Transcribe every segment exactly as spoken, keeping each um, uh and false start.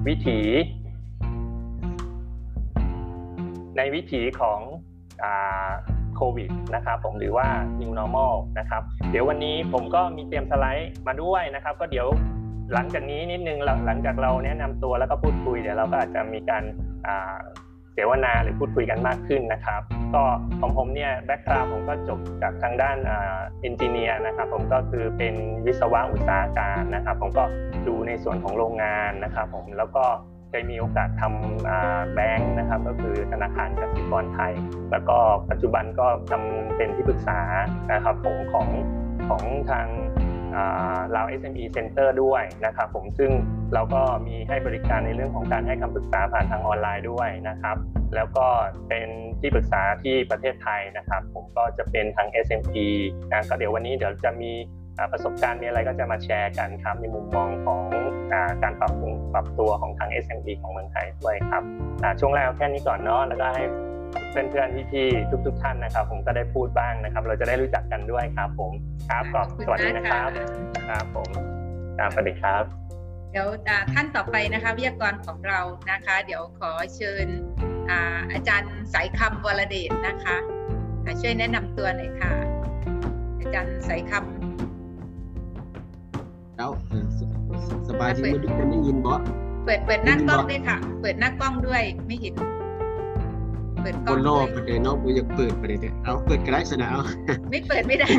วิถีในวิถีของอ่าโควิดนะครับผมหรือว่า New Normal นะครับเดี๋ยววันนี้ผมก็มีเตรียมสไลด์มาด้วยนะครับก็เดี๋ยวหลังจากนี้นิดนึงหลังจากเราแนะนำตัวแล้วก็พูดคุยเดี๋ยวเราก็อาจจะมีการเสวนาหรือพูดคุยกันมากขึ้นนะครับก็ของผมเนี่ยแบ็คกราวด์ผมก็จบจากทางด้านเอนจิเนียร์นะครับผมก็คือเป็นวิศวะอุตสาหการนะครับผมก็ดูในส่วนของโรงงานนะครับผมแล้วก็ได้มีโอกาสทำแบงค์นะครับก็คือธนาคารกสิกรไทยแล้วก็ปัจจุบันก็ทำเป็นที่ปรึกษานะครับผมของของทางลาว เอส เอ็ม อี Center ด้วยนะครับผมซึ่งเราก็มีให้บริการในเรื่องของการให้คำปรึกษาผ่านทางออนไลน์ด้วยนะครับแล้วก็เป็นที่ปรึกษาที่ประเทศไทยนะครับผมก็จะเป็นทาง เอส เอ็ม อี นะก็เดี๋ยววันนี้เดี๋ยวจะมีประสบการณ์มีอะไรก็จะมาแชร์กันครับในมุมมองของการปรับปรุงปรับตัวของทาง เอส เอ็ม อี ของเมืองไทยด้วยครับช่วงแรกแค่นี้ก่อนเนาะแล้วก็ให้เพื่อนๆพี่ๆทุกๆท่านนะครับผมก็ได้พูดบ้างนะครับเราจะได้รู้จักกันด้วยครับผมครับขอบสวัสดีนะครับครับผมครับสวัสดีครับเดี๋ยวท่านต่อไปนะคะวิทยากรของเรานะคะเดี๋ยวขอเชิญ อา, อาจารย์สายคำวรเดชนะคะช่วยแนะนำตัวหน่อยค่ะอาจารย์สายคำแล้วสบายดีทุกคนได้ยินบ่เปิดเปิดหน้ากล้องด้วยค่ะเปิดหน้ากล้องด้วยไม่เห็นเปิดกล้องด้วยประเด็นเนาะกูอยากเปิดประเด็นเอาเปิดก็ได้ซะนะเอาไม่เปิดไม่ได้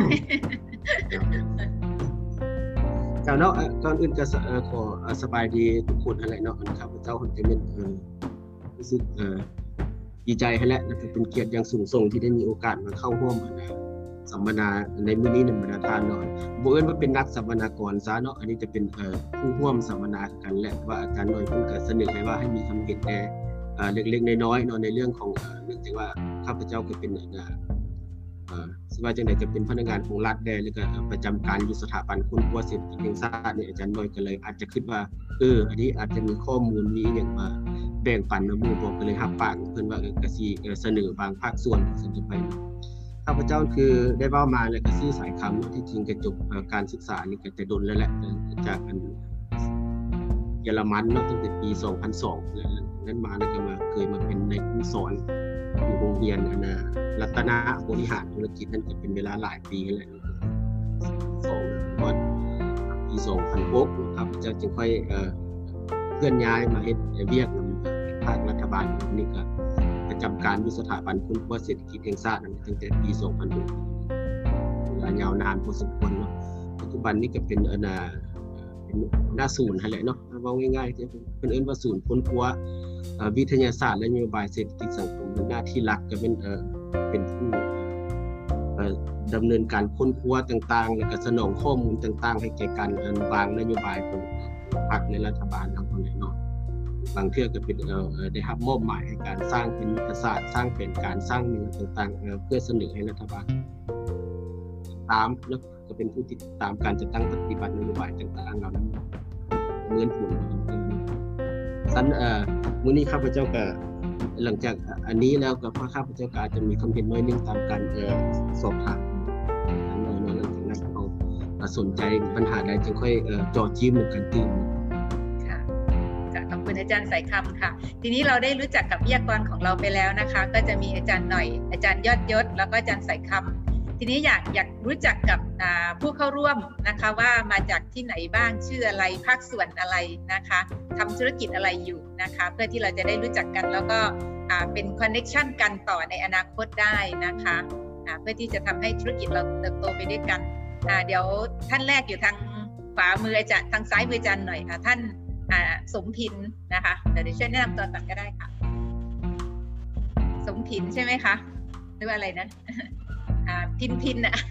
เจ้าเนาะก่อนอื่นก็ขอสบายดีทุกคนอะไรเนาะครับเจ้าคนจะเป็นรู้สึกดีใจให้และนะครับเป็นเกียรติอย่างสูงส่งที่ได้มีโอกาสมาเข้าร่วมสัมมนาในมื้อนี้ในบรรดาทานเนาะบ่เอิ้นว่าเป็นนักสัมมนากรซะเนาะอันนี้จะเป็นผู้ร่วมสัมมนากันแหละว่าอาจารย์น้อยเพิ่นก็เสนอให้ว่าให้มีคำเห็นแน่เล็กๆน้อยๆเนาะในเรื่องของเนื่องจากว่าข้าพเจ้าก็เป็นเอ่อสิว่าจังได๋จะเป็นพนักงานของรัฐแดแล้วก็ประจำการอยู่สถาบันค้นคว้าเศรษฐกิจแห่งชาติเนี่ยอาจารย์น้อยก็เลยอาจจะคิดว่าเอออันนี้อาจจะมีข้อมูลมีอย่างมาแบ่งปันนะหมู่บ่ก็เลยรับปากเพิ่นว่าก็สิเสนอบางภาคส่วนซึ่งจะไปข้าพเจ้าคือได้เว้ามาแล้วก็ชื่อสายคำที่จริงก็จบการศึกษานี่ก็แต่ดนแล้วแหละจากอันเยอรมันเนาะตั้งแต่ปีสองพันสองแล้วนั้นมาแล้วก็มาเคยมาเป็นในครูสอนอยู่โรงเรียนอันน่ะรัตนบริหารธุรกิจนั่นก็เป็นเวลาหลายปีแล้วสองก่อนปีสองพันหกครับจะจึงค่อยเอ่อเคลื่อนย้ายมาเฮ็ดเวียกนำภาครัฐบาลนี่ก็ประจำการอยู่สถาบันค้นคว้าเศรษฐกิจแห่งชาติตั้งแต่ปีสองพันหกเวลายาวนานพอสมควรเนาะปัจจุบันนี้ก็เป็นอันน่ะเป็นหน้าศูนย์นั่นแหละเนาะว่าง่ายๆที่เพิ่นเอิ้นว่าศูนย์ค้นคว้าวิทยาศาสตร์และนโยบายเศรษฐกิจสังคมหน้าที่หลักก็เป็นเอ่อเป็นผู้เอ่อดำเนินการค้นคว้าต่างๆและก็สนองข้อมูลต่างๆให้แก่การวางนโยบายของพรรคในรัฐบาลทั้งหมดเนาะบางเทื่อก็เป็นเอ่อได้รับมอบหมายให้การสร้างเป็นยุทธศาสตร์สร้างเป็นการสร้างเมืองต่างๆเพื่อเสนอให้รัฐบาลตามแล้วก็เป็นผู้ติดตามการจัดตั้งปฏิบัตินโยบายต่างๆเหล่านั้นเงินผลสันเอ่อมื้อนี้ข้าพเจ้าก็หลังจากอันนี้แล้วก็ข้าพเจ้าก็อาจจะมีความเห็นน้อยนึงตามการเอ่อสอบถามน้อยๆหลังจากนั้นเอาสนใจปัญหาใดจึงค่อยเอ่อจ่อจิ้มเหมือนกันตื่นค่ะขอบคุณอาจารย์สายคำค่ะทีนี้เราได้รู้จักกับวิทยากรของเราไปแล้วนะคะก็จะมีอาจารย์หน่อยอาจารย์ยอดยศแล้วก็อาจารย์สายคำทีนี้อยากอยากรู้จักกับผู้เข้าร่วมนะคะว่ามาจากที่ไหนบ้างชื่ออะไรภาคส่วนอะไรนะคะทำธุรกิจอะไรอยู่นะคะเพื่อที่เราจะได้รู้จักกันแล้วก็เป็นคอนเนคชั่นกันต่อในอนาคตได้นะคะเพื่อที่จะทำให้ธุรกิจเราเติบโตไปด้วยกันเดี๋ยวท่านแรกอยู่ทางขวามืออาจารย์ทางซ้ายมืออาจารย์หน่อยค่ะท่านสมพินนะคะเดี๋ยวช่วยแนะนำตัวก่อนก็ได้ค่ะสมพินใช่ไหมคะหรือว่าอะไรนะพินพินอ่ะ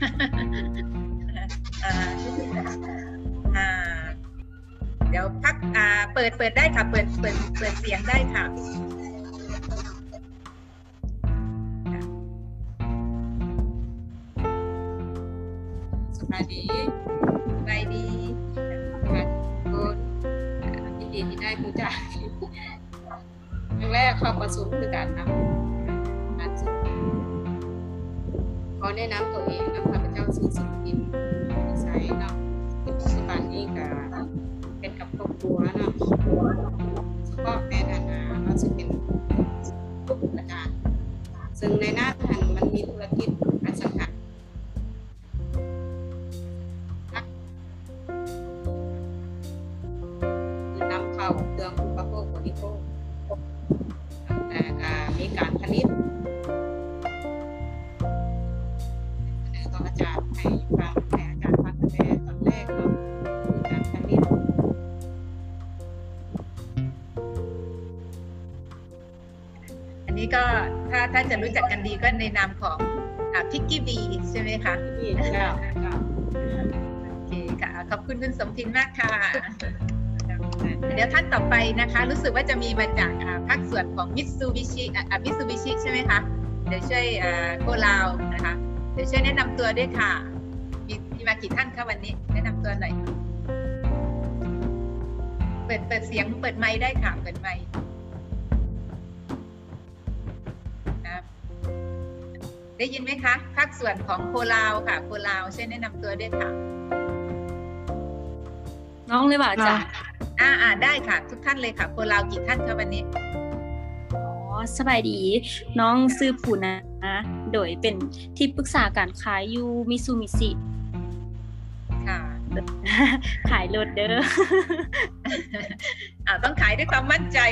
เดี๋ยวพักเปิดเปิดได้ค่ะเปิดเปิดเปิดเสียงได้ค่ะสบายดีสบายดีค่ะคุณยินดีที่ได้รู้จักครั้งแรกเข้าประชุมคือการนำมาสุดขอแนะนำตัวเองนะข้าพเจ้าชื่อสุพินนิสัยเนาะปัจจุบันนี้ก็เป็นกับครอบครัวเนาะสนี้ก็ถ้าถ้าจะรู้จักกันดีก็ในนามของพิกกี้บีใช่ไหมคะนี่ค่ะค่ะโอเคค่ะขอบคุณคุณสมพินมากค่ะเดี๋ยวท่านต่อไปนะคะรู้สึกว่าจะมีมาจากภาคส่วนของมิตซูบิชิมิตซูบิชิใช่ไหมคะเดี๋ยวช่วยโกลาวนะคะเดี๋ยวช่วยแนะนำตัวด้วยค่ะมีมีมากี่ท่านคะวันนี้แนะนำตัวหน่อยเปิดเปิดเสียงเปิดไมค์ได้ค่ะเปิดไมค์ได้ยินไหมคะภาคส่วนของโคลาวค่ะโคลาวช่วยแนะนำตัวด้วยค่ะน้องเลยว่าจ้ะอ่าอ่าได้ค่ะทุกท่านเลยค่ะโคลาวกี่ท่านคะวันนี้อ๋อสบายดีน้องซื้อปูนะโดยเป็นที่ปรึกษาการขายยูมิซูมิซิค่ะขายรถเด้ออ่าต้องขายด้วยความมั่นใจ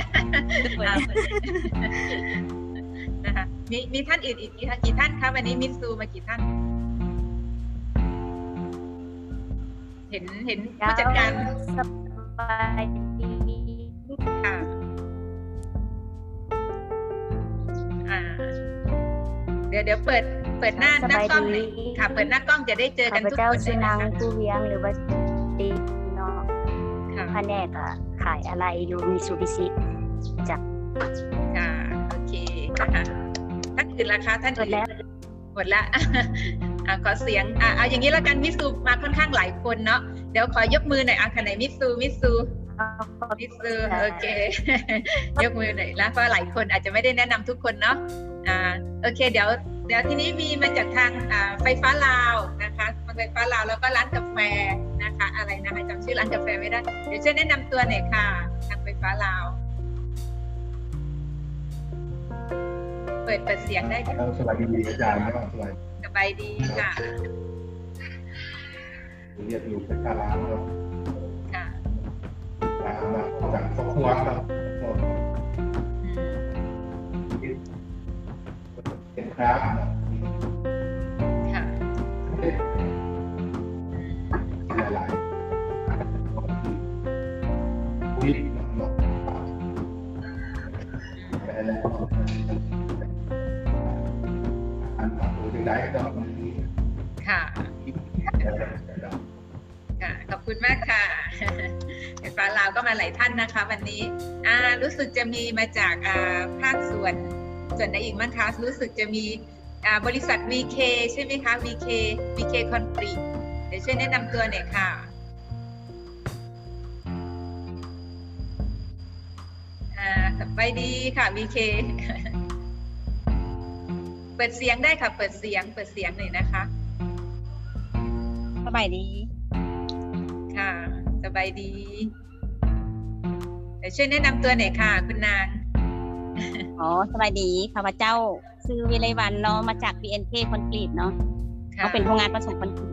นะคะมีมีท่านอื่นอีกกี่ท่านคะวันนี้มิซูมากี่ท่านเห็นเห็นผู้จัดการสบายดีค่ะอ่าเดี๋ยวเดี๋ยวเปิดเปิดหน้าหน้ากล้องหน่อยค่ะเปิดหน้ากล้องจะได้เจอกันทุกคนเลยนะคะข้าพเจ้าชื่อนางผู้เวียงหรือว่าตีเนาะแผนกอ่ะขายอะไรอยู่มิซูบิชิจ้ะค่ะโอเคค่ะท่านอื่นล่ะคะท่านอื่นหมดแล้วอ่าขอเสียงอ่าเอาอย่างนี้แล้วกันมิซูมาค่อนข้างหลายคนเนาะเดี๋ยวขอยกมือหน่อยอ่ะค่ะไหนมิซูมิซูมิซูโอเคยกมือหน่อยแล้วเพราะหลายคนอาจจะไม่ได้แนะนำทุกคนเนาะอ่าโอเคเดี๋ยวเดี๋ยวทีนี้มีมาจากทางอ่าไฟฟ้าลาวนะคะไฟฟ้าลาวแล้วก็ร้านกาแฟนะคะอะไรนะคะจำชื่อร้านกาแฟไม่ได้เดี๋ยวช่วยแนะนำตัวหน่อยค่ะทางไฟฟ้าลาวเปิดเปิดเสียงได้ค่ะสวัสดีอาจารย์นะครับสวัสดีสบายดีค่ะเรียกอยู่เป็นคาร้านครับค่ะร้านมาจากครอบครัวครับเป็นครับค่ะหลายๆวิ่งเนาะแล้วอันต่อไปได้ก็ค่ะค่ะขอบคุณมากค่ะไฟฟ้าลาวก็มาหลายท่านนะคะวันนี้อ่ารู้สึกจะมีมาจากอ่าภาคส่วนส่วนไหนอีกมั้งคะรู้สึกจะมีอ่าบริษัท วี เค ใช่ไหมคะ วี เค วี เค Concrete เดี๋ยวช่วยแนะนำตัวหน่อยค่ะอ่าสบายดีค่ะ วี เค เปิดเสียงได้ค่ะเปิดเสียงเปิดเสียงหน่อยนะคะสบายดีค่ะสบายดีเดี๋ยวช่วยแนะนำตัวหน่อยค่ะคุณนางอ๋อสบายดีข้าพเจ้าชื่อวิไลวรรณเนาะมาจาก วี เอ็น เค Concrete เนาะเขาเป็นโรงงานผสมคอนกรีต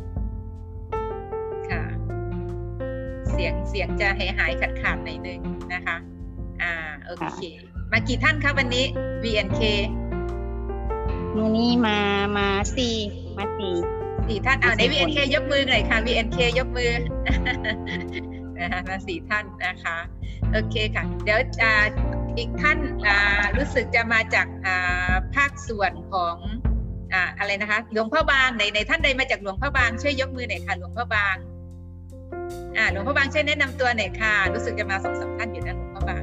ค่ะเสียงเสียงจะหายหายขาดขาดหน่อยนึงนะคะอ่าโอเคมากี่ท่านคะวันนี้ วี เอ็น เควันนี้มามาสี่มาสี่สี่ท่านเอาใน วี เอ็น เค ยกมือหน่อยค่ะ วี เอ็น เค ยกมือนะคะมาสี่ท่านนะคะโอเคค่ะเดี๋ยวอีกท่านรู้สึกจะมาจากภาคส่วนของอะไรนะคะหลวงพ่อบางในในท่านใดมาจากหลวงพ่อบางช่วยยกมือหน่อยค่ะหลวงพ่อบางอ่าหลวงพ่อบางช่วยแนะนำตัวหน่อยค่ะรู้สึกจะมาสองสามท่านอยู่นะหลวงพ่อบาง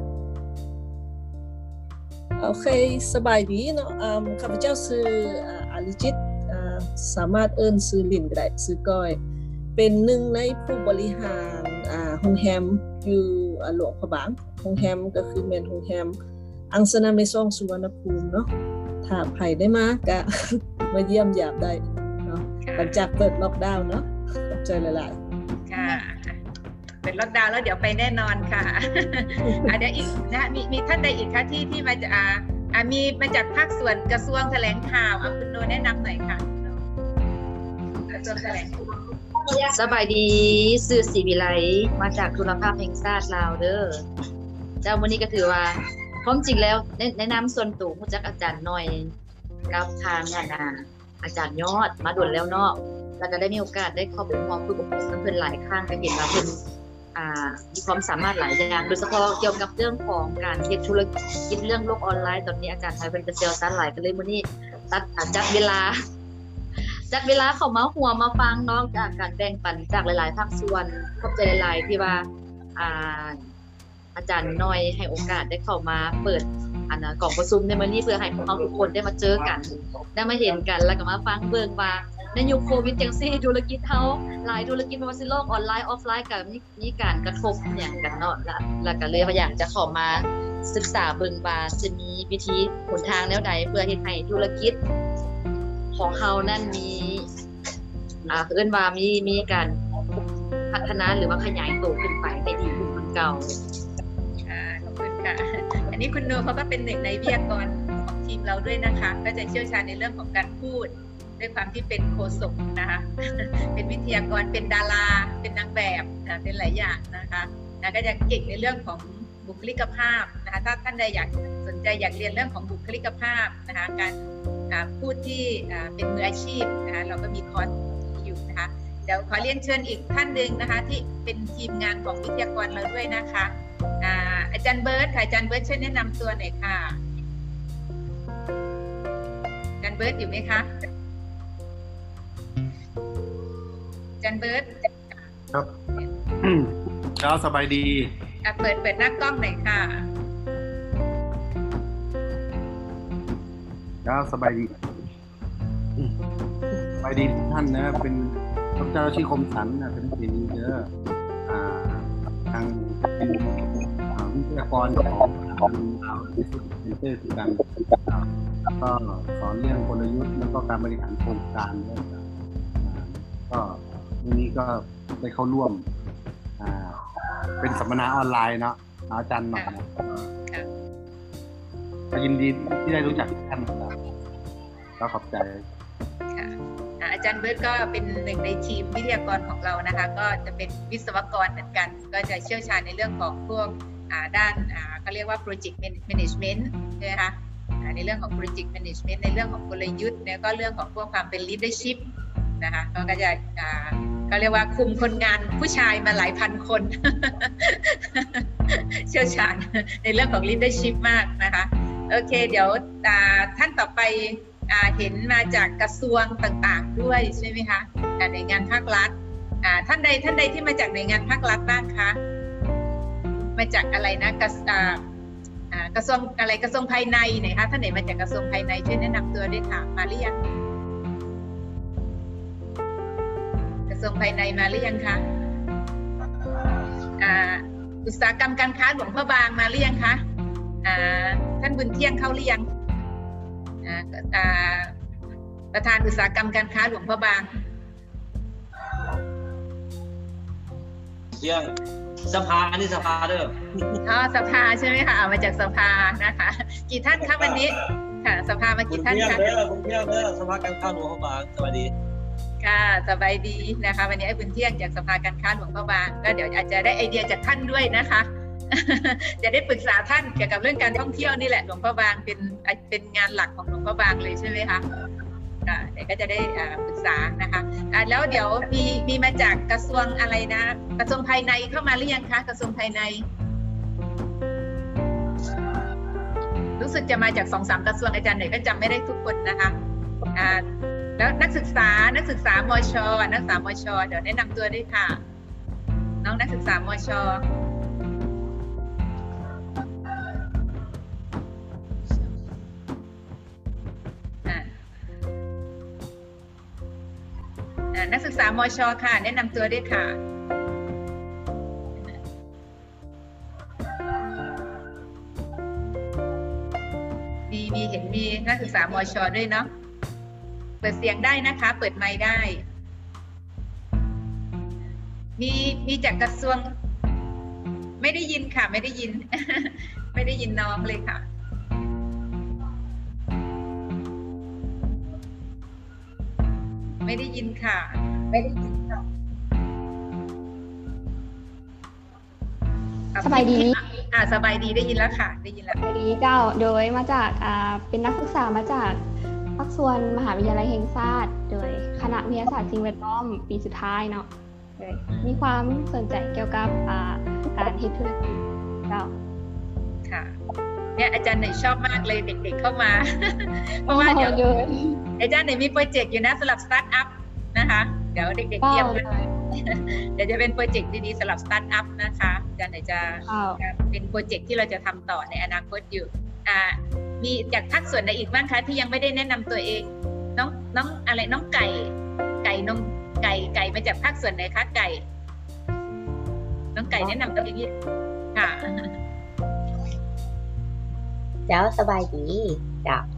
โอเคสบายดีเนาะข้าพเจ้าชื่ออาลิจิตสามารถเอิ้นซื้อลินก็ได้ซื้อก้อยเป็นหนึ่งในผู้บริหารโรงแรมอยู่หลวงพระบางโรงแรมก็คือแม่นโรงแรมอังสนาเมซองสุวรรณภูมิเนาะถ้าใครได้มาก็มาเยี่ยมยามได้เนาะหลังจากเปิดล็อกดาวน์เนาะขอบใจหลายๆค่ะเปิดล็อกดาวน์แล้วเดี๋ยวไปแน่นอนค่ะเดี๋ยวอีกนะมีมีท่านใดอีกคะที่ที่มาจากอ่ามีมาจากภาคส่วนกระทรวงแถลงข่าวอ่ะคุณโนแนะนำหน่อยค่ะกระทรวงแถลงข่าวสบายดีสื่อศรีวิไลมาจากทุนภาพแห่งชาติลาวเด้อเจ้าวันนี้ก็ถือว่าความจริงแล้วแนะนำส่วนตัวรู้จักอาจารย์หน่อยกับทางงานอาจารย์ยอดมาด่วนแล้วเนาะแล้วก็ได้มีโอกาสได้เข้าไปมองคุยกับเพิ่นหลายครั้งก็เห็นว่าเพิ่นอ่ามีความสามารถหลายอย่างโดยเฉพาะเกี่ยวกับเรื่องของการเฮ็ดธุรกิจเรื่องโลกออนไลน์ตอนนี้อาจารย์ไทยเป็นเซลล์ซันหลายกันเลยมื้อนี้ตัดจัดเวลาจัดเวลาเข้ามาหัวมาฟังน้องจากการแบ่งปันจากหลายๆภาคส่วนขอบใจหลายๆที่ว่าอ่าอาจารย์น้อยให้โอกาสได้เข้ามาเปิดอันน่ะกล่องประชุมในมื้อนี้เพื่อให้พวกเราทุกคนได้มาเจอกันได้มาเห็นกันแล้วก็มาฟังเบิ่งว่าในยุคโควิดจังซี่ธุรกิจเฮาหลายธุรกิจบ่ว่าสิโลกออนไลน์ออฟไลน์ก็มีมีการกระทบหยังกันเนาะแล้วแล้วก็เลยอยากจะเข้ามาศึกษาเบิ่งว่าจะมีวิธีหนทางแนวใดเพื่อเฮ็ดให้ธุรกิจของเฮานั้นมีอ่าเอิ้นว่ามีมีการพัฒนาหรือว่าขยายตัวขึ้นไปให้ดีขึ้นกว่าเก่าค่ะขอบคุณค่ะอันนี้คุณโนเขาก็เป็นหนึ่งในวิทยากรของทีมเราด้วยนะคะก็จะเชี่ยวชาญในเรื่องของการพูดด้วยความที่เป็นโฆษกนะคะเป็นวิทยากรเป็นดาราเป็นนางแบบเป็นหลายอย่างนะคะนะก็จะเก่งในเรื่องของบุคลิกภาพนะคะถ้าท่านใดอยากสนใจอยากเรียนเรื่องของบุคลิกภาพนะคะการพูดที่เป็นมืออาชีพนะคะเราก็มีคอร์สอยู่นะคะเดี๋ยวขอเรียนเชิญอีกท่านหนึ่งนะคะที่เป็นทีมงานของวิทยากรเราด้วยนะคะอาจารย์เบิร์ตค่ะอาจารย์เบิร์ตช่วยแนะนำตัวหน่อยค่ะอาจารย์เบิร์ตอยู่ไหมคะอาจารย์เบิร์ตครับครับสบายดีเปิดเปิดหน้ากล้องหน่อยค่ะครับสบายดีสบายดีทุกท่านนะเป็นพระเจ้าชื่อคมสันนะเป็นศิลป์เยอะอ่าทางเป็นวิทยากรของทางวิสุทธิ์เซ็นเตอร์คือการก็สอนเรื่องกลยุทธ์แล้วก็การบริหารโครงการด้วยก็วันนี้ก็ได้เข้าร่วมอ่าเป็นสัมมนาออนไลน์เนาะอาจารย์หน่อยนะก็ยินดีที่ได้รู้จักท่านก็ขอบใจค่ะอาจารย์เบิร์ตก็เป็นหนึ่งในทีมวิทยากรของเรานะคะก็จะเป็นวิศวกรเหมือนกันก็จะเชี่ยวชาญในเรื่องของพวกด้านเขาเรียกว่า project management ใช่ไหมคะในเรื่องของ project management ในเรื่องของกลยุทธ์แล้วก็เรื่องของพวกความเป็น leadership นะคะก็จะก็เรียกว่าคุมคนงานผู้ชายมาหลายพันคนเชี่ยวชาญในเรื่องของ leadership มากนะคะโอเคเดี๋ยวท่านต่อไปเห็นมาจากกระทรวงต่างๆด้วยใช่ไหมคะหน่วยงานภาครัฐท่านใดท่านใดที่มาจากหน่วยงานภาครัฐบ้างคะมาจากอะไรนะกระกระทรวงอะไรกระทรวงภายในไหนคะท่านไหนมาจากกระทรวงภายในช่วยแนะนำตัวด้วยค่ะมาหรือยังกระทรวงภายในมาหรือยังคะอุตสาหกรรมการค้าหลวงพ่อบางมาหรือยังคะท่านบุญเที่ยงเข้าหรือยังประธานอุตสาหกรรมการค้าหลวงพ่อบางเที่ยงสภาอันนี้สภาเด้ออ๋อสภาใช่ไหมคะเอามาจากสภานะคะกี่ท่านคะวันนี้ค่ะสภามากี่ท่านคะเที่ยงเด้อผมเที่ยงเด้อสภาการค้าหลวงพ่อบางสวัสดีค่ะสบายดีนะคะวันนี้ไอ้บุญเที่ยงจากสภาการค้าหลวงพ่อบางก็เดี๋ยวอาจจะได้ไอเดียจากท่านด้วยนะคะจะได้ปรึกษาท่านเกี่ยวกับเรื่องการท่องเที่ยวนี่แหละหลวงพ่อบางเป็นเป็นงานหลักของหลวงพ่อบางเลยใช่ไหมคะเดี๋ยวก็จะได้ปรึกษานะคะแล้วเดี๋ยวมีมีมาจากกระทรวงอะไรนะกระทรวงภายในเข้ามาหรือยังคะกระทรวงภายในรู้สึกจะมาจากสองสามกระทรวงอาจารย์ไหนก็จำไม่ได้ทุกคนนะคะแล้วนักศึกษานักศึกษามช.นักศึกษามช.เดี๋ยวแนะนำตัวด้วยค่ะน้องนักศึกษามช.นักศึกษามช.ค่ะแนะนำตัวด้วยค่ะมีมีเห็นมีนักศึกษามช.ด้วยเนาะเปิดเสียงได้นะคะเปิดไมค์ได้มีมีจากกระทรวงไม่ได้ยินค่ะไม่ได้ยิน ไม่ได้ยินน้องเลยค่ะไม่ได้ยินค่ะไม่ได้ยินค่ะสบายดีอ่าสบายดีได้ยินแล้วค่ะได้ยินแล้วสบายดีเจ้าโดยมาจากอ่าเป็นนักศึกษามาจากภาคส่วนมหาวิทยาลัยแห่งชาติโดยคณะวิทยาศาสตร์สิ่งแวดล้อมปีสุดท้ายเนาะเลยมีความสนใจเกี่ยวกับอ่าการเฮ็ดธุรกิจเจ้าค่ะเนี่ยอาจารย์หน่อยชอบมากเลยเด็กๆเข้ามา เพราะว่าเดี๋ยวอาจารย์หน่อยมีโปรเจกต์อยู่นะสำหรับสตาร์ทอัพนะคะเดี๋ยวเด็กๆเตรียมเลยเดี๋ยวจะเป็นโปรเจกต์ดีๆสำหรับสตาร์ทอัพนะคะอาจารย์หน่อยจะเป็นโปรเจกต์ที่เราจะทำต่อในอนาคตอยู่อ่ามีจากภาคส่วนไหนอีกบ้างคะที่ยังไม่ได้แนะนำตัวเองน้องน้องอะไรน้องไก่ไก่นมไก่ไก่มาจากภาคส่วนไหนคะไก่น้องไก่แนะนำตัวเองค่ะเจ้าสบายดีเจ้า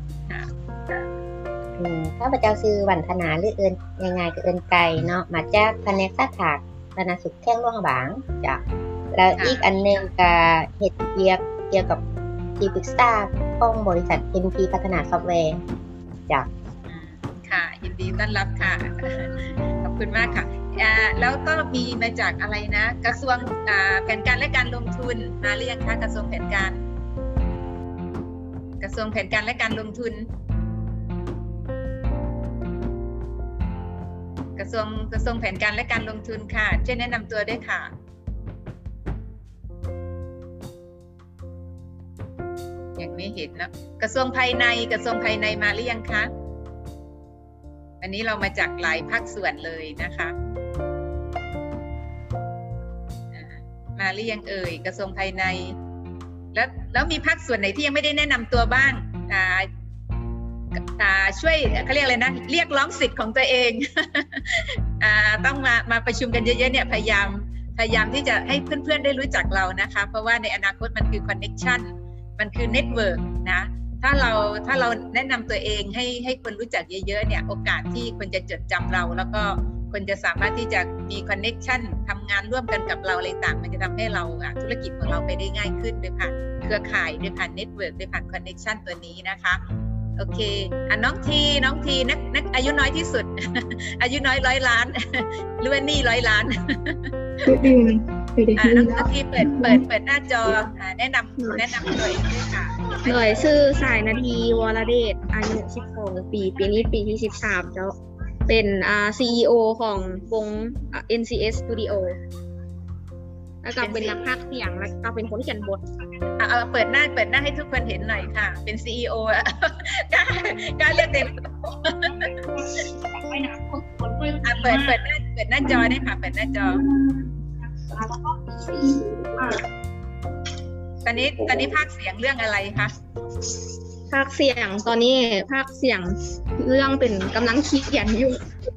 ข้าพเจ้าชื่อวันธนาหรือเอิญง่ายๆก็เอิญไก่เนาะมาจากแผนกสาขาคณะสุขแข้งร่วงบางเจ้าแล้วอีกอันนึงก็เฮ็ดเกี่ยวเกี่ยวกับที่ปรึกษาของบริษัท เอ็ม พี พัฒนาซอฟต์แวร์เจ้าค่ะยินดีต้อนรับค่ะขอบคุณมากค่ะแล้วก็มีมาจากอะไรนะกระทรวงแผนการและการลงทุนมาหรือยังคะกระทรวงแผนการกระทรวงแผนการและการลงทุนกระทรวงกระทรวงแผนการและการลงทุนค่ะช่วยแนะนำตัวด้วยค่ะยังไม่เห็นนะกระทรวงภายในกระทรวงภายในมาหรือยังคะอันนี้เรามาจากหลายภาคส่วนเลยนะคะมาหรือยังเอ่ยกระทรวงภายในแล้วแล้วมีภาคส่วนไหนที่ยังไม่ได้แนะนำตัวบ้างอ่าอ่าช่วยเขาเรียกอะไรนะเรียกร้องสิทธิ์ของตัวเองอ่าต้องมามาประชุมกันเยอะๆเนี่ยพยายามพยายามที่จะให้เพื่อนๆได้รู้จักเรานะคะเพราะว่าในอนาคตมันคือคอนเนคชั่นมันคือเน็ตเวิร์กนะถ้าเราถ้าเราแนะนำตัวเองให้ให้คนรู้จักเยอะๆเนี่ยโอกาสที่คนจะจดจำเราแล้วก็คนจะสามารถที่จะมีคอนเนคชั่นทำงานร่วมกันกับเราอะไรต่างมันจะทำให้เราธุรกิจของเราไปได้ง่ายขึ้นด้วยผ่านเครือข่ายด้วยผ่านเน็ตเวิร์กด้วยผ่านคอนเนคชั่นตัวนี้นะคะโอเคอ่ะน้องทีน้องทีนักนักอายุน้อยที่สุด อายุน้อยร้อยล้านหรือว่านี่ร้อยล้านอ่ะน้องทีเปิดเปิดเปิดหน้าจอแนะนำแนะนำตัวเองด้วยค่ะหน่วยชื่อสายนาทีวรเดชอายุสิบสองปีปีนี้ปีที่สิบสามเจ้าเป็นอ่า ซี อี โอ ของวง เอ็น ซี เอส Studio แล้วก็เป็นนักพากย์เสียงแล้วก็เป็นคนเขียนบทอ่ะเอาเปิดหน้าเปิดหน้าให้ทุกคนเห็นหน่อยค่ะเป็น ซี อี โอ อ่ะกล้ากล้าเรียกเต็มอ่ะเปิดเปิดหน้าเปิดหน้าจอได้ค่ะเปิดหน้าจอตอนนี้ตอนนี้พากย์เสียงเรื่องอะไรคะพากย์เสียงตอนนี้พากย์เสียงเรื่องเป็นกำลังเขียนอยู่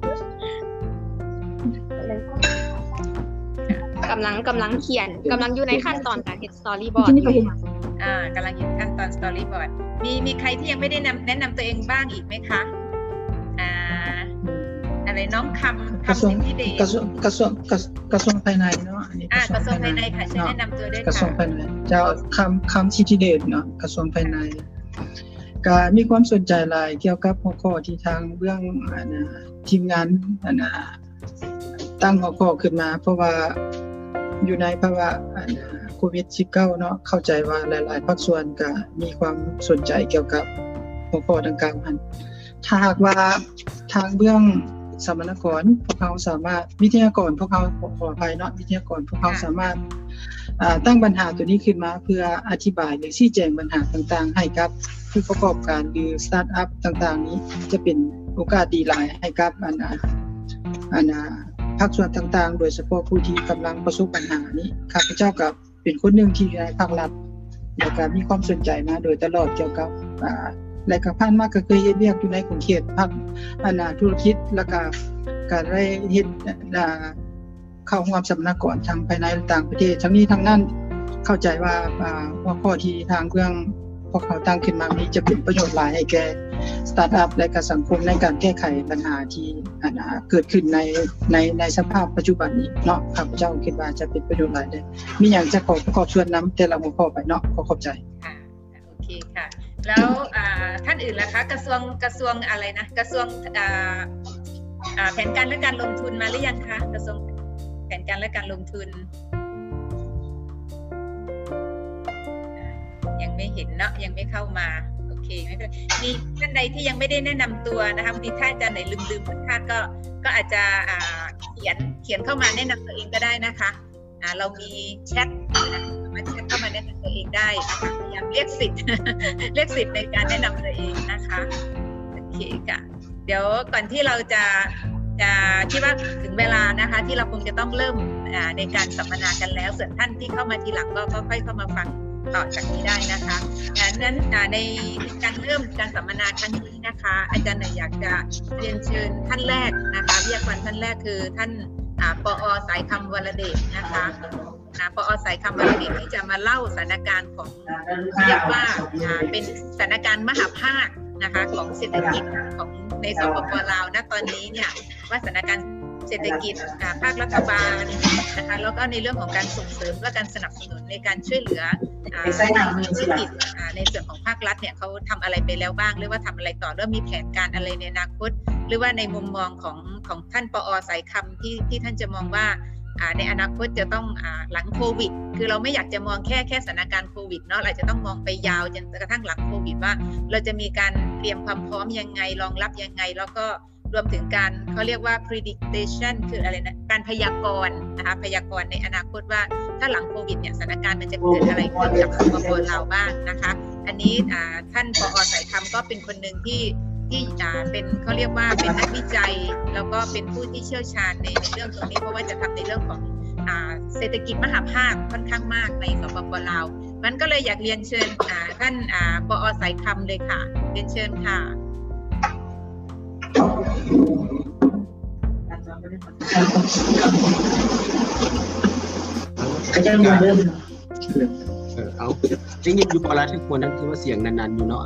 กำลังกำลังเขียนกำลังอยู่ในขั้นตอนการเขียนสตอรี่บอร์ดอ่ากำลังอยู่ขั้นตอนสตอรี่บอร์ดมีมีใครที่ยังไม่ได้แนะนำตัวเองบ้างอีกไหมคะอ่าอะไรน้องคำคำสิทธิเดชกระทรวงกระทรวงกระทรวงภายในเนาะอันนี้กระทรวงภายในค่ะช่วยแนะนำตัวด้วยค่ะกระทรวงภายในเจ้าคำคำสิทธิเดชเนาะกระทรวงภายในก็มีความสนใจหลายเกี่ยวกับหัวข้อที่ทางเรื่องทีมงานตั้งหัวข้อขึ้นมาเพราะว่าอยู่ในภาวะโควิด สิบเก้า เนาะเข้าใจว่าหลายๆภาคส่วนก็มีความสนใจเกี่ยวกับหัวข้อดังกล่าวนั้นถ้าหากว่าทางเบื้องสมณกรพวกเขาสามารถวิทยากรพวกเขาขออภัยเนาะวิทยากรพวกเขาสามารถตั้งปัญหาตัวนี้ขึ้นมาเพื่ออธิบายหรือชี้แจงปัญหาต่างๆให้กับผู้ประกอบการหรือสตาร์ทอัพต่างๆนี้จะเป็นโอกาสดีหลายให้กับอันอันภาคส่วนต่างๆโดยเฉพาะผู้ที่กำลังประสบปัญหานี้ข้าพเจ้ากับเป็นคนหนึ่งที่ในภาครัฐแล้วก็มีความสนใจมาโดยตลอดเกี่ยวกับและก็ผ่านมาก็เคยเฮ็ดเวียกอยู่ในกรุงเทพภาคอันธุรกิจแล้วก็การได้เฮ็ดเข้าร่วมสัมมนาก่อนทางภายในต่างประเทศทั้งนี้ทั้งนั้นเข้าใจว่าหัวข้อที่ทางเรื่องพวกเขาตั้งขึ้นมานี้จะเป็นประโยชน์หลายให้แก่สตาร์ทอัพและก็สังคมในการแก้ไขปัญหาที่เกิดขึ้นในในในสภาพปัจจุบันนี้เนาะข้าพเจ้าคิดว่าจะเป็นประโยชน์หลายเลยมีอย่างจะขอประกอบส่วนนำแต่ละหัวข้อไปเนาะขอขอบใจค่ะโอเคค่ะแล้วท่านอื่นล่ะคะกระทรวงกระทรวงอะไรนะกระทรวงแผนการและการลงทุนมาหรือยังคะกระทรวงแผนการและการลงทุนยังไม่เห็นเนาะยังไม่เข้ามาโอเคไม่เป็นมีท่านใดที่ยังไม่ได้แนะนำตัวนะคะบางทีถ้าอาจารย์ไหนลืมๆท่านก็ก็อาจจะเขีขียนเขียนเข้ามาแนะนำตัวเองก็ได้นะคะอ่าเรามีแชทนะสามารถแชทเข้ามาแนะนำตัวเองได้นะคะพยายามเรียกสิทธิ์ เรียกสิทธิ์ในการแนะนำตัวเองนะคะโอเคค่ะเดี๋ยวก่อนที่เราจะจะที่ว่าถึงเวลานะคะที่เราคงจะต้องเริ่มในการสัมมนากันแล้วส่วนท่านที่เข้ามาทีหลังก็ค่อยเข้ามาฟังต่อจากนี้ได้นะคะดังนั้นในการเริ่มการสัมมนาครั้งนี้นะคะอาจารย์อยากจะเรียนเชิญท่านแรกนะคะวิทยากรท่านแรกคือท่านปอ.สายคำวรเดชนะคะปอ.สายคำวรเดชที่จะมาเล่าสถานการณ์ของเรียกว่าเป็นสถานการณ์มหาภาคนะคะของเศรษฐกิจของในสปป.ลาวณตอนนี้เนี่ยว่าสถานการณ์เศรษฐกิจภาครัฐบาลนะคะแล้วก็ในเรื่องของการส่งเสริมและการสนับสนุนในการช่วยเหลือธุรกิจในส่วนของภาครัฐเนี่ยเขาทำอะไรไปแล้วบ้างหรือว่าทำอะไรต่อหรือมีแผนการอะไรในอนาคตหรือว่าในมุมมองของของท่านปอ.สายคำที่ที่ท่านจะมองว่าในอนาคตจะต้องหลังโควิดคือเราไม่อยากจะมองแค่แค่สถานการณ์โควิดเนาะเราจะต้องมองไปยาวจนกระทั่งหลังโควิดว่าเราจะมีการเตรียมความพร้อมยังไงรองรับยังไงแล้วก็รวมถึงการเขาเรียกว่า prediction คืออะไรนะการพยากรณ์นะคะพยากรณ์ในอนาคตว่าถ้าหลังโควิดเนี่ยสถานการณ์มันจะเกิดอะไรขึ้นกับสปป.ลาวบ้างนะคะอันนี้ท่านปอ.สายคำก็เป็นคนหนึ่งที่ที่เป็นเขาเรียกว่าเป็นนักวิจัยแล้วก็เป็นผู้ที่เชี่ยวชาญในในเรื่องตรงนี้เพราะว่าจะทำในเรื่องของเศรษฐกิจมหาภาคค่อนข้างมากในสปป.ลาวมันก็เลยอยากเรียนเชิญท่านปอ.สายคำเลยค่ะเรียนเชิญค่ะอาจารย์มาเริ่มเออเอาจริงๆอยู่ปลาที่ควรนั้นคือว่าเสียงนานๆอยู่เนาะ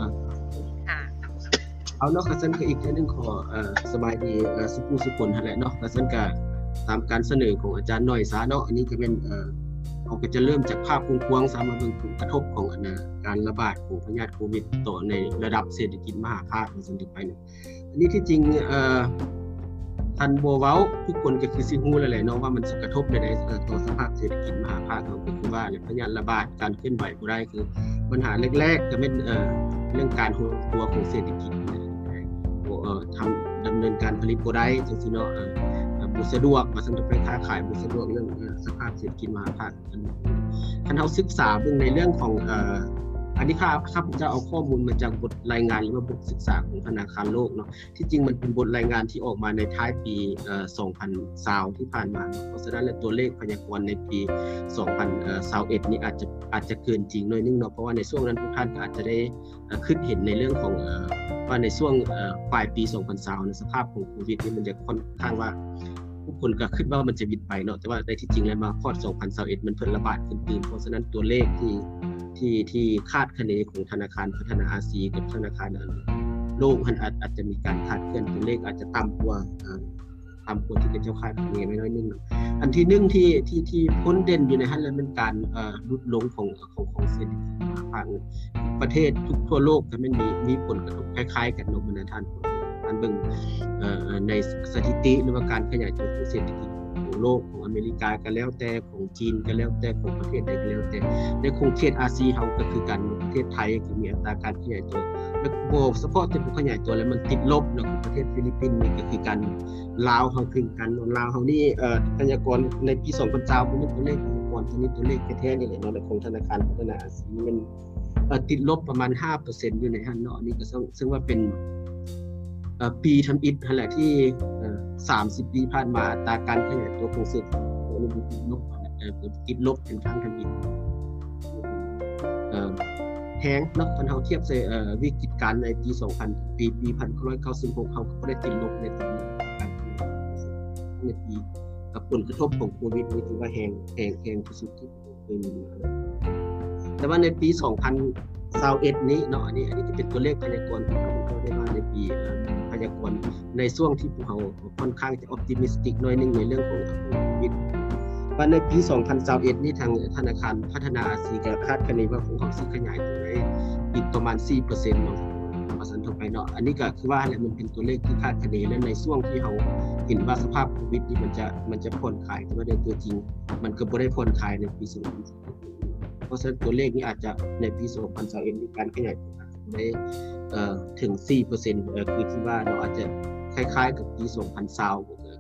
เอาเนาะกระสันก็อีกทีนึงขอเอ่อสบายดีเอ่อสุขุสุคนหั่นแหละเนาะกระสันก็ตามการเสนอของอาจารย์หน่อยซะเนาะอันนี้ก็เป็นเอ่อเขาก็จะเริ่มจากภาพกว้างๆสามารถเบิ่งผลกระทบของอันน่ะการระบาดของพยาธิโควิดต่อในระดับเศรษฐกิจมหาภาคจังซี่ไปเนาะอันนี้ที่จริงเอ่อท่านบ่เว้าทุกคนก็คือสิฮู้แล้วแหละเนาะว่ามันจะกระทบได้ต่อสภาพเศรษฐกิจมหาภาคเราก็คือว่าพยาธิระบาดการเคลื่อนไหวบ่ได้คือปัญหาแรกๆก็เป็นเอ่อเรื่องการหดตัวของเศรษฐกิจเอ่อทำดำเนินการผลิตบ่ได้จังซี่เนาะเอ่อบ่สะดวกว่าซั่นจะไปค้าขายบ่สะดวกเรื่องสภาพเศรษฐกิจมหาภาคคันเฮาศึกษาเบิ่งในเรื่องของเอ่ออันนี้ครับครับผมจะเอาข้อมูลมาจากบทรายงานหรือว่าบทศึกษาของธนาคารโลกเนาะที่จริงมันเป็นบทรายงานที่ออกมาในท้ายปีเอ่อสองพันยี่สิบที่ผ่านมาเพราะฉะนั้นแล้วตัวเลขพยากรณ์ในปีสองพันยี่สิบเอ็ดนี้อาจจะอาจจะเกินจริงหน่อยนึงเนาะเพราะว่าในช่วงนั้นทุกท่านก็อาจจะได้ขึ้นเห็นในเรื่องของเอ่อว่าในช่วงเอ่อปลายปีสองพันยี่สิบในสภาพของโควิดนี่มันจะค่อนข้างว่าทุกคนก็คิดว่ามันจะบิดไปเนาะแต่ว่าในที่จริงแล้วมาพอสองพันยี่สิบเอ็ดมันเพิ่มระบาดขึ้นตื่นเพราะฉะนั้นตัวเลขที่ที่ที่คาดคะเนของธนาคารพัฒนาอาเซียนกับธนาคารโลกมันอาจอาจจะมีการคาดเคลื่อนตัวเลขอาจจะต่ำกว่าต่ำกว่าที่เป็นเจ้าคาดคะเนไม่น้อยนึงอันที่หนึ่งที่ที่ที่พ้นเด่นอยู่ในขั้นแล้วเป็นการลดลงของของของเศรษฐกิจทางประเทศทุกทั่วโลกก็มันมีมีผลกระทบคล้ายๆกันเนาะมันท่านการเบิ่งในสถิติหรือว่าการขยายตัวของเศรษฐกิจของโลกของอเมริกาก็แล้วแต่ของจีนก็แล้วแต่ของประเทศใดก็แล้วแต่ในคงเขตอาเซียนเฮาก็คือการประเทศไทยก็มีอัตราการขยายตัวแล้วบ่เฉพาะที่ขยายตัวแล้วมันติดลบเนาะของประเทศฟิลิปปินส์นี่ก็คือการลาวเฮาคือกันลาวเฮานี่เอ่อพยากรณ์ในปีสองพันยี่สิบเป็นตัวเลขพยากรณ์ตัวนี้ตัวเลขแท้ๆนี่แหละเนาะของธนาคารพัฒนาอาเซียนมันเอ่อติดลบประมาณ ห้าเปอร์เซ็นต์ อยู่ในหั่นเนาะนี่ก็ซึ่งว่าเป็นเอ่อปีทำอิฐนั่นแหละที่เอ่อสามสิบปีผ่านมาอัตราการขยายตัวของเศรษฐกิจมันติดลบเอ่อติดลบเป็นทางทำอิฐเอ่อแพงเนาะคันเฮาเทียบใส่เอ่อวิกฤตการณ์ในปีสองพันปีปีหนึ่งพันเก้าร้อยเก้าสิบหกเฮาก็บ่ได้ติดลบในตอนนี้ในปีกับผลกระทบของโควิดนี่ถือว่าแฮงแฮงแฮงที่สุดที่เคยมีมาแต่ว่าในปีสองพันยี่สิบเอ็ดนี้เนาะอันนี้อันนี้จะเป็นตัวเลขพยากรณ์ที่เราได้มาในปีพยากรณ์ในช่วงที่พวกเราค่อนข้างจะออพติมิสติกหน่อยนึงในเรื่องของโควิดว่าในปีสองพันยี่สิบเอ็ดนี้ทางธนาคารพัฒนาอาเซียนก็คาดคะเนว่าของเขาสิขยายตัวได้อีกประมาณ สี่เปอร์เซ็นต์ เนาะเปอร์เซ็นต์ทั่วไปเนาะอันนี้ก็คือว่าแล้วมันเป็นตัวเลขที่คาดคะเนและในช่วงที่เราเห็นว่าสภาพโควิดนี่มันจะมันจะผ่อนคลายแต่ว่าในตัวจริงมันก็บ่ได้ผ่อนคลายในปีสองพันยี่สิบเอ็ดเพราะฉะนั้นตัวเลขนี้อาจจะในปีสองพันยี่สิบเอ็ดมีการขยายตัวอาจจะได้เอ่อถึง สี่เปอร์เซ็นต์ เอ่อคือที่ว่าเราอาจจะคล้ายๆกับปีสองพันยี่สิบก็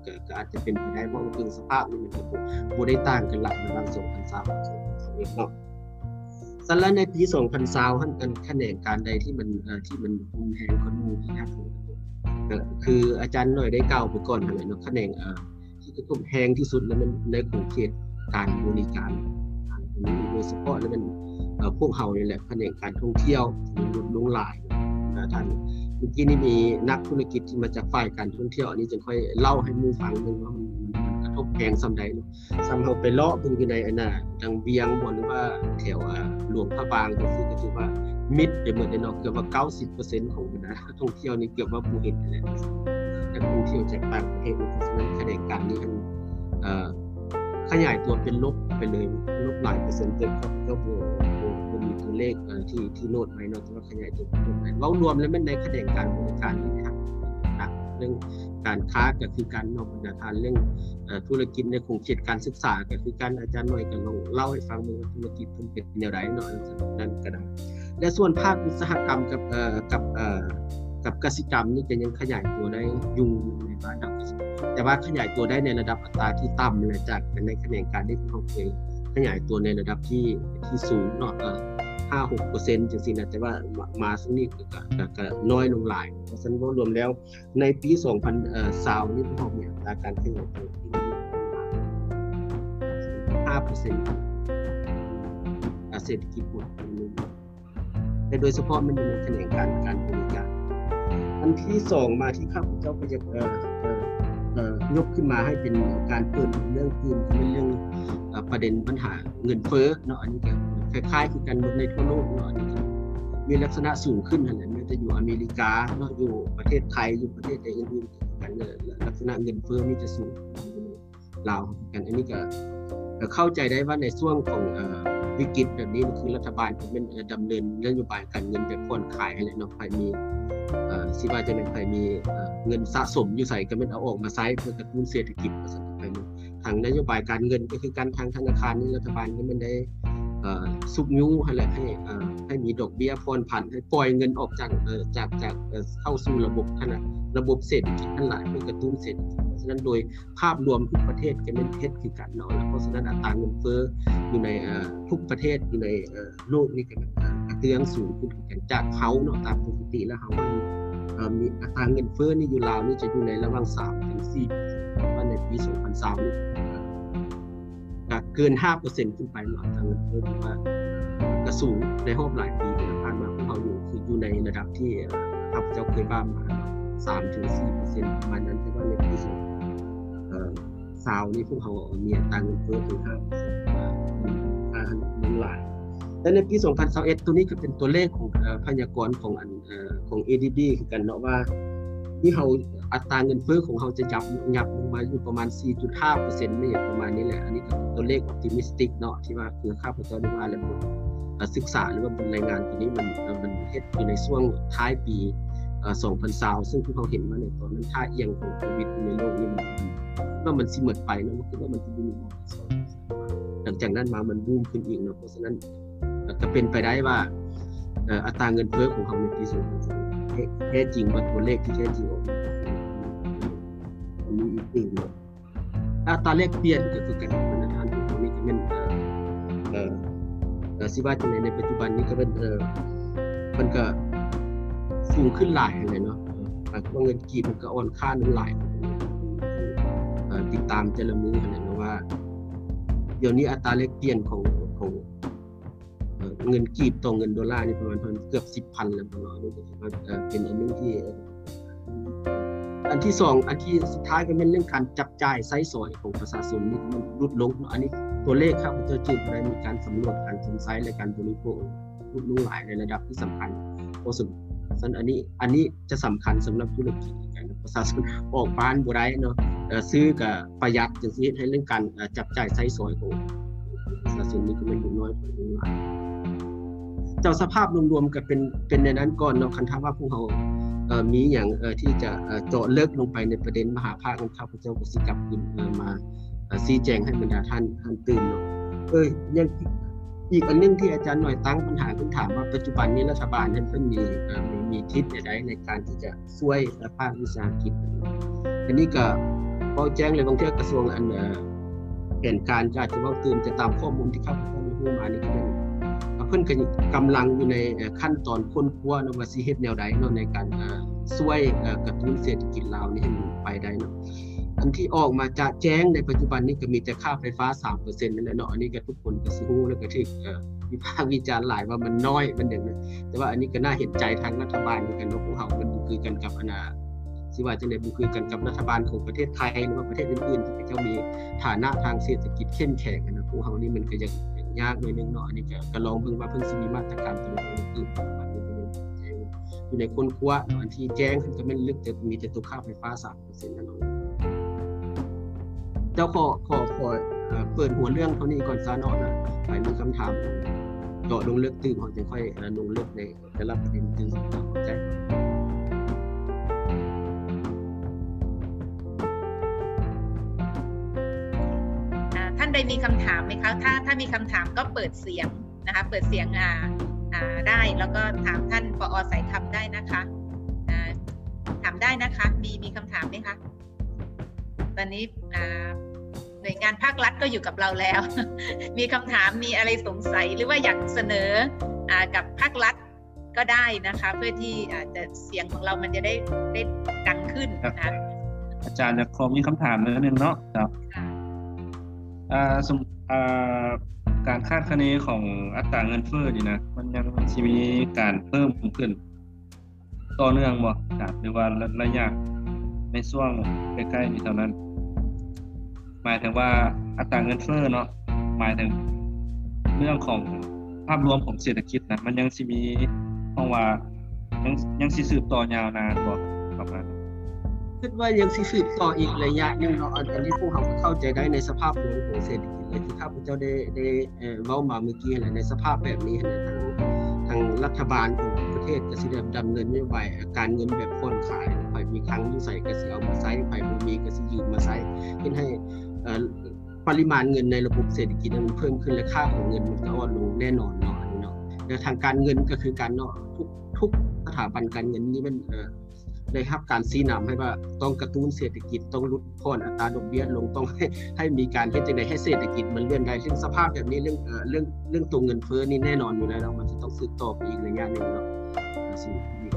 ก็ก็อาจจะเป็นไปได้เพราะว่าเรื่องสภาพนี่มันก็บ่ได้ต่างกันหลายระหว่างสองพันยี่สิบ สองพันยี่สิบเอ็ดเนาะสำหรับในปีสองพันยี่สิบหั่นกันแขนงการใดที่มันเอ่อที่มันรุนแรงคนมูที่น่ากลัวก็คืออาจารย์หน่อยได้กล่าวไปก่อนหั่นแหละเนาะแขนงเอ่อที่กระทบแรงที่สุดแล้วมันในของเขตการบริการโดยเฉพาะแล้วมันเอ่อพวกเฮานี่แหละแขนงการท่องเที่ยวมันลดลงหลายนะท่านเมื่อกี้นี่มีนักธุรกิจที่มาจากฝ่ายการท่องเที่ยวอันนี้จึงค่อยเล่าให้หมู่ฟังนึงว่ามันกระทบแรงส่ำใดเนาะซ้ำเฮาไปเลาะเบิ่งอยู่ในอันน่ะดังเวียงบ่หรือว่าแถวอ่าหลวงพระบางก็คือก็ถือว่ามิดได้หมดเนาะเกือบว่า เก้าสิบเปอร์เซ็นต์ ของบรรดานักท่องเที่ยวนี่เกือบว่าบ่เห็นเลยนักท่องเที่ยวจากต่างประเทศเพราะฉะนั้นแขนงการนี้มันเอ่อขยายตัวเป็นลบไปเลยลบหลายเปอร์เซ็นต์เต็มครับก็บ่บ่มีตัวเลขเอ่อที่ที่โน้ตไว้เนาะแต่ว่าขยายตัวเป็นลบไปเว้ารวมแล้วมันในแขนงการบริการนี่นะครับเรื่องการค้าก็คือการนอกบรรดาทานเรื่องเอ่อธุรกิจในโครงเขตการศึกษาก็คือการอาจารย์หน่อยก็ลองเล่าให้ฟังว่าธุรกิจมันเป็นแนวใดเนาะนั่นก็ได้และส่วนภาคอุตสาหกรรมกับเอ่อกับเอ่อกับกสิกรรมนี่ก็ยังขยายตัวได้อยู่ในบ้านเราแต่ว่าขยายตัวได้ในระดับอัตราที่ต่ำเลยจากในแขนงการที่เราเคยขยายตัวในระดับที่ที่สูงเนาะเอ่อ ห้าหกเปอร์เซ็นต์ จังซี่นะแต่ว่ามาซึ่งนี่ก็ก็ก็น้อยลงหลายเพราะฉะนั้นรวมแล้วในปีสองพันยี่สิบนี่พวกเราเนี่ยอัตราการขยายตัวที่ ห้าเปอร์เซ็นต์ เศรษฐกิจหมดแต่โดยเฉพาะมันอยู่ในแขนงการการบริการอันที่สองมาที่ข้าพเจ้าก็จะเอ่อเอ่อเอ่อยกขึ้นมาให้เป็นการเปิดเรื่องคืนเป็นเรื่องเอ่อประเด็นปัญหาเงินเฟ้อเนาะอันนี้ก็คล้ายๆคือกันในทั่วโลกเนาะอันนี้มีลักษณะสูงขึ้นนั่นแหละไม่ว่าจะอยู่อเมริกาเนาะอยู่ประเทศไทยอยู่ประเทศใดอื่นๆกันเนี่ยลักษณะเงินเฟ้อนี่จะสูงลาวกันอันนี้ก็เข้าใจได้ว่าในช่วงของเอ่อวิกฤตแบบนี้คือรัฐบาลเป็นดำเนินนโยบายการเงินแบบผ่อนคลายให้เนาะใครมีเอ่อสิว่าจะเป็นใครมีเงินสะสมอยู่ใส่ก็เป็นเอาออกมาใช้เพื่อกระตุ้นเศรษฐกิจประสิทธิภาพทางนโยบายการเงินก็คือการทางธนาคารนี่รัฐบาลก็มันได้เอ่อซุกยูให้แหละให้เอ่อให้มีดอกเบี้ยผ่อนผันให้ปล่อยเงินออกจากเอ่อจากจากเอ่อเข้าสู่ระบบขนาดระบบเศรษฐกิจทั้งหลายเพื่อกระตุ้นเศรษฐกิจเพราะฉะนั้นโดยภาพรวมทุกประเทศก็เป็นเฮ็ดคือกันเนาะเพราะฉะนั้นอัตราเงินเฟ้ออยู่ในเอ่อทุกประเทศอยู่ในเอ่อโลกนี่ก็มันกระเตื้องสูงขึ้นกันจากเขาเนาะตามปกติแล้วเฮามันเอ่อมีอัตราเงินเฟ้อนี่อยู่ลาวนี่จะอยู่ในระหว่าง สามถึงสี่เปอร์เซ็นต์ ว่าในปีสองพันยี่สิบนี่ก็เกิน ห้าเปอร์เซ็นต์ ขึ้นไปเนาะทางเงินเฟ้อว่าก็สูงในรอบหลายปีที่ผ่านมาพวกเราอยู่คืออยู่ในระดับที่ข้าพเจ้าเคยว่ามา สามถึงสี่เปอร์เซ็นต์ ประมาณนั้นแต่ว่าในปีเอ่อสาวนี่พวกเรามีอัตราเงินเฟ้อถึง ห้าเปอร์เซ็นต์ อ่ามันหลายและในปีสองพันยี่สิบเอ็ดตัวนี้ก็เป็นตัวเลขของเอ่อพยากรณ์ของอันเอ่อของ เอ ดี บี คือกันเนาะว่าที่เฮาอัตราเงินเฟ้อของเฮาจะยับยับลงมาอยู่ประมาณ สี่จุดห้าเปอร์เซ็นต์ นี่ประมาณนี้แหละอันนี้ก็ตัวเลข optimistic เนาะที่ว่าคือข้าพเจ้าได้ว่าแล้วศึกษาหรือว่าบนรายงานตัวนี้มันมันเฮ็ดอยู่ในช่วงท้ายปีเอ่อสองพันยี่สิบซึ่งที่เราเห็นมาในตอนนั้นท่าเอียงของโควิดในโลกนี้มันว่ามันสิหมดไปเนาะมันคือว่ามันจะมีหลังจากนั้นมามันบูมขึ้นอีกเนาะเพราะฉะนั้นก็เป็นไปได้ว่าเอ่ออัตราเงินเฟ้อของเฮาในปีสองพันยี่สิบแท้จริงว่าตัวเลขที่แท้จริงอันนี้อีกนึงเนาะอัตราแลกเปลี่ยนก็คือการธนาคารตรงนี้ก็เป็นเอ่อเอ่อเอ่อสิว่าจังได๋ในปัจจุบันนี้ก็เป็นเอ่อมันก็สูงขึ้นหลายเลยเนาะเพราะว่าเงินกีบมันก็อ่อนค่าลงหลายเอ่อติดตามแต่ละมื้อนั่นเนาะว่าเดี๋ยวนี้อัตราแลกเปลี่ยนของของเอ่อเงินกีบต่อเงินดอลลาร์นี่ประมาณเกือบ สิบพัน แล้วเนาะนี่ก็ถือว่าเอ่อเป็นอันนึงที่อันที่สองอันที่สุดท้ายก็เป็นเรื่องการจับจ่ายใช้สอยของประชาชนนี่มันลดลงเนาะอันนี้ตัวเลขครับพระเจ้าจืดได้มีการสำรวจการใช้ใช้และการบริโภคลดลงหลายในระดับที่สำคัญพอสมส่วนอันนี้อันนี้จะสำคัญสำหรับธุรกิจการประชาชนออกบ้านบ่ได้เนาะเอ่อซื้อก็ประหยัดจังซี่ให้เรื่องการจับจ่ายใช้สอยของประชาชนนี่ก็มันอยู่น้อยกว่าลงหลายเจ้าสภาพรวมๆก็เป็นเป็นในนั้นก่อนเนาะคันถามว่าพวกเฮาเอ่อมีหยังเอ่อที่จะเอ่อเจาะลึกลงไปในประเด็นมหาภาคของข้าพเจ้าก็สิกลับขึ้นเอ่อมาเอ่อชี้แจงให้บรรดาท่านท่านตื่นเนาะเอ้ยยังอีกอันนึงที่อาจารย์หน่อยตั้งปัญหาขึ้นถามว่าปัจจุบันนี้รัฐบาลนั้นเพิ่นมีเอ่อมีมีทิศใดๆในการที่จะช่วยภาควิสาหกิจอันนี้ก็ว้าแจ้งเลยบางเทื่อกระทรวงอันเอ่อแผนการก็อาจจะเว้าตื่นจะตามข้อมูลที่ข้าพเจ้าได้รู้มานี่ก็เป็นเพิ่นก็กำลังอยู่ในขั้นตอนค้นคว้าเนาะว่าสิเฮ็ดแนวใดเนาะในการเอ่อช่วยเอ่อกระตุ้นเศรษฐกิจลาวนี่ให้มันไปได้เนาะอันที่ออกมาจะแจ้งในปัจจุบันนี้ก็มีแต่ค่าไฟฟ้า สามเปอร์เซ็นต์ นั่นแหละเนาะอันนี้ก็ทุกคนก็สิรู้แล้วก็ที่เอ่อวิพากษ์วิจารณ์หลายว่ามันน้อยมันอย่างนั้นแต่ว่าอันนี้ก็น่าเห็นใจทางรัฐบาลเหมือนกันเนาะพวกเฮามันคือกันกับอนาสิว่าจังได๋บ่คือกันกับรัฐบาลของประเทศไทยหรือว่าประเทศอื่นๆที่เขามีฐานะทางเศรษฐกิจเข้มแข็งนะพวกเฮานี่มันก็ยังยากหน่อยนึงเนาะอันนี้ก็ก็ลองเบิ่งว่าเพิ่นสิมีมาตรการตัวใดอื่นๆมันก็ยังอยู่ในคนครัวเนาะอันที่แจ้งขึ้นก็แม่นลึกแต่มีแต่ตัวค่าไฟฟ้า สามเปอร์เซ็นต์ นั่นเนาะเจ้าขอขอขอเปิดหัวเรื่องเท่านี้ก่อนซะเนาะนะใครมีคำถามเจาะลงลึกตื่นเฮาจะค่อยลงลึกในแต่ละประเด็นที่เข้าใจท่านใดมีคำถามไหมคะถ้าถ้ามีคำถามก็เปิดเสียงนะคะเปิดเสียงอ่าอ่าได้แล้วก็ถามท่านปอ.สายคำได้นะคะอ่าถามได้นะคะมีมีคำถามไหมคะตอนนี้อ่าหน่วยงานภาครัฐก็อยู่กับเราแล้ว มีคำถามมีอะไรสงสัยหรือว่าอยากเสนออ่ากับภาครัฐก็ได้นะคะเพื่อที่อาจจะเสียงของเรามันจะได้ได้ดังขึ้นนะคะอาจารย์จะขอมีคำถามนิดนึงเนาะครับอ่าสมอ่าการคาดคะเนของอัตราเงินเฟ้อนี่นะมันยังสิมีการเพิ่มขึ้นต่อเนื่องบ่ครับหรือว่าระยะในช่วงใกล้ๆนี้เท่านั้นหมายถึงว่าอัตราเงินเฟ้อเนาะหมายถึงเรื่องของภาพรวมของเศรษฐกิจนะมันยังสิมีเพราะว่ายังยังสิสืบต่อยาวนานบ่ประมาณคิดว่ายังสิสืบต่ออีกระยะนึงเนาะอันนี้พวกเราเข้าใจได้ในสภาพรวมของเศรษฐกิจเลยที่ข้าพเจ้าได้ได้เอ่อเว้ามาเมื่อกี้ในสภาพแบบนี้นะทางทางรัฐบาลของประเทศก็สิดำเนินนโยบายการเงินแบบผ่อนคลายไปมีครั้งอยู่ใส่ก็สิเอามาใช้ไปบ่มีก็สิยืมมาใช้เพื่อให้เอ่อปริมาณเงินในระบบเศรษฐกิจมันเพิ่มขึ้นและค่าของเงินมันก็อ่อนลงแน่นอนเนาะอันนี้เนาะในทางการเงินก็คือการเนาะทุกทุกสถาบันการเงินนี้มันเอ่อได้รับการชี้นำให้ว่าต้องกระตุ้นเศรษฐกิจต้องลดผ่อนอัตราดอกเบี้ยลงต้องให้ให้มีการเฮ็ดจังได๋ให้เศรษฐกิจมันเลื่อนได้ซึ่งสภาพแบบนี้เรื่องเอ่อเรื่องเรื่องตัวเงินเฟ้อนี่แน่นอนอยู่แล้วมันจะต้องสืบต่อไปอีกระยะนึงเนาะสิ่งนี้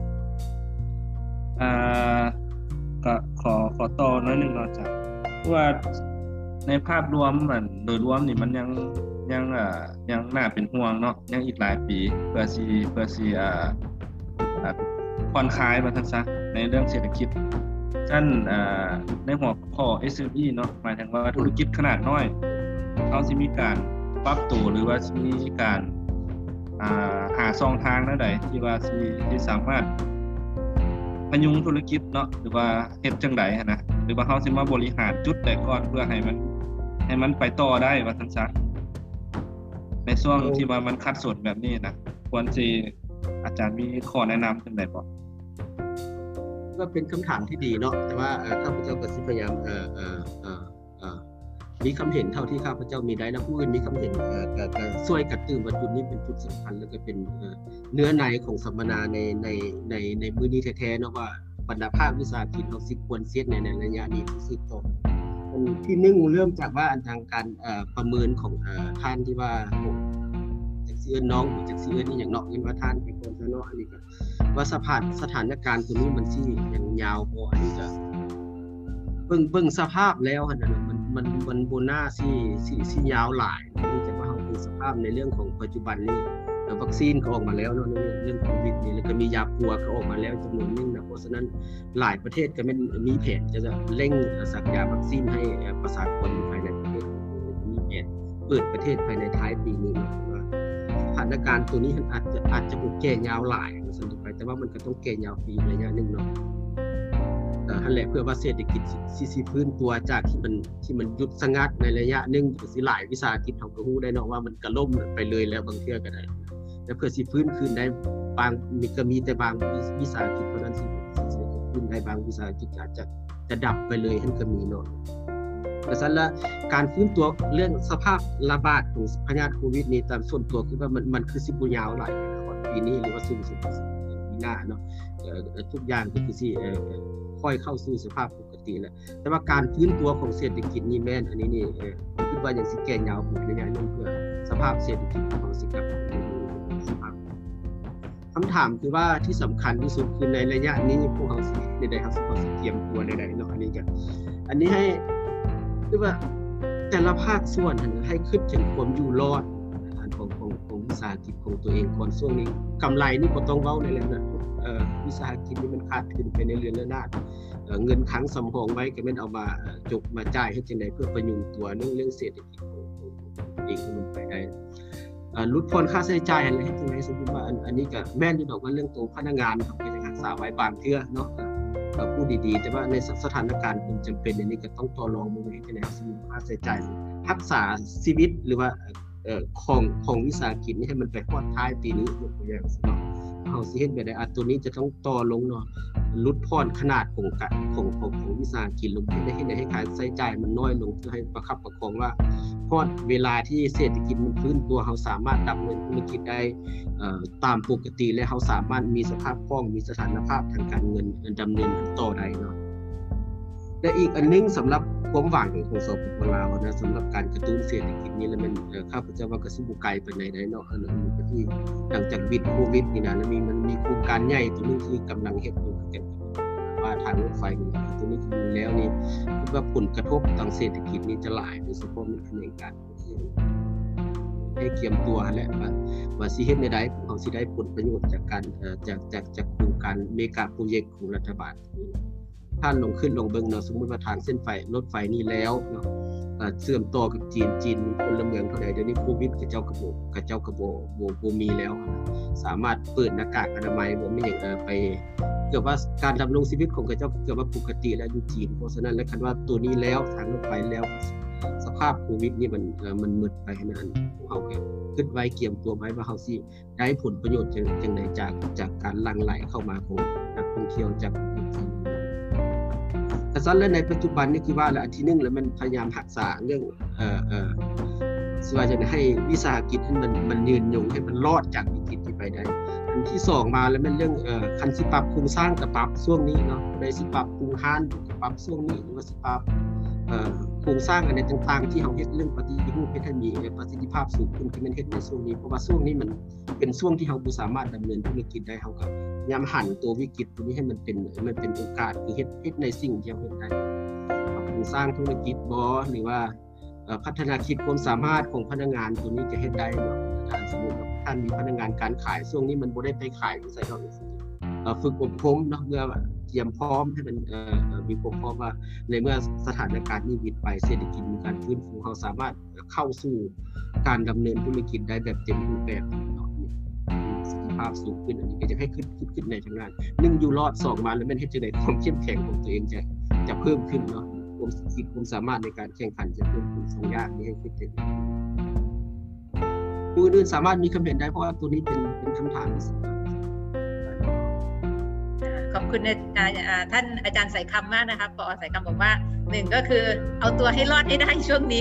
อ่าก็ขอขอต่อหน่อยนึงเนาะจ้ะว่าในภาพรวมมันโดยรวมนี่มันยังยังอ่ายังน่าเป็นห่วงเนาะยังอีกหลายปีเพื่อสิเพื่อสิอ่าอ่าผ่อนคลายมาซั่นซะในเรื่องเศรษฐกิจท่านอ่าในหัวข้อ เอส เอ็ม อี เนาะหมายถึงว่าธุรกิจขนาดน้อยเฮาสิมีการปรับตัวหรือว่าสิมีการอ่าหาช่องทางแนวใดที่ว่าสิที่สามารถพยุงธุรกิจเนาะหรือว่าเฮ็ดจังได๋หั่นนะหรือว่าเฮาสิมาบริหารจุดใดก่อนเพื่อให้มันให้มันไปต่อได้ว่าซั่นซะในช่วงที่ว่ามันขัดสนแบบนี้นะควรสิอาจารย์มีข้อแนะนำจังได๋บ่ก็เป็นคำถามที่ดีเนาะแต่ว่าเอ่อข้าพเจ้าก็สิพยายามเอ่อเอ่อเอ่อเอ่อมีความเห็นเท่าที่ข้าพเจ้ามีได้แล้วผู้อื่นมีความเห็นเอ่อก็ก็ช่วยกระตุ้นว่าจุดนี้เป็นจุดสำคัญแล้วก็เป็นเอ่อเนื้อในของสัมมนาในในในในมื้อนี้แท้ๆเนาะว่าบรรดาภาควิสาหกิจเราสิควรเสียในในระยะนี้สืบต่ออันที่หนึ่งเริ่มจากว่าอันทางการเอ่อประเมินของเอ่อท่านที่ว่าจากสิเอิ้นน้องจากสิเอิ้นนี่หยังเนาะเห็นว่าท่านเป็นคนซะเนาะอันนี้ก็ว่าสภาพสถานการณ์ตัวนี้มันสิยังยาวพออันนี้จะเบิ่งเบิ่งสภาพแล้วหั่นน่ะมันมันมันบ่น่าสิสิสิยาวหลายเนื่องจากว่าเฮาเป็นสภาพในเรื่องของปัจจุบันนี้วัคซีนก็ออกมาแล้วเนาะในเรื่องโควิดนี่แล้วก็มียาปัวก็ออกมาแล้วจำนวนนึงนะเพราะฉะนั้นหลายประเทศก็แม่นมีแผนจะเร่งสักยาวัคซีนให้ประชากรภายในประเทศมีแผนเปิดประเทศภายในท้ายปีนี้เนาะว่าสถานการณ์ตัวนี้มันอาจจะอาจจะบ่แก่ยาวหลายสันติไปแต่ว่ามันก็ต้องแก่ยาวปีระยะนึงเนาะเอ่อหั่นแหละเพื่อว่าเศรษฐกิจสิสิฟื้นตัวจากที่มันที่มันหยุดชะงักในระยะนึงก็สิหลายวิสาหกิจเฮาก็ฮู้ได้เนาะว่ามันก็ล่มไปเลยแล้วบางเทื่อก็ได้แต่เพื่อสิฟื้นคืนได้บางมีก็มีแต่บางวิสาหกิจเท่านั้นสิสิฟื้นได้บางวิสาหกิจอาจจะจะดับไปเลยหั่นก็มีเนาะเพราะฉะนั้นแล้วการฟื้นตัวเรื่องสภาพระบาดของพยาธิโควิดนี้ตามส่วนตัวคือว่ามันมันคือสิบ่ยาวหลายนะครับปีนี้หรือว่าสูงสุดปีหน้าเนาะเอ่อทุกอย่างก็คือสิเอ่อค่อยเข้าสู่สภาพปกติติแล้วแต่ว่าการฟื้นตัวของเศรษฐกิจนี่แม่นอันนี้นี่เออคิดว่ายังสิแก้ยาวไประยะนึงเพื่อสภาพเศรษฐกิจของสิกลับสภาพคำถามคือว่าที่สำคัญที่สุดคือในระยะนี้พวกเฮาสิได้ได้เฮาสิเฮาสิเตรียมตัวใดๆเนาะอันนี้ก็อันนี้ให้คือว่าแต่ละภาคส่วนให้คิดถึงความอยู่รอดของของของวิสาหกิจของตัวเองก่อนช่วงนี้กำไรนี่บ่ต้องเว้าในแล้วนะเอ่อวิสาหกิจนี่มันขาดทุนไปในเรือนระนาดเอ่อเงินค้างสำรองไว้ก็แม่นเอามาจกมาจ่ายเฮ็ดจังได๋เพื่อประยุงตัวเรื่องเรื่องเศรษฐกิจของของเองมันไปได้อ่าลดผ่อนค่าใช้จ่ายอะไรเฮ็ดจังได๋สมมุติว่าอันอันนี้ก็แม่นอยู่ดอกว่าเรื่องตัวพนักงานเขาก็จะรักษาไว้บางเทื่อเนาะก็พูดดีๆแต่ว่าในสถานการณ์มันจำเป็นอันนี้ก็ต้องต่อรองมือให้จังได๋สมมุติค่าใช้จ่ายรักษาชีวิตหรือว่าเอ่อของของวิสาหกิจนี่ให้มันไปฮอดท้ายปีนี้ยกตัวอย่างเนาะเฮาสิเฮ็ดแบบใดอ่ะตัวนี้จะต้องต่อลงเนาะลดผ่อนขนาดของของของของวิสาหกิจลงให้ได้ให้ได้ให้ค่าใช้จ่ายมันน้อยลงเพื่อให้ประคับประคองว่าฮอดเวลาที่เศรษฐกิจมันฟื้นตัวเฮาสามารถดำเนินธุรกิจได้เอ่อตามปกติและเฮาสามารถมีสภาพคล่องมีสถานภาพทางการเงินดำเนินต่อได้เนาะและอีกอันนึงสำหรับความหวังของสปป.ลาวนะสำหรับการกระตุ้นเศรษฐกิจนี้แล้วมันข้าพเจ้าว่าก็สิบ่ไกลปานใดได้เนาะอันนั้นก็ที่หลังจากวิดโควิดนี่นะแล้วมีมันมีโครงการใหญ่ตัวนึงที่กำลังเฮ็ดอยู่กันว่าทางรถไฟนี่ตัวนี้คือแล้วนี่คิดว่าผลกระทบทางเศรษฐกิจนี้จะหลายโดยเฉพาะในในการให้เตรียมตัวแหละว่าว่าสิเฮ็ดในใดเฮาสิได้ผลประโยชน์จากการเอ่อจากจากจากโครงการเมกะโปรเจกต์ของรัฐบาลท่านลงขึ้นลงเบิ่งเนาะสมมุติว่าทางเส้นไฟรถไฟนี่แล้วเนาะเอ่อเชื่อมต่อกับจีนจีนมีพลเมืองเท่าใดเดี๋ยวนี้โควิดกับเจ้ากระโบกับเจ้ากระโบบ่บ่มีแล้วสามารถเปิดหน้ากากอนามัยบ่มีหยังเอ่อไปเกือบว่าการดำรงชีวิตของเขาเจ้าเกือบว่าปกติแล้วอยู่จีนเพราะฉะนั้นแล้วคันว่าตัวนี้แล้วทางรถไฟแล้วสภาพโควิดนี่มันเอ่อมันหมดไปขนาดนั้นเฮาก็คิดไว้เตรียมตัวไว้ว่าเฮาสิได้ผลประโยชน์จังจังได๋จากจากการหลั่งไหลเข้ามาของนักท่องเที่ยวจากแต่ซั้นแล้วในปัจจุบันนี่คือว่าแล้วอันที่หนึ่งแล้วมันพยายามรักษาเรื่องเอ่อเอ่อสิว่าจะให้วิสาหกิจให้มันมันยืนยงให้มันรอดจากวิกฤตที่ไปได้อันที่สองมาแล้วมันเรื่องเอ่อคันสิปรับโครงสร้างก็ปรับช่วงนี้เนาะได้สิปรับปรุงห้านก็ปรับช่วงนี้หรือว่าสิปรับเอ่อโครงสร้างอะไรต่างๆที่เฮาเฮ็ดเรื่องปฏิรูปให้มันมีประสิทธิภาพสูงขึ้นที่มันเฮ็ดในช่วงนี้เพราะว่าช่วงนี้มันเป็นช่วงที่เฮาบ่สามารถดำเนินธุรกิจได้เฮาก็พยายามหันตัววิกฤตตัวนี้ให้มันเป็นมันเป็นโอกาสคือเฮ็ดเฮ็ดในสิ่งที่เฮาเฮ็ดได้โครงสร้างธุรกิจบ่หรือว่าเอ่อพัฒนาขีดความสามารถของพนักงานตัวนี้จะเฮ็ดได้เนาะถ้าสมมุติว่าท่านมีพนักงานการขายช่วงนี้มันบ่ได้ไปขายใส่เฮาเอ่อฝึกอบรมเนาะเมื่อเตรียมพร้อมให้มันเอ่อมีความพร้อมว่าในเมื่อสถานการณ์นี้วิดไปเศรษฐกิจมีการฟื้นฟูเฮาสามารถเข้าสู่การดำเนินธุรกิจได้แบบเต็มรูปแบบเนาะประสิทธิภาพสูงขึ้นอันนี้ก็จะให้ขึ้นขึ้นขึ้นในทางงานหนึ่งอยู่รอดสองมาแล้วมันเฮ็ดจังได๋ความเข้มแข็งของตัวเองจะจะเพิ่มขึ้นเนาะความคิดความสามารถในการแข่งขันจะเพิ่มขึ้นสองอย่างนี้ให้คิดได้ผู้อื่นสามารถมีคำเห็นได้เพราะว่าตัวนี้เป็นเป็นคำถามขอบคุณท่านอาจารย์ใส่คำมากนะคะปอใส่คำบอกว่าหนึ่งก็คือเอาตัวให้รอดให้ได้ช่วงนี้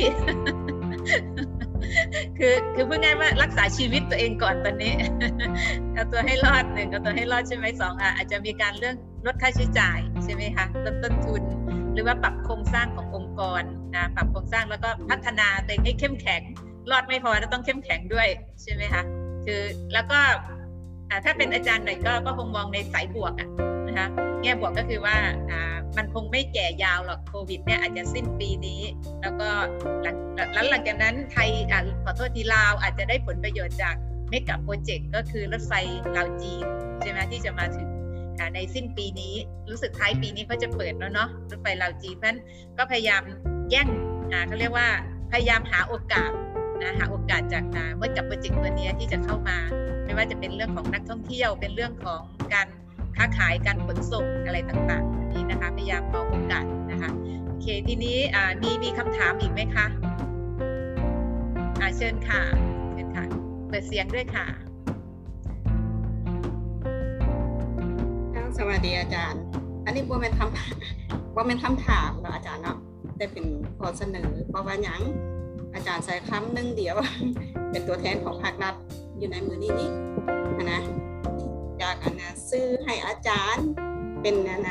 คือคือพูดง่ายว่ารักษาชีวิตตัวเองก่อนตอนนี้ เอาตัวให้รอดหนึ่งเอาตัวให้รอดใช่ไหมสองอ่ะอาจจะมีการเรื่องลดค่าใช้จ่ายใช่ไหมคะลดต้นทุนหรือว่าปรับโครงสร้างขององค์กรนะปรับโครงสร้างแล้วก็พัฒนาตัวเองให้เข้มแข็งรอดไม่พอแล้วต้องเข้มแข็งด้วยใช่ไหมคะคือแล้วก็ถ้าเป็นอาจารย์หน่อยก็ก็คงมองในสายบวกอ่ะนะคะแง่บวกก็คือว่าอ่ามันคงไม่แก่ยาวหรอกโควิดเนี่ยอาจจะสิ้นปีนี้แล้วก็หลังหลังจากนั้นไทยอ่าขอโทษทีลาวอาจจะได้ผลประโยชน์จากเมกะโปรเจกต์ก็คือรถไฟลาวจีนใช่ไหมที่จะมาถึงในสิ้นปีนี้รู้สึกท้ายปีนี้เขาจะเปิดแล้วเนาะรถไฟลาวจีนเพราะฉะนั้นก็พยายามแย่งอ่าเขาเรียกว่าพยายามหาโอกาสนะหาโอกาสจากเมื่อจับโปรเจกต์ตัวนี้ที่จะเข้ามาไม่ว่าจะเป็นเรื่องของนักท่องเที่ยวเป็นเรื่องของการค้าขายการขนส่งอะไรต่างๆนี้นะคะพยายามมองโอกาสนะคะโอเคทีนี้มีมีคำถามอีกไหมคะเชิญค่ะเชิญค่ะเปิดเสียงด้วยค่ะสวัสดีอาจารย์อันนี้ว่าเป็นคำว่าเป็นคำถามเนาะอาจารย์เนาะได้เป็นข้อเสนอเพราะว่าอย่างอาจารย์ใส่คำหนึ่งเดียวเป็นตัวแทนของภาครัฐอยู่ในมือนี้นี่นะอยากอันนะซื้อให้อาจารย์เป็นนะนะ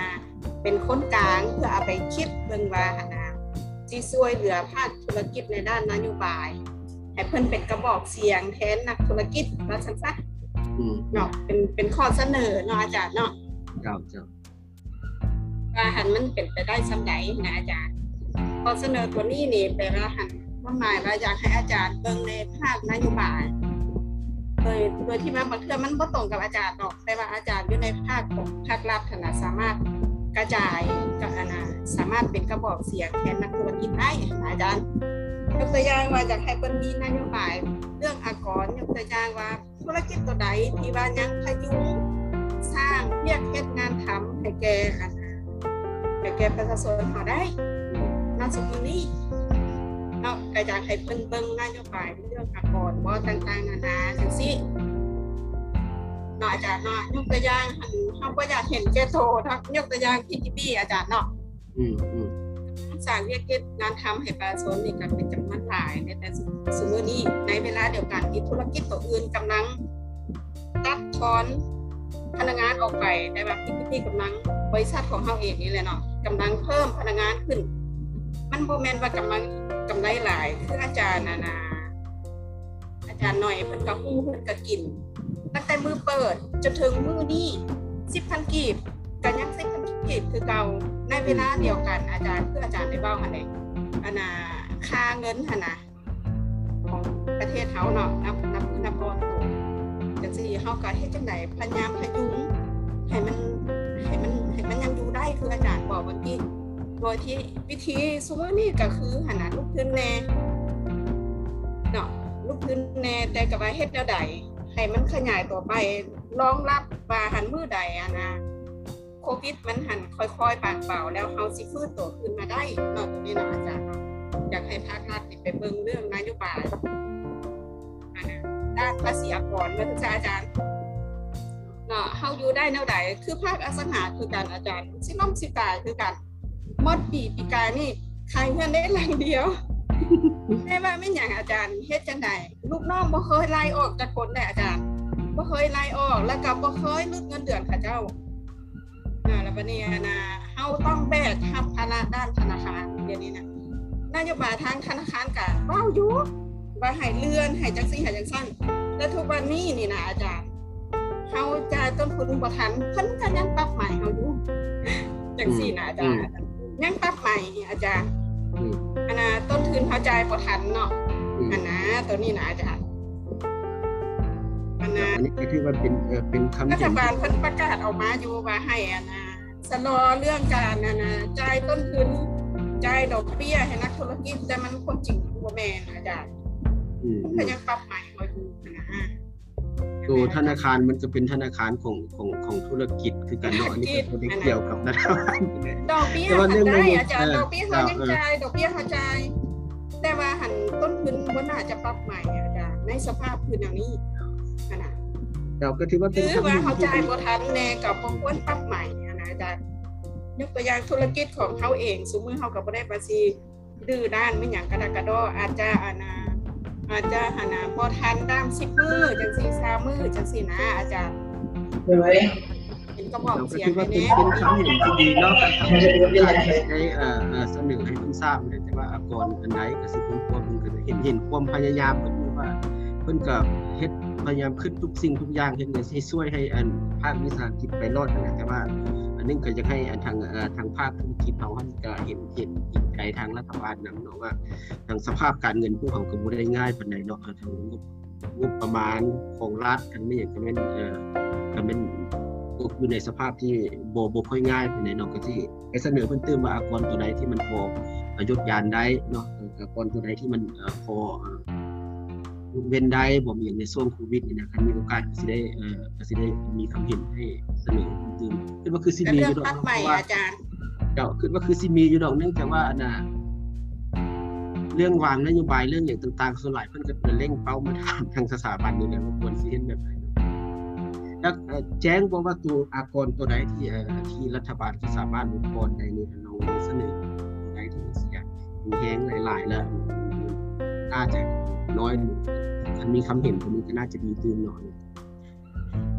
เป็นคนกลางเพื่อเอาไปคิดเบิ่งว่าหั่นน่ะสิช่วยเหลือภาคธุรกิจในด้านนโยบายให้เพิ่นเป็นกระบอกเสียงแทนนักธุรกิจว่าซั่นซะอืมเนาะเป็นเป็นข้อเสนอเนาะอาจารย์เนาะครับครับว่าหันมันเป็นไปได้ส่ำใดนะอาจารย์ข้อเสนอตัวนี้นี่แปลว่าหันความหมายว่าอยากให้อาจารย์เบิ่งในภาคนโยบายโดยโดยที่ว่าบางเทื่อมันบ่ตรงกับอาจารย์ดอกแต่ว่าอาจารย์อยู่ในภาคของภาครัฐน่ะสามารถกระจายกับอันน่ะสามารถเป็นกระบอกเสียงแทนนักธุรกิจได้อาจารย์ยกตัวอย่างว่าอยากให้เพิ่นมีนโยบายเรื่องอากรยกตัวอย่างว่าธุรกิจตัวใดที่ว่ายังพยุงสร้างเรียกเฮ็ดงานทำให้แก่อันให้แก่ประชาชนเฮาได้ณสมัยนี้เนาะก็อยากให้เพิ่นเบิ่งนโยบายเรื่องอากรบ่ต่างๆนานาจังซี่เนาะอาจารย์เนาะยกตัวอย่างหั่นเฮาบ่อยากเห็นแก่โตทักยกตัวอย่าง พี ที บี อาจารย์เนาะอือๆสร้างเรียกเฮ็ดงานทำให้ประชาชนนี่ก็เป็นจำนวนหลายในแต่สมัยนี้ในเวลาเดียวกันที่ธุรกิจตัวอื่นกำลังตัดทอนพนักงานออกไปแต่ว่า พี ที บี กำลังบริษัทของเฮาเองนี่แหละเนาะกำลังเพิ่มพนักงานขึ้นมันบ่แม่นว่ากำลังกำไรหลายคืออาจารย์น่ะนะอาจารย์หน่อยเพิ่นก็ฮู้เพิ่นก็กินตั้งแต่มื้อเปิดจนถึงมื้อนี้ สิบพัน กีบก็ยัง สิบพัน กีบคือเก่าในเวลาเดียวกันอาจารย์คืออาจารย์ได้เว้าหั่นแหละอันน่ะค่าเงินหั่นน่ะของประเทศเฮาเนาะนับนับนับบ่ถูกจังซี่เฮาก็เฮ็ดจังได๋พยายามพยุงให้มันให้มันให้มันยังอยู่ได้คืออาจารย์บอกเมื่อกี้โดยที่วิธีซุมื้อนี้ก็คือหั่นน่ะลุกขึ้นแน่เนาะลุกขึ้นแน่แต่ก็ว่าเฮ็ดแนวใดให้มันขยายต่อไปรองรับว่าหันมื้อใดอ่ะนะโควิดมันหันค่อยๆปานเปล่าแล้วเฮาสิฟื้นตัวขึ้นมาได้เนาะตรงนี้เนาะอาจารย์เนาะอยากให้ภาครัฐนี่ไปเบิ่งเรื่องนโยบายอันน่ะด้านภาษีอากรว่าซั่นอาจารย์เนาะเฮาอยู่ได้แนวใดคือภาคอสังหาคือกันอาจารย์สิล้มสิตายคือกันหมดปีปีกายนี่ขายเงินได้หลังเดียวแต่ว่าไม่หยังอาจารย์เฮ็ดจังได๋ลูกน้องบ่เคยไล่ออกจากคนได้อาจารย์บ่เคยไล่ออกแล้วก็บ่เคยลดเงินเดือนเขาเจ้าอ่าแล้วบัดนี้นะเฮาต้องแบกรับภาระด้านธนาคารเดี๋ยวนี้นะนโยบายทางธนาคารก็เว้าอยู่ว่าให้เลื่อนให้จังซี่ให้จังซั่นแต่ทุกวันนี้นี่นะอาจารย์เฮาจ่ายต้นทุนบ่ทันเพิ่นก็ยังปรับใหม่เฮาอยู่จังซี่นะอาจารย์ยังปรับใหม่อาจารย์อันน่ะต้นทุนเฮาจ่ายบ่ทันเนาะอันน่ะตัวนี้นะอาจารย์อันน่ะอันนี้ก็ถือว่าเป็นเอ่อเป็นคำรัฐบาลเพิ่นประกาศออกมาอยู่ว่าให้อันน่ะชะลอเรื่องการอันน่ะจ่ายต้นทุนจ่ายดอกเบี้ยให้นักธุรกิจแต่มันคนจริงบ่แม่นอาจารย์อืมก็ยังปรับใหม่เฮาอยู่นะตัวธนาคารมันจะเป็นธนาคารของของของธุรกิจคือกันเนาะอันนี้ก็บ่ได้เกี่ยวกับรัฐบาลดอกเบี้ยมันได้อาจารย์ดอกเบี้ยเฮายังจ่ายดอกเบี้ยเฮาจ่ายแต่ว่าหันต้นทุนบ่น่าจะปรับใหม่อาจารย์ในสภาพคืออย่างนี้ขนาดเราก็ถือว่าเป็นคือว่าเฮาจ่ายบ่ทันแน่ก็บ่ควรปรับใหม่นะอาจารย์ยกตัวอย่างธุรกิจของเฮาเองซุมื้อเฮาก็บ่ได้ภาษีดื้อด้านไม่หยังกระดากกระดออาจจะอานาอาจจะหันน่ะบ่ทันตามสิบมื้อจังซี่สามมื้อจังซี่นะอาจารย์ได้มั้ยเป็นกระบอกเสียงให้แน่เป็นคำเห็นที่ดีเนาะการทำให้ได้เอ่อเสนอให้เพิ่นทราบแต่ว่าอากรอันใดก็สิเพิ่นควรเพิ่นก็เห็นเห็นความพยายามเพิ่นอยู่ว่าเพิ่นก็เฮ็ดพยายามขึ้นทุกสิ่งทุกอย่างเฮ็ดให้ช่วยให้อันภาควิสาหกิจไปรอดนะแต่ว่าอันนึงก็จะให้อันทางเอ่อทางภาคธุรกิจเฮาหันก็เห็นเห็นเห็นใจทางรัฐบาลนำเนาะว่าทางสภาพการเงินพวกเฮาก็บ่ได้ง่ายปานใดเนาะทางงบงบประมาณของรัฐกันไม่อย่างก็แม่นเอ่อก็แม่นอยู่ในสภาพที่บ่บ่ค่อยง่ายปานใดเนาะก็สิไปเสนอเพิ่นเติมว่าอากรตัวใดที่มันพอประโยชน์ยานได้เนาะอากรตัวใดที่มันเอ่อพอเว้นได้บ่มีอย่างในช่วงโควิดนี่นะคันมีโอกาสก็สิได้เอ่อก็สิได้มีความเห็นให้เสนอตื่นคิดว่าคือสิมีอยู่ดอกใหม่อาจารย์เจ้าคิดว่าคือสิมีอยู่ดอกเนื่องจากว่าอันน่ะเรื่องวางนโยบายเรื่องอย่างต่างๆส่วนหลายเพิ่นก็เร่งเป้ามาทางทางสถาบันนี่แหละว่าควรสิเฮ็ดแบบไหนแล้วแจ้งบ่ว่าตัวอากรตัวใดที่เอ่อที่รัฐบาลก็สามารถลดพรได้นี่ลองเสนอตัวใดที่มันสิมีแฮงหลายๆแล้วน่าจะน้อยมันมีคำเห็นตรงนี้ก็น่าจะดีขึ้นหน่อยค่ะ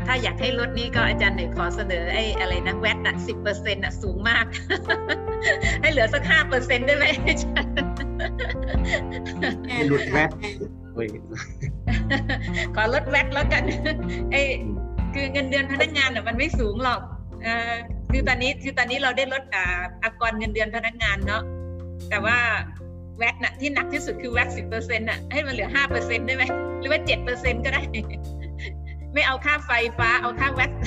ถ้าอยากให้ลดนี้ก็อาจารย์หน่อยขอเสนอไอ้อะไรนะแวตอ่ะสิบเปอร์เซ็นต์อ่ะสูงมาก ให้เหลือสักห้าเปอร์เซ็นต์ได้ไหมอาจารย์หลุดแวตขอลดแวตแล้วกันไอ้คือเงินเดือนพนักงานอ่ะมันไม่สูงหรอกเออคือตอนนี้คือตอนนี้เราได้ลดอ่าอากรเงินเดือนพนักงานเนาะแต่ว่าแวตน่ะที่หนักที่สุดคือแวตสิบเปอร์เซ็นต์น่ะให้มันเหลือห้าเปอร์เซ็นต์ได้ไหมหรือว่าเจ็ดเปอร์เซ็นต์ก็ได้ไม่เอาค่าไฟฟ้าเอาค่าแวต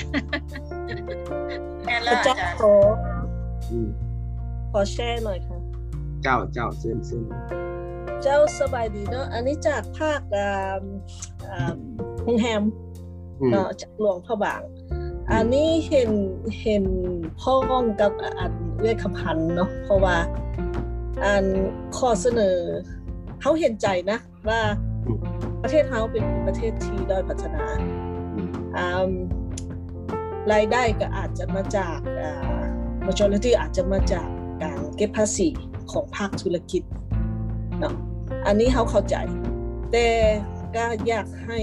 อาจารย์ขอขอแชร์หน่อยค่ะเจ้าเจ้าซึ่งซึ่งเจ้าสบายดีเนาะอันนี้จากภาคอ่าอ่าโรงแรมเนาะจากหลวงพระบางอันนี้เห็นเห็นพ้องกับอันเรื่องคำพันเนาะเพราะว่าอันข้อเสนอเขาเห็นใจนะว่าประเทศเขาเป็นประเทศที่ด้อยพัฒนารายได้ก็อาจจะมาจาก majority อาจจะมาจากการเก็บภาษีของภาคธุรกิจเนาะอันนี้เขาเข้าใจแต่ก็อยากให้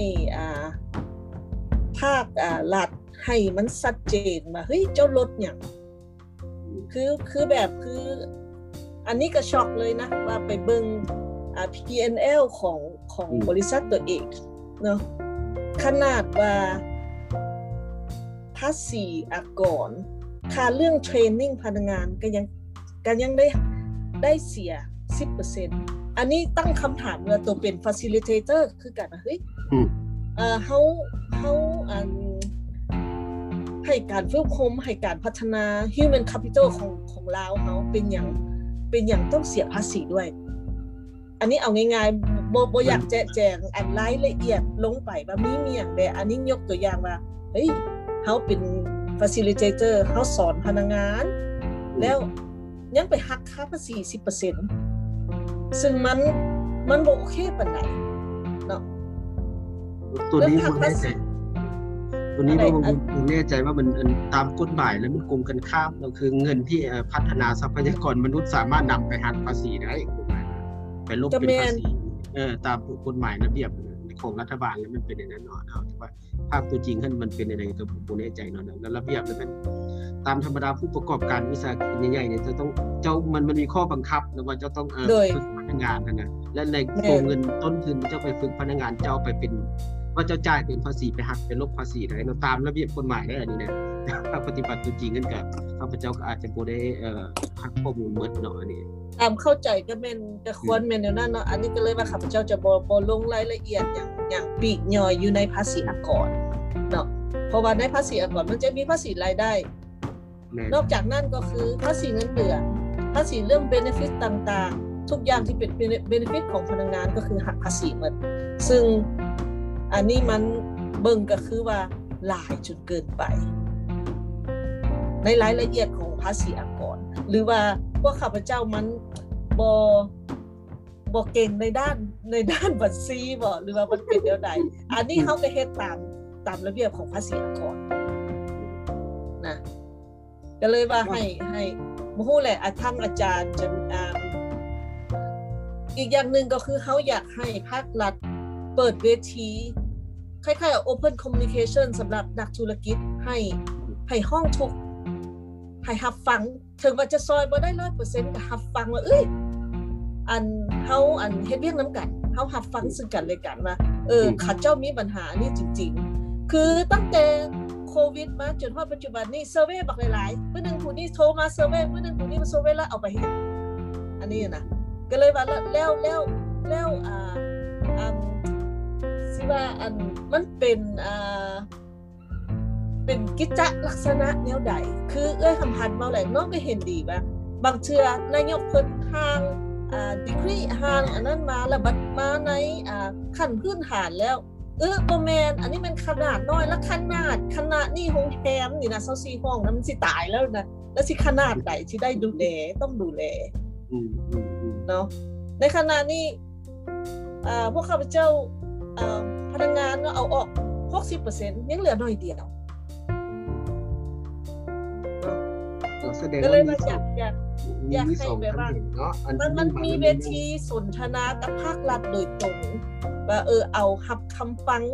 ภาครัฐให้มันชัดเจนว่าเฮ้ยเจ้าลดอย่างคือคือแบบคืออันนี้ก็ช็อกเลยนะว่าไปเบิ่ง พี แอนด์ แอล ของของบริษัทตัวเองเนาะขนาดว่าภาษีอากรค่าเรื่องเทรนนิ่งพนักงานก็ยังก็ยังได้ได้เสีย สิบเปอร์เซ็นต์ อันนี้ตั้งคำถามว่าตัวเป็น facilitator คือกันนะเฮ้ยเอ่อเฮาเฮาอันให้การฟื้นฟูให้การพัฒนา human capital ของของลาวเฮาเป็นอย่างเป็นอย่างต้องเสียภาษีด้วยอันนี้เอาง่ายๆบ่บ่อยากแจกแจงอันรายละเอียดลงไปว่ามีมีอย่างใดอันนี้ยกตัวอย่างว่าเฮ้ยเฮาเป็น facilitator เฮาสอนพนักงานแล้วยังไปหักค่าภาษี สิบเปอร์เซ็นต์ ซึ่งมันมันบ่โอเคปานใดเนาะตัวนี้บ่แน่ใจตัวนี้บ่บ่แน่ใจว่ามันตามกฎหมายแล้วมันกงกันข้ามก็คือเงินที่พัฒนาทรัพยากรมนุษย์สามารถนำไปหักภาษีได้ไปลบเป็นภาษีเออตามกฎหมายระเบียบของรัฐบาลแล้วมันเป็นอย่างนั้นเนาะแต่ว่าภาพตัวจริงท่านมันเป็นยังไงก็บ่แน่ใจเนาะแล้วระเบียบแล้วมันตามธรรมดาผู้ประกอบการวิสาหกิจใหญ่ๆเนี่ยจะต้องเจ้ามันมันมีข้อบังคับนะว่าเจ้าต้องเอ่อฝึกพนักงานนะนะและในตัวเงินต้นทุนเจ้าไปฝึกพนักงานเจ้าไปเป็นว่าเจ้าจ่ายเป็นภาษีไปหักเป็นลบภาษีได้เนาะตามระเบียบกฎหมายได้อันนี้นะถ้าปฏิบัติตัวจริงกันกับข้าพเจ้าก็อาจจะบ่ได้เอ่อหักข้อมูลหมดเนาะอันนี้ตามเข้าใจก็แม่นก็ควรแม่นแนวนั้นเนาะอันนี้ก็เลยว่าข้าพเจ้าจะบ่บ่ลงรายละเอียดอย่างอย่างปีกย่อยอยู่ในภาษีอากรเนาะเพราะว่าในภาษีอากรมันจะมีภาษีรายได้นอกจากนั้นก็คือภาษีเงินเดือนภาษีเรื่อง benefit ต่างๆทุกอย่างที่เป็น benefit ของพนักงานก็คือหักภาษีหมดซึ่งอันนี้มันเบิ่งก็คือว่าหลายจนเกินไปในรายละเอียดของภาษีอากรหรือว่าพวกข้าพเจ้ามันบ่บ่เก่งในด้านในด้านบัญชีบ่หรือว่ามันเป็นแนวใดอันนี้เฮาก็เฮ็ดตามตามระเบียบของภาษีอากรนะก็เลยว่าให้ให้บ่ฮู้แหละทางอาจารย์จะอ่าอีกอย่างนึงก็คือเฮาอยากให้ภาครัฐเปิดเวทีคล้ายๆ Open Communication สำหรับนักธุรกิจให้ให้ห้องทุกให้รับฟังถึงว่าจะซอยบ่ได้ ร้อยเปอร์เซ็นต์ ก็รับฟังว่าเอ้ยอันเฮาอันเฮ็ดเวียกนำกันเฮารับฟังซึ่งกันและกันว่าเออข้าเจ้ามีปัญหานี่จริงๆคือตั้งแต่โควิดมาจนถึงปัจจุบันนี้เซอร์เวย์บักหลายๆมื้อนึงผู้นี้โทรมาเซอร์เวย์มื้อนึงผู้นี้มาเซอร์เวย์แล้วเอาไปเฮ็ดอันนี้นะก็เลยว่าแล้วแล้วแล้วอ่าอ่าสิว่าอันมันเป็นอ่าเป็นกิจลักษณะแนวใดคือเอ้ยคำพันธ์เมาแหละน้องก็เห็นดีว่าบางเทื่อนายกเพิ่นทางอ่าดีกรีทางอันนั้นมาแล้วบัดมาในอ่าขั้นพื้นฐานแล้วเออบ่แม่นอันนี้มันขนาดน้อยและขนาดขนาดนี่โรงแรมนี่นะยี่สิบสี่ห้องนั้นมันสิตายแล้วนะแล้วสิขนาดใดที่ได้ดูแลต้องดูแลอืมๆเนาะในขณะนี้อ่าพวกข้าพเจ้าอ่าพนักงานก็เอาออก หกสิบเปอร์เซ็นต์ ยังเหลือน้อยเดียวก็เลยมาอยากอยากอยากให้แบบว่ามันมันมีเวทีสนทนากับภาครัฐโดยตรงว่าเออเอารับคำฟัง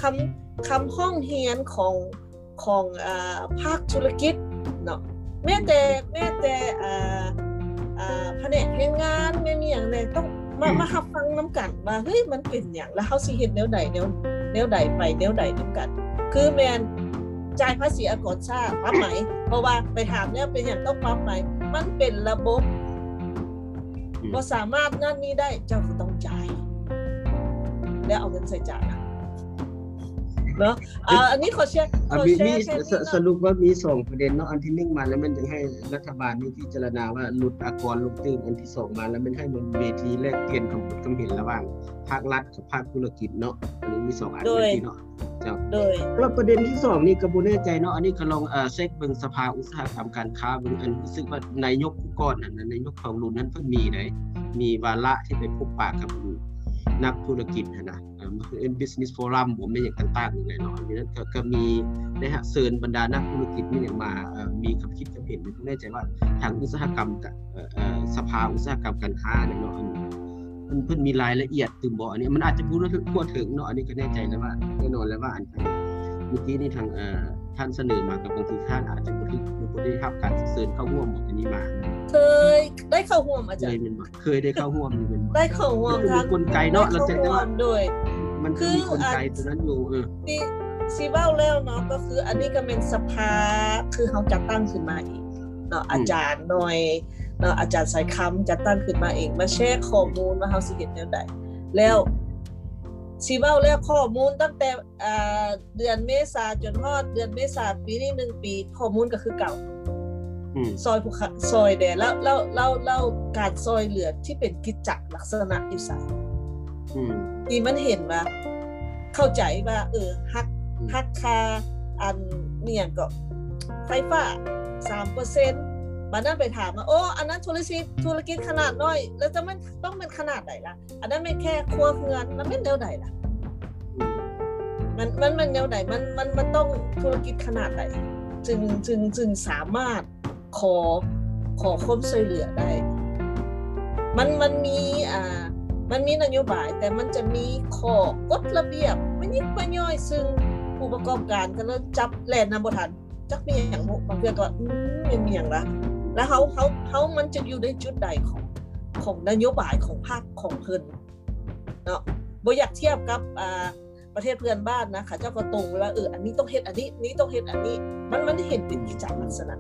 คำคำห้องเรียนของของอ่าภาคธุรกิจเนาะแม้แต่แม้แต่อ่าอ่าแผนกแรงงานแม่มีหยังแน่ต้องมามารับฟังนํกันว่าเฮ้ยมันเป็นหยังแล้วเฮาสิเฮ็ดแนวใดแนวแนวใดไปแนวใดนํกันคือแม่นจ่ายภาษีอากรชาติปรับไหมเพราะว่าไปถามเนี่ยเป็นอย่างต้องปรับไหมมันเป็นระบบบ่สามารถนั่นนี่ได้เจ้าก็ต้องจ่ายแล้วเอาเงินใส่จ่ายเนาะอ่าอันนี้ขอแชร์ขอแชร์แค่นี้สรุปว่ามีสองประเด็นเนาะอันที่หนึ่งมาแล้วมันจะให้รัฐบาลนี่พิจารณาว่าลดอากรลงตื้นอันที่สองมาแล้วมันให้มันเวทีแลกเปลี่ยนความคิดความเห็นระหว่างภาครัฐกับภาคธุรกิจเนาะอันนี้มีสองอันที่เนาะเจ้าโดยแล้วประเด็นที่สองนี่ก็บ่แน่ใจเนาะอันนี้ก็ลองเอ่อเช็คเบิ่งสภาอุตสาหกรรมการค้าเบิ่งอันรู้สึกว่านายกผู้ก่อนนั่นนายกของรุ่นนั้นเพิ่นมีได้มีวาระที่ไปพบปะกับนักธุรกิจนะมันคือ business forum ผมไม่อย่างต่างๆเลยเนาะอันนี้ก็ก็มีได้ฮะเชิญบรรดานักธุรกิจนี่มามีความคิดความเห็นไม่แน่ใจว่าทางอุตสาหกรรมกับสภาอุตสาหกรรมการค้าเนี่ยเนาะมันเพิ่นมีรายละเอียดตึมบ่อันนี้มันอาจจะพูดทั่วถึงเนาะอันนี้ก็แน่ใจแล้วว่าแน่นอนแล้วว่าอันเมื่อกี้นี่ทางท่านเสนอมากับบางทีท่านอาจจะบ่ได้บ่ได้รับการเชิญเข้าร่วมหมดอันนี้มาเคยได้เข้าร่วมอาจารย์เคยได้เข้าร่วมอยู่เป็นได้เข้าร่วมทางกลไกเนาะเราจะว่าด้วยมันคือมีกลไกตัวนั้นอยู่เออที่สิเว้าแล้วเนาะก็คืออันนี้ก็เป็นสภาคือเฮาจัดตั้งขึ้นมาเองเนาะอาจารย์หน่อยเนาะอาจารย์สายคำจัดตั้งขึ้นมาเองมาแชร์ข้อมูลว่าเฮาสิเฮ็ดแนวใดแล้วสิเว้าแล้วข้อมูลตั้งแต่อ่าเดือนเมษายนจนฮอดเดือนเมษายนปีนี้หนึ่งปีข้อมูลก็คือเก่าซอยผู้ซอยแดแล้วแล้วแล้วแล้วการซอยเหลือที่เป็นกิจจลักษณะอยู่ไสอืมที่มันเห็นว่าเข้าใจว่าเออฮักฮักค่าอันเนี่ยก็ไฟฟ้า สามเปอร์เซ็นต์ บัดนั้นไปถามว่าโอ้อันนั้นธุรกิจธุรกิจขนาดน้อยแล้วจะมันต้องเป็นขนาดไหนล่ะอันนั้นไม่แค่ครัวเรือนแล้วมันแนวใดล่ะมันมันมันแนวใดมันมันมันต้องธุรกิจขนาดไหนจึงจึงจึงสามารถขอขอความช่วยเหลือได้มันมันมีอ่ามันมีนโยบายแต่มันจะมีข้อกฎระเบียบไม่นิดไม่ย่อยซึ่งผู้ประกอบการก็เริ่มจับแล่นนำบ่ทันจักมีหยังบางเทื่อก็อืมมีหยังล่ะแล้วเฮาเฮาเฮามันจะอยู่ในจุดใดของของนโยบายของภาคของเพิ่นเนาะบ่อยากเทียบกับอ่าประเทศเพื่อนบ้านนะค่ะเจ้าก็ตรงเวลาเอออันนี้ต้องเฮ็ดอันนี้นี้ต้องเฮ็ดอันนี้มันมันเห็นเป็นกิจลักษณะ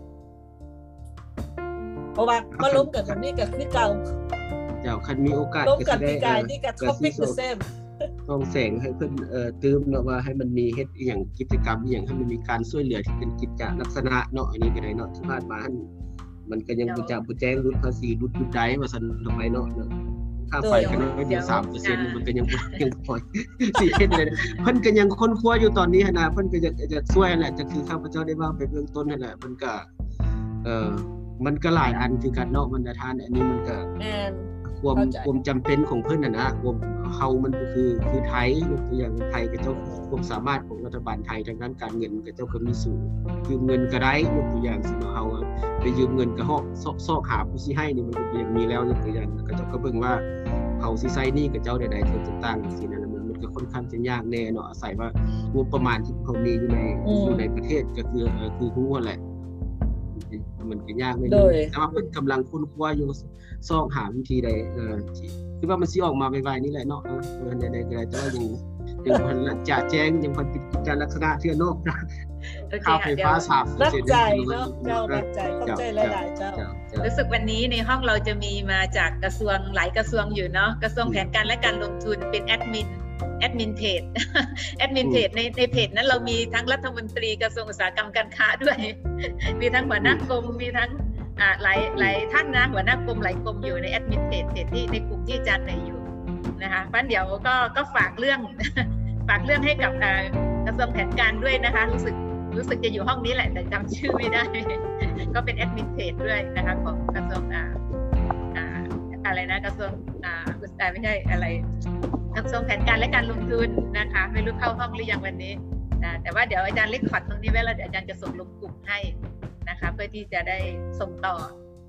เพราะว่ามาล้มกันแบบนี้ก็คือเก่าเจ้าคันมีโอกาสก็สิได้กายนี่ก็ท็อปิก the same ต้องแสงให้เพิ่นเอ่อตืมเนาะว่าให้มันมีเฮ็ดอีหยังกิจกรรมอีหยังให้มันมีการช่วยเหลือที่เป็นกิจลักษณะเนาะอันนี้ก็ได้เนาะที่ผ่านมามันก็ยังบ่จะบ่แจ้งลดภาษีลดยุดใดว่าซั่นต่อไปเนาะค่าไฟก็น้อยเดียว สามเปอร์เซ็นต์ มันก็ยังยังพอสิเฮ็ดได้เพิ่นก็ยังค้นคว้าอยู่ตอนนี้หั่นน่ะเพิ่นก็จะจะช่วยนั่นแหละจะคือข้าพเจ้าได้ว่าไปเบื้องต้นนั่นแหละมันก็เอ่อมันก็หลายอันคือกันเนาะมันทานอันนี้มันก็แม่นความความจำเป็นของเพิ่นน่ะนะความเฮามันก็คือคือไทยยกตัวอย่างไทยก็เจ้าความสามารถของรัฐบาลไทยทางด้านการเงินก็เจ้าก็มีสูงยืมเงินก็ได้ยกตัวอย่างสิเฮาไปยืมเงินก็ฮอกซอกหาผู้สิให้นี่มันก็ยังมีแล้วยกตัวอย่างก็เจ้าก็เบิ่งว่าเฮาสิใช้หนี้กับเจ้าใดๆต่างๆสินั่นมันมันก็ค่อนข้างจะยากแน่เนาะอาศัยว่างบประมาณที่เฮามีอยู่ในอยู่ในประเทศก็คือคือฮู้แหละมันก็ยากไม่ได้แต่ว่าเพิ่นกำลังค้นคว้าอยู่ซอกหาวิธีใดเอ่อที่คิดว่ามันสิออกมาไวๆนี่แหละเนาะเออใดๆก็ได้แต่ว่ายังยังเพิ่นจะแจ้งยังเพิ่นติดการลักษณะเทื่อนอกค่าไฟฟ้า สามเปอร์เซ็นต์นักใจเนาะเจ้านักใจเข้าใจหลายๆเจ้ารู้สึกวันนี้ในห้องเราจะมีมาจากกระทรวงหลายกระทรวงอยู่เนาะกระทรวงแผนการและการลงทุนเป็นแอดมินแอดมินเพจแอดมินเพจในในเพจนั้นเรามีทั้งรัฐมนตรีกระทรวงอุตสาหกรรมการค้าด้วยมีทั้งหัวหน้ากรมมีทั้งอ่าหลายหลายท่านนะหัวหน้ากรมหลายกรมอยู่ในแอดมินเพจเพจที่ในกลุ่มที่อาจารย์ไหนอยู่นะคะเพราะเดี๋ยวก็ก็ฝากเรื่องฝากเรื่องให้กับกระทรวงแผนการด้วยนะคะรู้สึกรู้สึกจะอยู่ห้องนี้แหละแต่จำชื่อไม่ได้ก็เป็นแอดมินเพจด้วยนะคะของกระทรวงอ่าอ่าอะไรนะกระทรวงอ่าอุตสาหไม่ใช่อะไรกระทรวงแผนการและการลงทุนนะคะไม่รู้เข้าห้องหรือยังวันนี้นะแต่ว่าเดี๋ยวอาจารย์เล็กคอร์ดตรงนี้ไว้แล้วเดี๋ยวอาจารย์จะส่งลงกลุ่มให้นะคะเพื่อที่จะได้ส่งต่อ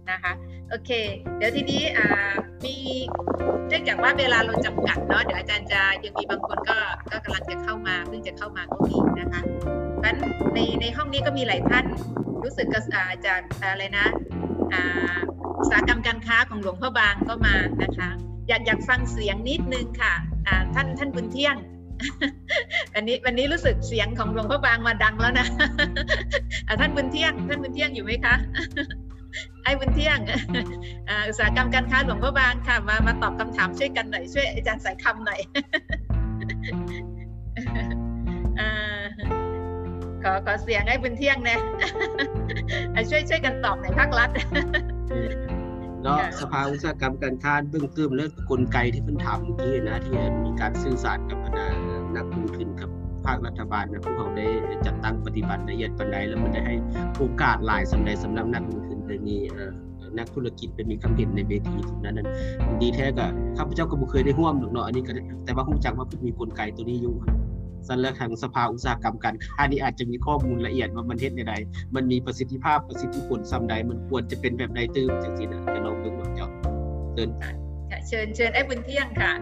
นะคะโอเคเดี๋ยวทีนี้อ่ามีเนื่องจากว่าเวลาเราจำกัดเนาะเดี๋ยวอาจารย์จะยังมีบางคนก็ก็กำลังจะเข้ามาเพิ่งจะเข้ามาก็มีนะคะเพราะฉะนั้นในในห้องนี้ก็มีหลายท่านรู้สึกกับอ่าจากอะไรนะอ่าอุตสาหกรรมการค้าของหลวงพ่อบางก็มานะคะอยากอยากฟังเสียงนิดนึงค่ะอ่าท่านท่านบุญเที่ยงวันนี้วันนี้รู้สึกเสียงของหลวงพ่อบางมาดังแล้วนะท่านบุญเที่ยงท่านบุญเที่ยงอยู่ไหมคะไอ้บุญเที่ยงอุตสาหกรรมการค้าหลวงพ่อบางค่ะมามาตอบคำถามช่วยกันหน่อยช่วยอาจารย์สายคำหน่อยขอขอเสียงไอ้บุญเที่ยงนะช่วยช่วยกันตอบในภาครัฐเนาะสภาอุตสาหกรรมการค้าเบื้องต้นเรื่องกลไกที่เพิ่นถามเมื่อกี้นะที่มีการสื่อสารกับนักลงทุนกับภาครัฐบาลนะพวกเขาได้จัดตั้งปฏิบัติละเอียดปานใดแล้วมันได้ให้โอกาสหลายสำหรับสำหรับนักลงทุนได้มีนักธุรกิจเป็นมีคำเห็นในเวทีนั้นนั้นดีแท้ก็ข้าพเจ้าก็บ่เคยได้ร่วมหรอกเนาะอันนี้ก็แต่ว่าฮู้จักว่าเพิ่นมีกลไกตัวนี้อยู่สั่นแล้วทางสภาอุตสาหกรรมการค้านี่อาจจะมีข้อมูลละเอียดว่ามันเฮ็ดได้ใดมันมีประสิทธิภาพประสิทธิผลส่ำใดมันควรจะเป็นแบบใดตื้มจังซี่นะก็ลองเบิ่งว่าเจ้าเชิญค่ะเชิญเชิญไอ้บุญเที่ยงค่ะ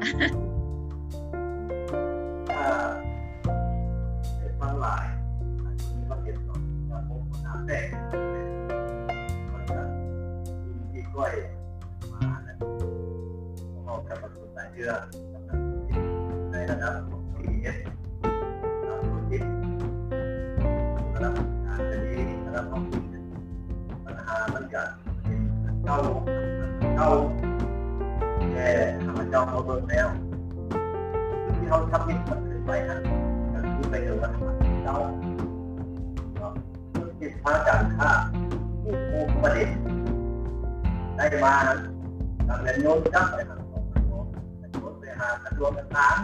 อ่าเป็นบางหลายอันนี้ก็เห็นเนาะว่าผมก็น่าแตกมันก็มีที่ก้อยมานะผมเอากับประสบการณ์เยอะในระดับของ พี เอส ระดับธุรกิจระดับงานจะดีระดับของปัญหามันก็เจ้าเจ้าแต่ข้าพเจ้าเขาเบิ่งแล้วที่เขาทำนี่มันขึ้นไปนะก็คือไปเจอวัฒนธรรมเจ้าธุรกิจทางการค้าผู้ผู้ประดิษฐ์ได้มาทำเงินโยนจับไปทางของโยนโยนไปหากระทรวงต่าง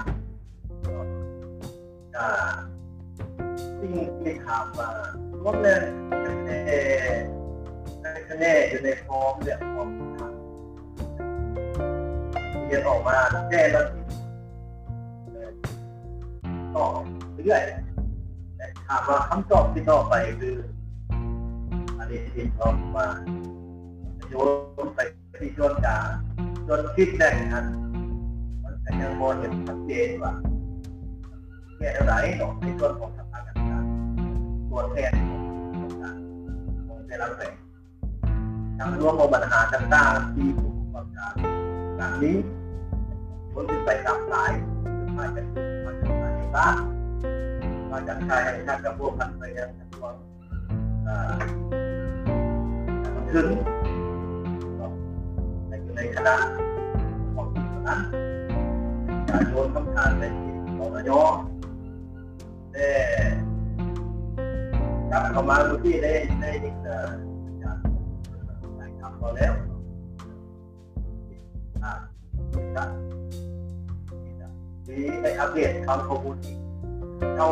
ๆก็สิ่งที่ถามว่าล้วนเลยในคะแนนอยู่ในฟอร์มเรื่องของเรียนออกมาแก้แล้วต่อเรื่อยแต่ถามว่าคำตอบที่ต่อไปคืออันนี้ที่ออกมาโยนไปที่จนจ่าจนคิดได้นั้นมันจะยังมองเห็นชัดเจนว่าแก้อะไรหนอในส่วนของสภาการค้าตัวแทนของการของแต่ละแห่งทั้งรวมปัญหาต่างๆที่ผู้ประกอบการต่างนี้คนที่ไปตามสายมาจากมาจากสายบ้านมาจากชายแห่งชาติกระบวนการไปยังกระทรวงขึ้นในคณะของที่นั้นการโยนคำถามในที่ของนายกได้กลับเข้ามาดูที่ได้ได้ดิกการได้ทำพอแล้วมีในอัปเดตคำข้อมูลอีกเขา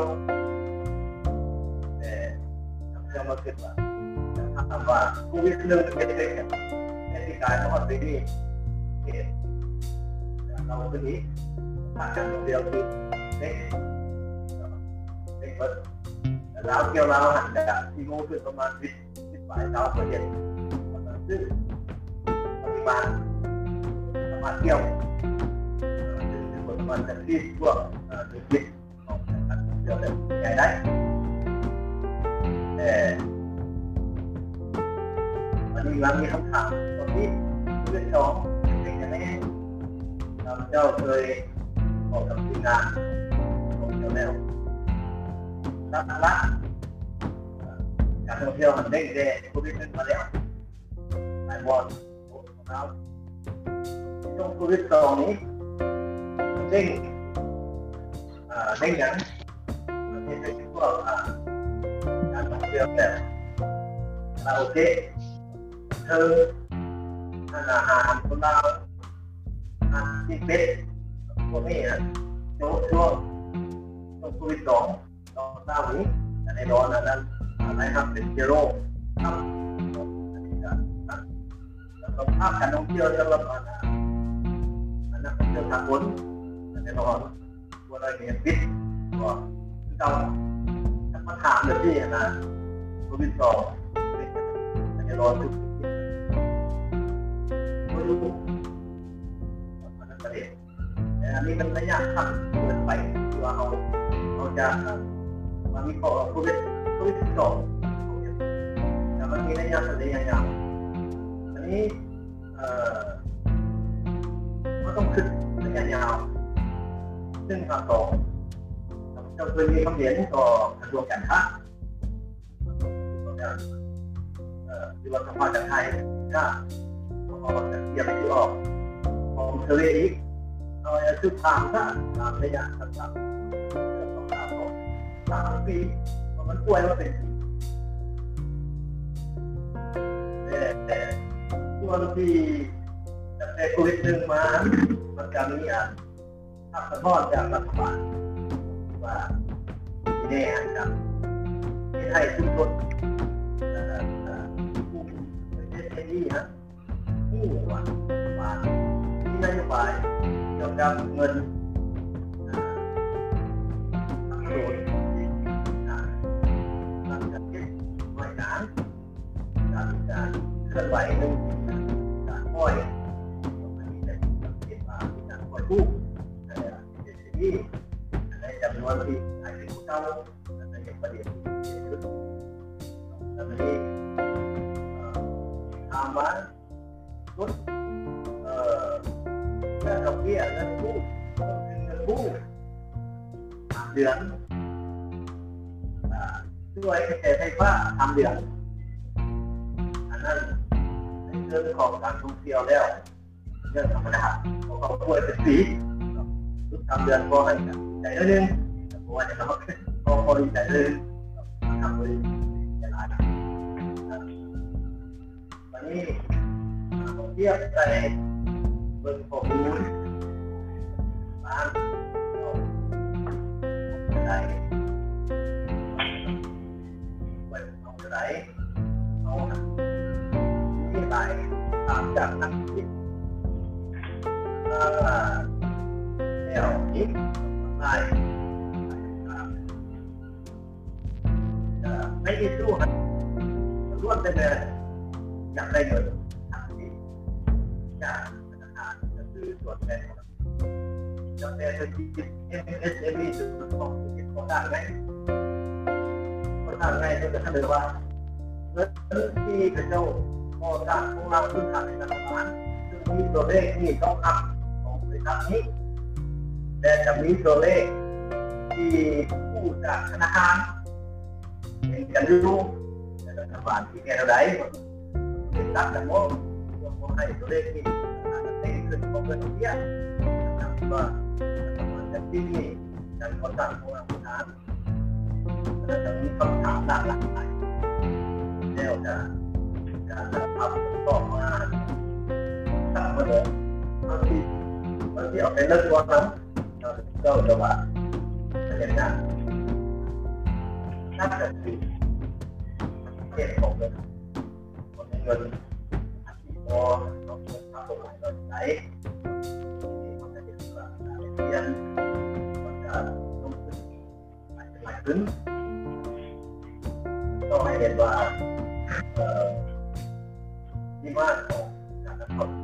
แต่ทำเรื่องมาขึ้นว่าถามว่าผู้วิเคราะห์เป็นยังไงในที่การของมันเป็นนี่เหตุเราเป็นนี้ผ่านการเดียวคือเด็กเด็กคนแล้วเกี่ยวเราหันจากที่โม่ขึ้นประมาณสิบสิบปลายเท่าเปอร์เซ็นต์ซึ่งปริมาณประมาณเกี่ยวมันจะที่พวกธุรกิจของการเที่ยวแบบใหญ่ได้แต่วันนี้เรามีคำถามตรงนี้เรื่องของเป็นยังไงเราเจ้าเคยบอกกับทีมงานของเที่ยวแล้วรักรักการท่องเที่ยวมันได้เด่นผู้ที่ขึ้นมาแล้วไอ้บอลของเราช่วงโควิดตอนนี้เด้งเด้งอย่างที่เป็นพวกการท่องเที่ยวแบบเราโอเคเธออาหารของเราอาหารที่เป็นพวกนี้นะช่วงช่วงช่วงโควิดสองตอนหน้านี้ในร้อนนั้นอะไรครับเป็นเชื้อโรคครับแล้วก็ภาพการท่องเที่ยวจะลดลงนะนักท่องเที่ยวทางบนแน่นอนว่าอะไรเนี่ยปิดก็คือเราถ้ามาถามเลยที่นะโควิดสองเป็นจะรอถึงรู้ประเด็นแต่อันนี้มันระยะสั้นเกินไปที่ว่าเราเราจะมามีข้อพูดพูดสองแต่มันมีระยะสั้นระยะยาวอันนี้เอ่อมันต้องขึ้นระยะยาวซึ่งทางสองเราเคยมีคำเรียนต่อกระทรวงการค้าเอ่อที่ว่าสภาจากไทยก็ออกจากเทียบที่ออกของเซเว่นอีกเอาไอ้คือทางถ้าตามระยะสั้นๆต้องตามของสามปีมันป่วยว่าเป็นแต่แต่ช่วงที่แต่โควิดหนึ่งมามันจะมีอ่ะภาพสะท้อนจากรัฐบาลว่าที่แน่ครับที่ให้ทุกคนผู้เป็นเอนี่ฮะนี่ว่ารัฐบาลที่นโยบายเกี่ยวกับเงินทางโดยการจัดเก็บหน่วยงานการการเคลื่อนไหวหนึ่งการปล่อยมันมีแต่การเก็บมาการปล่อยกู้ที่ในจำนวนที่อาจจะเท่าในประเด็นที่เกิดขึ้นแต่ทีนี้ถามว่าลดเอ่อเรื่องดอกเบี้ยเงินกู้ต้องถึงเงินกู้สามเดือนด้วยกระแสไฟฟ้าสามเดือนอันนั้นในเรื่องของการท่องเที่ยวแล้วเรื่องธรรมดาเขาก็ป่วยเป็นปีทุกสามเดือนพอให้กันใจนิดนึงเพราะว่าจะต้องพอพอดีใจเลยทำเลยใจร้ายวันนี้ผมเทียบในเบอร์ข้อมูลบ้านเราได้ไว้เอาไหนเอาที่ไหนตามจากนักคิดแล้วอีกได้ไม่ได้สู้ครับร่วมกันเลยอยากได้เงินทางนี้จากธนาคารก็คือส่วนแทนจะเป็นธุรกิจ เอ็ม เอส เอ็ม อี จุดของธุรกิจของด้านไหนของด้านไหนก็จะเสนอว่าเงินที่กระเจ้าพอด้านของเราพื้นฐานในธนาคารซึ่งมีตัวเลขที่ต้องทำของบริษัทนี้แต่จะมีตัวเลขที่ผู้จากธนาคารเป็นกันรู้แต่รัฐบาลที่แก้ไขเป็นรัฐแต่ว่าตัวให้ตัวเลขที่อาจจะเต็มขึ้นของเงินเยอะนะครับว่ารัฐบาลจะที่นี่การก่อสร้างโรงงานฐานแล้วจะมีคำถามหลากหลายแล้วจะการทำต่อมาทำมาเลยบางทีบางทีเอาไปเลิกวันนั้นเราจะว่าเป็นการน่าจะคือเก็บของเงินของเงินที่พอต้องเงินทำตรงไหนเราใช้มันจะเป็นการเรียนมันจะต้องขึ้นอาจจะหลายขึ้นต้องให้เห็นว่าที่มาของการทำ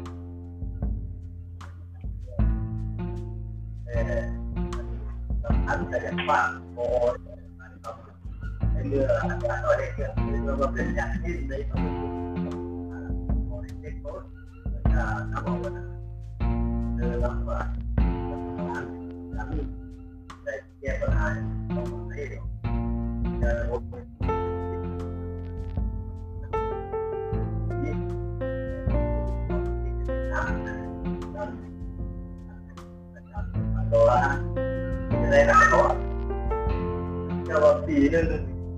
อันจะอย่างว่าโอ้ในเมื่ออาจารย์น้อยได้เกิดขึ้นว่าเป็นอย่างที่ในสมัยโมเดลเทคโนโลยีจะทำออกมาเจอแล้วว่าการที่ได้แก้ปัญหาต้องให้จะพบนี่ตัวในหนังเขาจะว่าปีหนึ่ง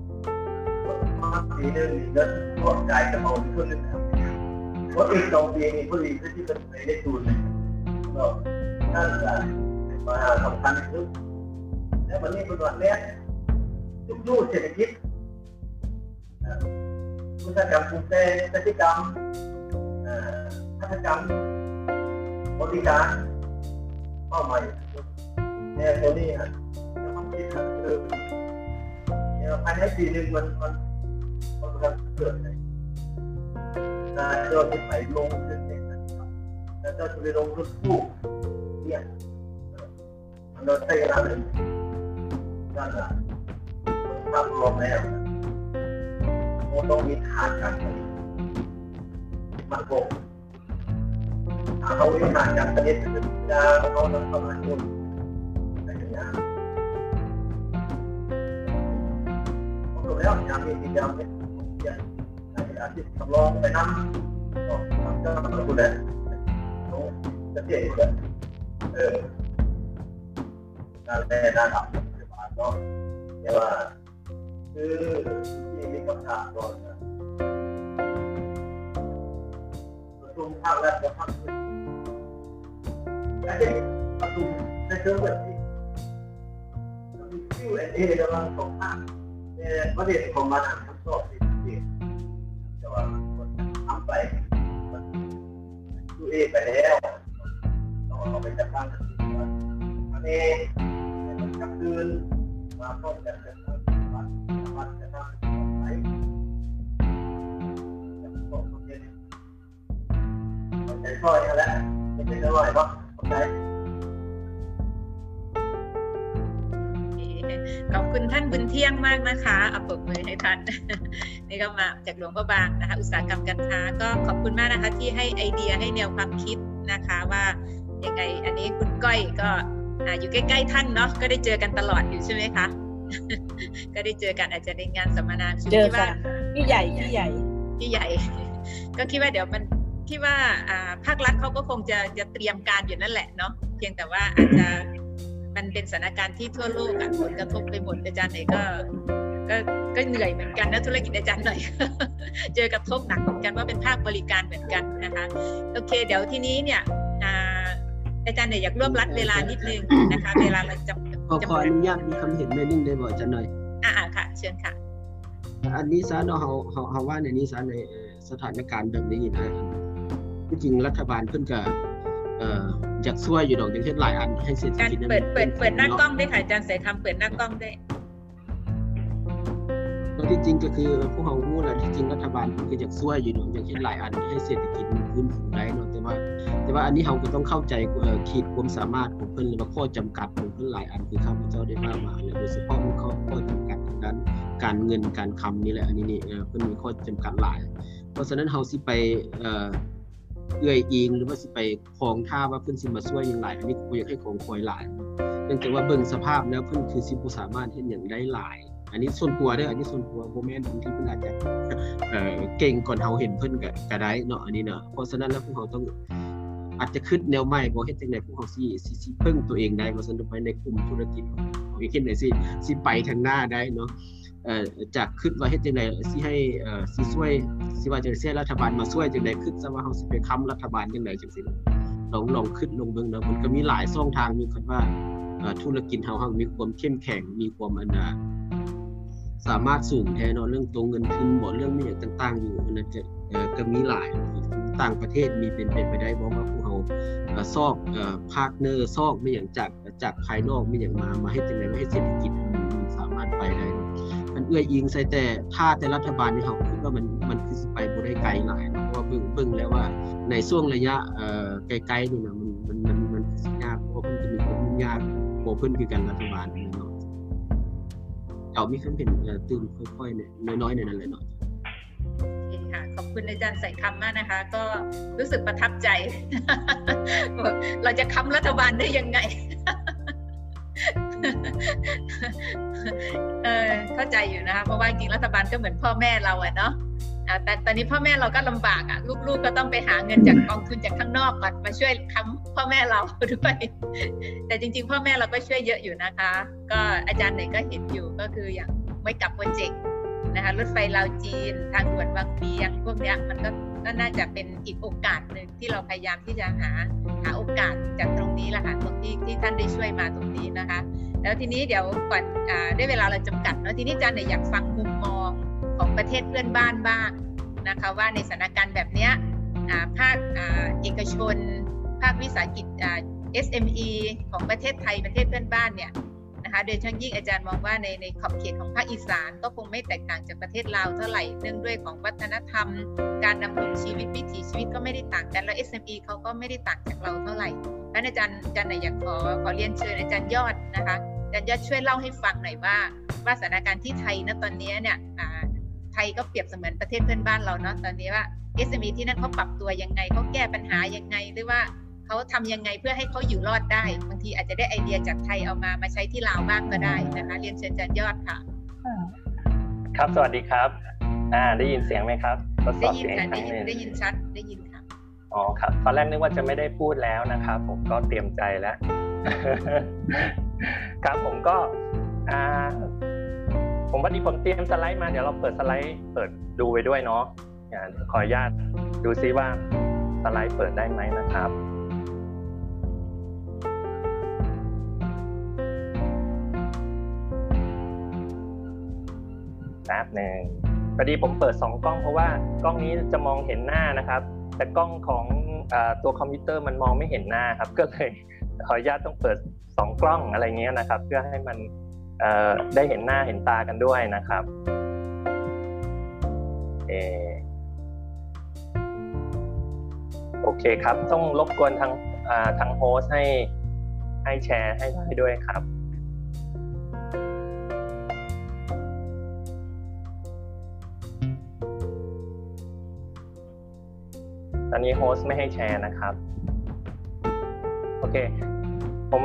ปีหนึ่งเงินก็จ่ายจะเอาทุนนึงเพราะอีกสองปีนี้ผู้ดีที่เป็นไปได้ทุนก็นั่นแหละมาสำคัญที่สุดแล้ววันนี้เป็นวันแรกยุคยุคเศรษฐกิจอุตสาหกรรมกรุงเทพกิจกรรมพัฒนากรรมบริการเป้าหมายเนี่ยตัวนี้ฮะจะมันคิดคือเนี่ยภายในปีหนึ่งมันมันมันจะเกิดอะไรแต่โดยที่ไปลงขึ้นเองนะครับแต่เจ้าจะไปลงทุนกู้เนี่ยมันเราใช้กันเลยนั่นแหละภาพรวมแล้วมันต้องมีฐานการผลิตมันคงถ้าเขามีฐานการผลิตจะเขาต้องเข้ามายุ่งอะไรอย่างเงี้ยผมดูแล้วอย่างนี้ที่จะเป็นอย่างในอาชีพทำรองไปนั่งก็ทำเจ้าหน้าที่เลยเขาจะเสียอยู่เลยเออการแก้ด้านหลังจะมาก็แต่ว่าคือที่มีคำถามก่อนนะประชุมภาครัฐกับภาคพื้นและที่ประชุมในเชิงแบบนี้มีคิวแอนด์เอระหว่างสองภาคในประเด็นของมันทำสอบที่ที่แต่ว่าทำไปคิวเอไปแล้วต้องเอาไปจัดการกันดีกว่าอันนี้มันกลับคืนมาพร้อมกันเป็นวันวันจะทำไปจะบอกคนเดียวใจค่อยนั่นแหละไม่ใช่น้อยมั้งคนใจขอบคุณท่านบุญเที่ยงมากนะคะเอาปรบมือให้ท่านนี่ก็มาจากหลวงพระบางนะคะอุตสาหกรรมการค้าก็ขอบคุณมากนะคะที่ให้ไอเดียให้แนวความคิดนะคะว่ายังไงอันนี้คุณก้อยก็อยู่ใกล้ๆท่านเนาะก็ได้เจอกันตลอดอยู่ใช่ไหมคะก็ได้เจอกันอาจจะในงานสัมมนาคิดว่าพี่ใหญ่พี่ใหญ่พี่ใหญ่ก็คิดว่าเดี๋ยวมันคิดว่าภาครัฐเขาก็คงจะจะเตรียมการอยู่นั่นแหละเนาะเพียงแต่ว่าอาจจะมันเป็นสถานการณ์ที่ทั่วโลกผลกระทบไปหมดอาจารย์ไหนก็ก็ก็เหนื่อยเหมือนกันนะธุรกิจอาจารย์หน่อย เจอกระทบหนักเหมือนกันว่าเป็นภาคบริการเหมือนกันนะคะโอเคเดี๋ยวทีนี้เนี่ยอาจารย์เนี่ยอยากร่วมรัดเวลานิดนึงนะคะเวลาเราจะขออนุญาตมีคำเห็นแม่นิ่งได้บ่อาจารย์หน่อยอ่าค่ะเชิญค่ะอันนี้ซะเนาะเฮาเฮาเฮาว่าในนี้ซะในสถานการณ์แบบนี้นะจริงๆรัฐบาลเพิ่นก็เอ่ออยากช่วยอยู่ดอกอย่างเช่นหลายอันให้เศรษฐกิจเปิดเปิดเปิดหน้ากล้องได้ค่ะอาจารย์ใส่คำเปิดหน้ากล้องได้แล้วที่จริงก็คือพวกเฮารู้แหละที่จริงรัฐบาลเพิ่นก็อยากช่วยอยู่ดอกอย่างเช่นหลายอันให้เศรษฐกิจมันฟื้นฟูได้เนาะแต่ว่าแต่ว่าอันนี้เฮาก็ต้องเข้าใจเอ่อขีดความสามารถของเพิ่นหรือว่าข้อจำกัดของเพิ่นหลายอันคือข้าพเจ้าได้ว่ามาแล้วโดยเฉพาะมันข้อข้อจำกัดทางด้านการเงินการคำนี่แหละอันนี้นี่เอ่อเพิ่นมีข้อจำกัดหลายเพราะฉะนั้นเฮาสิไปเอ่อเอื้อยอิงหรือว่าสิไปคองท่าว่าเพิ่นสิมาช่วยอย่างไรอันนี้บ่อยากให้ของคอยหลายเนื่องจากว่าเบิ่งสภาพแล้วเพิ่นคือสิบ่สามารถเฮ็ดหยังได้หลายอันนี้ส่วนตัวเด้ออันนี้ส่วนตัวบ่แม่นบางทีเพิ่นอาจจะเอ่อเก่งก่อนเฮาเห็นเพิ่นก็ก็ได้เนาะอันนี้เนาะเพราะฉะนั้นแล้วพวกเฮาต้องอาจจะคิดแนวใหม่บ่เฮ็ดจังได๋พวกเฮาสิสิสิพึ่งตัวเองได้ว่าซั่นไปในกลุ่มธุรกิจของอีกเฮ็ดได้สิสิไปทางหน้าได้เนาะเอ่อจากคิดว่าเฮ็ดจังได๋สิให้เอ่อสิช่วยสิว่าจะเสียรัฐบาลมาช่วยจังได๋คิดซะว่าเฮาสิไปค้ำรัฐบาลจังได๋จังซี่ลองลองคิดลงเบิ่งเนาะมันก็มีหลายช่องทางอยู่ครับว่าเอ่อธุรกิจเฮาเฮามีความเข้มแข็งมีความอันน่ะสามารถสูงแท้เนาะเรื่องตัวเงินทุนบ่เรื่องมีหยังต่างๆอยู่อันนั้นจะเอ่อก็มีหลายต่างประเทศมีเป็นเป็นไปได้บ่ว่าพวกเฮาเอ่อซอกเอ่อพาร์ทเนอร์ซอกมีหยังจากจากภายนอกมีหยังมามาเฮ็ดจังได๋มาให้เศรษฐกิจมันสามารถไปได้มันเอื้ออิงใส่แต่ถ้าแต่รัฐบาลนี่เฮาคิดว่ามันมันคือสิไปบ่ได้ไกลหลายเนาะเพราะว่าเบิ่งเบิ่งแล้วว่าในช่วงระยะเอ่อไกลๆนี่นะมันมันมันมันสิยากเพราะว่ามันจะมีความยุ่งยากบ่เพิ่นคือกันรัฐบาลนี่เนาะเอามีคำเห็นเอ่อตื่นค่อยๆเนี่ยน้อยๆในนั้นแหละเนาะค่ะขอบคุณอาจารย์ใส่คำมากนะคะก็รู้สึกประทับใจ เราจะค้ำรัฐบาลได้ยังไง เออเข้าใจอยู่นะคะเพราะว่าจริงรัฐบาลก็เหมือนพ่อแม่เราอะเนาะแต่ตอนนี้พ่อแม่เราก็ลำบากอะลูกๆก็ต้องไปหาเงินจากกองทุนจากข้างนอกก่อนมาช่วยค้ำพ่อแม่เราด้วยแต่จริงๆพ่อแม่เราก็ช่วยเยอะอยู่นะคะก็อาจารย์ไหนก็เห็นอยู่ก็คืออย่างไว้กับโปรเจกต์นะคะรถไฟลาวจีนทางด่วนบางเวียงพวกนี้มันก็ก็น่าจะเป็นอีกโอกาสหนึ่งที่เราพยายามที่จะหาหาโอกาสจากตรงนี้แหละค่ะตรงที่ที่ท่านได้ช่วยมาตรงนี้นะคะแล้วทีนี้เดี๋ยวก่อนอ่าด้วยเวลาเราจำกัดเนาะทีนี้อาจารย์เนี่ยอยากฟังมุมมองของประเทศเพื่อนบ้านบ้างนะคะว่าในสถานการณ์แบบนี้อ่าภาคอ่าเอกชนภาควิสาหกิจอ่า เอส เอ็ม อี ของประเทศไทยประเทศเพื่อนบ้านเนี่ยนะคะนะคะโดยเฉพาะยิ่งอาจารย์มองว่าในในขอบเขตของภาคอีสานก็คงไม่แตกต่างจากประเทศลาวเท่าไหร่เนื่องด้วยของวัฒนธรรมการดำรงชีวิตวิถีชีวิตก็ไม่ได้ต่างกันแล้ว เอส เอ็ม อี เขาก็ไม่ได้ต่างจากเราเท่าไหร่งั้นอาจารย์อาจารย์อยากขอขอเรียนเชิญอาจารย์ยอดนะคะอาจารย์ยอดช่วยเล่าให้ฟังหน่อยว่าว่าสถานการณ์ที่ไทยณตอนนี้เนี่ยไทยก็เปรียบเสมือนประเทศเพื่อนบ้านเราเนาะตอนนี้ว่า เอส เอ็ม อี ที่นั่นเขาปรับตัวยังไงเขาแก้ปัญหายังไงหรือว่าเขาทำยังไงเพื่อให้เขาอยู่รอดได้บางทีอาจจะได้ไอเดียจากไทยเอามามาใช้ที่ลาวบ้างก็ได้นะคะเรียนเชิญอาจารย์ยอดค่ะครับสวัสดีครับอ่าได้ยินเสียงไหมครับทดสได้อบยินเสียงค่ะคได้รั้งยิหนนึ่งได้ยินชัดได้ยินค่ะอ๋อครับตอนแรกนึกว่าจะไม่ได้พูดแล้วนะครับผมก็เตรียมใจแล้ว ครับผมก็อ่าผมวันนี้ผมเตรียมสไลด์มาเดี๋ยวเราเปิดสไลด์เปิดดูไปด้วยเนาะขออนุญาตดูซิว่าสไลด์เปิดได้ไหมนะครับแป๊บหนึ่งพอดีผมเปิดสองกล้องเพราะว่ากล้องนี้จะมองเห็นหน้านะครับแต่กล้องของอ่าตัวคอมพิวเตอร์มันมองไม่เห็นหน้าครับก็เลยขออนุญาตต้องเปิดสองกล้องอะไรเงี้ยนะครับเพื่อให้มันเอ่อได้เห็นหน้าเห็นตากันด้วยนะครับเออโอเคครับต้องรบกวนทางอ่าทางโฮสต์ให้ให้แชร์ให้ได้ด้วยครับตอนนี้โฮสต์ไม่ให้แชร์นะครับโอเคผม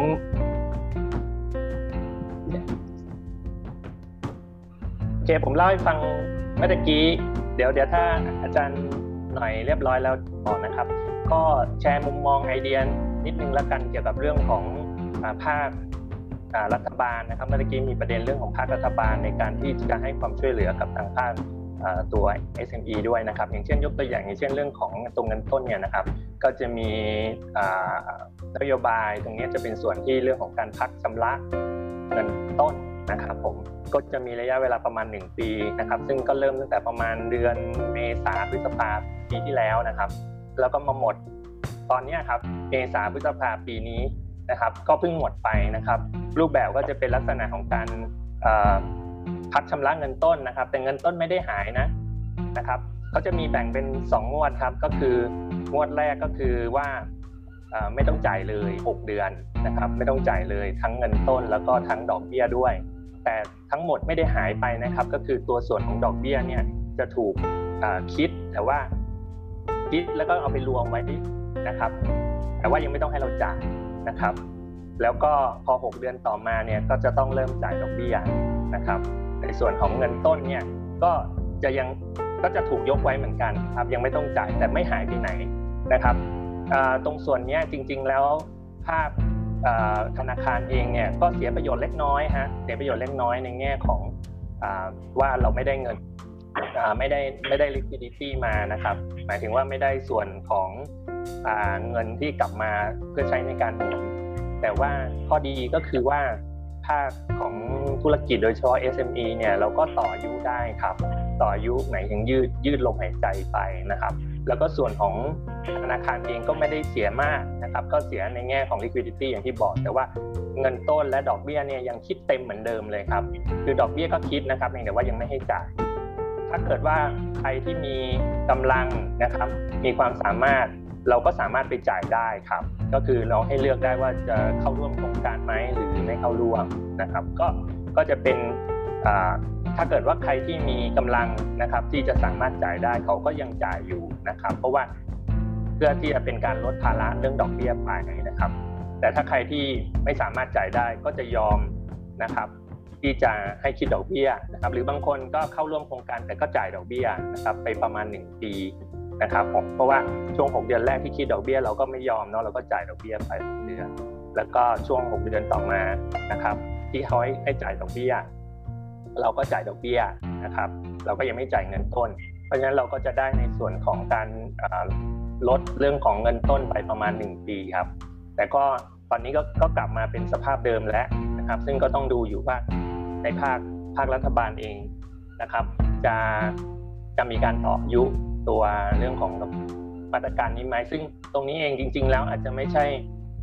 โอเคผมเล่าให้ฟังเมื่อกี้เดี๋ยวเดี๋ยวถ้าอาจารย์หน่อยเรียบร้อยแล้วบอกนะครับก็แชร์มุมมองไอเดียนิดนึงแล้วกันเกี่ยวกับเรื่องของภาครัฐบาลนะครับเมื่อกี้มีประเด็นเรื่องของภาครัฐบาลในการที่จะให้ความช่วยเหลือกับทางภาคตัว เอส เอ็ม อี ด้วยนะครับอย่างเช่นยกตัวอย่างอย่างเช่นเรื่องของตรงเงินต้นเนี่ยนะครับก็จะมีนโยบายตรงนี้จะเป็นส่วนที่เรื่องของการพักชำระเงินต้นนะครับผมก็จะมีระยะเวลาประมาณหนึ่งปีนะครับซึ่งก็เริ่มตั้งแต่ประมาณเดือนเมษาพฤษภาปีที่แล้วนะครับแล้วก็มาหมดตอนนี้ครับเมษาพฤษภาปีนี้นะครับก็เพิ่งหมดไปนะครับรูปแบบก็จะเป็นลักษณะของการพักชำระเงินต้นนะครับแต่เงินต้นไม่ได้หายนะนะครับเขาจะมีแบ่งเป็นสองงวดครับก็คืองวดแรกก็คือว่าไม่ต้องจ่ายเลยหกเดือนนะครับไม่ต้องจ่ายเลยทั้งเงินต้นแล้วก็ทั้งดอกเบี้ยด้วยแต่ทั้งหมดไม่ได้หายไปนะครับก็คือตัวส่วนของดอกเบี้ยเนี่ยจะถูกคิดแต่ว่าคิดแล้วก็เอาไปรวมไว้นะครับแต่ว่ายังไม่ต้องให้เราจ่ายนะครับแล้วก็พอหกเดือนต่อมาเนี่ยก็จะต้องเริ่มจ่ายดอกเบี้ยนะครับในส่วนของเงินต้นเนี่ยก็จะยังก็จะถูกยกไว้เหมือนกันครับยังไม่ต้องจ่ายแต่ไม่หายไปไหนนะครับตรงส่วนนี้จริงๆแล้วภาคธนาคารเองเนี่ยก็เสียประโยชน์เล็กน้อยฮะเสียประโยชน์เล็กน้อยในแง่ของว่าเราไม่ได้เงินไม่ได้ไม่ได้ liquidity มานะครับหมายถึงว่าไม่ได้ส่วนของเงินที่กลับมาเพื่อใช้ในการหมุนแต่ว่าข้อดีก็คือว่าภาคของธุรกิจโดยเฉพาะ เอส เอ็ม อี เนี่ยเราก็ต่ออายุได้ครับต่ออายุหมายถึงยืดยืดลมหายใจไปนะครับแล้วก็ส่วนของธนาคารเองก็ไม่ได้เสียมากนะครับก็เสียในแง่ของ liquidity อย่างที่บอกแต่ว่าเงินต้นและดอกเบี้ยเนี่ยยังคิดเต็มเหมือนเดิมเลยครับคือดอกเบี้ยก็คิดนะครับเพียงแต่ว่ายังไม่ให้จ่ายถ้าเกิดว่าใครที่มีกำลังนะครับมีความสามารถเราก็สามารถไปจ่ายได้ครับก็คือเราให้เลือกได้ว่าจะเข้าร่วมโครงการไหมหรือไม่เข้าร่วมนะครับก็ก็จะเป็นถ้าเกิดว่าใครที่มีกำลังนะครับที่จะสามารถจ่ายได้เขาก็ยังจ่ายอยู่นะครับเพราะว่าเพื่อที่จะเป็นการลดภาระเรื่องดอกเบี้ยไปนะครับแต่ถ้าใครที่ไม่สามารถจ่ายได้ก็จะยอมนะครับที่จะให้คิดดอกเบี้ยนะครับหรือบางคนก็เข้าร่วมโครงการแต่ก็จ่ายดอกเบี้ยนะครับไปประมาณหนึ่งปีนะครับผมเพราะว่าช่วงหกเดือนแรกที่คิดดอกเบี้ยเราก็ไม่ยอมเนาะเราก็จ่ายดอกเบี้ยไปหกเดือนแล้วก็ช่วงหกเดือนต่อมานะครับที่เขาให้ให้จ่ายดอกเบี้ยเราก็จ่ายดอกเบี้ยนะครับเราก็ยังไม่จ่ายเงินต้นเพราะฉะนั้นเราก็จะได้ในส่วนของการลดเรื่องของเงินต้นไปประมาณหนึ่งปีครับแต่ก็ตอนนี้ก็ก็กลับมาเป็นสภาพเดิมแล้วนะครับซึ่งก็ต้องดูอยู่ว่าในภาคภาครัฐบาลเองนะครับจะจะมีการต่ออายุตัวเรื่องของมาตรการนี้ไหมซึ่งตรงนี้เองจริงๆแล้วอาจจะไม่ใช่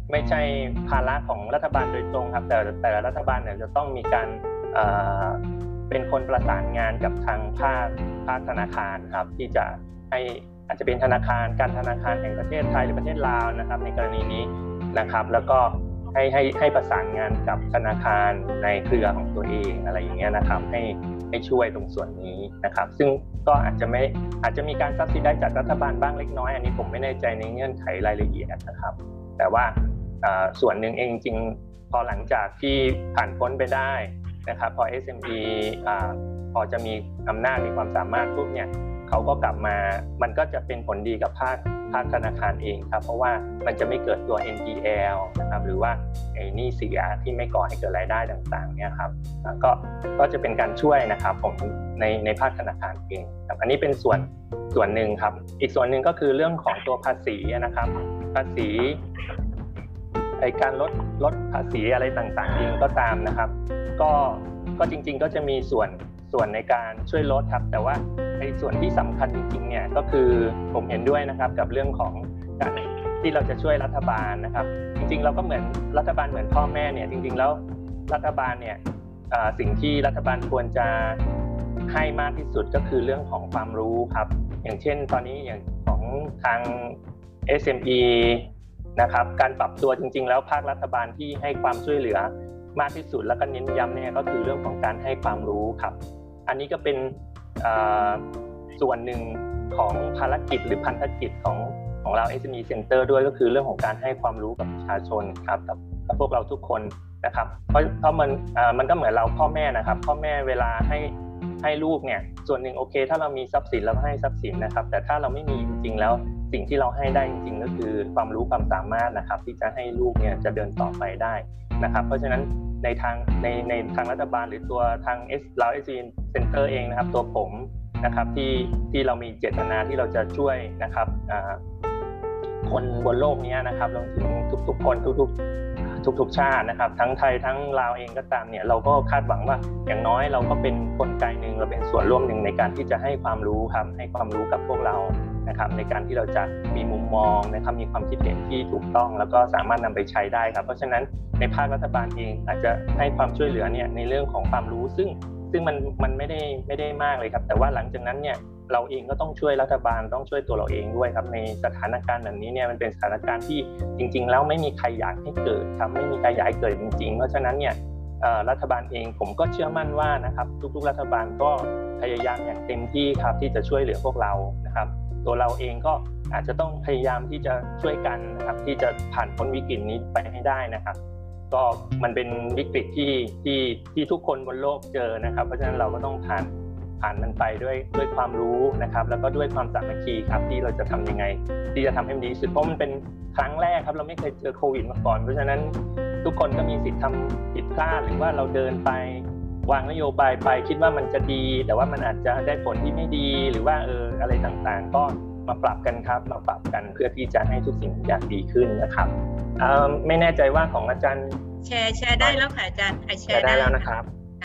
ไม่ใช่ภาระของรัฐบาลโดยตรงครับแต่แต่รัฐบาลเนี่ยจะต้องมีการเอ่อเป็นคนประสานงานกับทางภาคภาคธนาคารครับที่จะให้อาจจะเป็นธนาคารการธนาคารแห่งประเทศไทยหรือประเทศลาวนะครับในกรณีนี้นะครับแล้วก็ให้ให้ให้ประสานงานกับธนาคารในเครือของตัวเองอะไรอย่างเงี้ยนะครับให้ให้ช่วยตรงส่วนนี้นะครับซึ่งก็อาจจะไม่อาจจะมีการซับซิไดซ์จากรัฐบาลบ้างเล็กน้อยอันนี้ผมไม่แน่ใจในเงื่อนไขรายละเอียดนะครับแต่ว่าส่วนหนึ่งเองจริงพอหลังจากที่ผ่านพ้นไปได้นะครับพอ เอส เอ็ม อี พอจะมีอำนาจมีความสามารถปุ๊บเนี่ยเขาก็กลับมามันก็จะเป็นผลดีกับภาคภาคธนาคารเองครับเพราะว่ามันจะไม่เกิดตัว เอ็น พี แอล นะครับหรือว่าไอ้หนี้เสียที่ไม่ก่อให้เกิดรายได้ต่างๆเนี่ยครับก็ก็จะเป็นการช่วยนะครับผมในในภาคธนาคารเองครับอันนี้เป็นส่วนส่วนหนึ่งครับอีกส่วนหนึ่งก็คือเรื่องของตัวภาษีนะครับภาษีไอ้การลดลดภาษีอะไรต่างๆเองก็ตามนะครับก็ก็จริงๆก็จะมีส่วนส่วนในการช่วยลดครับแต่ว่าในส่วนที่สำคัญจริงๆเนี่ยก็คือผมเห็นด้วยนะครับกับเรื่องของการที่เราจะช่วยรัฐบาลนะครับจริงๆเราก็เหมือนรัฐบาลเหมือนพ่อแม่เนี่ยจริงๆแล้วรัฐบาลเนี่ยสิ่งที่รัฐบาลควรจะให้มากที่สุดก็คือเรื่องของความรู้ครับอย่างเช่นตอนนี้อย่างของทาง เอส เอ็ม อี นะครับการปรับตัวจริงๆแล้วภาครัฐบาลที่ให้ความช่วยเหลือมากที่สุดแล้วก็เน้นย้ำเนี่ยก็คือเรื่องของการให้ความรู้ครับอันนี้ก็เป็นส่วนหนึ่งของภารกิจหรือพันธกิจของของเรา เอส เอ็ม อี Center ด้วยก็คือเรื่องของการให้ความรู้กับประชาชนครับกับกับพวกเราทุกคนนะครับเพราะเพราะมันมันก็เหมือนเราพ่อแม่นะครับพ่อแม่เวลาให้ให้ลูกเนี่ยส่วนหนึ่งโอเคถ้าเรามีทรัพย์สินเราก็ให้ทรัพย์สินนะครับแต่ถ้าเราไม่มีจริงๆแล้วสิ่งที่เราให้ได้จริงๆก็คือความรู้ความสามารถนะครับที่จะให้ลูกเนี่ยจะเดินต่อไปได้นะครับเพราะฉะนั้นในทางในในทางรัฐบาลหรือตัวทางเรา เอส เอ็ม อี Center เองนะครับตัวผมนะครับที่ที่เรามีเจตนาที่เราจะช่วยนะครับคนบนโลกนี้นะครับรวมถึงทุกๆคนทุกๆทุกๆชาตินะครับทั้งไทยทั้งลาวเองก็ตามเนี่ยเราก็คาดหวังว่าอย่างน้อยเราก็เป็นกลไกหนึ่งเราเป็นส่วนร่วมหนึ่งในการที่จะให้ความรู้ครับให้ความรู้กับพวกเรานะครับในการที่เราจะมีมุมมองนะครับมีความคิดเห็นที่ถูกต้องแล้วก็สามารถนำไปใช้ได้ครับเพราะฉะนั้นในภาครัฐบาลเองอาจจะให้ความช่วยเหลือเนี่ยในเรื่องของความรู้ซึ่งซึ่งมันมันไม่ได้ไม่ได้มากเลยครับแต่ว่าหลังจากนั้นเนี่ยเราเองก็ต้องช่วยรัฐบาลต้องช่วยตัวเราเองด้วยครับในสถานการณ์แบบนี้เนี่ยมันเป็นสถานการณ์ที่จริงๆแล้วไม่มีใครอยากให้เกิดครับไม่มีใครอยากให้เกิดจริงๆเพราะฉะนั้นเนี่ยรัฐบาลเองผมก็เชื่อมั่นว่านะครับทุกๆรัฐบาลก็พยายามอย่างเต็มที่ครับที่จะช่วยเหลือพวกเรานะครับตัวเราเองก็อาจจะต้องพยายามที่จะช่วยกันนะครับที่จะผ่านพ้นวิกฤตนี้ไปให้ได้นะครับก็มันเป็นวิกฤตที่ที่ที่ทุกคนบนโลกเจอนะครับเพราะฉะนั้นเราก็ต้องผ่านผ่านมันไปด้วยด้วยความรู้นะครับแล้วก็ด้วยความสามัคคีครับที่เราจะทำยังไงที่จะทำให้มันดีสุดเพราะมันเป็นครั้งแรกครับเราไม่เคยเจอโควิดมาก่อนเพราะฉะนั้นทุกคนก็มีสิทธิ์ทำผิดพลาดหรือว่าเราเดินไปวางนโยบายไปคิดว่ามันจะดีแต่ว่ามันอาจจะได้ผลที่ไม่ดีหรือว่าเอออะไรต่างๆก็มาปรับกันครับมาปรับกันเพื่อที่จะให้ทุกสิ่งทุกอย่างดีขึ้นนะครับไม่แน่ใจว่าของอาจารย์แชร์แชร์ได้แล้วค่ะอาจารย์แชร์ได้แล้วนะครับ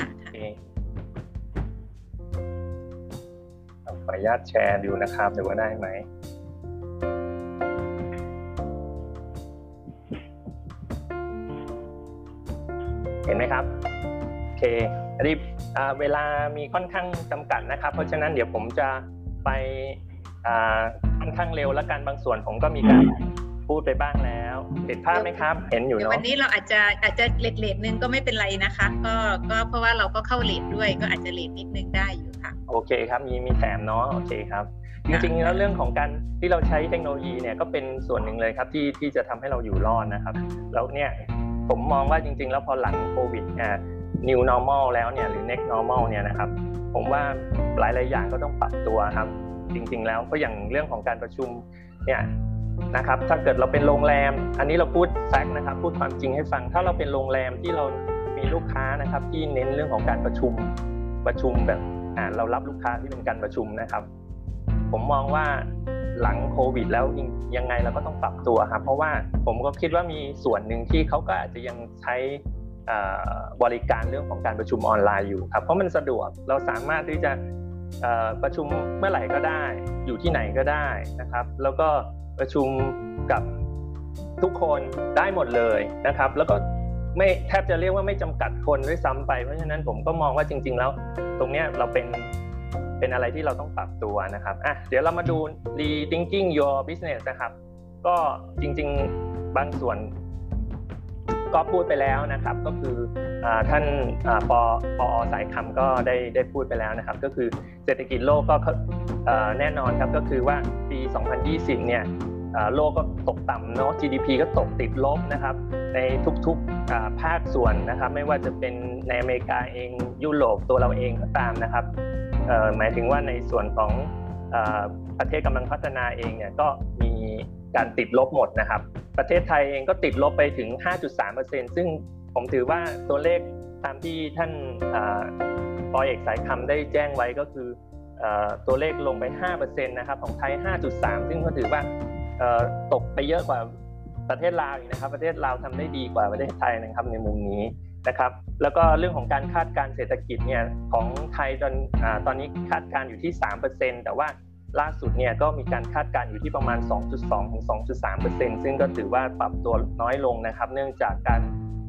ขออนุญาตแชร์ดูนะครับดูว่าได้ไหมเห็นไหมครับโอเคอันนี้เวลามีค่อนข้างจำกัดนะครับเพราะฉะนั้นเดี๋ยวผมจะไปค่อนข้างเร็วแล้วกันบางส่วนผมก็มีการพูดไปบ้างแล้วเห็นภาพไหมครับเห็นอยู่เนาะวันนี้เราอาจจะอาจจะเลทเลทนึงก็ไม่เป็นไรนะคะก็ก็เพราะว่าเราก็เข้าเลทด้วยก็อาจจะเลทนิดนึงได้อยู่ค่ะโอเคครับมีมีแถมเนาะโอเคครับจริงๆแล้วเรื่องของการที่เราใช้เทคโนโลยีเนี่ยก็เป็นส่วนหนึ่งเลยครับที่ที่จะทำให้เราอยู่รอดนะครับแล้วเนี่ยผมมองว่าจริงๆแล้วพอหลังโควิดเนี่ย new normal แล้วเนี่ยหรือ next normal เนี่ยนะครับผมว่าหลายๆอย่างก็ต้องปรับตัวครับจริงๆแล้วก็อย่างเรื่องของการประชุมเนี่ยนะครับถ้าเกิดเราเป็นโรงแรมอันนี้เราพูดแฟกต์นะครับพูดความจริงให้ฟังถ้าเราเป็นโรงแรมที่เรามีลูกค้านะครับที่เน้นเรื่องของการประชุมประชุมแบบอ่าเรารับลูกค้าที่เป็นการประชุมนะครับผมมองว่าหลังโควิดแล้วยังไงเราก็ต้องปรับตัวครับเพราะว่าผมก็คิดว่ามีส่วนหนึ่งที่เขาก็อาจจะยังใช้บริการเรื่องของการประชุมออนไลน์อยู่ครับเพราะมันสะดวกเราสามารถที่จะประชุมเมื่อไหร่ก็ได้อยู่ที่ไหนก็ได้นะครับแล้วก็ประชุมกับทุกคนได้หมดเลยนะครับแล้วก็ไม่แทบจะเรียกว่าไม่จำกัดคนด้วยซ้ำไปเพราะฉะนั้นผมก็มองว่าจริงๆแล้วตรงเนี้ยเราเป็นเป็นอะไรที่เราต้องปรับตัวนะครับอ่ะเดี๋ยวเรามาดู rethinking your business นะครับก็จริงๆบางส่วนก็พูดไปแล้วนะครับก็คือท่านปปอสายคำก็ได้ได้พูดไปแล้วนะครับก็คือเศรษฐกิจโลกก็แน่นอนครับก็คือว่าปีสองพันยี่สิบเนี่ยโลกก็ตกต่ำเนาะ จี ดี พี ก็ตกติดลบนะครับในทุกๆภาคส่วนนะครับไม่ว่าจะเป็นในอเมริกาเองยุโรปตัวเราเองก็ตามนะครับหมายถึงว่าในส่วนของประเทศกำลังพัฒนาเองเนี่ยก็มีการติดลบหมดนะครับประเทศไทยเองก็ติดลบไปถึง ห้าจุดสามเปอร์เซ็นต์ ซึ่งผมถือว่าตัวเลขตามที่ท่านปอเอกสายคำได้แจ้งไว้ก็คือตัวเลขลงไป ห้าเปอร์เซ็นต์ นะครับของไทย ห้าจุดสาม ซึ่งก็ถือว่าตกไปเยอะกว่าประเทศลาวอีกนะครับประเทศลาวทำได้ดีกว่าประเทศไทยนะครับในมุมนี้นะครับแล้วก็เรื่องของการคาดการณ์เศรษฐกิจเนี่ยของไทยตอนตอนนี้คาดการณ์อยู่ที่ สามเปอร์เซ็นต์ แต่ว่าล่าสุดเนี่ยก็มีการคาดการณ์อยู่ที่ประมาณ สองจุดสอง ถึง สองจุดสามเปอร์เซ็นต์ ซึ่งก็ถือว่าปรับตัวน้อยลงนะครับเนื่องจากการ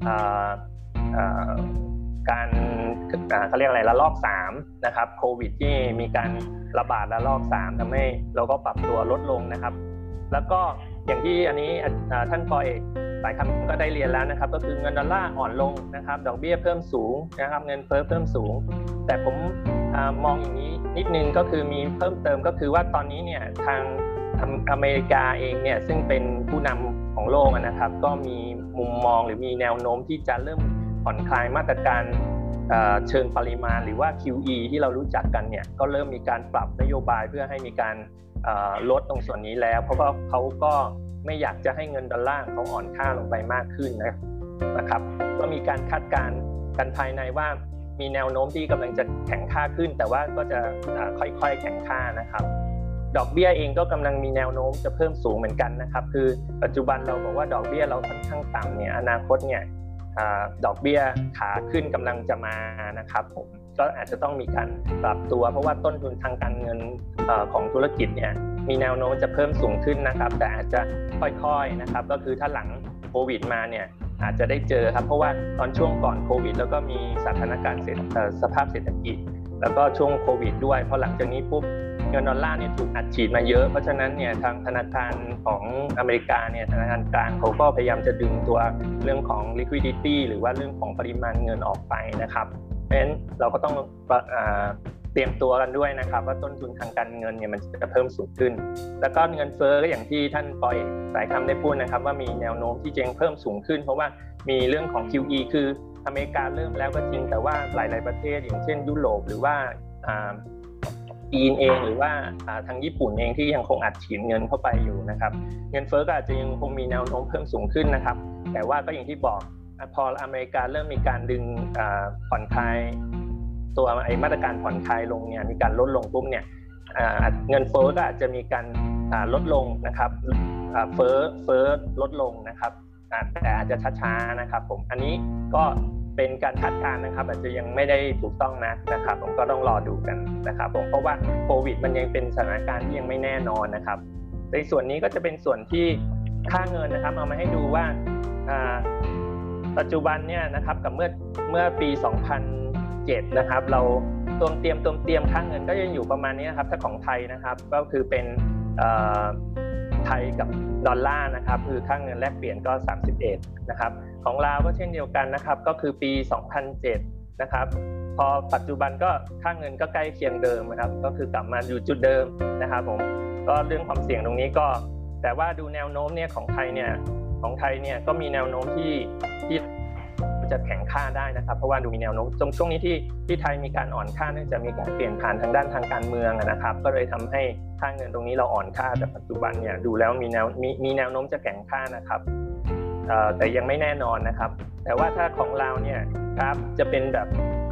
การเขาเรียกอะไรระลอกสามนะครับโควิดที่มีการระบาดระลอกสามทำให้เราก็ปรับตัวลดลงนะครับแล้วก็อย่างที่อันนี้ท่านปอเอกสายคำก็ได้เรียนแล้วนะครับก็คือเงินดอลลาร์อ่อนลงนะครับดอกเบี้ยเพิ่มสูงนะครับเงินเฟ้อเพิ่มสูงแต่ผมมองอย่างนี้นิดนึงก็คือมีเพิ่มเติมก็คือว่าตอนนี้เนี่ยทางอเมริกาเองเนี่ยซึ่งเป็นผู้นำของโลกนะครับก็มีมุมมองหรือมีแนวโน้มที่จะเริ่มผ่อนคลายมาตรการเชิงปริมาณหรือว่า คิว อี ที่เรารู้จักกันเนี่ยก็เริ่มมีการปรับนโยบายเพื่อให้มีการลดตรงส่วนนี้แล้วเพราะว่าเขาก็ไม่อยากจะให้เงินดอลลาร์เขาอ่อนค่าลงไปมากขึ้นนะครับก็มีการคาดการณ์กันภายในว่ามีแนวโน้มที่กำลังจะแข็งค่าขึ้นแต่ว่าก็จะค่อยๆแข็งค่านะครับดอกเบี้ยเองก็กำลังมีแนวโน้มจะเพิ่มสูงเหมือนกันนะครับคือปัจจุบันเราบอกว่าดอกเบี้ยเราค่อนข้างต่ำเนี่ยอนาคตเนี่ยดอกเบี้ยขาขึ้นกำลังจะมานะครับผมก็อาจจะต้องมีการปรับตัวเพราะว่าต้นทุนทางการเงินของธุรกิจเนี่ยมีแนวโน้มจะเพิ่มสูงขึ้นนะครับแต่อาจจะค่อยๆนะครับก็คือถ้าหลังโควิดมาเนี่ยอาจจะได้เจอครับเพราะว่าตอนช่วงก่อนโควิดแล้วก็มีสถานการณ์สภาพเศรษฐกิจแล้วก็ช่วงโควิดด้วยพอหลังจากนี้ปุ๊บเงินดอลลาร์เนี่ยถูกอัดฉีดมาเยอะเพราะฉะนั้นเนี่ยทางธนาคารของอเมริกาเนี่ยธนาคารกลางเขาก็พยายามจะดึงตัวเรื่องของ liquidity หรือว่าเรื่องของปริมาณเงินออกไปนะครับเพราะฉะนั้นเราก็ต้องเตรียมตัวกันด้วยนะครับว่าต้นทุนทางการเงินเนี่ยมันจะเพิ่มสูงขึ้นแล้วก็เงินเฟ้อก็อย่างที่ท่านปอยสายคำได้พูดนะครับว่ามีแนวโน้มที่จะเพิ่มสูงขึ้นเพราะว่ามีเรื่องของ คิว อี คืออเมริกาเริ่มแล้วก็จริงแต่ว่าหลายๆประเทศอย่างเช่นยุโรปหรือว่าจีนเองหรือว่าทางญี่ปุ่นเองที่ยังคงอัดฉีดเงินเข้าไปอยู่นะครับเงินเฟ้อก็อาจจะยังคงมีแนวโน้มเพิ่มสูงขึ้นนะครับแต่ว่าก็อย่างที่บอกพออเมริกาเริ่มมีการดึงผ่อนคลายตัวไอ้มาตรการผ่อนคลายลงเนี่ยมีการลดลงปุ๊บเนี่ยเงินเฟ้อก็อาจจะมีการลดลงนะครับเฟ้อเฟ้อลดลงนะครับแต่อาจจะช้าๆนะครับผมอันนี้ก็เป็นการคาดการณ์นะครับอาจจะยังไม่ได้ถูกต้องนะนะครับผมก็ต้องรอดูกันนะครับผมเพราะว่าโควิดมันยังเป็นสถานการณ์ที่ยังไม่แน่นอนนะครับในส่วนนี้ก็จะเป็นส่วนที่ค่าเงินนะครับเอามาให้ดูว่าปัจจุบันเนี่ยนะครับกับเมื่อเมื่อปีสองพันเจ็ดนะครับเราตวงเตรียมตวงเตรียมค่าเงินก็ยังอยู่ประมาณนี้นะครับถ้าของไทยนะครับก็คือเป็นไทยกับดอลลาร์นะครับคือค่าเงินแลกเปลี่ยนก็สามสิบเอ็ดนะครับของลาวก็เช่นเดียวกันนะครับก็คือปีสองพันเจ็ดนะครับพอปัจจุบันก็ค่าเงินก็ใกล้เคียงเดิมนะครับก็คือกลับมาอยู่จุดเดิมนะครับผมก็เรื่องความเสี่ยงตรงนี้ก็แต่ว่าดูแนวโน้มเนี่ยของไทยเนี่ยของไทยเนี่ยก็มีแนวโน้มที่ที่จะแข็งค่าได้นะครับเพราะว่าดูมีแนวโน้มตรงช่วงนี้ที่ที่ไทยมีการอ่อนค่าเนื่องจากมีการเปลี่ยนผ่านทางด้านทางการเมืองนะครับก็เลยทำให้ค่าเงินตรงนี้เราอ่อนค่าแต่ปัจจุบันเนี่ยดูแล้วมีแนวมีมีแนวโน้มจะแข็งค่านะครับแต่ยังไม่แน่นอนนะครับแต่ว่าถ้าของเราเนี่ยกราฟจะเป็นแบบ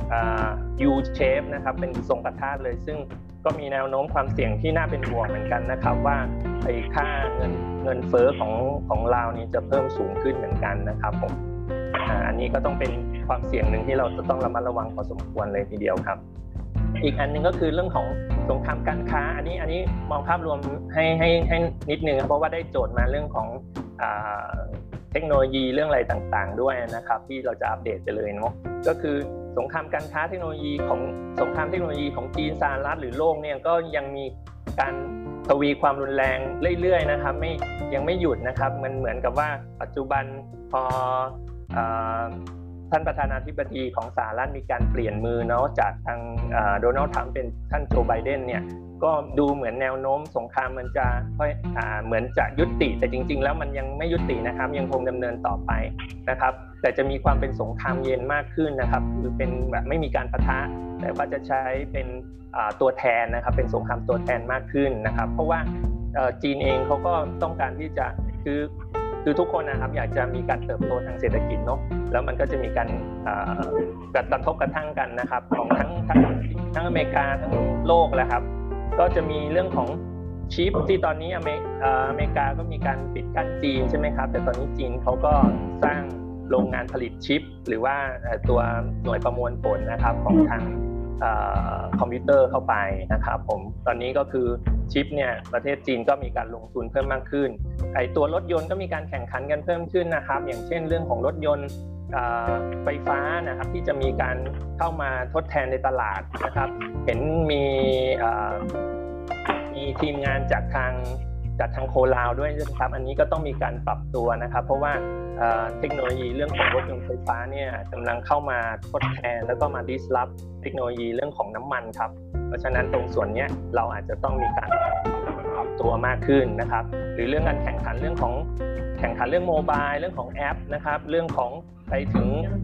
U shape นะครับเป็นทรงกระทาเลยซึ่งก็มีแนวโน้มความเสี่ยงที่น่าเป็นห่วงเหมือนกันนะครับว่าไอ้ค่าเงินเงินเฟ้อของของเรานี่จะเพิ่มสูงขึ้นเหมือนกันนะครับผมอันนี้ก็ต้องเป็นความเสี่ยงหนึ่งที่เราจะต้องระมัดระวังพอสมควรเลยทีเดียวครับอีกอันนึงก็คือเรื่องของสงครามการค้าอันนี้อันนี้มองภาพรวมให้ให้ให้นิดนึงเพราะว่าได้โจทย์มาเรื่องของอ่าเทคโนโลยีเรื่องอะไรต่างๆด้วยนะครับที่เราจะอัปเดตไปเลยเนาะก็คือสงครามการค้าเทคโนโลยีของสงครามเทคโนโลยีของจีนสหรัฐหรือโลกเนี่ยก็ยังมีการทวีความรุนแรงเรื่อยๆนะครับไม่ยังไม่หยุดนะครับมันเหมือนกับว่าปัจจุบันพอท่านประธานาธิบดีของสหรัฐมีการเปลี่ยนมือเนาะจากทางโดนัลด์ทรัมป์เป็นท่านโจไบเดนเนี่ยก็ดูเหมือนแนวโน้มสงครามมันจะค่อยอ่าเหมือนจะยุติแต่จริงๆแล้วมันยังไม่ยุตินะครับยังคงดำเนินต่อไปนะครับแต่จะมีความเป็นสงครามเย็นมากขึ้นนะครับคือเป็นแบบไม่มีการปะทะแต่ว่าจะใช้เป็นตัวแทนนะครับเป็นสงครามตัวแทนมากขึ้นนะครับเพราะว่าจีนเองเขาก็ต้องการที่จะคือคือทุกคนนะครับอยากจะมีการเติบโตทางเศรษฐกิจเนาะแล้วมันก็จะมีการกระทบกระทั่งกันนะครับของทั้งทั้งทั้งอเมริกาทั้งโลกแล้วครับก็จะมีเรื่องของชิปที่ตอนนี้อเมอเมริกาก็มีการปิดกั้นจีนใช่ไหมครับแต่ตอนนี้จีนเขาก็สร้างโรงงานผลิตชิปหรือว่าตัวหน่วยประมวลผลนะครับของทางคอมพิวเตอร์เข้าไปนะครับผมตอนนี้ก็คือชิปเนี่ยประเทศจีนก็มีการลงทุนเพิ่มมากขึ้นไอตัวรถยนต์ก็มีการแข่งขันกันเพิ่มขึ้นนะครับอย่างเช่นเรื่องของรถยนต์ไฟฟ้านะครับที่จะมีการเข้ามาทดแทนในตลาดนะครับเห็นมีมีทีมงานจากทางจากทางโคลาวด้วยนะครับอันนี้ก็ต้องมีการปรับตัวนะครับเพราะว่าเทคโนโลยีเรื่องของรถยนต์ไฟฟ้าเนี่ยกำลังเข้ามาทดแทนแล้วก็มา disrupt เทคโนโลยีเรื่องของน้ำมันครับเพราะฉะนั้นตรงส่วนนี้เราอาจจะต้องมีการปรับตัวมากขึ้นนะครับหรือเรื่องการแข่งขันเรื่องของแข่งขันเรื่องโมบายเรื่องของแอปนะครับเรื่องของไปถึง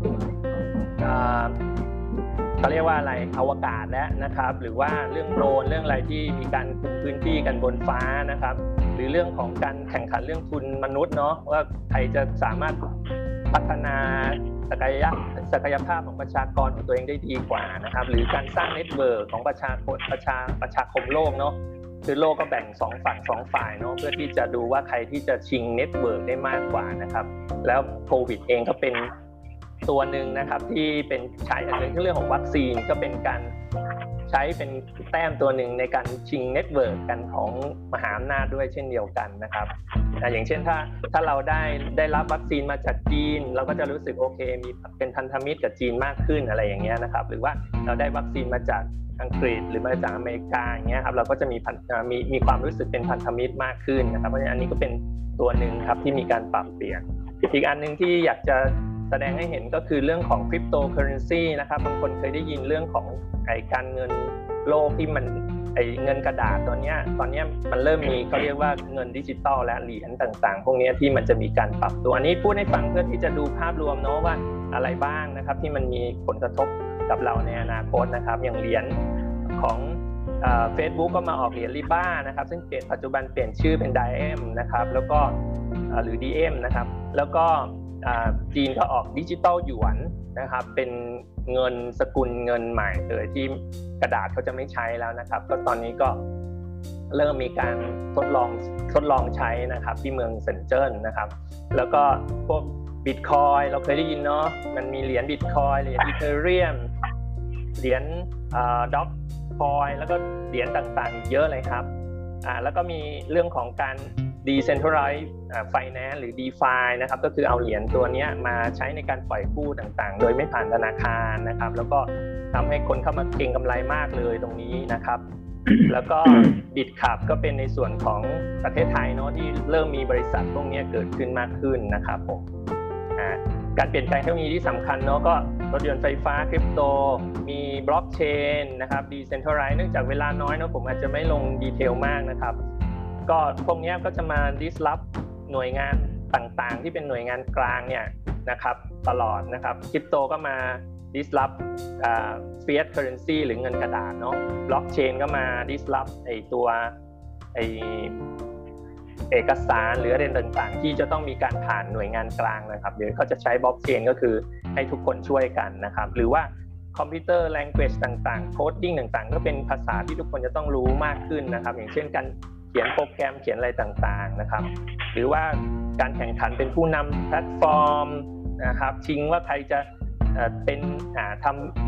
เขาเรียกว่าอะไรอวกาศแล้วนะครับหรือว่าเรื่องโดรนเรื่องอะไรที่มีการคุมพื้นที่กันบนฟ้านะครับหรือเรื่องของการแข่งขันเรื่องทุนมนุษย์เนาะว่าใครจะสามารถพัฒนาศักยภาพศักยภาพของประชากรของตัวเองได้ดีกว่านะครับหรือการสร้างเน็ตเวิร์กของประชาชนประชาประชาคมโลกเนาะคือโลกก็แบ่งสองฝั่งสองฝ่ายเนาะเพื่อที่จะดูว่าใครที่จะชิงเน็ตเวิร์กได้มากกว่านะครับแล้วโควิดเองก็เป็นตัวหนึ่งนะครับที่เป็นใช้อันนึงเรื่องของวัคซีนก็เป็นการใช้เป็นแต้มตัวหนึ่งในการชิงเน็ตเวิร์กกันของมหาอำนาจด้วยเช่นเดียวกันนะครับอย่างเช่นถ้าถ้าเราได้ได้รับวัคซีนมาจากจีนเราก็จะรู้สึกโอเคมีเป็นพันธมิตรกับจีนมากขึ้นอะไรอย่างเงี้ยนะครับหรือว่าเราได้วัคซีนมาจากอังกฤษหรือมาจากอเมริกาอย่างเงี้ยครับเราก็จะมีมีมีความรู้สึกเป็นพันธมิตรมากขึ้นนะครับเพราะฉะนั้นอันนี้ก็เป็นตัวหนึ่งครับที่มีการปรับเปลี่ยนอีกอันนึงที่อยากจะแสดงให้เห็นก็คือเรื่องของคริปโตเคอเรนซีนะครับบางคนเคยได้ยินเรื่องของไอ้การเงินโลกที่มันไอ้เงินกระดาษตอนนี้ตอนนี้มันเริ่มมีเขาเรียกว่าเงินดิจิตอลและเหรียญต่างๆพวกนี้ที่มันจะมีการปรับตัวอันนี้พูดให้ฟังเพื่อที่จะดูภาพรวมเนาะว่าอะไรบ้างนะครับที่มันมีผลกระทบกับเราในอนาคตนะครับอย่างเหรียญของเอ่อ Facebook ก็มาออกเหรียญลิบ้านะครับซึ่งเปลี่ยนปัจจุบันเปลี่ยนชื่อเป็น ได เอ็ม นะครับแล้วก็หรือ ดี เอ็ม นะครับแล้วก็จีนก็ออกดิจิตอลหยวนนะครับเป็นเงินสกุลเงินใหม่เลยที่กระดาษเขาจะไม่ใช้แล้วนะครับก็ตอนนี้ก็เริ่มมีการทดลองทดลองใช้นะครับที่เมืองเซินเจิ้นนะครับแล้วก็พวก Bitcoin เราเคยได้ยินเนาะมันมีเหรียญ Bitcoin เหรียญ Ethereum เหรียญอ่า Dogecoin แล้วก็เหรียญต่างๆเยอะเลยครับอ่าแล้วก็มีเรื่องของการ Decentralized Finance หรือ DeFi นะครับก็คือเอาเหรียญตัวนี้มาใช้ในการปล่อยกู้ต่างๆโดยไม่ผ่านธนาคารนะครับแล้วก็ทำให้คนเข้ามาเก็งกำไรมากเลยตรงนี้นะครับแล้วก็ Bitcup ก็เป็นในส่วนของประเทศไทยเนาะที่เริ่มมีบริษัทพวกนี้เกิดขึ้นมากขึ้นนะครับผมการเปลี่ยนแปลงเทคโนโลยีที่สำคัญเนาะก็รถยนต์ไฟฟ้าคริปโตมีบล็อกเชนนะครับ Decentralized เนื่องจากเวลาน้อยเนาะผมอาจจะไม่ลงดีเทลมากนะครับก็พวกนี้ก็จะมา disrupt หน่วยงานต่างๆที่เป็นหน่วยงานกลางเนี่ยนะครับตลอดนะครับคริปโตก็มา disrupt อ่า fiat currency หรือเงินกระดาษเนาะ blockchain ก็มา disrupt ไอตัวไอเอกสารหรืออะไรต่างๆที่จะต้องมีการผ่านหน่วยงานกลางนะครับเดี๋ยวเขาจะใช้ blockchain ก็คือให้ทุกคนช่วยกันนะครับหรือว่าคอมพิวเตอร์ language ต่างๆ coding ต่างๆก็เป็นภาษาที่ทุกคนจะต้องรู้มากขึ้นนะครับอย่างเช่นการเขียนโปรแกรมเขียนอะไรต่างๆนะครับหรือว่าการแข่งขันเป็นผู้นำแพลตฟอร์มนะครับชิงว่าใครจะเป็นทำ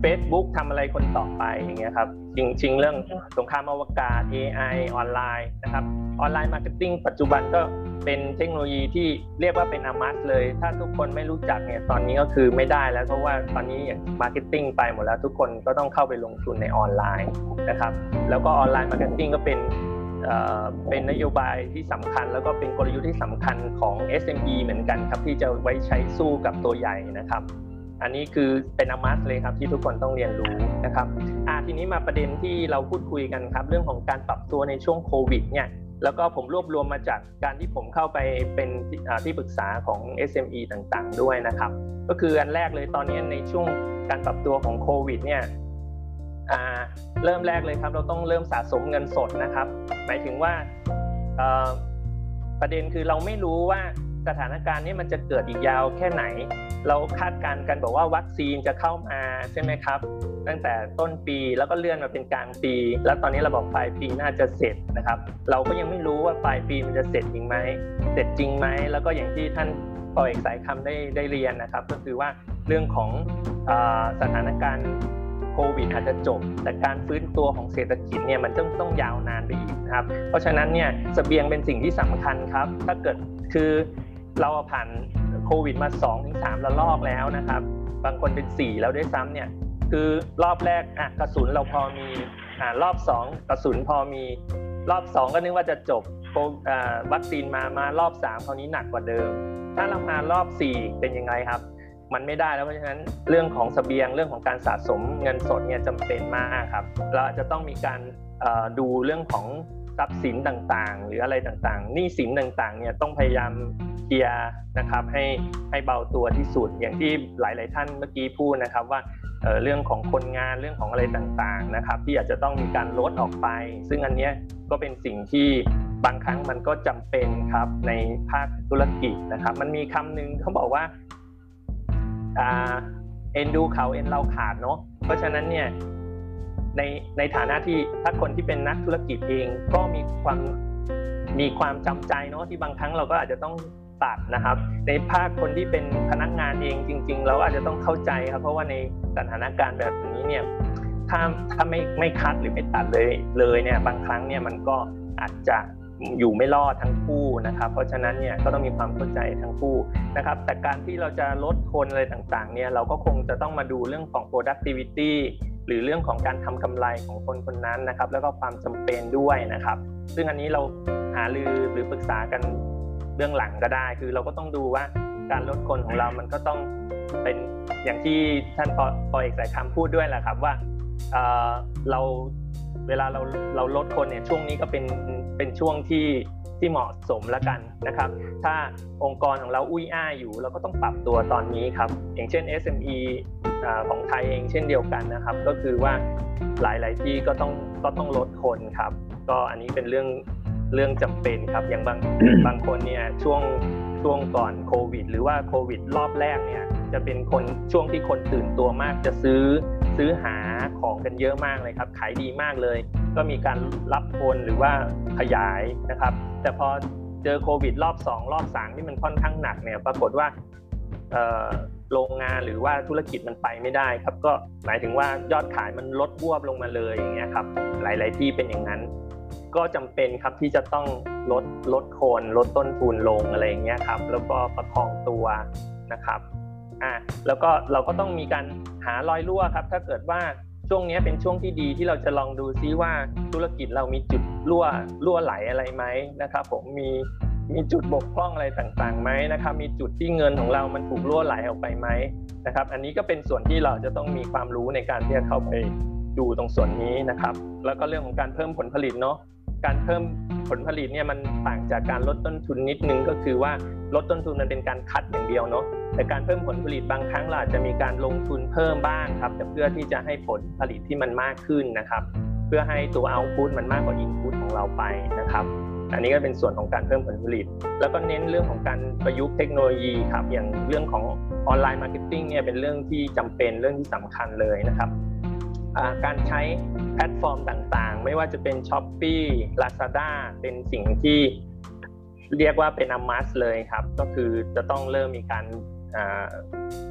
Facebook ทำอะไรคนต่อไปอย่างเงี้ยครับจริงจริงเรื่องสงครามอวกาศ เอ ไอ ออนไลน์นะครับออนไลน์มาร์เก็ตติ้งปัจจุบันก็เป็นเทคโนโลยีที่เรียกว่าเป็นอามัสเลยถ้าทุกคนไม่รู้จักเนี่ยตอนนี้ก็คือไม่ได้แล้วเพราะว่าตอนนี้อย่างมาร์เก็ตติ้งไปหมดแล้วทุกคนก็ต้องเข้าไปลงทุนในออนไลน์นะครับแล้วก็ออนไลน์มาร์เก็ตติ้งก็เป็นเอ่อเป็นนโยบายที่สำคัญแล้วก็เป็นกลยุทธ์ที่สำคัญของ เอส เอ็ม อี เหมือนกันครับที่จะไว้ใช้สู้กับตัวใหญ่นะครับอันนี้คือเป็นอามัสเลยครับที่ทุกคนต้องเรียนรู้นะครับอ่าทีนี้มาประเด็นที่เราพูดคุยกันครับเรื่องของการปรับตัวในช่วงโควิดเนี่ยแล้วก็ผมรวบรวมมาจากการที่ผมเข้าไปเป็นที่ปรึกษาของ เอส เอ็ม อี ต่างๆด้วยนะครับก็คืออันแรกเลยตอนนี้ในช่วงการปรับตัวของโควิดเนี่ยอ่าเริ่มแรกเลยครับเราต้องเริ่มสะสมเงินสดนะครับหมายถึงว่าเอ่อประเด็นคือเราไม่รู้ว่าสถานการณ์นี้มันจะเกิดอีกยาวแค่ไหนเราคาดการณ์กันบอกว่าวัคซีนจะเข้ามาใช่ไหมครับตั้งแต่ต้นปีแล้วก็เลื่อนมาเป็นกลางปีแล้วตอนนี้เราบอกปลายปีน่าจะเสร็จนะครับเราก็ยังไม่รู้ว่าปลายปีมันจะเสร็จจริงไหมเสร็จจริงไหมแล้วก็อย่างที่ท่านปอเอกสายคำได้ได้เรียนนะครับก็คือว่าเรื่องของอ่าสถานการณ์โควิดอาจจะจบแต่การฟื้นตัวของเศรษฐกิจเนี่ยมันต้องต้องยาวนานไปอีกนะครับเพราะฉะนั้นเนี่ยเสบียงเป็นสิ่งที่สำคัญครับถ้าเกิดคือเราผ่านโควิดมา สองถึงสาม ระลอกแล้วนะครับบางคนเป็นสี่แล้วด้วยซ้ำเนี่ยคือรอบแรกอ่ะกระสุนเราพอมีอ่ารอบสองกระสุนพอมีรอบสองก็นึกว่าจะจบโคอ่าวัคซีนมามารอบสามคราวนี้หนักกว่าเดิมถ้าเรามารอบสี่เป็นยังไงครับมันไม่ได้แล้วเพราะฉะนั้นเรื่องของเสบียงเรื่องของการสะสมเงินสดเนี่ยจำเป็นมากครับเราอาจจะต้องมีการดูเรื่องของทรัพย์สินต่างๆหรืออะไรต่างๆหนี้สินต่างๆเนี่ยต้องพยายามเคลียร์นะครับให้ให้เบาตัวที่สุดอย่างที่หลายๆท่านเมื่อกี้พูดนะครับว่า เอ่อ เรื่องของคนงานเรื่องของอะไรต่างๆนะครับที่อาจจะต้องมีการลดออกไปซึ่งอันนี้ก็เป็นสิ่งที่บางครั้งมันก็จำเป็นครับในภาคธุรกิจนะครับมันมีคำหนึ่งเขาบอกว่าอ่าเอ็นดูเขาเอ็นเราขาดเนาะเพราะฉะนั้นเนี่ยในในฐานะที่ถ้าคนที่เป็นนักธุรกิจเองก็มีความมีความจำใจเนาะที่บางครั้งเราก็อาจจะต้องตัดนะครับในภาคคนที่เป็นพนักงานเองจริงๆเราอาจจะต้องเข้าใจครับเพราะว่าในสถานการณ์แบบนี้เนี่ยถ้าถ้าไม่ไม่คัดหรือไม่ตัดเลยเลยเนี่ยบางครั้งเนี่ยมันก็อาจจะอยู่ไม่รอดทั้งคู่นะครับเพราะฉะนั้นเนี่ยก็ต้องมีความเข้าใจทั้งคู่นะครับแต่การที่เราจะลดคนอะไรต่างๆเนี่ยเราก็คงจะต้องมาดูเรื่องของ productivity หรือเรื่องของการทำกำไรของคนคนนั้นนะครับแล้วก็ความจำเป็นด้วยนะครับซึ่งอันนี้เราหารือหรือปรึกษากันเบื้องหลังก็ได้คือเราก็ต้องดูว่าการลดคนของเรามันก็ต้องเป็นอย่างที่ท่านปอเอกสายคำพูดด้วยแหละครับว่าเอ่อเราเวลาเราเราลดคนเนี่ยช่วงนี้ก็เป็นเป็นช่วงที่ที่เหมาะสมแล้วกันนะครับถ้าองค์กรของเราอุ้ยอ้ายอยู่เราก็ต้องปรับตัวตอนนี้ครับอย่างเช่น เอส เอ็ม อี อ่าของไทยเองเช่นเดียวกันนะครับก็คือว่าหลายๆที่ก็ต้องก็ต้องลดคนครับก็อันนี้เป็นเรื่องเรื่องจำเป็นครับอย่างบาง บางคนเนี่ยช่วงช่วงก่อนโควิดหรือว่าโควิดรอบแรกเนี่ยจะเป็นคนช่วงที่คนตื่นตัวมากจะซื้อซื้อหาของกันเยอะมากเลยครับขายดีมากเลยก็มีการรับคนหรือว่าขยายนะครับแต่พอเจอโควิดรอบสองรอบสามที่มันค่อนข้างหนักเนี่ยปรากฏว่าเอ่อโรงงานหรือว่าธุรกิจมันไปไม่ได้ครับก็หมายถึงว่ายอดขายมันลดบวบลงมาเลยอย่างเงี้ยครับหลายๆที่เป็นอย่างนั้นก็จำเป็นครับที่จะต้องลดลดคนลดต้นทุนลงอะไรอย่างเงี้ยครับแล้วก็ประคองตัวนะครับอ่ะแล้วก็เราก็ต้องมีการหารอยรั่วครับถ้าเกิดว่าช่วงนี้เป็นช่วงที่ดีที่เราจะลองดูซิว่าธุรกิจเรามีจุดรั่วรั่วไหลอะไรไหมนะครับผมมีมีจุดบกพร่องอะไรต่างๆไหมนะครับมีจุดที่เงินของเรามันถูกรั่วไหลออกไปไหมนะครับอันนี้ก็เป็นส่วนที่เราจะต้องมีความรู้ในการที่จะเข้าไปดูตรงส่วนนี้นะครับแล้วก็เรื่องของการเพิ่มผลผลิตเนาะการเพิ่มผลผลิตเนี่ยมันต่างจากการลดต้นทุนนิดนึงก็คือว่าลดต้นทุนมันเป็นการคัดอย่างเดียวเนาะแต่การเพิ่มผลผลิตบางครั้งเราอาจจะมีการลงทุนเพิ่มบ้างครับแต่เพื่อที่จะให้ผลผลิตที่มันมากขึ้นนะครับเพื่อให้ตัว output มันมากกว่า input ของเราไปนะครับอันนี้ก็เป็นส่วนของการเพิ่มผลผลิตแล้วก็เน้นเรื่องของการประยุกต์เทคโนโลยีครับอย่างเรื่องของออนไลน์มาร์เก็ตติ้งเนี่ยเป็นเรื่องที่จำเป็นเรื่องที่สำคัญเลยนะครับการใช้แพลตฟอร์มต่างๆไม่ว่าจะเป็น Shopee Lazada เป็นสิ่งที่เรียกว่าเป็น a must เลยครับก็คือจะต้องเริ่มมีการ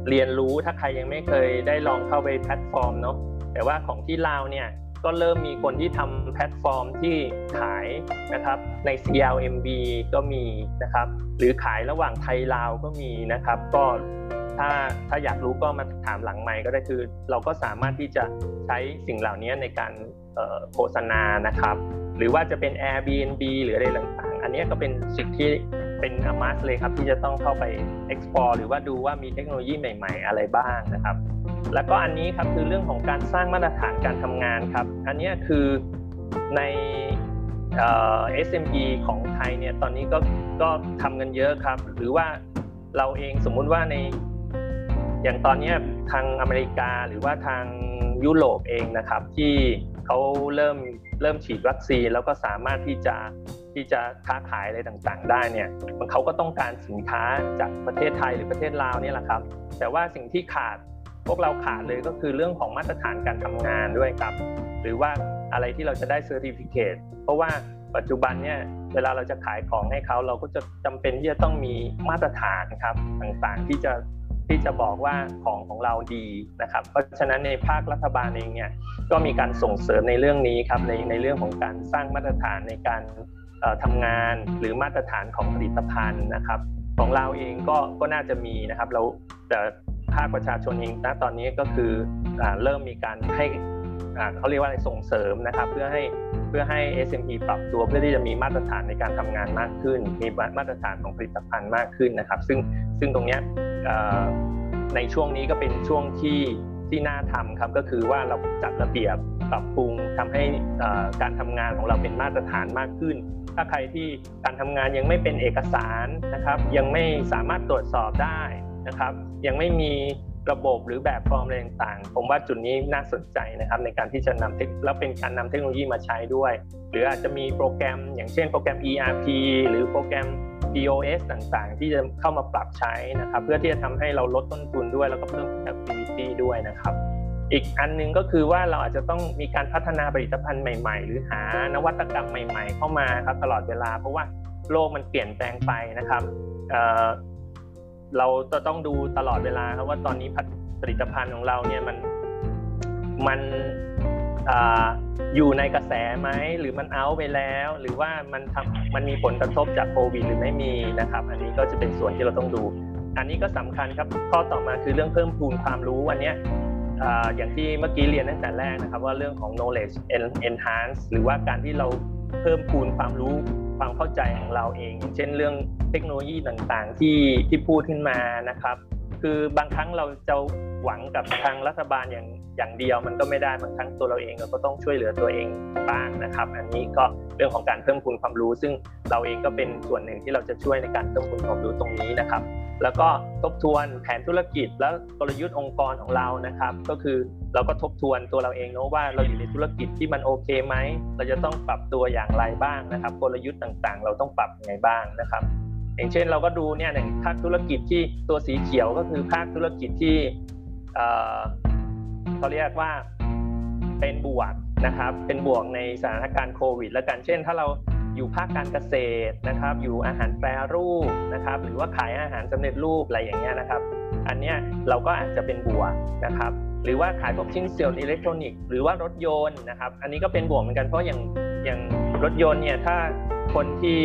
เรียนรู้ถ้าใครยังไม่เคยได้ลองเข้าไปแพลตฟอร์มเนาะแต่ว่าของที่ลาวเนี่ยก็เริ่มมีคนที่ทำแพลตฟอร์มที่ขายนะครับใน ซี แอล เอ็ม บี ก็มีนะครับหรือขายระหว่างไทยลาวก็มีนะครับก็ถ้าถ้าอยากรู้ก็มาถามหลังไมค์ก็ได้คือเราก็สามารถที่จะใช้สิ่งเหล่านี้ในการโฆษณานะครับหรือว่าจะเป็น Airbnb หรืออะไรต่างๆอันนี้ก็เป็นสิ่งที่เป็นอมัสเลยครับที่จะต้องเข้าไป explore หรือว่าดูว่ามีเทคโนโลยีใหม่ๆอะไรบ้างนะครับแล้วก็อันนี้ครับคือเรื่องของการสร้างมาตรฐานการทำงานครับอันนี้คือในเอ่อ เอส เอ็ม อี ของไทยเนี่ยตอนนี้ก็ก็ทำกันเยอะครับหรือว่าเราเองสมมุติว่าในอย่างตอนนี้ทางอเมริกาหรือว่าทางยุโรปเองนะครับที่เขาเริ่มเริ่มฉีดวัคซีนแล้วก็สามารถที่จะที่จะค้าขายอะไรต่างๆได้เนี่ยเขาก็ต้องการสินค้าจากประเทศไทยหรือประเทศลาวเนี่ยแหละครับแต่ว่าสิ่งที่ขาดพวกเราขาดเลยก็คือเรื่องของมาตรฐานการทำงานด้วยครับหรือว่าอะไรที่เราจะได้เซอร์ติฟิเคตเพราะว่าปัจจุบันเนี่ยเวลาเราจะขายของให้เขาเราก็จะจำเป็นที่จะต้องมีมาตรฐานครับต่างๆที่จะที่จะบอกว่าของของเราดีนะครับเพราะฉะนั้นในภาครัฐบาลเองเนี่ยก็มีการส่งเสริมในเรื่องนี้ครับในในเรื่องของการสร้างมาตรฐานในการทำงานหรือมาตรฐานของผลิตภัณฑ์นะครับของเราเองก็ก็น่าจะมีนะครับแล้วแต่ภาคประชาชนเองณตอนนี้ก็คือเริ่มมีการให้เขาเรียกว่าอะไรส่งเสริมนะครับเพื่อให้เพื่อให้ เอส เอ็ม อี ปรับตัวเพื่อที่จะมีมาตรฐานในการทำงานมากขึ้นมีมาตรฐานของผลิตภัณฑ์มากขึ้นนะครับซึ่งซึ่งตรงนี้ในช่วงนี้ก็เป็นช่วงที่ที่น่าทำครับก็คือว่าเราจัดระเบียบปรับปรุงทำให้การทำงานของเราเป็นมาตรฐานมากขึ้นถ้าใครที่การทำงานยังไม่เป็นเอกสารนะครับยังไม่สามารถตรวจสอบได้นะครับยังไม่มีระบบหรือแบบฟอร์มอะไรต่างๆผมว่าจุดนี้น่าสนใจนะครับในการที่จะนำเทคแล้วเป็นการนำเทคโนโลยีมาใช้ด้วยหรืออาจจะมีโปรแกรมอย่างเช่นโปรแกรม อี อาร์ พี หรือโปรแกรม พี โอ เอส ต่างๆที่จะเข้ามาปรับใช้นะครับเพื่อที่จะทำให้เราลดต้นทุนด้วยแล้วก็เพิ่ม productivity ด้วยนะครับอีกอันนึงก็คือว่าเราอาจจะต้องมีการพัฒนาผลิตภัณฑ์ใหม่ๆหรือหานวัตกรรมใหม่ๆเข้ามาครับตลอดเวลาเพราะว่าโลกมันเปลี่ยนแปลงไปนะครับเอ่อเราจะต้องดูตลอดเวลาครับว่าตอนนี้ผลิตภัณฑ์ของเราเนี่ยมันมันอ่าอยู่ในกระแสไหมหรือมันเอาไปแล้วหรือว่ามันทำมันมีผลกระทบจากโควิดหรือไม่มีนะครับอันนี้ก็จะเป็นส่วนที่เราต้องดูอันนี้ก็สำคัญครับข้อต่อมาคือเรื่องเพิ่มพูนความรู้อันเนี้ยอย่างที่เมื่อกี้เรียนตั้งแต่แรกนะครับว่าเรื่องของ knowledge enhance หรือว่าการที่เราเพิ่มพูนความรู้ความเข้าใจของเราเองอย่างเช่นเรื่องเทคโนโลยีต่างๆที่ที่พูดขึ้นมานะครับคือบางครั้งเราจะหวังกับทางรัฐบาลอย่างอย่างเดียวมันก็ไม่ได้บางครั้งตัวเราเองเราก็ต้องช่วยเหลือตัวเองบ้างนะครับอันนี้ก็เรื่องของการเพิ่มพูนความรู้ซึ่งเราเองก็เป็นส่วนหนึ่งที่เราจะช่วยในการเพิ่มพูนความรู้ตรงนี้นะครับแล้วก็ทบทวนแผนธุรกิจและกลยุทธ์องค์กรของเรานะครับก็คือเราก็ทบทวนตัวเราเองเนาะว่าเราอยู่ในธุรกิจที่มันโอเคไหมเราจะต้องปรับตัวอย่างไรบ้างนะครับกลยุทธ์ต่างๆเราต้องปรับยังไงบ้างนะครับอย่างเช่นเราก็ดูเนี่ยในภาคธุรกิจที่ตัวสีเขียวก็คือภาคธุรกิจที่เอ่อเขาเรียกว่าเป็นบวกนะครับเป็นบวกในสถานการณ์โควิดแล้วกันเช่นถ้าเราอยู่ภาคการเกษตรนะครับอยู่อาหารแปรรูปนะครับหรือว่าขายอาหารสำเร็จรูปอะไรอย่างเงี้ยนะครับอันเนี้ยเราก็อาจจะเป็นบวกนะครับหรือว่าขายพวกชิ้นส่วนอิเล็กทรอนิกส์หรือว่ารถยนต์นะครับอันนี้ก็เป็นบวกเหมือนกันเพราะอย่างอย่างรถยนต์เนี่ยถ้าคนที่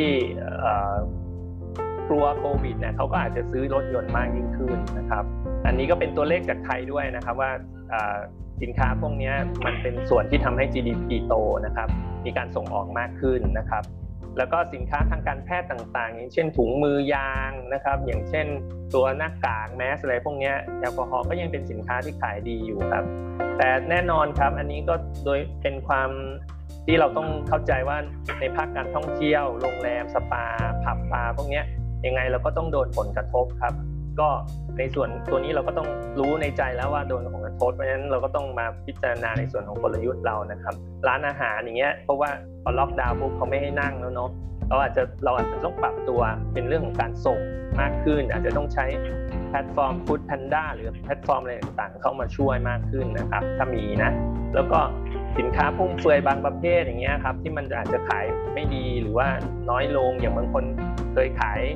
กลัวโควิดเนี่ยเขาก็อาจจะซื้อรถยนต์มากยิ่งขึ้นนะครับอันนี้ก็เป็นตัวเลขจากไทยด้วยนะครับว่าสินค้าพวกนี้มันเป็นส่วนที่ทำให้ จี ดี พี โตนะครับมีการส่งออกมากขึ้นนะครับแล้วก็สินค้าทางการแพทย์ต่างๆอย่างเช่นถุงมือยางนะครับอย่างเช่นตัวหน้ากากแมสอะไรพวกนี้แอลกอฮอล์ก็ยังเป็นสินค้าที่ขายดีอยู่ครับแต่แน่นอนครับอันนี้ก็โดยเป็นความที่เราต้องเข้าใจว่าในภาคการท่องเที่ยวโรงแรมสปาผับบาร์พวกนี้ยังไงเราก็ต้องโดนผลกระทบครับก็ในส่วนตัวนี้เราก็ต้องรู้ในใจแล้วว่าโดนผลกระทบเพราะฉะนั้นเราก็ต้องมาพิจารณาในส่วนของกลยุทธ์เรานะครับร้านอาหารอย่างเงี้ยเพราะว่าพอล็อกดาวน์ปุ๊บเขาไม่ให้นั่งแล้วเนาะเราอาจจะเราอาจจะต้องปรับตัวเป็นเรื่องของการส่งมากขึ้นอาจจะต้องใช้แพลตฟอร์ม Food Panda หรือแพลตฟอร์มอะไรต่างๆเข้ามาช่วยมากขึ้นนะครับถ้ามีนะแล้วก็สินค้าฟุ่มเฟือยบางประเภทอย่างเงี้ยครับที่มันอาจจะขายไม่ดีหรือว่าน้อยลงอย่างบางคนเคยขาย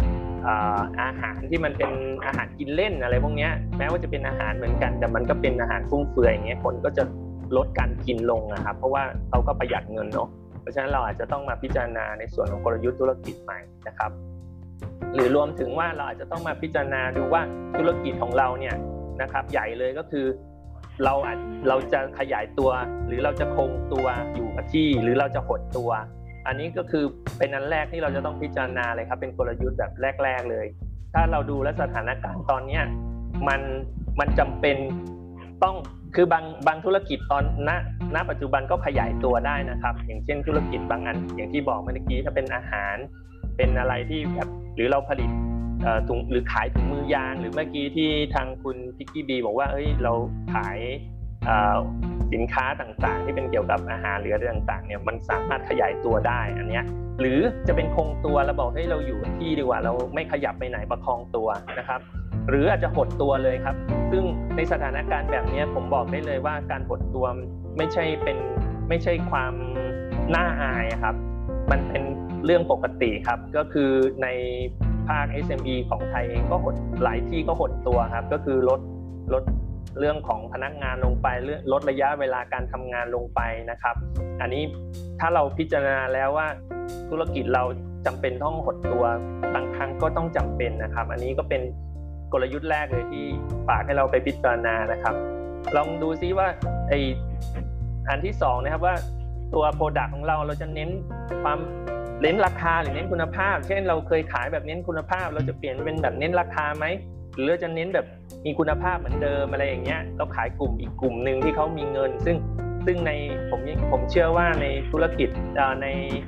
อาหารที่มันเป็นอาหารกินเล่นอะไรพวกนี้แม้ว่าจะเป็นอาหารเหมือนกันแต่มันก็เป็นอาหารฟุ่มเฟือยอย่างเงี้ยคนก็จะลดการกินลงนะครับเพราะว่าเขาก็ประหยัดเงินเนาะเพราะฉะนั้นเราอาจจะต้องมาพิจารณาในส่วนของกลยุทธ์ธุรกิจใหม่นะครับหรือรวมถึงว่าเราอาจจะต้องมาพิจารณาดูว่าธุรกิจของเราเนี่ยนะครับใหญ่เลยก็คือเราอาจเราจะขยายตัวหรือเราจะคงตัวอยู่กับที่หรือเราจะหดตัวอันนี้ก็คือเป็นอันแรกที่เราจะต้องพิจารณาเลยครับเป็นกลยุทธ์แบบแรกๆเลยถ้าเราดูและสถานการณ์ตอนนี้มันมันจำเป็นต้องคือบางบางธุรกิจตอนณณปัจจุบันก็ขยายตัวได้นะครับอย่างเช่นธุรกิจบางอันอย่างที่บอกเมื่อกี้ถ้าเป็นอาหารเป็นอะไรที่แบบหรือเราผลิตถุงหรือขายถุงมือยางหรือเมื่อกี้ที่ทางคุณพิกกี้บีบอกว่าเอ้ยเราขายสินค้าต่างๆที่เป็นเกี่ยวกับอาหารหรืออะไรต่างๆเนี่ยมันสามารถขยายตัวได้อันเนี้ยหรือจะเป็นคงตัวแล้วบอกให้เราอยู่ที่ดีกว่าเราไม่ขยับไปไหนประคองตัวนะครับหรืออาจจะหดตัวเลยครับซึ่งในสถานการณ์แบบนี้ผมบอกได้เลยว่าการหดตัวไม่ใช่เป็นไม่ใช่ความน่าอายครับมันเป็นเรื่องปกติครับก็คือในภาค เอส เอ็ม อี ของไทยเองก็หดหลายที่ก็หดตัวครับก็คือลดลดเรื่องของพนักงานลงไปลดระยะเวลาการทำงานลงไปนะครับอันนี้ถ้าเราพิจารณาแล้วว่าธุรกิจเราจำเป็นต้องหดตัวบางครั้งก็ต้องจำเป็นนะครับอันนี้ก็เป็นกลยุทธ์แรกเลยที่ฝากให้เราไปพิจารณานะครับลองดูซิว่าไออันที่สองนะครับว่าตัวโปรดักต์ของเราเราจะเน้นความเน้นราคาหรือเน้นคุณภาพเช่นเราเคยขายแบบเน้นคุณภาพเราจะเปลี่ยนเป็นแบบเน้นราคาไหมหรือเราจะเน้นแบบมีคุณภาพเหมือนเดิมอะไรอย่างเงี้ยเราขายกลุ่มอีกกลุ่มหนึ่งที่เขามีเงินซึ่งซึ่งในผมผมเชื่อว่าในธุรกิจใน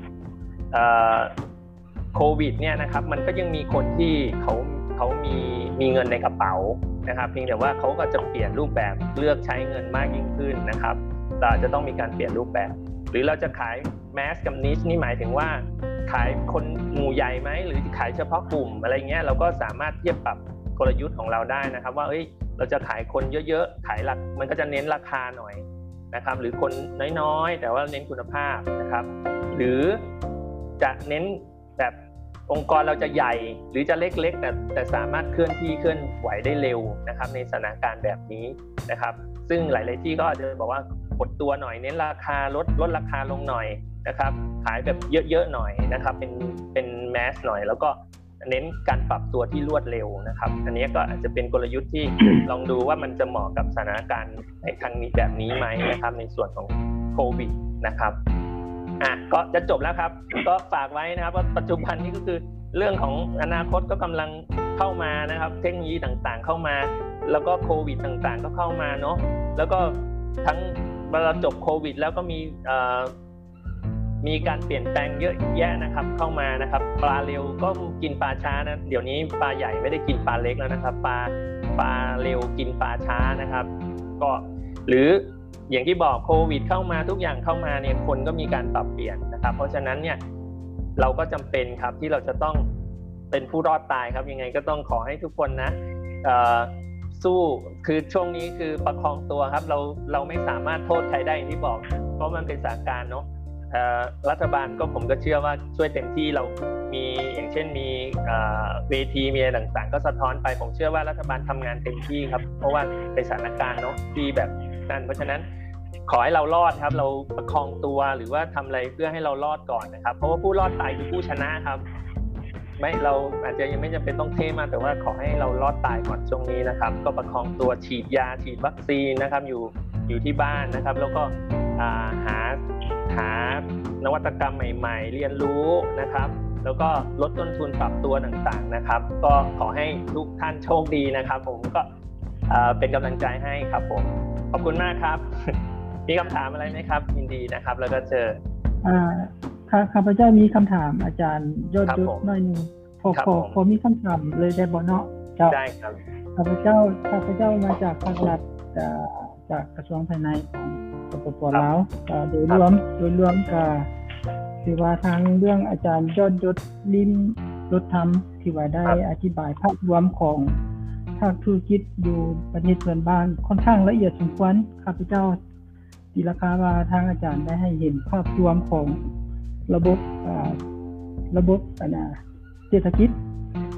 โควิดเนี่ยนะครับมันก็ยังมีคนที่เขาเขามีมีเงินในกระเป๋านะครับเพียงแต่ว่าเขาก็จะเปลี่ยนรูปแบบเลือกใช้เงินมากยิ่งขึ้นนะครับเราจะต้องมีการเปลี่ยนรูปแบบหรือเราจะขายแมสกับนิชนี่หมายถึงว่าขายคนหมู่ใหญ่ไหมหรือขายเฉพาะกลุ่มอะไรเงี้ยเราก็สามารถเทียบปรับกลยุทธ์ของเราได้นะครับว่าเอ้ยเราจะขายคนเยอะๆขายหลักมันก็จะเน้นราคาหน่อยนะครับหรือคนน้อยๆแต่ว่าเน้นคุณภาพนะครับหรือจะเน้นแบบองค์กรเราจะใหญ่หรือจะเล็กๆแต่แต่สามารถเคลื่อนที่เคลื่อนไหวได้เร็วนะครับในสถานการณ์แบบนี้นะครับซึ่งหลายๆที่ก็อาจจะบอกว่าหดตัวหน่อยเน้นราคาลดลดราคาลงหน่อยนะครับขายแบบเยอะๆหน่อยนะครับเป็นเป็นแมสหน่อยแล้วก็เน้นการปรับตัวที่รวดเร็วนะครับอันนี้ก็อาจจะเป็นกลยุทธ์ที่ ลองดูว่ามันจะเหมาะกับสถานการณ์ในครั้งนี้แบบนี้ไหมนะครับในส่วนของโควิดนะครับอ่ะก็จะจบแล้วครับก็ฝากไว้นะครับว่าปัจจุบันนี้ก็คือเรื่องของอนาคตก็กำลังเข้ามานะครับเทคโนโลยีต่างๆเข้ามาแล้วก็โควิดต่างๆก็เข้ามาเนาะแล้วก็ทั้งเวลาจบโควิดแล้วก็มีเอ่อมีการเปลี่ยนแปลงเยอะแยะนะครับเข้ามานะครับปลาเร็วก็กินปลาช้านะเดี๋ยวนี้ปลาใหญ่ไม่ได้กินปลาเล็กแล้วนะครับปลาปลาเร็วกินปลาช้านะครับก็หรืออย่างที่บอกโควิดเข้ามาทุกอย่างเข้ามาเนี่ยคนก็มีการปรับเปลี่ยนนะครับเพราะฉะนั้นเนี่ยเราก็จำเป็นครับที่เราจะต้องเป็นผู้รอดตายครับยังไงก็ต้องขอให้ทุกคนนะสู้คือช่วงนี้คือประคองตัวครับเราเราไม่สามารถโทษใครได้อย่างที่บอกเพราะมันเป็นสถานการณ์เนาะรัฐบาลก็ผมก็เชื่อว่าช่วยเต็มที่เรามีอย่างเช่นมีเวทีมีอะไรต่างๆก็สะท้อนไปผมเชื่อว่ารัฐบาลทำงานเต็มที่ครับเพราะว่าเป็นสถานการณ์เนาะที่แบบนั้นเพราะฉะนั้นขอให้เรารอดครับเราประคองตัวหรือว่าทำอะไรเพื่อให้เรารอดก่อนนะครับเพราะว่าผู้รอดตายคือผู้ชนะครับไม่เราอาจจะยังไม่จำเป็นต้องเท่มากแต่ว่าขอให้เรารอดตายก่อนช่วงนี้นะครับก็ประคองตัวฉีดยาฉีดวัคซีนนะครับอยู่อยู่ที่บ้านนะครับแล้วก็หาหานวัตกรรมใหม่ๆเรียนรู้นะครับแล้วก็ลดต้นทุนปรับตัวต่างๆนะครับก็ขอให้ทุกท่านโชคดีนะครับผมก็เป็นกำลังใจให้ครับผมขอบคุณมากครับมีคำถามอะไรไหมครับยินดีนะครับแล้วก็เจออ่าข้าพเจ้ามีคำถามอาจารย์ยศยุทธหน่อยนึงพอพอพอมีคำถามเลยได้บ่เนาะได้ครับข้าพเจ้าข้าพเจ้ามาจากภาครัฐจากกระทรวงภายในของสปป.ลาวโดยรวมโดยรวมก็คือว่าทางเรื่องอาจารย์ยศยุทธลิ้มรถธรรมที่ว่าได้อธิบายภาพรวมของภาคธุรกิจอยู่ประเทศเพื่อนบ้านค่อนข้างละเอียดสมควรข้าพเจ้าตีราคาว่าทางอาจารย์ได้ให้เห็นภาพรวมของระบบระบบเศรษฐกิจ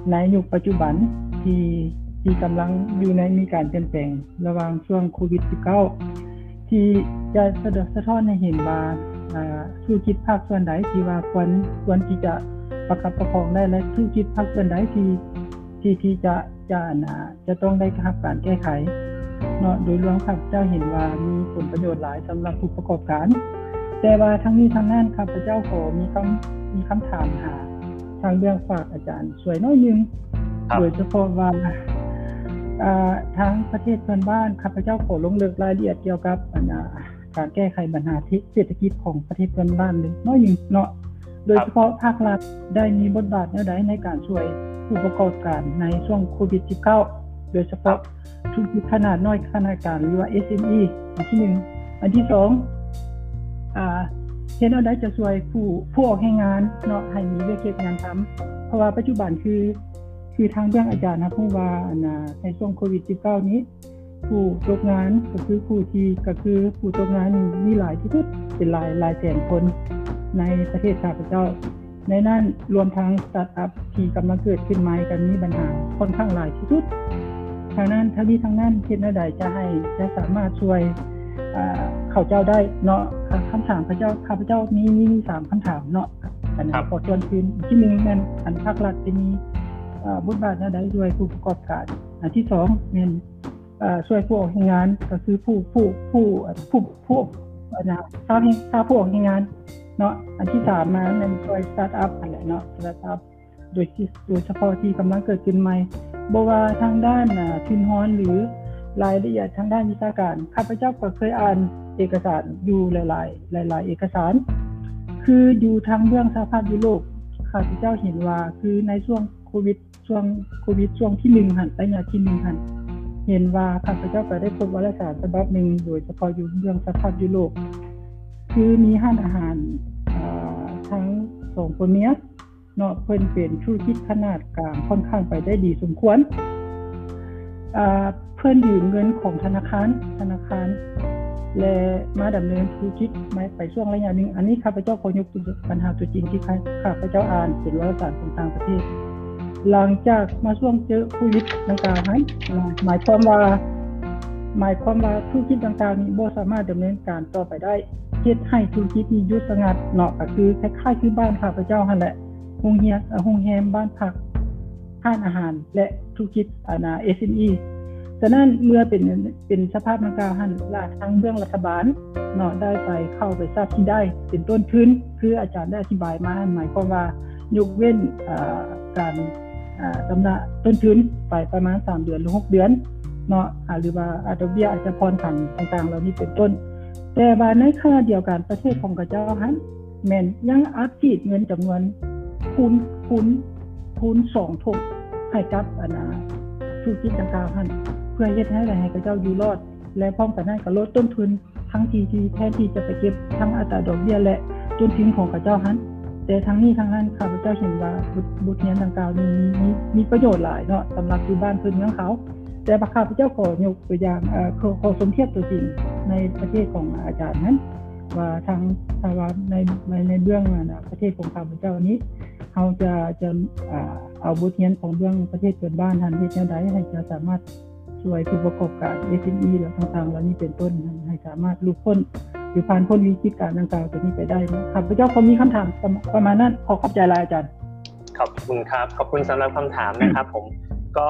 ในยุคปัจจุบันที่ที่กำลังอยู่ในมีการเปลี่ยนแปลงระหว่างช่วงโควิด สิบเก้า ที่จะสะดสะท้อนให้เห็นว่าธุรกิจภาคส่วนใดที่ว่าควรควรที่จะประคับประคองได้และธุรกิจภาคส่วนใดที่ที่ที่จะจะน่ะจะต้องได้รับการแก้ไขเนาะโดยรวมข้าพเจ้าเห็นว่ามีผลประโยชน์หลายสำหรับผู้ประกอบการแต่ว่าทั้งนี้ทั้งนั้นข้าพเจ้าขอมีคำมีคำถามหาทางเรื่องฝากอาจารย์ช่วยน้อยนึงโดยเฉพาะว่าอ่าทางประเทศเพื่อนบ้านข้าพเจ้าขอลงลึกรายละเอียดเกี่ยวกับปัญหาการแก้ไขปัญหาเศรษฐกิจของประเทศเพื่อนบ้านเลยน้อยนึงเนาะโดยเฉพาะภาครัฐได้มีบทบาทแนวใดในการช่วยผู้ประกอบการในช่วงโควิด สิบเก้า โดยเฉพาะธุรกิจขนาดน้อยขนาดกลางหรือว่า เอส เอ็ม อี อันที่หนึ่งอันที่สองอ่าเห็นเอาได้จะช่วยผู้ผู้ออกให้งานเนาะให้มีเรื่องเก็บงานทำเพราะว่าปัจจุบันคือคือทางเรื่องอาจารย์นะผู้ว่าน่ะในช่วงโควิด สิบเก้า นี้ผู้ตกงานก็คือผู้ที่ก็คือผู้ตกงานมีหลายที่สุดเป็นหลายหลายแสนคนในประเทศข้าพเจ้าในนั้นรวมทั้งสตาร์ทอัพที่กำลังเกิดขึ้นใหม่กันมีปัญหาค่อนข้างหลายที่สุดทางนั้นทั้งนี้ทั้งนั้นเฮ็ดแนวใดจะให้จะสามารถช่วยอ่าเข้าเจ้าได้เนาะคำถามพระเจ้าข้าพเจ้ามีมีสามคำถามเนาะอันนี้ขอชวนคืนที่หนึ่งแม่นอันภาครัฐจะมีอ่าบทบาทแนวใดด้วยผู้ประกอบการอันที่สองแม่นอ่าช่วยผู้ออกงานก็คือผู้ผู้ผู้ผู้ผู้อันน่ะถ้าถ้าผู้ออกงานเนาะอันที่สามมานั่นช่วยสตาร์ทอัพอันแหละเนาะสตาร์ทอัพโดยที่โดยเฉพาะที่กำลังเกิดขึ้นใหม่บ่ว่าทางด้านน่ะทุนฮ้อนหรือรายละเอียดทางด้านวิชาการข้าพเจ้าก็เคยอ่านเอกสารอยู่หลายๆหลายๆเอกสารคืออยู่ทางเรื่องสหภาพยุโรปข้าพเจ้าเห็นว่าคือในช่วงโควิดช่วงโควิดช่วงที่หนึ่งหั่นระยะที่หนึ่งหั่นเห็นว่าข้าพเจ้าก็ได้พบวารสารฉบับนึงโดยเฉพาะอยู่เรื่องสหภาพยุโรปคือมีร้านอาหารอ่าทั้งสองคนเนี้ยเนาะเพิ่นเป็นธุรกิจขนาดกลางค่อนข้างไปได้ดีสมควรอ่าเพิ่นยืมเงินของธนาคารธนาคารและมาดำเนินธุรกิจมาไปช่วงระยะนึงอันนี้ข้าพเจ้าขอยกปัญหาตัวจริงที่ข้าพเจ้าอ่านเป็นวารสารของต่างประเทศหลังจากมาช่วงเจอโควิดดังกล่าวให้หมายความว่าหมายความว่าธุรกิจต่างๆนี้บ่สามารถดำเนินการต่อไปได้เฮ็ดให้ธุรกิจนี้หยุดชะงักเนาะก็คือคล้ายๆคือบ้านข้าพเจ้าหั่นแหละโรงเรียนโรงแรมบ้านพักร้านอาหารและธุรกิจอาณา เอส เอ็ม อี ฉะนั้นเมื่อเป็นเป็นสภาพดังกล่าวหั่นล่ะทางเรื่องรัฐบาลเนาะได้ไปเข้าไปทราบที่ได้เป็นต้นทุนคืออาจารย์ได้อธิบายมาหมายความว่ายกเว้นอ่าการอ่าดำระต้นทุนไปประมาณสามเดือนหรือหกเดือนเนาะหรือว่าดอกเบี้ยอาจจะผ่อนผันต่างๆเหล่านี้เป็นต้นแต่ว่าในขณะเดียวกันประเทศของกระเจ้าหั่นแม่นยังอัดฉีดเงินจำนวนคูณคูณคูณสองเท่าให้กับอาณาธุรกิจดังกล่าวหั่นเพื่อเฮ็ดให้ให้กระเจ้าอยู่รอดและพร้อมกันนั้นก็ลดต้นทุนทั้งที่ที่แทนที่จะไปเก็บทั้งอัตราดอกเบี้ยและต้นทุนของกระเจ้าหั่นแต่ทั้งนี้ทั้งนั้นข้าพเจ้าเห็นว่าบทเรียนดังกล่าวนี้มีมีประโยชน์หลายเนาะสำหรับอยู่บ้านเพิ่นเมืองเขาแต่ข้าพเจ้าขอยกตัวอย่างเอ่อขอขอสมเทียบตัวจริงในประเทศของอาจารย์นั้นว่าทางทางว่าในในในเรื่องน่ะประเทศของข้าพเจ้านี้เฮาจะจะอ่าเอาบทเรียนของเรื่องประเทศเพื่อนบ้านทันเฮ็ดแนวใดให้จะสามารถช่วยผู้ประกอบการ เอส เอ็ม อี และต่างๆเหล่านี้เป็นต้นให้สามารถหลุดพ้นหรือผ่านพ้นวิกฤตการณ์ดังกล่าวตัวนี้ไปได้นะครับพระเจ้าขอมีคำถามประมาณนั้นขอขอบใจหลายอาจารย์ขอบคุณครับขอบคุณสำหรับคำถามนะครับผมก็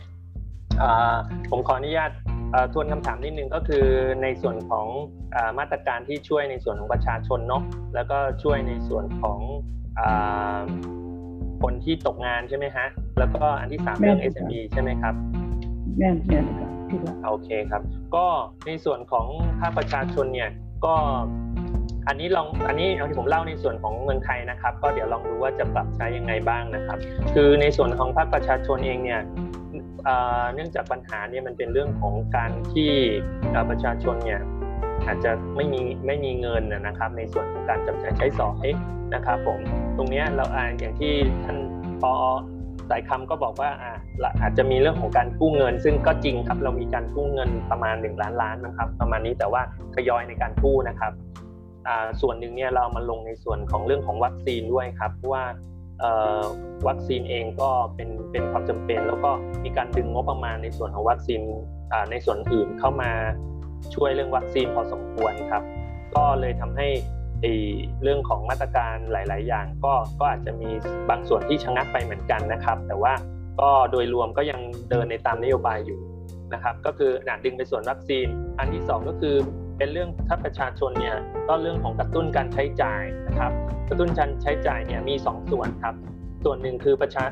ผมขออนุญาตทวนคำถามนิดนึงก็คือในส่วนของมาตรการที่ช่วยในส่วนของประชาชนเนาะแล้วก็ช่วยในส่วนของคนที่ตกงานใช่ไหมฮะแล้วก็อันที่สามเรื่อง เอส เอ็ม อี ใช่ไหมครับแม่นแม่นครับโอเคครับก็ในส่วนของภาคประชาชนเนี่ยก็อันนี้ลองอันนี้ที่ผมเล่าในส่วนของเมืองไทยนะครับก็เดี๋ยวลองดูว่าจะปรับใช้ยังไงบ้างนะครับคือในส่วนของภาคประชาชนเองเนี่ยเนื่องจากปัญหาเนี่ยมันเป็นเรื่องของการที่ประชาชนเนี่ยอาจจะไม่มีไม่มีเงินนะครับในส่วนของการจับจ่ายใช้สอยนะครับผมตรงนี้เราอ่านอย่างที่ท่านปอสายคำก็บอกว่าอ่าอาจจะมีเรื่องของการกู้เงินซึ่งก็จริงครับเรามีการกู้เงินประมาณหนึ่งล้านล้านนะครับประมาณนี้แต่ว่าทยอยในการกู้นะครับอ่าส่วนหนึ่งเนี่ยเรามาลงในส่วนของเรื่องของวัคซีนด้วยครับเพราะว่าวัคซีนเองก็เป็นเป็นความจำเป็นแล้วก็มีการดึงงบประมาณในส่วนของวัคซีนในส่วนอื่นเข้ามาช่วยเรื่องวัคซีนพอสมควรครับก็เลยทำให้เรื่องของมาตรการหลายๆอย่างก็ก็อาจจะมีบางส่วนที่ชะงักไปเหมือนกันนะครับแต่ว่าก็โดยรวมก็ยังเดินในตามนโยบายอยู่นะครับก็คือหนาดึงไปส่วนวัคซีนอันที่สองก็คือเป็นเรื่องถ้าประชาชนเนี่ยก็เรื่องของกระตุ้นการใช้จ่ายนะครับกระตุ้นการใช้จ่ายเนี่ยมีสองส่วนครับส่วนหนึ่งคือประชา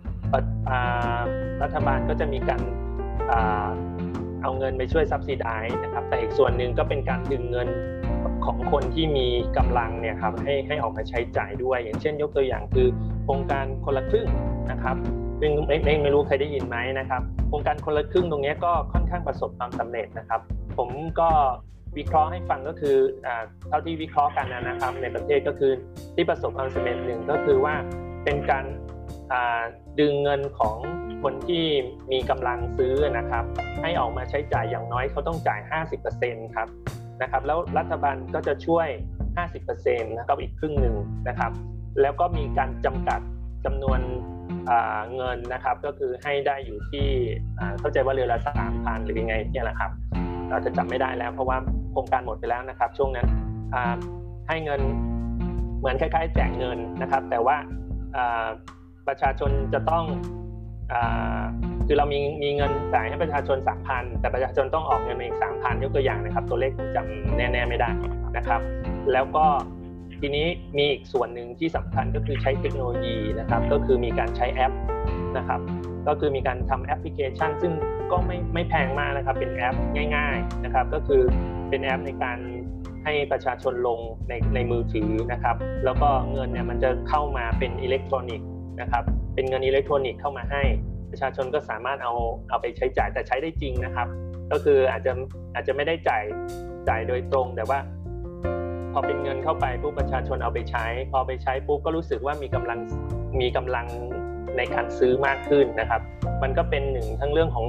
รัฐบาลก็จะมีการเอาเงินไปช่วยซับซิไดซ์นะครับแต่อีกส่วนหนึ่งก็เป็นการดึงเงินของคนที่มีกำลังเนี่ยครับให้ให้ออกมาใช้จ่ายด้วยอย่างเช่นยกตัวอย่างคือโครงการคนละครึ่งนะครับซึ่งไม่ไม่ไม่รู้ใครได้ยินไหมนะครับโครงการคนละครึ่งตรงนี้ก็ค่อนข้างประสบความสำเร็จนะครับผมก็วิเคราะห์ให้ฟังก็คือเท่าที่วิเคราะห์กันนะครับในประเทศก็คือที่ประสบความสำเร็จหนึ่งก็คือว่าเป็นการดึงเงินของคนที่มีกำลังซื้อนะครับให้ออกมาใช้จ่ายอย่างน้อยเขาต้องจ่าย ห้าสิบเปอร์เซ็นต์ ครับนะครับแล้วรัฐบาลก็จะช่วย ห้าสิบเปอร์เซ็นต์ นะครับอีกครึ่งหนึ่งนะครับแล้วก็มีการจำกัดจำนวนเงินนะครับก็คือให้ได้อยู่ที่เข้าใจว่าเรือนละ สามพัน หรือยังไงเนี่ยแหละครับเราจะจำไม่ได้แล้วเพราะว่าโครงการหมดไปแล้วนะครับช่วงนั้นให้เงินเหมือนคล้ายๆแจกเงินนะครับแต่ว่าประชาชนจะต้องคือเรามีมีเงินจ่ายให้ประชาชน สามพัน แต่ประชาชนต้องออกเงินมาอีก สามพัน ยกตัวอย่างนะครับตัวเลขผมจำแน่ๆไม่ได้นะครับแล้วก็ทีนี้มีอีกส่วนหนึ่งที่สำคัญก็คือใช้เทคโนโลยีนะครับก็คือมีการใช้แอปนะครับก็คือมีการทำแอปพลิเคชันซึ่งก็ไม่ไม่แพงมากนะครับเป็นแอปง่ายๆนะครับก็คือเป็นแอปในการให้ประชาชนลงในในมือถือนะครับแล้วก็เงินเนี่ยมันจะเข้ามาเป็นอิเล็กทรอนิกส์นะครับเป็นเงินอิเล็กทรอนิกส์เข้ามาให้ประชาชนก็สามารถเอาเอาไปใช้จ่ายแต่ใช้ได้จริงนะครับก็คืออาจจะอาจจะไม่ได้จ่ายจ่ายโดยตรงแต่ว่าพอเป็นเงินเข้าไปปุ๊บประชาชนเอาไปใช้พอไปใช้ปุ๊บก็รู้สึกว่ามีกำลังมีกำลังในการซื้อมากขึ้นนะครับมันก็เป็นหนึ่งทั้งเรื่องของ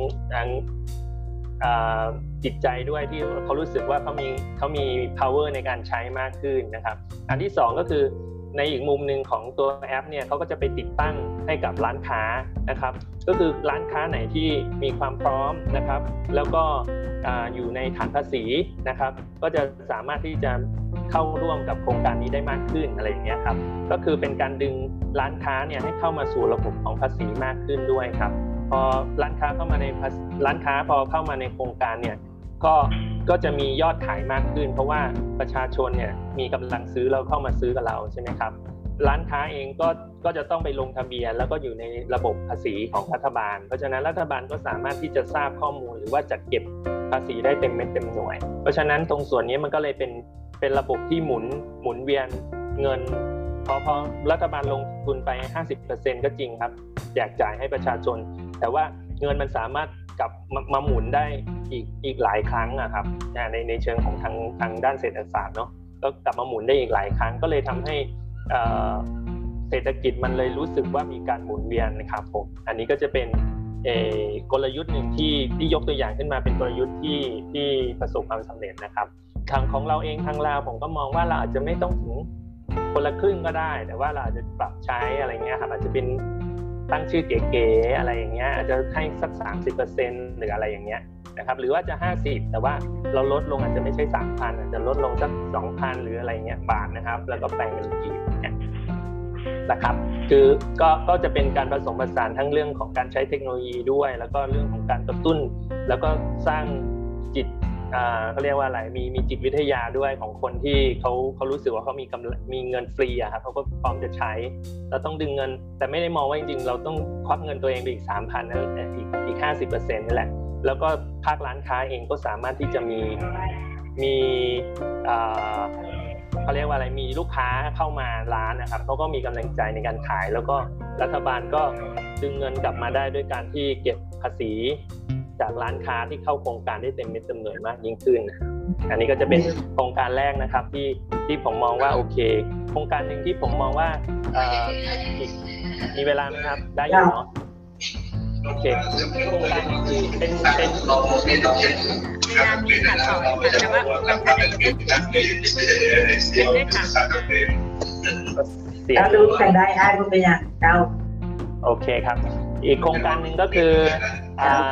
จิตใจด้วยที่เขารู้สึกว่าเขามีเขามี power ในการใช้มากขึ้นนะครับอันที่สองก็คือในอีกมุมหนึ่งของตัวแอปเนี่ยเขาก็จะไปติดตั้งให้กับร้านค้านะครับก็คือร้านค้าไหนที่มีความพร้อมนะครับแล้วก็อยู่ในฐานภาษีนะครับก็จะสามารถที่จะเข้าร่วมกับโครงการนี้ได้มากขึ้นอะไรอย่างเงี้ยครับก็คือเป็นการดึงร้านค้าเนี่ยให้เข้ามาสู่ระบบของภาษีมากขึ้นด้วยครับพอร้านค้าเข้ามาในร้านค้าพอเข้ามาในโครงการเนี่ยก็ก็จะมียอดขายมากขึ้นเพราะว่าประชาชนเนี่ยมีกำลังซื้อแล้วเข้ามาซื้อกับเราใช่ไหมครับร้านค้าเองก็ก็จะต้องไปลงทะเบียนแล้วก็อยู่ในระบบภาษีของรัฐบาลเพราะฉะนั้นรัฐบาลก็สามารถที่จะทราบข้อมูลหรือว่าจัดเก็บภาษีได้เต็มเม็ดเต็มหน่วยเพราะฉะนั้นตรงส่วนนี้มันก็เลยเป็นเป็นระบบที่หมุนหมุนเวียนเงินพอพอรัฐบาลลงทุนไป ห้าสิบเปอร์เซ็นต์ ก็จริงครับแจกจ่ายให้ประชาชนแต่ว่าเงินมันสามารถกลับมามาหมุนได้อีกอีกหลายครั้งนะครับในในเชิงของทางทางด้านเศรษฐศาสตร์เนาะก็กลับมาหมุนได้อีกหลายครั้งก็เลยทำให้เศรษฐกิจมันเลยรู้สึกว่ามีการหมุนเวียนนะครับผมอันนี้ก็จะเป็นกลยุทธ์หนึ่งที่ที่ยกตัวอย่างขึ้นมาเป็นกลยุทธ์ที่ที่ประสบความสำเร็จนะครับทางของเราเองทางลาวผมก็มองว่าเราอาจจะไม่ต้องถึงคนละครึ่งก็ได้แต่ว่าเราอาจจะปรับใช้อะไรเงี้ยครับอาจจะเป็นตั้งชื่อเก๋ๆอะไรอย่างเงี้ยอาจจะให้สัก สามสิบเปอร์เซ็นต์ หรืออะไรอย่างเงี้ยนะครับหรือว่าจะห้าสิบแต่ว่าเราลดลงอาจจะไม่ใช่ สามพัน อาจจะลดลงสัก สองพัน หรืออะไรเงี้ยบาทนะครับแล้วก็แปลงเป็นกีบเนี่ยนะครับคือก็ก็จะเป็นการผสมผสานทั้งเรื่องของการใช้เทคโนโลยีด้วยแล้วก็เรื่องของการกระตุ้นแล้วก็สร้างจิตอ่าเขาเรียกว่าอะไรมีมีจิตวิทยาด้วยของคนที่เขาเขารู้สึกว่าเขามีกำมีเงินฟรีอะครับเขาก็พร้อมจะใช้เราต้องดึงเงินแต่ไม่ได้มองว่าจริงๆเราต้องควักเงินตัวเองไปอีก สามพัน นั่นอีกอีก ห้าสิบเปอร์เซ็นต์ นี่แหละแล้วก็ภาคร้านค้าเองก็สามารถที่จะมีมีอ่าเขาเรียกว่าอะไรมีลูกค้าเข้ามาร้านนะครับเขาก็มีกำลังใจในการขายแล้วก็รัฐบาลก็ดึงเงินกลับมาได้ด้วยการที่เก็บภาษีจากร้านค้าที่เข้าโครงการได้เต็มเม็ดเต็มหน่วยมากยิ่งขึ้นอันนี้ก็จะเป็นโครงการแรกนะครับที่ที่ผมมองว่าโอเคโครงการหนึ่งที่ผมมองว่าเอ่อมีเวลาไหมครับได้อยู่เนาะโอเคโครงการที่เป็นเป็นเวลามีขาดต่อแต่ว่าบางท่านอาจจะไม่ได้ค่ะเสียงดูใครได้ได้ก็เป็นอย่างเจ้าโอเคครับอีกโครงการหนึ่งก็คืออ่า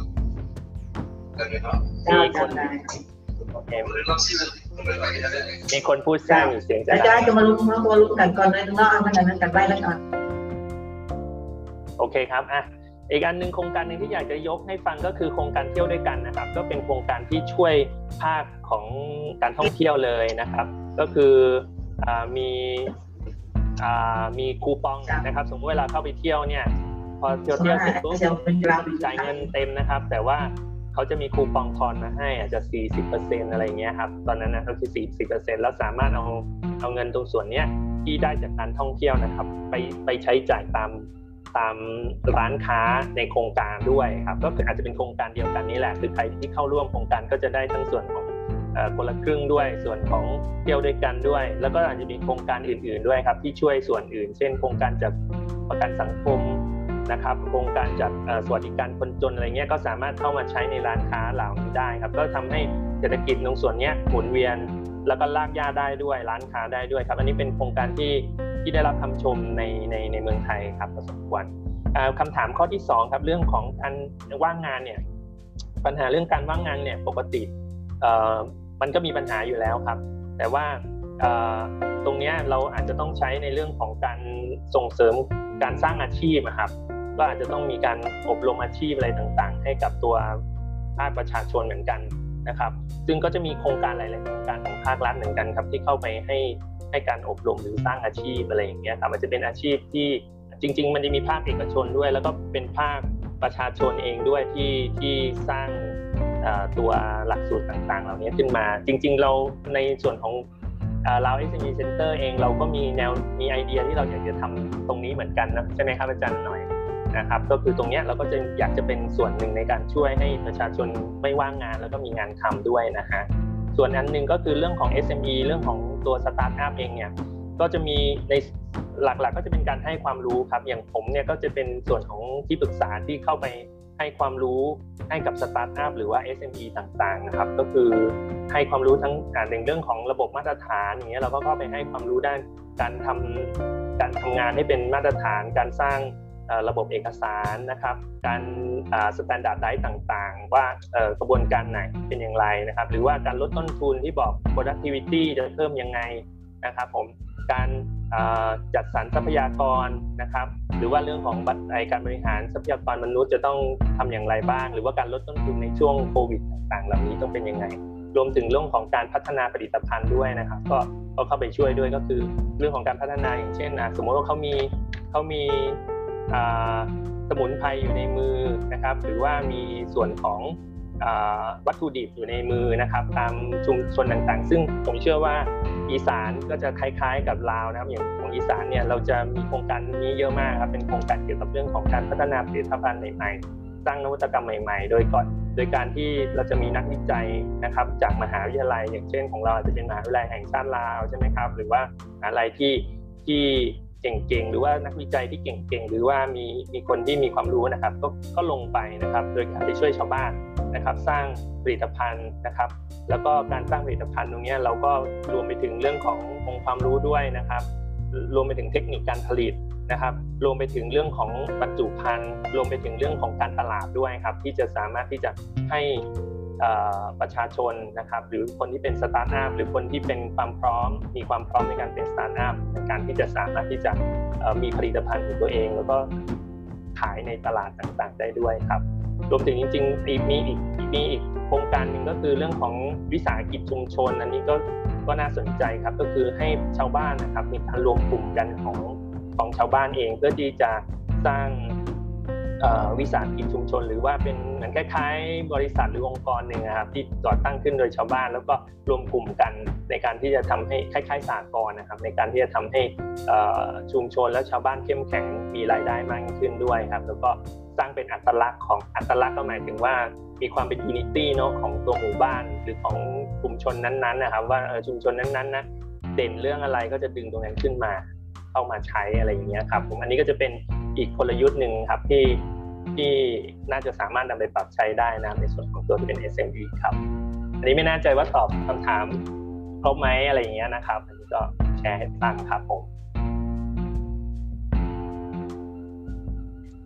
มีคนโอเคมีคนพูดแทรกอยู่เสียงจะดังอาจารย์จะมาลุ้นมาบอลุ้นกันก่อนเลยเนาะมันกันกันไปแล้วก่อนโอเคครับอ่ะอีกอันหนึ่งโครงการหนึ่งที่อยากจะยกให้ฟังก็คือโครงการเที่ยวด้วยกันนะครับก็เป็นโครงการที่ช่วยภาคของการท่องเที่ยวเลยนะครับก็คืออ่ามีอ่ามีคูปองนะครับสมมติเวลาเข้าไปเที่ยวเนี่ยพอเที่ยวเที่ยวเสร็จปุ๊บจ่ายเงินเต็มนะครับแต่ว่าเขาจะมีคูปองทอนมาให้อาจจะ สี่สิบเปอร์เซ็นต์ อะไรเงี้ยครับตอนนั้นนะก็คือ สี่สิบเปอร์เซ็นต์ แล้วสามารถเอาเอาเงินตรงส่วนเนี้ยที่ได้จากการท่องเที่ยวนะครับไปไปใช้จ่ายตามตามร้านค้าในโครงการด้วยครับก็คืออาจจะเป็นโครงการเดียวกันนี้แหละคือใครที่เข้าร่วมโครงการก็จะได้ทั้งส่วนของเอ่อคนละครึ่งด้วยส่วนของเที่ยวด้วยกันด้วยแล้วก็อาจจะมีโครงการอื่นๆด้วยครับที่ช่วยส่วนอื่นเช่นโครงการจากประกันสังคมนะครับโครงการจากสวัสดิการคนจนอะไรเงี้ยก็สามารถเข้ามาใช้ในร้านค้าเหล่านี้ได้ครับก็ทำให้เศรษฐกิจตรงส่วนนี้หมุนเวียนแล้วก็ลากย่าได้ด้วยร้านค้าได้ด้วยครับอันนี้เป็นโครงการที่ที่ได้รับคำชมในในในเมืองไทยครับพอสมควรคำถามข้อที่สองครับเรื่องของการว่างงานเนี่ยปัญหาเรื่องการว่างงานเนี่ยปกติมันก็มีปัญหาอยู่แล้วครับแต่ว่าตรงนี้เราอาจจะต้องใช้ในเรื่องของการส่งเสริมการสร้างอาชีพครับก็อาจจะต้องมีการอบรมอาชีพอะไรต่างๆให้กับตัวภาคประชาชนเหมือนกันนะครับซึ่งก็จะมีโครงการหลายๆโครงการของภาครัฐเหมือนกันครับที่เข้าไปให้ให้การอบรมหรือสร้างอาชีพอะไรอย่างเงี้ยครับมันจะเป็นอาชีพที่จริงๆมันจะมีภาคเอกชนด้วยแล้วก็เป็นภาคประชาชนเองด้วยที่ที่สร้างตัวหลักสูตรต่างๆเหล่านี้ขึ้นมาจริงๆเราในส่วนของเรา เอส เอ็ม อี Center เองเราก็มีแนวมีไอเดียที่เราอยากจะทำตรงนี้เหมือนกันนะใช่ไหมครับอาจารย์หน่อยนะครับก็คือตรงนี้เราก็จะอยากจะเป็นส่วนหนึ่งในการช่วยให้ประชาชนไม่ว่างงานแล้วก็มีงานทำด้วยนะฮะส่วนอันนึงก็คือเรื่องของ เอส เอ็ม อี เรื่องของตัวสตาร์ทอัพเองเนี่ยก็จะมีในหลักๆ ก็จะเป็นการให้ความรู้ครับอย่างผมเนี่ยก็จะเป็นส่วนของที่ปรึกษาที่เข้าไปให้ความรู้ให้กับสตาร์ทอัพหรือว่า เอส เอ็ม อี ต่างๆนะครับก็คือให้ความรู้ทั้งในเรื่องของระบบมาตรฐานอย่างเงี้ยเราก็เข้าไปให้ความรู้ด้านการทำการทำงานให้เป็นมาตรฐานการสร้างระบบเอกสารนะครับการสแตนดาร์ดไดซ์ต่างๆว่ากระบวนการไหนเป็นอย่างไรนะครับหรือว่าการลดต้นทุนที่บอก productivity จะเพิ่มยังไงนะครับผมการจัดสรรทรัพยากรนะครับหรือว่าเรื่องของการบริหารทรัพยากรมนุษย์จะต้องทำอย่างไรบ้างหรือว่าการลดต้นทุนในช่วงโควิดต่างๆเหล่านี้ต้องเป็นยังไงรวมถึงเรื่องของการพัฒนาผลิตภัณฑ์ด้วยนะครับก็ก็เข้าไปช่วยด้วยก็คือเรื่องของการพัฒนาอย่างเช่นสมมติว่าเขามีเขามีสมุนไพรอยู่ในมือนะครับหรือว่ามีส่วนของวัตถุดิบอยู่ในมือนะครับตามชุมชนต่างๆซึ่งผมเชื่อว่าอีสานก็จะคล้ายๆกับลาวนะครับอย่างของอีสานเนี่ยเราจะมีโครงการนี้เยอะมากครับเป็นโครงการเกี่ยวกับเรื่องของการพัฒนาผลิตภัณฑ์ใหม่ๆสร้างนวัตกรรมใหม่ๆโดยก่อนโดยการที่เราจะมีนักวิจัยนะครับจากมหาวิทยาลัยอย่างเช่นของเราจะเป็นมหาวิทยาลัยแห่งชาติลาวใช่ไหมครับหรือว่าอะไรที่ที่เก่งๆหรือว่านักวิจัยที่เก่งๆหรือว่ามีมีคนที่มีความรู้นะครับก็ก็ลงไปนะครับโดยการไปช่วยชาวบ้านนะครับสร้างผลิตภัณฑ์นะครับแล้วก็การสร้างผลิตภัณฑ์ตรงนี้เราก็รวมไปถึงเรื่องขององค์ความรู้ด้วยนะครับรวมไปถึงเทคนิคการผลิตนะครับรวมไปถึงเรื่องของบรรจุภัณฑ์รวมไปถึงเรื่องของการตลาดด้วยครับที่จะสามารถที่จะให้ประชาชนนะครับหรือคนที่เป็นสตาร์ทอัพหรือคนที่เป็นความพร้อมมีความพร้อมในการเป็นสตาร์ทอัพในการที่จะสามารถที่จะมีผลิตภัณฑ์ของตัวเองแล้วก็ขายในตลาดต่างๆได้ด้วยครับรวมถึงจริงๆมีอีกมีอีกโครงการหนึ่งก็คือเรื่องของวิสาหกิจชุมชนอันนี้ก็ก็น่าสนใจครับก็คือให้ชาวบ้านนะครับมีการรวมกลุ่มกันของของชาวบ้านเองเพื่อที่จะสร้างวิสาหกิจชุมชนหรือว่าเป็นเหมือนคล้ายๆบริษัทหรือองค์กรหนึ่งนะครับที่ก่อตั้งขึ้นโดยชาวบ้านแล้วก็รวมกลุ่มกันในการที่จะทำให้คล้ายๆสหกรณ์นะครับในการที่จะทำให้ชุมชนและชาวบ้านเข้มแข็งมีรายได้มากขึ้นด้วยครับแล้วก็สร้างเป็นอัตลักษณ์ของอัตลักษณ์ก็หมายถึงว่ามีความเป็นยูนิตี้เนาะของตัวหมู่บ้านหรือของกลุ่มชนนั้นๆนะครับว่าชุมชนนั้นๆนะเด่นเรื่องอะไรก็จะดึงตรงนั้นขึ้นมาเข้ามาใช้อะไรอย่างเงี้ยครับผมอันนี้ก็จะเป็นอีกกลยุทธ์หนึ่งครับที่ที่น่าจะสามารถนำไปปรับใช้ได้นะในส่วนของตัวที่เป็น เอส เอ็ม อี ครับอันนี้ไม่แน่ใจว่าตอบคำถามครบไหมอะไรอย่างเงี้ยนะครับอันนี้ก็แชร์ให้ฟังครับผม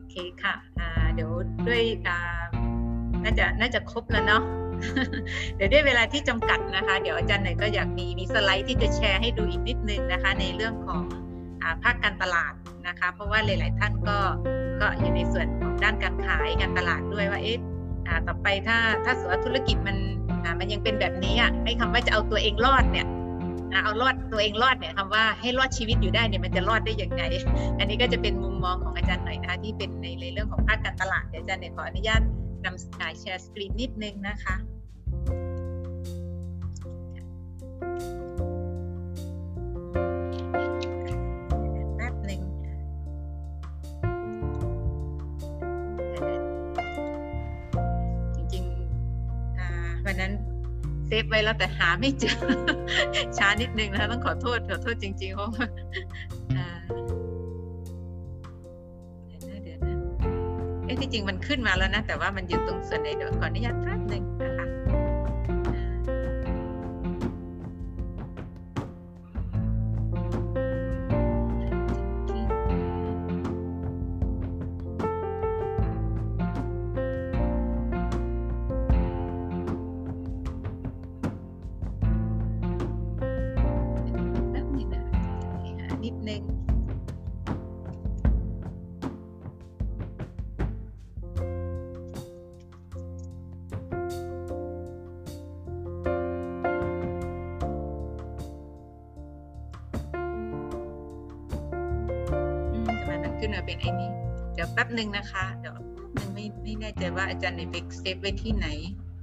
เคค่ะอ่าเดี๋ยวด้วยอ่าน่าจะน่าจะครบแล้วเนาะ เดี๋ยวด้วยเวลาที่จำกัดนะคะเดี๋ยวอาจารย์หน่อยก็อยากมีมีสไลด์ที่จะแชร์ให้ดูอีกนิดนึงนะคะในเรื่องของอ่าภาคการตลาดนะคะเพราะว่าหลายๆท่านก็ก็อยู่ในส่วนของด้านการขายการตลาดด้วยว่าเอ๊ะอ่าต่อไปถ้าถ้าสมมติว่าธุรกิจมันอ่ามันยังเป็นแบบนี้อ่ะให้คำว่าจะเอาตัวเองรอดเนี่ยเอารอดตัวเองรอดเนี่ยคำว่าให้รอดชีวิตอยู่ได้เนี่ยมันจะรอดได้ยังไง อันนี้ก็จะเป็นมุมมองของอาจารย์หน่อยนะคะที่เป็นในเรื่องของภาคการตลาดเดี๋ยวอาจารย์เนี่ยขออนุญาตนำแชร์สกรีนนิดนึงนะคะแป๊บนึงจริงๆวันนั้นเซฟไว้แล้วแต่หาไม่เจอ ช้านิดนึงนะคะต้องขอโทษขอโทษจริงๆเพราะว่าที่จริงมันขึ้นมาแล้วนะแต่ว่ามันอยู่ตรงส่วนไหนเดี๋ยวขออนุญาตแป๊บนึงนะคะแป๊บนึงนะนิดนึงขึ้นมาเป็นไอ้นี่เดี๋ยวแป๊บหนึ่งนะคะเดี๋ยวแป๊บนึงไม่ไม่แน่ใจว่าอาจารย์ในเบกเซฟไว้ที่ไหน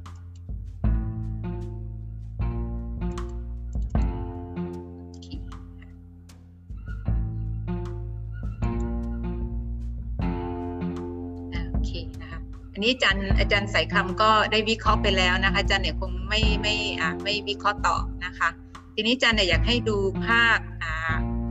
โอเคนะคะอันนี้อาจารย์อาจารย์สายคำก็ได้วิเคราะห์ไปแล้วนะคะอาจารย์เนี่ยคงไม่ไม่อ่าไม่วิเคราะห์ต่อนะคะทีนี้อาจารย์เนี่ยอยากให้ดูภาพอ่า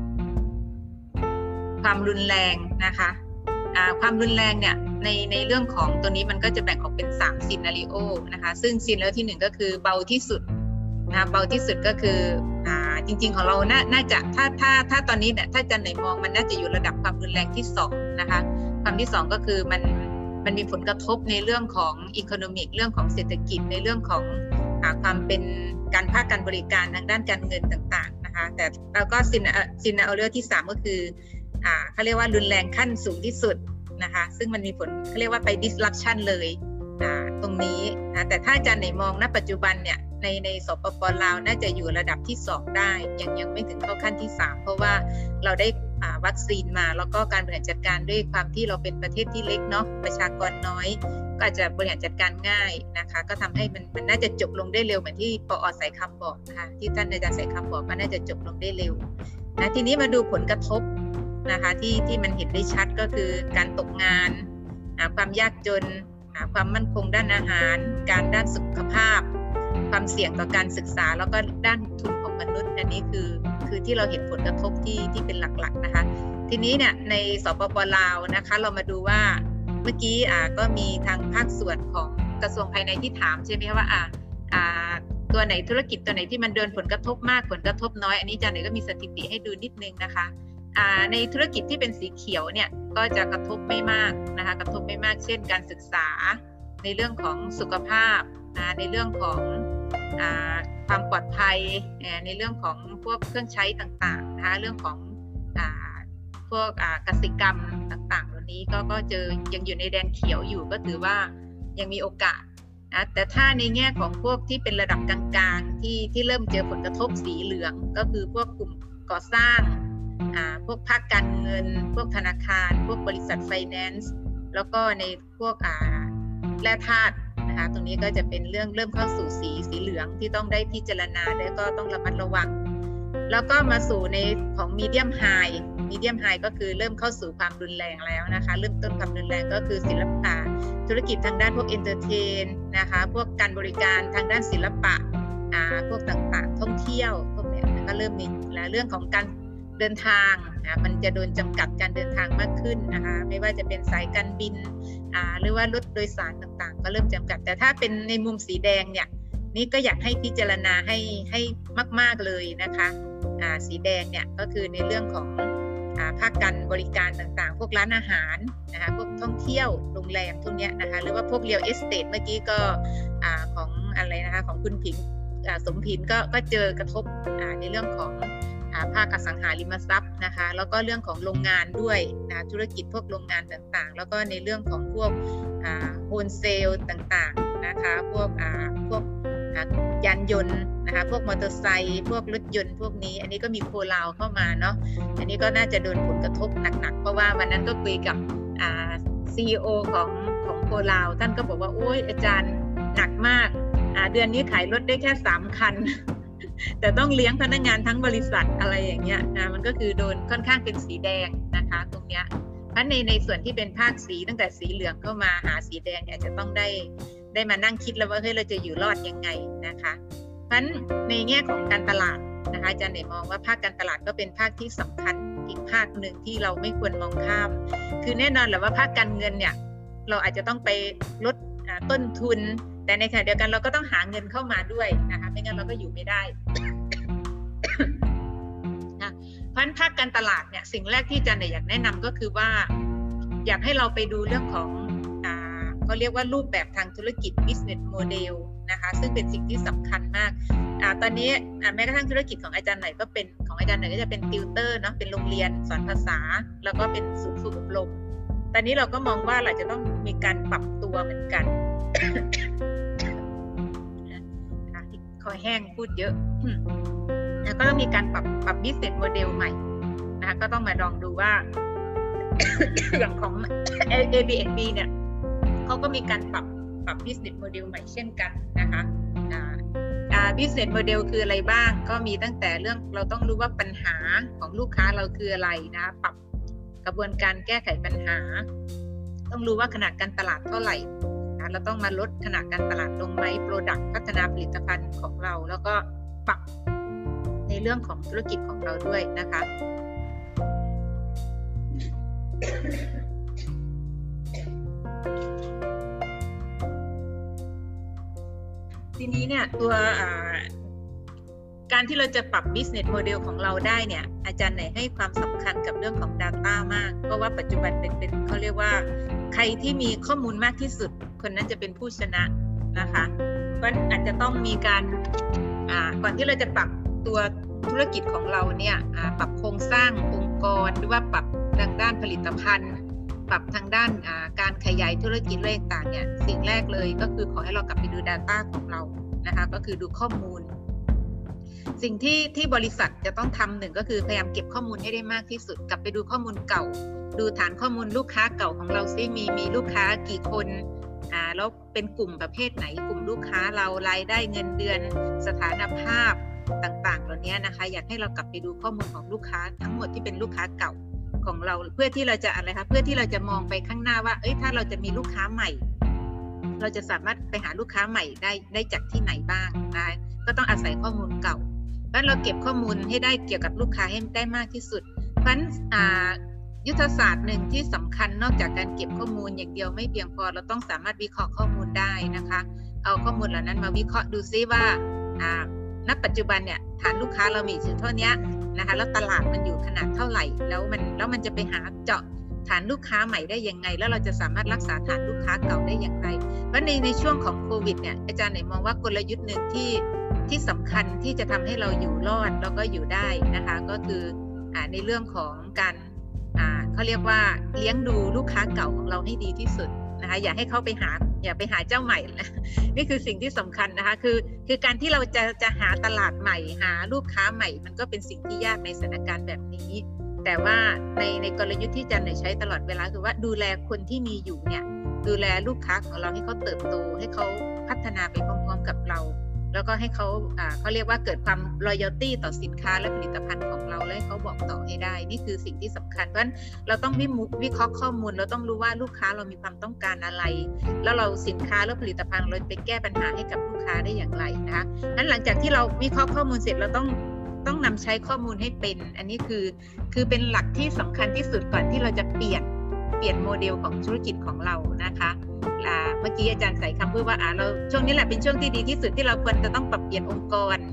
ความรุนแรงนะคะความรุนแรงเนี่ยในในเรื่องของตัวนี้มันก็จะแบ่งออกเป็นสามซีนาริโอนะคะซึ่งซีนาริโอที่หนึ่งก็คือเบาที่สุดนะเบาที่สุดก็คืออ่าจริงๆของเราน่าน่าจะถ้าถ้าถ้าตอนนี้เนี่ยถ้าอาจารย์ไหนมองมันน่าจะอยู่ระดับความรุนแรงที่สองนะคะความที่สองก็คือมันมันมีผลกระทบในเรื่องของอีโคโนมิกเรื่องของเศรษฐกิจในเรื่องของอ่าความเป็นการภาคการบริการทางด้านการเงินต่างๆนะคะแต่แล้วก็ซีนาซีนาริโอที่สามก็คืออ่าเขาเรียกว่ารุนแรงขั้นสูงที่สุดนะคะซึ่งมันมีผลเขาเรียกว่าไป disruption เลยอ่าตรงนี้นะแต่ถ้าอาจารย์ไหนมองณปัจจุบันเนี่ยในในสปป.ลาวน่าจะอยู่ระดับที่สองได้ยังยังไม่ถึงเข้าขั้นที่สามเพราะว่าเราได้อ่าวัคซีนมาแล้วก็การบริหารจัดการด้วยความที่เราเป็นประเทศที่เล็กเนาะประชากรน้อยก็อาจจะบริหารจัดการง่ายนะคะก็ทำให้มันมันน่าจะจบลงได้เร็วเหมือนที่ปอ.สายคำบอกนะคะที่ท่านอาจารย์สายคำบอกว่าน่าจะจบลงได้เร็วนะทีนี้มาดูผลกระทบนะคะที่ที่มันเห็นได้ชัดก็คือการตกงานความยากจนความมั่นคงด้านอาหารการด้านสุขภาพความเสี่ยงต่อการศึกษาแล้วก็ด้านทุนของมนุษย์อันนี้คือคือที่เราเห็นผลกระทบที่ที่เป็นหลักๆนะคะทีนี้เนี่ยในสปป.ลาวนะคะเรามาดูว่าเมื่อกี้อ่าก็มีทางภาคส่วนของกระทรวงภายในที่ถามใช่ไหมคะว่าอ่าอ่าตัวไหนธุรกิจตัวไหนที่มันเดินผลกระทบมากผลกระทบน้อยอันนี้อาจารย์ก็มีสถิติให้ดูนิดนึงนะคะในธุรกิจที่เป็นสีเขียวเนี่ยก็จะกระทบไม่มากนะคะกระทบไม่มากเช่นการศึกษาในเรื่องของสุขภาพในเรื่องของความปลอดภัยในเรื่องของพวกเครื่องใช้ต่างๆนะคะเรื่องของพวกกสิกรรมต่างๆเหล่านี้ก็ก็เจอยังอยู่ในแดนเขียวอยู่ก็ถือว่ายังมีโอกาสนะแต่ถ้าในแง่ของพวกที่เป็นระดับกลางๆที่ที่เริ่มเจอผลกระทบสีเหลืองก็คือพวกกลุ่มก่อสร้างพวกภาคการเงินพวกธนาคารพวกบริษัทไฟแนนซ์แล้วก็ในพวกแร่ธาตุนะคะตรงนี้ก็จะเป็นเรื่องเริ่มเข้าสู่สีสีเหลืองที่ต้องได้พิจารณาและก็ต้องระมัดระวังแล้วก็มาสู่ในของมีเดียมไฮมีเดียมไฮก็คือเริ่มเข้าสู่ความรุนแรงแล้วนะคะเริ่มต้นความรุนแรงก็คือศิลปะธุรกิจทางด้านพวกเอนเตอร์เทนนะคะพวกการบริการทางด้านศิลปะพวกต่างๆท่องเที่ยวพวกนี้ก็เริ่มมีเรื่องของการเดินทางนะมันจะโดนจำกัดการเดินทางมากขึ้นนะคะไม่ว่าจะเป็นสายการบินอ่าหรือว่ารถโดยสารต่างๆก็เริ่มจำกัดแต่ถ้าเป็นในมุมสีแดงเนี่ยนี่ก็อยากให้พิจารณาให้ให้มากๆเลยนะคะอ่าสีแดงเนี่ยก็คือในเรื่องของภาคการบริการต่างๆพวกร้านอาหารนะคะพวกท่องเที่ยวโรงแรมทุกเนี้ยนะคะหรือว่าพวก real estate เมื่อกี้ก็ของอะไรนะคะของคุณผิงสมผินก็ก็เจอกระทบในเรื่องของภาคอสังหาริมทรัพย์นะคะแล้วก็เรื่องของโรงงานด้วยนะธุรกิจพวกโรงงานต่างๆแล้วก็ในเรื่องของพวกโฮลเซลต่างๆนะคะพวกพวกยานยนต์นะคะพวกมอเตอร์ไซค์พวกรถยนต์พวกนี้อันนี้ก็มีโคลาวเข้ามาเนาะอันนี้ก็น่าจะโดนผลกระทบหนักๆเพราะว่าวันนั้นก็คุยกับซีอีโอของของโคลาวท่านก็บอกว่าโอ้ยอาจารย์หนักมากเดือนนี้ขายรถได้แค่สามคันแต่ต้องเลี้ยงพนักงานทั้งบริษัทอะไรอย่างเงี้ยนะมันก็คือโดนค่อนข้างเป็นสีแดงนะคะตรงเนี้ยเพราะในในส่วนที่เป็นภาคสีตั้งแต่สีเหลืองเข้ามาหาสีแดงเนี่ยจะต้องได้ได้มานั่งคิดแล้วว่าเฮ้ยเราจะอยู่รอดยังไงนะคะเพราะฉะนั้นในแง่ของการตลาดนะคะอาจารย์ไหนมองว่าภาคการตลาดก็เป็นภาคที่สำคัญอีกภาคหนึ่งที่เราไม่ควรมองข้ามคือแน่นอนแหละว่าภาคการเงินเนี่ยเราอาจจะต้องไปลดต้นทุนแต่ในขณะเดียวกันเราก็ต้องหาเงินเข้ามาด้วยนะคะไม่งั้นเราก็อยู่ไม่ได้ นะเพราะฉะนั้นภาคการตลาดเนี่ยสิ่งแรกที่อาจารย์อยากแนะนำก็คือว่าอยากให้เราไปดูเรื่องของอ่าเขาเรียกว่ารูปแบบทางธุรกิจ business model นะคะซึ่งเป็นสิ่งที่สำคัญมากอ่าตอนนี้อ่าแม้กระทั่งธุรกิจของอาจารย์ไหนก็เป็นของอาจารย์ไหนก็จะเป็นติวเตอร์เนาะเป็นโรงเรียนสอนภาษาแล้วก็เป็นศูนย์ฝึกอบรมตอนนี้เราก็มองว่าเราจะต้องมีการปรับตัวเหมือนกัน คอแห้งพูดเยอะแล้วก็ต้องมีการปรับปรับ business model ใหม่นะคะก็ต้องมาลองดูว่า อย่างของ Airbnb เนี่ยเขาก็มีการปรับปรับ business model ใหม่เช่นกันนะคะอ่า business model คืออะไรบ้างก็มีตั้งแต่เรื่องเราต้องรู้ว่าปัญหาของลูกค้าเราคืออะไรนะปรับกระบวนการแก้ไขปัญหาต้องรู้ว่าขนาดการตลาดเท่าไหร่เราต้องมาลดขนาดการตลาดลงไหม Product พัฒนาผลิตภัณฑ์ของเราแล้วก็ปรับในเรื่องของธุรกิจของเราด้วยนะคะทีนี้เนี่ยตัวการที่เราจะปรับ business model ของเราได้เนี่ยอาจารย์ไหนให้ความสำคัญกับเรื่องของ data มากเพราะว่าปัจจุบันเป็นเป็นเขาเรียกว่าใครที่มีข้อมูลมากที่สุดคนนั้นจะเป็นผู้ชนะนะคะก็อาจจะต้องมีการก่อนที่เราจะปรับตัวธุรกิจของเราเนี่ยปรับโครงสร้างองค์กรหรือว่าปรับทางด้านผลิตภัณฑ์ปรับทางด้านการขยายธุรกิจอะไรต่างๆเนี่ยสิ่งแรกเลยก็คือขอให้เรากลับไปดู data ของเรานะคะก็คือดูข้อมูลสิ่งที่ที่บริษัทจะต้องทำหนึ่งก็คือพยายามเก็บข้อมูลให้ได้มากที่สุดกลับไปดูข้อมูลเก่าดูฐานข้อมูลลูกค้าเก่าของเราซิมีมีลูกค้ากี่คนอ่าแล้วเป็นกลุ่มประเภทไหนกลุ่มลูกค้าเรารายได้เงินเดือนสถานภาพต่างๆเหล่านี้นะคะอยากให้เรากลับไปดูข้อมูลของลูกค้าทั้งหมดที่เป็นลูกค้าเก่าของเราเพื่อที่เราจะอะไรคะเพื่อที่เราจะมองไปข้างหน้าว่าเอ้ยถ้าเราจะมีลูกค้าใหม่เราจะสามารถไปหาลูกค้าใหม่ได้ได้จากที่ไหนบ้างนะก็ต้องอาศัยข้อมูลเก่าเพราะเราเก็บข้อมูลให้ได้เกี่ยวกับลูกค้าให้ได้มากที่สุดเพราะฉะนั้นยุทธศาสตร์หนึ่งที่สำคัญนอกจากการเก็บข้อมูลอย่างเดียวไม่เพียงพอเราต้องสามารถวิเคราะห์ข้อมูลได้นะคะเอาข้อมูลเหล่านั้นมาวิเคราะห์ดูซิว่าณปัจจุบันเนี่ยฐานลูกค้าเรามีอยู่เท่านี้นะคะแล้วตลาดมันอยู่ขนาดเท่าไหร่แล้วมันแล้วมันจะไปหาเจาะฐานลูกค้าใหม่ได้ยังไงแล้วเราจะสามารถรักษาฐานลูกค้าเก่าได้อย่างไรเพราะในในช่วงของโควิดเนี่ยอาจารย์ไหนมองว่ากลยุทธ์หนึ่งที่ที่สำคัญที่จะทำให้เราอยู่รอดแล้วก็อยู่ได้นะคะก็คือในเรื่องของการเขาเรียกว่าเลี้ยงดูลูกค้าเก่าของเราให้ดีที่สุดนะคะอย่าให้เขาไปหาอย่าไปหาเจ้าใหม่นะนี่คือสิ่งที่สำคัญนะคะคือคือการที่เราจะจะหาตลาดใหม่หาลูกค้าใหม่มันก็เป็นสิ่งที่ยากในสถานการณ์แบบนี้แต่ว่าในในกลยุทธ์ที่อาจารย์ใช้ตลอดเวลาคือว่าดูแลคนที่มีอยู่เนี่ยดูแลลูกค้าของเราให้เขาเติบโตให้เขาพัฒนาไปพร้อมๆกับเราแล้วก็ให้เขาอ่าเขาเรียกว่าเกิดความ loyalty ต่อสินค้าและผลิตภัณฑ์ของเราและให้เขาบอกต่อให้ได้นี่คือสิ่งที่สำคัญเพราะฉะนั้นเราต้องวิเคราะห์ข้อมูลเราต้องรู้ว่าลูกค้าเรามีความต้องการอะไรแล้วเราสินค้าและผลิตภัณฑ์เราไปแก้ปัญหาให้กับลูกค้าได้อย่างไรนะคะนั้นหลังจากที่เราวิเคราะห์ข้อมูลเสร็จเราต้องต้องนำใช้ข้อมูลให้เป็นอันนี้คือคือเป็นหลักที่สำคัญที่สุดก่อนที่เราจะเปลี่ยนเปลี่ยนโมเดลของธุรกิจของเรานะคะเมื่อกี้อาจารย์ใส่คำพูดว่าอ่าเราช่วงนี้แหละเป็นช่วงที่ดีที่สุดที่เราควรจะต้องปรับเปลี่ยนองค์กร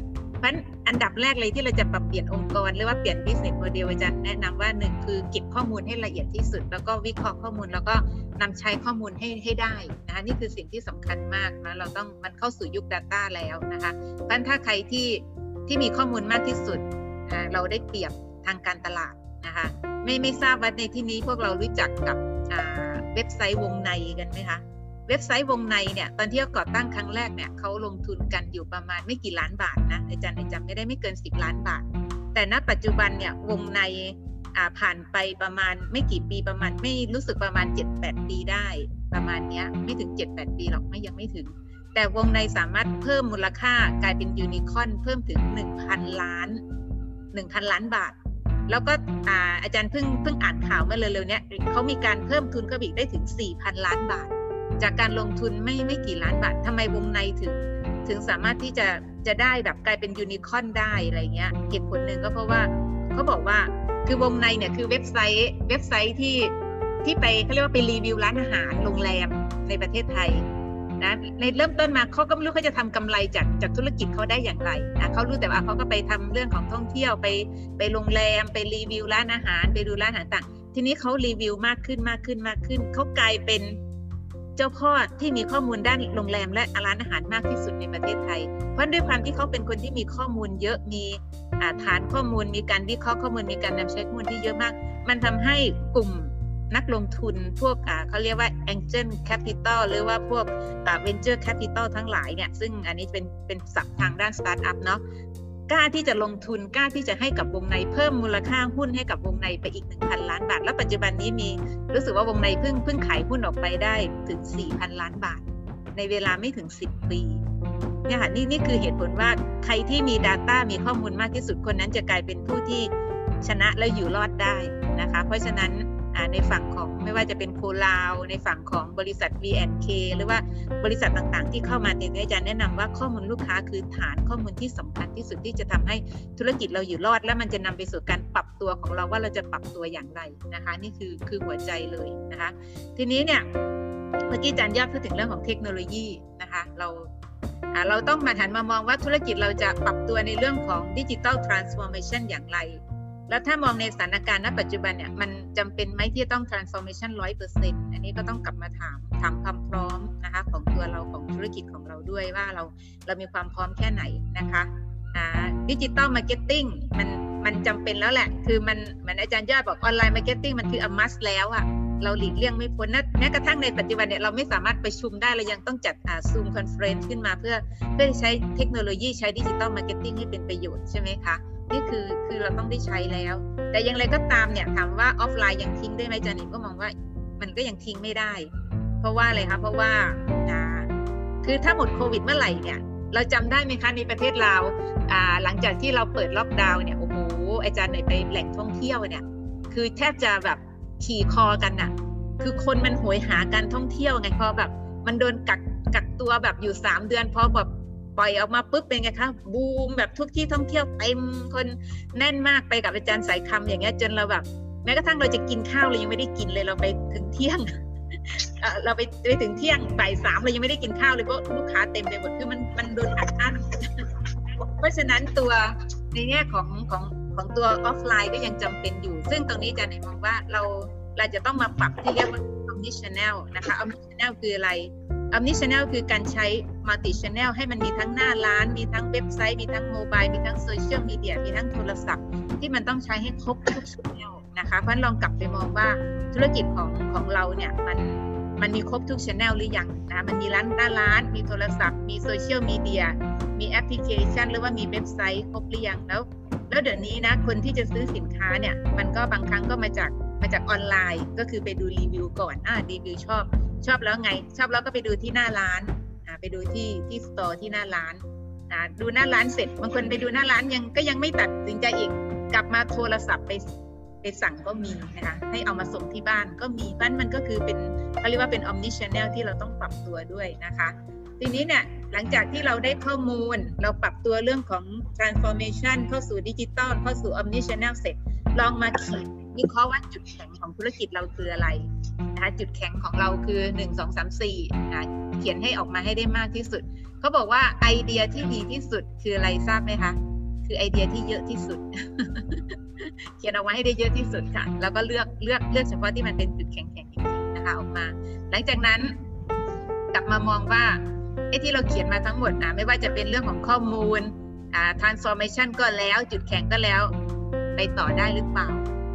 เพราะฉะนั้นอันดับแรกเลยที่เราจะปรับเปลี่ยนองค์กรหรือว่าเปลี่ยน business model อาจารย์แนะนำว่าหนึ่งคือเก็บข้อมูลให้ละเอียดที่สุดแล้วก็วิเคราะห์ข้อมูลแล้วก็นำใช้ข้อมูลให้ให้ได้นะคะนี่คือสิ่งที่สำคัญมากนะเราต้องมันเข้าสู่ยุค data แล้วนะคะเพราะฉะนั้นถ้าใครที่ที่มีข้อมูลมากที่สุดนะเราได้เปรียบทางการตลาดนะคะไม่ไม่ทราบว่าในที่นี้พวกเรารู้จักกับเว็บไซต์วงในกันไหมคะเว็บไซต์วงในเนี่ยตอนที่เขาก่อตั้งครั้งแรกเนี่ยเขาลงทุนกันอยู่ประมาณไม่กี่ล้านบาทนะอาจารย์จำไม่ได้ไม่เกินสิบล้านบาทแต่ณปัจจุบันเนี่ยวงในผ่านไปประมาณไม่กี่ปีประมาณไม่รู้สึกประมาณ เจ็ดแปด ปีได้ประมาณเนี้ยไม่ถึง เจ็ดแปด ปีหรอกไม่ยังไม่ถึงแต่วงในสามารถเพิ่มมูลค่ากลายเป็นยูนิคอร์นเพิ่มถึง หนึ่งพัน ล้าน หนึ่งพัน ล้านบาทแล้วก็อ่าอาจารย์เพิ่งเพิ่งอ่านข่าวเมื่อเร็วๆเนี้ยเขามีการเพิ่มทุนเข้าไปอีกได้ถึง สี่พัน ล้านบาทจากการลงทุนไม่ไม่กี่ล้านบาททำไมวงในถึงถึงสามารถที่จะจะได้แบบกลายเป็นยูนิคอร์นได้อะไรเงี้ยเหตุผลหนึ่งก็เพราะว่าเขาบอกว่าคือวงในเนี่ยคือเว็บไซต์เว็บไซต์ที่ที่ไปเขาเรียกว่าไปรีวิวร้านอาหารโรงแรมในประเทศไทยนะในเริ่มต้นมาเขาก็ไม่รู้เขาจะทำกำไรจากจากธุรกิจเขาได้อย่างไรนะเขารู้แต่ว่าเขาก็ไปทำเรื่องของท่องเที่ยวไปไปโรงแรมไปรีวิวร้านอาหารไปดูร้านอาหารต่างทีนี้เขารีวิวมากขึ้นมากขึ้นมากขึ้นเขากลายเป็นเจ้าพ่อที่มีข้อมูลด้านโรงแรมและร้านอาหารมากที่สุดในประเทศไทยเพราะด้วยความที่เขาเป็นคนที่มีข้อมูลเยอะมีฐานข้อมูลมีการวิเคราะห์ข้อมูลมีการนำใช้ข้อมูลที่เยอะมากมันทำให้กลุ่มนักลงทุนพวกเขาเรียกว่า Angel Capital หรือว่าพวก Venture Capital ทั้งหลายเนี่ยซึ่งอันนี้เป็นเป็นศัพท์ทางด้านสตาร์ทอัพเนาะกล้าที่จะลงทุนกล้าที่จะให้กับวงในเพิ่มมูลค่าหุ้นให้กับวงในไปอีก หนึ่งพัน ล้านบาทแล้วปัจจุบันนี้มีรู้สึกว่าวงในเพิ่งเพิ่งขายหุ้นออกไปได้ถึง สี่พัน ล้านบาทในเวลาไม่ถึงสิบปีเนี่ยค่ะนี่นี่คือเหตุผลว่าใครที่มี Data มีข้อมูลมากที่สุดคนนั้นจะกลายเป็นผู้ที่ชนะและอยู่รอดได้นะคะเพราะฉะนั้นในฝั่งของไม่ว่าจะเป็นโคลาวในฝั่งของบริษัท วี แอนด์ เค หรือว่าบริษัทต่างๆที่เข้ามาในอาจารย์แนะนำว่าข้อมูลลูกค้าคือฐานข้อมูลที่สำคัญที่สุดที่จะทำให้ธุรกิจเราอยู่รอดและมันจะนำไปสู่การปรับตัวของเราว่าเราจะปรับตัวอย่างไรนะคะนี่คือคือหัวใจเลยนะคะทีนี้เนี่ยเมื่อกี้อาจารย์ยอดพูดถึงเรื่องของเทคโนโลยีนะคะเราเราต้องมาหันมามองว่าธุรกิจเราจะปรับตัวในเรื่องของดิจิทัลทรานส์ฟอร์เมชันอย่างไรแล้วถ้ามองในสถานการณ์ณปัจจุบันเนี่ยมันจำเป็นไหมที่จะต้อง transformation ร้อยเปอร์เซ็นต์ อันนี้ก็ต้องกลับมาถามถามความพร้อมนะคะของตัวเราของธุรกิจของเราด้วยว่าเราเรามีความพร้อมแค่ไหนนะคะอ่าดิจิตอลมาร์เก็ตติ้งมันมันจำเป็นแล้วแหละคือมันเหมือนอาจารย์ยอดบอกออนไลน์มาร์เก็ตติ้งมันคือ a must แล้วอะเราหลีกเลี่ยงไม่พ้นนะแม้กระทั่งในปัจจุบันเนี่ยเราไม่สามารถประชุมได้เรายังต้องจัดอ่า Zoom Conference ขึ้นมาเพื่อเพื่อใช้เทคโนโลยีใช้ดิจิตอลมาร์เก็ตติ้งให้เป็นประโยชน์ใช่ไหมคะนี่คือคือเราต้องได้ใช้แล้วแต่อย่างไรก็ตามเนี่ยถามว่าออฟไลน์ยังทิ้งได้ไหมอาจารย์นิมก็มองว่ามันก็ยังทิ้งไม่ได้เพราะว่าอะไรคะเพราะว่าคือถ้าหมดโควิดเมื่อไหร่เนี่ยเราจำได้ไหมคะในประเทศลาวหลังจากที่เราเปิดล็อกดาวน์เนี่ยโอ้โหอาจารย์ไปแหล่งท่องเที่ยวเนี่ยคือแทบจะแบบขี่คอกันน่ะคือคนมันโหยหาการท่องเที่ยวไงพอแบบมันโดนกักกักตัวแบบอยู่สามเดือนพอแบบปล่อยออกมาปุ๊บเป็นไงคะบูมแบบทุกที่ท่องเที่ยวเต็มคนแน่นมากไปกับอาจารย์สายคำอย่างเงี้ยจนเราแบบแม้กระทั่งเราจะกินข้าวเรายังไม่ได้กินเลยเราไปถึงเที่ยง เราไปไปถึงเที่ยงบ่ายสามเรายังไม่ได้กินข้าวเลยเพราะลูกค้าเต็มไปหมดคือมันมันโดนอัดอั้น เพราะฉะนั้นตัวในแง่ของของของตัวออฟไลน์ก็ยังจำเป็นอยู่ซึ่งตรงนี้อาจารย์มองว่าเราเราจะต้องมาปรับที่เรียกว่า omnichannel นะคะ omnichannel คืออะไรOmnichannel คือการใช้ Multi Channel ให้มันมีทั้งหน้าร้านมีทั้งเว็บไซต์มีทั้งโมบายมีทั้งโซเชียลมีเดียมีทั้งโทรศัพท์ที่มันต้องใช้ให้ครบทุก Channel นะคะเพราะฉะนั้นลองกลับไปมองว่าธุรกิจของของเราเนี่ยมันมันมีครบทุก Channel หรือยังนะมันมีร้านหน้าร้านมีโทรศัพท์มีโซเชียลมีเดียมีแอปพลิเคชันหรือว่ามีเว็บไซต์ครบหรือยังแล้วแล้วเดี๋ยวนี้นะคนที่จะซื้อสินค้าเนี่ยมันก็บางครั้งก็มาจากมาจากออนไลน์ก็คือไปดูรีวิวก่อนอ่ารีวิวชอบชอบแล้วไงชอบแล้วก็ไปดูที่หน้าร้านอ่าไปดูที่ที่สตอร์ที่หน้าร้านอ่าดูหน้าร้านเสร็จบางคนไปดูหน้าร้านยังก็ยังไม่ตัดสินใจอีกกลับมาโทรศัพท์ไปไปสั่งก็มีนะคะให้เอามาส่งที่บ้านก็มีบ้านมันก็คือเป็นเขาเรียกว่าเป็น omnichannel ที่เราต้องปรับตัวด้วยนะคะทีนี้เนี่ยหลังจากที่เราได้ข้อมูลเราปรับตัวเรื่องของ transformation เข้าสู่ดิจิตอลเข้าสู่ omnichannel เสร็จลองมาคิดวิเคราะห์ว่าจุดแข็งของธุรกิจเราคืออะไรนะคะจุดแข็งของเราคือหนึ่ง สอง สาม สี่นะเขียนให้ออกมาให้ได้มากที่สุดเขาบอกว่าไอเดียที่ดีที่สุดคืออะไรทราบไหมคะคือไอเดียที่เยอะที่สุด เขียนออกมาให้ได้เยอะที่สุดค่ะแล้วก็เลือกเลือกเลือกเฉพาะที่มันเป็นจุดแข็งๆจริงๆนะคะออกมาหลังจากนั้นกลับมามองว่าไอ้ที่เราเขียนมาทั้งหมดนะไม่ว่าจะเป็นเรื่องของข้อมูลอ่า transformation ก็แล้วจุดแข็งก็แล้วไปต่อได้หรือเปล่า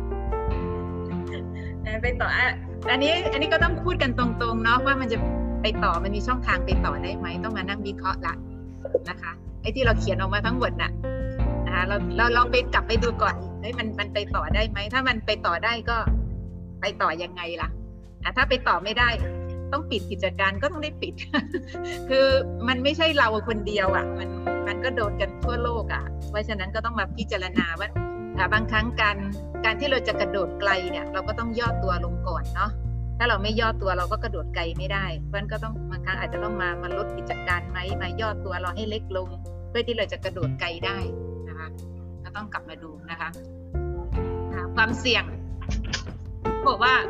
ไปต่ออันนี้อันนี้ก็ต้องพูดกันตรงๆเนาะว่ามันจะไปต่อมันมีช่องทางไปต่อได้ไหมต้องมานั่งวิเคราะห์ละนะคะไอ้ที่เราเขียนออกมาทั้งหมดน่ะนะคะเราเราลองไปกลับไปดูก่อนเฮ้ยมันมันไปต่อได้ไหมถ้ามันไปต่อได้ก็ไปต่อยังไงล่ะถ้าไปต่อไม่ได้ต้องปิดกิจการก็ต้องได้ปิด คือมันไม่ใช่เราคนเดียวอ่ะมันมันก็โดนกันทั่วโลกอ่ะเพราะฉะนั้นก็ต้องมาพิจารณาว่าบางครั้งการการที่เราจะกระโดดไกลเนี่ยเราก็ต้องย่อตัวลงก่อนเนาะถ้าเราไม่ย่อตัวเราก็กระโดดไกลไม่ได้เพราะฉะนั้นก็ต้องบางครั้งอาจจะต้องมามาลดกิจการไหมมาย่อตัวเราให้เล็กลงเพื่อที่เราจะกระโดดไกลได้นะคะก็ต้องกลับมาดูนะคะความเสี่ยงบอกว่า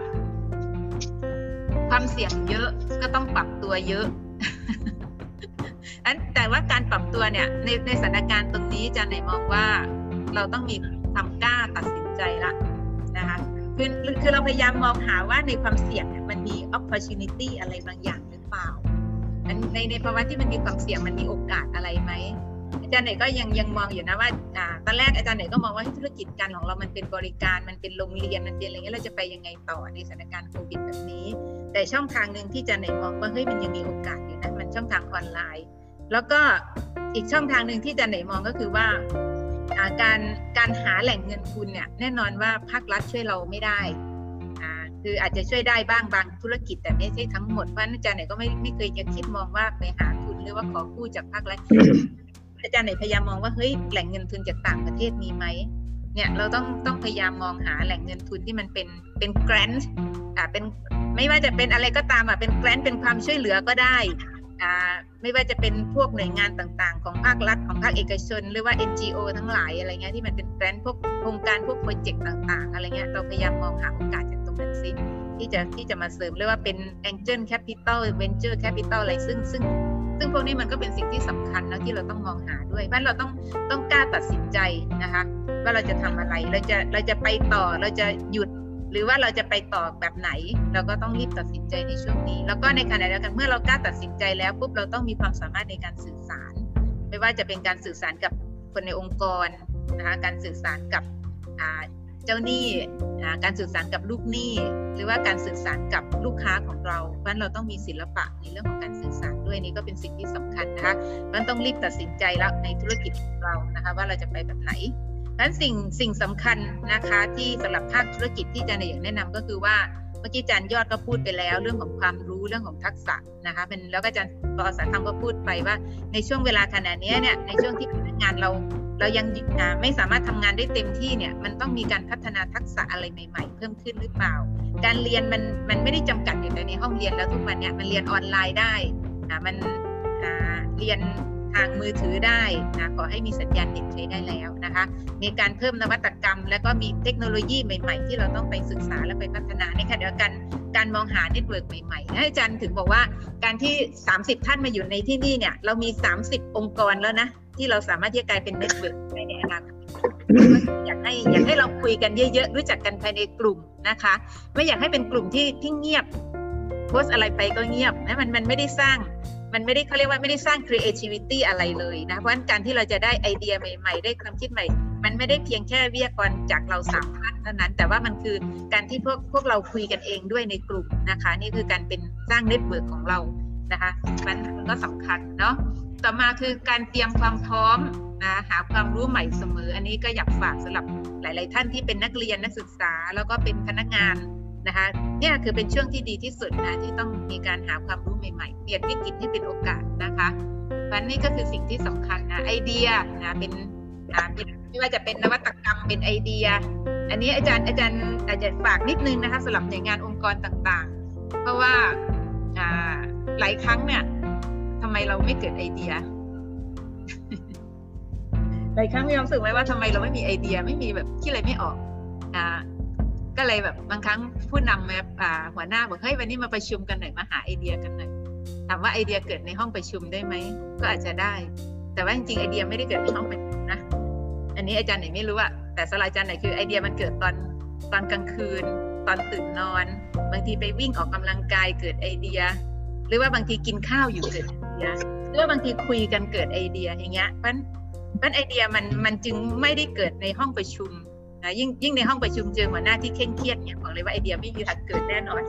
ความเสี่ยงเยอะก็ต้องปรับตัวเยอะ แต่ว่าการปรับตัวเนี่ยในในสถานการณ์ตรงนี้อาจารย์ไหนมองว่าเราต้องมีความกล้าตัดสินใจละนะคะคือคือเราพยายามมองหาว่าในความเสี่ยงเนี่ยมันมี opportunity อะไรบางอย่างหรือเปล่าในในภาวะที่มันมีความเสี่ยงมันมีโอกาสอะไรไหมอาจารย์ไหนก็ยังยังมองอยู่นะว่าอ่าตอนแรกอาจารย์ไหนก็มองว่าธุรกิจการของเรามันเป็นบริการมันเป็นโรงเรียนมันเป็นอะไรเงี้ยเราจะไปยังไงต่อในสถานการณ์โควิดแบบนี้แต่ช่องทางหนึ่งที่อาจารย์ไหนมองว่าเฮ้ยมันยังมีโอกาสอยู่นะมันช่องทางออนไลน์แล้วก็อีกช่องทางหนึ่งที่อาจารย์ไหนมองก็คือว่าการการหาแหล่งเงินทุนเนี่ยแน่นอนว่าภาครัฐช่วยเราไม่ได้อ่าคืออาจจะช่วยได้บ้างบางธุรกิจแต่ไม่ใช่ทั้งหมดเพราะอาจารย์ไหนก็ไม่ไม่เคยจะคิดมองว่าไปหาทุนหรือว่าขอกู้จากภาครัฐ อาจารย์ไหนพยายามมองว่าเฮ้ยแหล่งเงินทุนจากต่างประเทศมีไหมเนี่ยเราต้องต้องพยายามมองหาแหล่งเงินทุนที่มันเป็นเป็นแกรนต์อ่าเป็นไม่ว่าจะเป็นอะไรก็ตามอ่ะเป็นแกรนต์เป็นความช่วยเหลือก็ได้อ่าไม่ว่าจะเป็นพวกหน่วยงานต่างๆของภาครัฐของภาคเอกชนหรือว่า เอ็น จี โอ ทั้งหลายอะไรเงี้ยที่มันเป็นแกรนต์พวกโครงการพวกโปรเจกต์ต่างๆอะไรเงี้ยเราพยายามมองหาโอกาสจากตรงนั้นซิที่จะที่จะมาเสริมเรียกว่าเป็น Angel Capital Venture Capital อะไรซึ่งซึ่งซึ่งพวกนี้มันก็เป็นสิ่งที่สำคัญนะที่เราต้องมองหาด้วยว่าเราต้องต้องกล้าตัดสินใจนะคะว่าเราจะทำอะไรเราจะเราจะไปต่อเราจะหยุดหรือว่าเราจะไปต่อแบบไหนเราก็ต้องรีบตัดสินใจในช่วงนี้แล้วก็ในขณะเดียวกันเมื่อเรากล้าตัดสินใจแล้วปุ๊บเราต้องมีความสามารถในการสื่อสารไม่ว่าจะเป็นการสื่อสารกับคนในองค์กรนะคะการสื่อสารกับเจ้าหนี้การสื่อสารกับลูกหนี้หรือว่าการสื่อสารกับลูกค้าของเราเพราะฉะนั้นเราต้องมีศิลปะในเรื่องของการสื่อสารด้วยนี่ก็เป็นสิ่งที่สำคัญนะคะมันต้องรีบตัดสินใจแล้วในธุรกิจของเรานะคะว่าเราจะไปแบบไหนดังนั้นสิ่งสิ่งสำคัญนะคะที่สำหรับภาคธุรกิจที่อาจารย์อยากแนะนำก็คือว่าเมื่อกี้อาจารย์ยอดก็พูดไปแล้วเรื่องของความรู้เรื่องของทักษะนะคะเป็นแล้วก็อาจารย์ปอสาธรรมก็พูดไปว่าในช่วงเวลาขณะนี้เนี่ยในช่วงที่พนักงานเราเรายังไม่สามารถทำงานได้เต็มที่เนี่ยมันต้องมีการพัฒนาทักษะอะไรใหม่ๆเพิ่มขึ้นหรือเปล่าการเรียนมันมันไม่ได้จำกัดอยู่แต่ในห้องเรียนแล้วทุกวันเนี่ยมันเรียนออนไลน์ได้นะมันเรียนทางมือถือได้นะขอให้มีสัญญาณเน็ตใช้ได้แล้วนะคะมีการเพิ่มนวัตกรรมแล้วก็มีเทคโนโลยีใหม่ๆที่เราต้องไปศึกษาและไปพัฒนาในขณะเดียวกันการมองหาเน็ตเวิร์กใหม่ๆนะอาจารย์ถึงบอกว่าการที่สามสิบท่านมาอยู่ในที่นี่เนี่ยเรามีสามสิบองค์กรแล้วนะที่เราสามารถที่จะกลายเป็นเน็ตเวิร์กได้ในอนาคตอยากให้อยากให้เราคุยกันเยอะๆรู้จักกันภายในกลุ่มนะคะไม่อยากให้เป็นกลุ่มที่ที่เงียบโพสอะไรไปก็เงียบนะมันมันไม่ได้สร้างมันไม่ได้เขาเรียกว่าไม่ได้สร้าง creativity อะไรเลยนะเพราะฉะนั้นการที่เราจะได้ไอเดียใหม่ๆได้ความคิดใหม่มันไม่ได้เพียงแค่วิทยากรจากเราสามท่านเท่านั้นแต่ว่ามันคือการที่พวกพวกเราคุยกันเองด้วยในกลุ่มนะคะนี่คือการเป็นสร้างเน็ตเวิร์กของเรานะคะมันก็สำคัญเนาะต่อมาคือการเตรียมความพร้อมนะหาความรู้ใหม่เสมออันนี้ก็อยากฝากสำหรับหลายๆท่านที่เป็นนักเรียนนักศึกษาแล้วก็เป็นพนักงานนะคะเนี่ยคือเป็นช่วงที่ดีที่สุดนะที่ต้องมีการหาความรู้ใหม่ๆเปลี่ยนวิกฤตให้เป็นโอกาสนะคะเพราะนี่ก็คือสิ่งที่สำคัญนะไอเดียนะเป็นอ่าเป็นไม่ว่าจะเป็นนวัตกรรมเป็นไอเดียอันนี้อาจารย์อาจารย์อาจจะฝากนิดนึงนะคะสำหรับหน่วยงานองค์กรต่างๆเพราะว่าอ่าหลายครั้งเนี่ยทำไมเราไม่เกิดไอเดีย หลายครั้งมีความรู้สึกไหมว่าทำไมเราไม่มีไอเดียไม่มีแบบคิดอะไรไม่ออกอ่าก็เลยแบบบางครั้งผู้นำแบบหัวหน้าบอกเฮ้ยวันนี้มาประชุมกันหน่อยมาหาไอเดียกันหน่อยถามว่าไอเดียเกิดในห้องประชุมได้ไหมก็อาจจะได้แต่ว่าจริงๆไอเดียไม่ได้เกิดในห้องประชุมนะนี้อาจารย์ไหนไม่รู้อะแต่สำหรับอาจารย์ไหนคือไอเดียมันเกิดตอนตอนกลางคืนตอนตื่นนอนบางทีไปวิ่งออกกำลังกายเกิดไอเดียหรือว่าบางทีกินข้าวอยู่เกิดไอเดียหรือว่าบางทีคุยกันเกิดไอเดียอย่างเงี้ยเพราะเพราะไอเดียมันมันจึงไม่ได้เกิดในห้องประชุมนะยิ่งยิ่งในห้องประชุมเจอหัวหน้าที่เคร่งเครียดเนี่ยบอกเลยว่าไอเดียไม่มีทางเกิดแน่นอน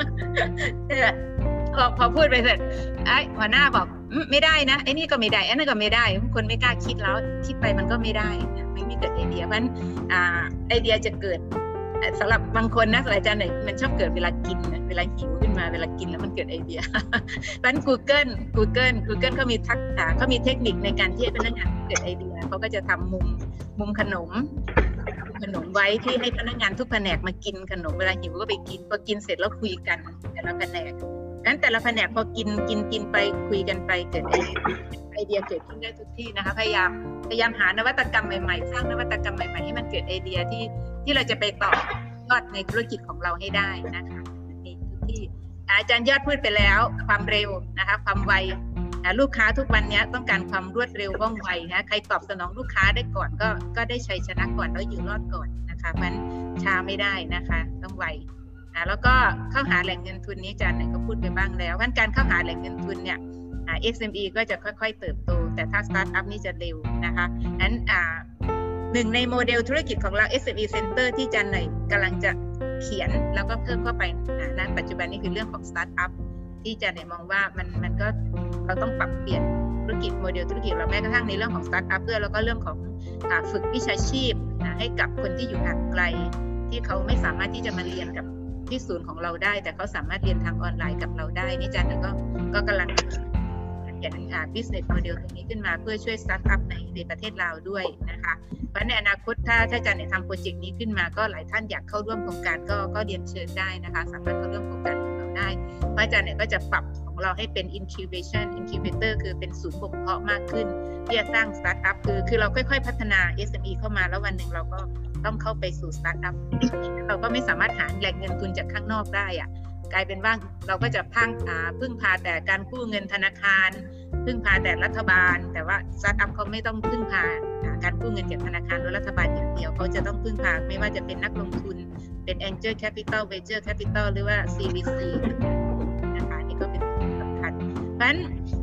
พอพอพูดไปเสร็จไอ้หัวหน้าบอกไม่ได้นะไอ้นี่ก็ไม่ได้ไอ้นั่นก็ไม่ได้คนไม่กล้าคิดแล้วคิดไปมันก็ไม่ได้ไม่มีเกิดไอเดียเพราะฉะนั้นไอเดียจะเกิดสำหรับบางคนนะสำหรับอาจารย์เนี่ยมันชอบเกิดเวลากินเวลาหิวขึ้นมาเวลากินแล้วมันเกิดไอเดีย เพราะฉะนั้น Google Google Google เขามีทักษะเขามีเทคนิคในการที่ให้พนักงานเกิดไอเดียเขาก็จะทำมุมมุมขนมขนมไว้ที่ให้พนักงานทุกแผนกมากินขนมเวลาหิวก็ไปกินพอกินเสร็จแล้วคุยกันแต่ละแผนกงั้นแต่ละแผนกพอกินกินกินไปคุยกันไปเกิดไอเดียไอเดียเกิดขึ้นได้ทุกที่นะคะพยายามพยายามหานวัตกรรมใหม่ๆสร้างนวัตกรรมใหม่ๆให้มันเกิดไอเดียที่ที่เราจะไปต่อยอดในธุรกิจของเราให้ได้นะคะนี่ทุกที่อาจารย์ยอดพูดไปแล้วความเร็วนะคะความไวลูกค้าทุกวันนี้ต้องการความรวดเร็วว่องไวนะใครตอบสนองลูกค้าได้ก่อนก็ก็ได้ชัยชนะก่อนแล้วอยู่รอดก่อนนะคะมันช้าไม่ได้นะคะต้องไวแล้วก็เข้าหาแหล่งเงินทุนนี้อาจารย์ไหนก็พูดไปบ้างแล้วเพราะการเข้าหาแหล่งเงินทุนเนี่ย เอ็กซ์ เอ็ม อี ก็จะค่อยๆเติบโตแต่ถ้าสตาร์ทอัพนี่จะเร็วนะคะนั้นหนึ่งในโมเดลธุรกิจของเรา เอ็กซ์ เอ็ม อี Center ที่อาจารย์ไหนกำลังจะเขียนแล้วก็เพิ่มเข้าไปณปัจจุบันนี้คือเรื่องของสตาร์ทอัพที่อาจารย์ไหนมองว่ามันมันก็เราต้องปรับเปลี่ยนธุรกิจโมเดลธุรกิจเราแม้กระทั่งในเรื่องของสตาร์ทอัพเพื่อแล้วก็เรื่องของฝึกวิชาชีพให้กับคนที่อยู่ห่างไกลที่เขาไม่สามารถที่จะมาเรียนกับที่ศูนย์ของเราได้แต่เขาสามารถเรียนทางออนไลน์กับเราได้นี่อาจารย์ก็ก็กำลังเขียน business model ตรงนี้ขึ้นมาเพื่อช่วยสตาร์ทอัพในในประเทศลาวด้วยนะคะเพราะในอนาคตถ้าถ้าอาจารย์ทำโปรเจกต์นี้ขึ้นมาก็หลายท่านอยากเข้าร่วมโครงการก็ก็เรียนเชิญได้นะคะสามารถเข้าร่วมโครงการของเราได้เพราะอาจารย์เนี่ยก็จะปรับของเราให้เป็น incubation incubator คือเป็นศูนย์บ่มเพาะมากขึ้นที่จะสร้างสตาร์ทอัพคือคือเราค่อยๆพัฒนา เอส เอ็ม อี เข้ามาแล้ววันหนึ่งเราก็ต้องเข้าไปสู่สตาร์ทอัพเราก็ไม่สามารถหาแหล่งเงินทุนจากข้างนอกได้อะกลายเป็นว่าเราก็จะพังพึ่งพาแต่การกู้เงินธนาคารพึ่งพาแต่รัฐบาลแต่ว่าสตาร์ทอัพเขาไม่ต้องพึ่งพาการกู้เงินจากธนาคารหรือรัฐบาลอย่างเดียวเขาจะต้องพึ่งพาไม่ว่าจะเป็นนักลงทุนเป็น Angel Capital Venture Capital หรือว่า ซี วี ซี นะคะนี่ก็เป็นสำคัญเพราะฉะนั้น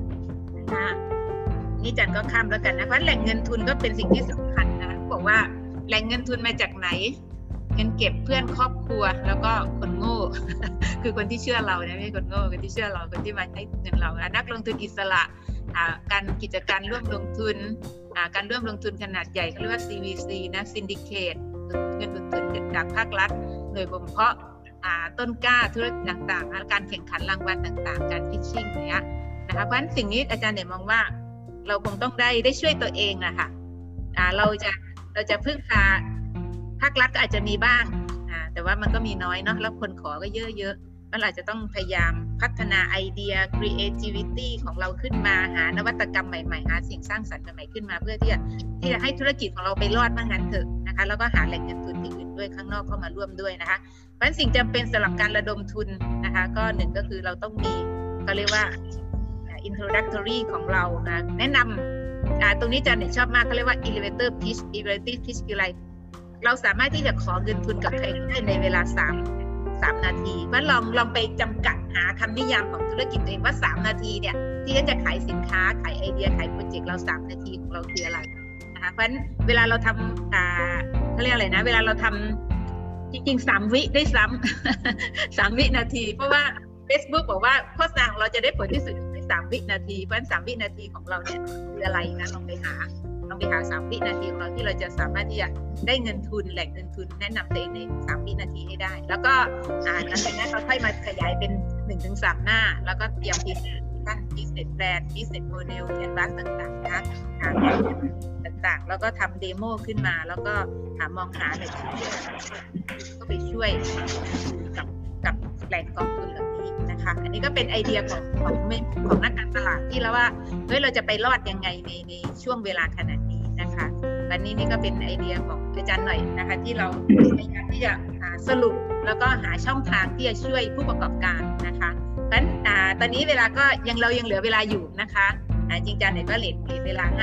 นี่จันก็ข้ามแล้วกันนะเพราะแหล่งเงินทุนก็เป็นสิ่งที่สำคัญนะบอกว่าแหล่งเงินทุนมาจากไหนเงินเก็บเพื่อนครอบครัวแล้วก็คนโง่ คือคนที่เชื่อเราเนี่ยไม่ใช่คนโง่คนที่เชื่อเราคนที่มาให้เงินเรานะนักลงทุนอิสระการกิจการร่วมลงทุนการร่วมลงทุนขนาดใหญ่เขาเรียกว่า ซี วี ซี นะ Syndicate เงินทุนจากภาครัฐหน่วยบ่มเพาะต้นกล้าธุรกิจต่างๆการแข่งขันรางวัลต่างๆการพิชชิ่งเนี้ยนะคะเพราะฉะนั้นสิ่งนี้อาจารย์เนี่ยมองว่าเราคงต้องได้ได้ช่วยตัวเองนะคะเราจะเราจะพึ่งพาภาครัฐก็อาจจะมีบ้างแต่ว่ามันก็มีน้อยเนาะแล้วคนขอก็เยอะๆมันอาจจะต้องพยายามพัฒนาไอเดีย creativity ของเราขึ้นมาหานวัตกรรมใหม่ๆหาสิ่งสร้างสรรค์ใหม่ๆขึ้นมาเพื่อที่จะที่จะให้ธุรกิจของเราไปรอดมากงั้นเถอะนะคะแล้วก็หาแหล่งเงินทุนที่อื่นด้วยข้างนอกเข้ามาร่วมด้วยนะคะเพราะฉะนั้นสิ่งจำเป็นสำหรับการระดมทุนนะคะก็หนึ่งก็คือเราต้องมีเขาเรียกว่า introductory ของเรานะแนะนำตรงนี้อาจารย์ชอบมากเขาเรียกว่า elevator pitch elevator pitch คืออะไรเราสามารถที่จะขอเงินทุนกับใครได้ในเวลาสาม สามนาทีว่าลองลองไปจำกัดหาคำนิยามของธุรกิจตัวเองว่าสามนาทีเนี่ยที่จะขายสินค้าขายไอเดียขายโปรเจกต์เราสามนาทีของเราคืออะไรนะคะเพราะฉะนั้นเวลาเราทำอ่าเขาเรียกอะไรนะเวลาเราทำจริงๆสามวิได้ซ้ำ สามวินาทีเพราะว่า Facebook บอกว่าโฆษณาของเราจะได้ผลที่สุดในสามวินาทีเพราะฉะนั้นสามวินาทีของเราเนี่ยคืออะไรนะลองไปหาลองไปหาสามวินาทีของเราที่เราจะสามารถที่จะได้เงินทุนแหล่งเงินทุนแนะนำตัวเองในสามวินาทีให้ได้แล้วก็อ่าหลังจากนั้นเราค่อยมาขยายเป็น หนึ่งถึงสาม หน้าแล้วก็เตรียมพิจารณา business plan business model canvas ต่างๆนะคะต่างๆแล้วก็ทำเดโมขึ้นมาแล้วก็หามองหาแหล่งทุนก็ไปช่วยกับกับแหล่งกองทุนเหล่านี้นะคะอันนี้ก็เป็นไอเดียของของของนักการตลาดที่แล้วว่าเฮ้ยเราจะไปรอดยังไงในในช่วงเวลาขนาดนี้นะคะวันนี้นี่ก็เป็นไอเดียของอาจารย์หน่อยนะคะที่เราพยายามที่จะสรุปแล้วก็หาช่องทางที่จะช่วยผู้ประกอบการนะคะงั้นตอนนี้เวลาก็ยังเรายังเหลือเวลาอยู่นะคะจริงๆอาจารย์เนี่ยก็เลทเวลาให้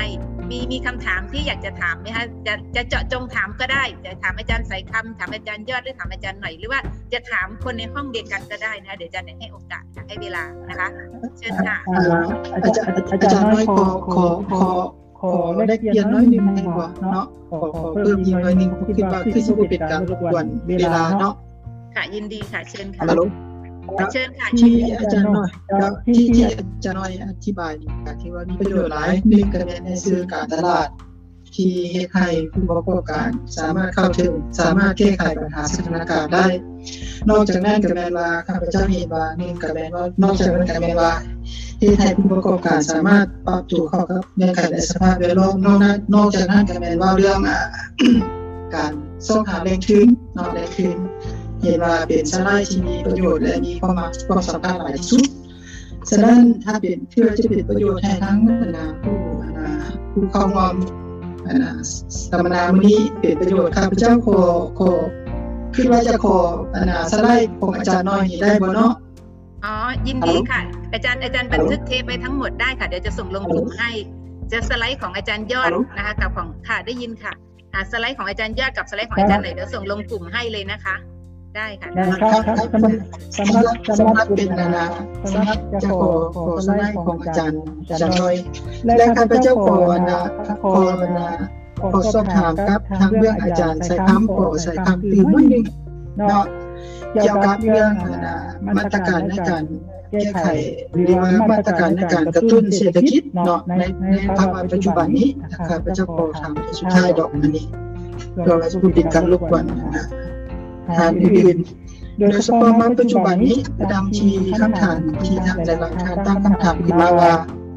มีมีคำถามที่อยากจะถามไหมคะจะจะเจาะจงถามก็ได้จะถามอาจารย์สายคำถามอาจารย์ยอดหรือถามอาจารย์หน่อยหรือว่าจะถามคนในห้องเดียวกันก็ได้นะคะเดี๋ยวอาจารย์ให้โอกาสให้เวลานะคะเชิญค่ะอาจารย์อาจารย์น้อยขอขอขอขอแลกเปลี่ยนน้อยนึงดีกว่าเนาะขอขอเพิ่มอีกหน่อยนึงผมคิดว่าคือสิบ่เป็นการรบกวนเวลาเนาะค่ะยินดีค่ะเชิญค่ะเชิญค่ะที่อาจารย์น้อยที่ที่อาจารย์น้อยอธิบายนี่ก็ที่ว่ามีประโยชน์หลายหนึ่งก็เป็นในสื่อการตลาดที่เฮ็ดให้ผู้ประกอบการสามารถเข้าถึงสามารถแก้ไขปัญหาสถานการณ์ได้นอกจากนั้นก็แม่นว่าข้าพเจ้าเห็นว่านี่ก็แม่นว่านอกจากนั้นก็แม่นว่าเฮ็ดให้ผู้ประกอบการสามารถปรับตัวเข้ากับเงื่อนไขและสภาพแวดล้อมนอกนั้นนอกจากนั้นก็แม่นว่าเรื่องอ่า การส่งหาแหล่งทุนเนาะแหล่งทุนเห็นว่าเป็นสไลด์ที่มีประโยชน์และมีความความสำคัญหลายที่สุดฉะนั้นถ้าเป็นเพื่อจะเป็นประโยชน์ให้ทั้งบรรดาผู้ผู้เข้าร่วมสัมมนามื้อนี้เป็นประโยชน์ข้าพเจ้าขอขอคิดว่าจะขออันน่ะสไลด์ของอาจารย์น้อยนี่ได้บ่เนาะอ๋อยินดีค่ะอาจารย์อาจารย์บันทึกเทปไว้ทั้งหมดได้ค่ะเดี๋ยวจะส่งลงกลุ่มให้จะสไลด์ของอาจารย์ยอดนะคะกับของค่ะได้ยินค่ะอ่าสไลด์ของอาจารย์ยอดกับสไลด์ของอาจารย์ไหนเดี๋ยวส่งลงกลุ่มให้เลยนะคะได้ค่ะได้ครับสำหรับสำหรับเป็นนานาสำหรับจะขอขอสไลด์ของอาจารย์อาจารย์น้อยและข้าพเจ้าขอนะขอนะขอสอบถามครับทางเรื่องอาจารย์ใส่คำขอใส่คำตื่นนิดนึงเนาะเกี่ยวกับเรื่องมาตรการในการแก้ไขหรือว่ามาตรการในการกระตุ้นเศรษฐกิจเนาะในในภาวะปัจจุบันนี้ข้าพเจ้าขอถามสุดท้ายดอกอันนี้เพื่อว่าจะเป็นการรบกวนนะทางอื่นโดยเฉพาะมาปัจจุบันนี้ดังที่คำถามที่ทางหลายๆท่านตั้งคำถามขึ้นมาว่า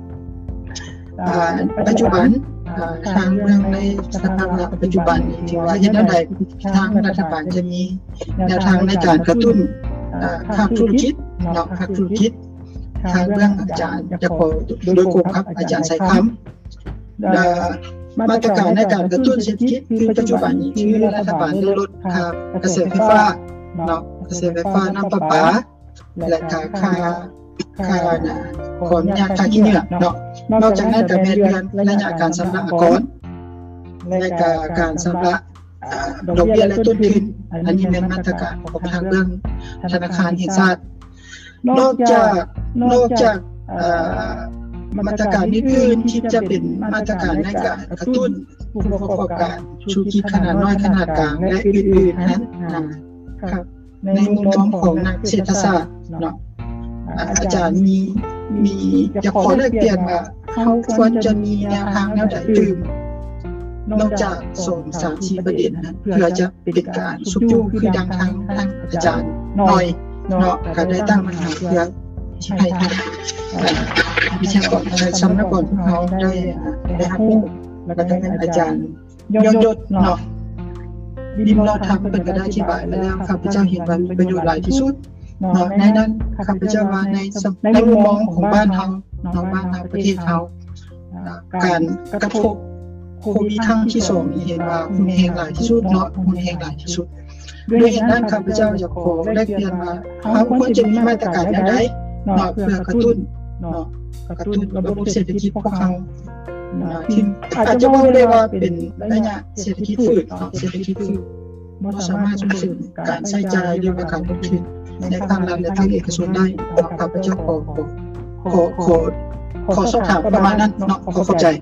ปัจจุบันทางเมืองในสภาวะปัจจุบันนี้ที่ว่าอย่างใดทางรัฐบาลจะมีแนวทางในการกระตุ้นภาคธุรกิจเนาะภาคธุรกิจทางเรื่องอาจารย์จะขอโดยกลุ่มครับอาจารย์ใส่คำมาตรการในการกระตุ้นเศรษฐกิจคือปัจจุบันนี้คือรัฐบาลได้ลดค่ากระแสไฟฟ้าเนาะกระแสไฟฟ้าน้ำประปาและค่าค่าค่าน่ะของยาค่าขี้เหงื่อเนาะนอกจากนั้นก็มีเรื่องระยะการชำระก่อนและการชำระดอกเบี้ยและต้นทุนอันนี้เป็นมาตรการของทางเรื่องธนาคารแห่งชาตินอกจากนอกจากมาตรการอื่นๆที่จะเป็นมาตรการในการกระตุ้นผู้ประกอบการธุรกิจขนาดน้อยขนาดกลางและอื่นๆนั้นนะครับในมุมมองของนักเศรษฐศาสตร์เนาะอาจารย์มีมีจะขอแลกเปลี่ยนว่าเขาควรจะมีแนวทางแนวใดอื่นนอกจากสองสามสี่ประเด็นนั้นเพื่อจะเป็นการสุจูคือดังทางทางอาจารย์น้อยเนาะก็ได้ตั้งปัญหาเพื่อที่ให้ทางวิชากรในสำนักงานของเขาได้ได้รับรู้แล้วก็ได้เป็นอาจารย์ยศยศเนาะดิมเราทำเป็นก็ได้อธิบายแล้วข้าพเจ้าเห็นว่ามีประโยชน์หลายที่สุดเนาะในนั้นข้าพเจ้าว่าในในมุมมองของบ้านเฮาเนาะบ้านเฮาประเทศเฮาการกระทบโควิดครั้งที่สองนี่เห็นว่าคุณแห่งหลายที่สุดเนาะคุณแห่งหลายที่สุดด้วยเหตุนั้นข้าพเจ้าอยากขอแลกเปลี่ยนว่าเขาควรจะมีมาตรการอย่างไรเนาะเพื่อกระตุ้นเนาะกระตุ้นระบบเศรษฐกิจของเขาที่อาจจะว่าได้ว่าเป็นระยะเศรษฐกิจฝืดเนาะเศรษฐกิจฝืดบ่สามารถส่งเสริมการใช้จ่ายหรือว่าการลงทุนในทางรัฐและทางเอกชนได้ข้าพเจ้าขอขอขอขอสอบถามประมาณนั้นเนาะขอเข้าใจ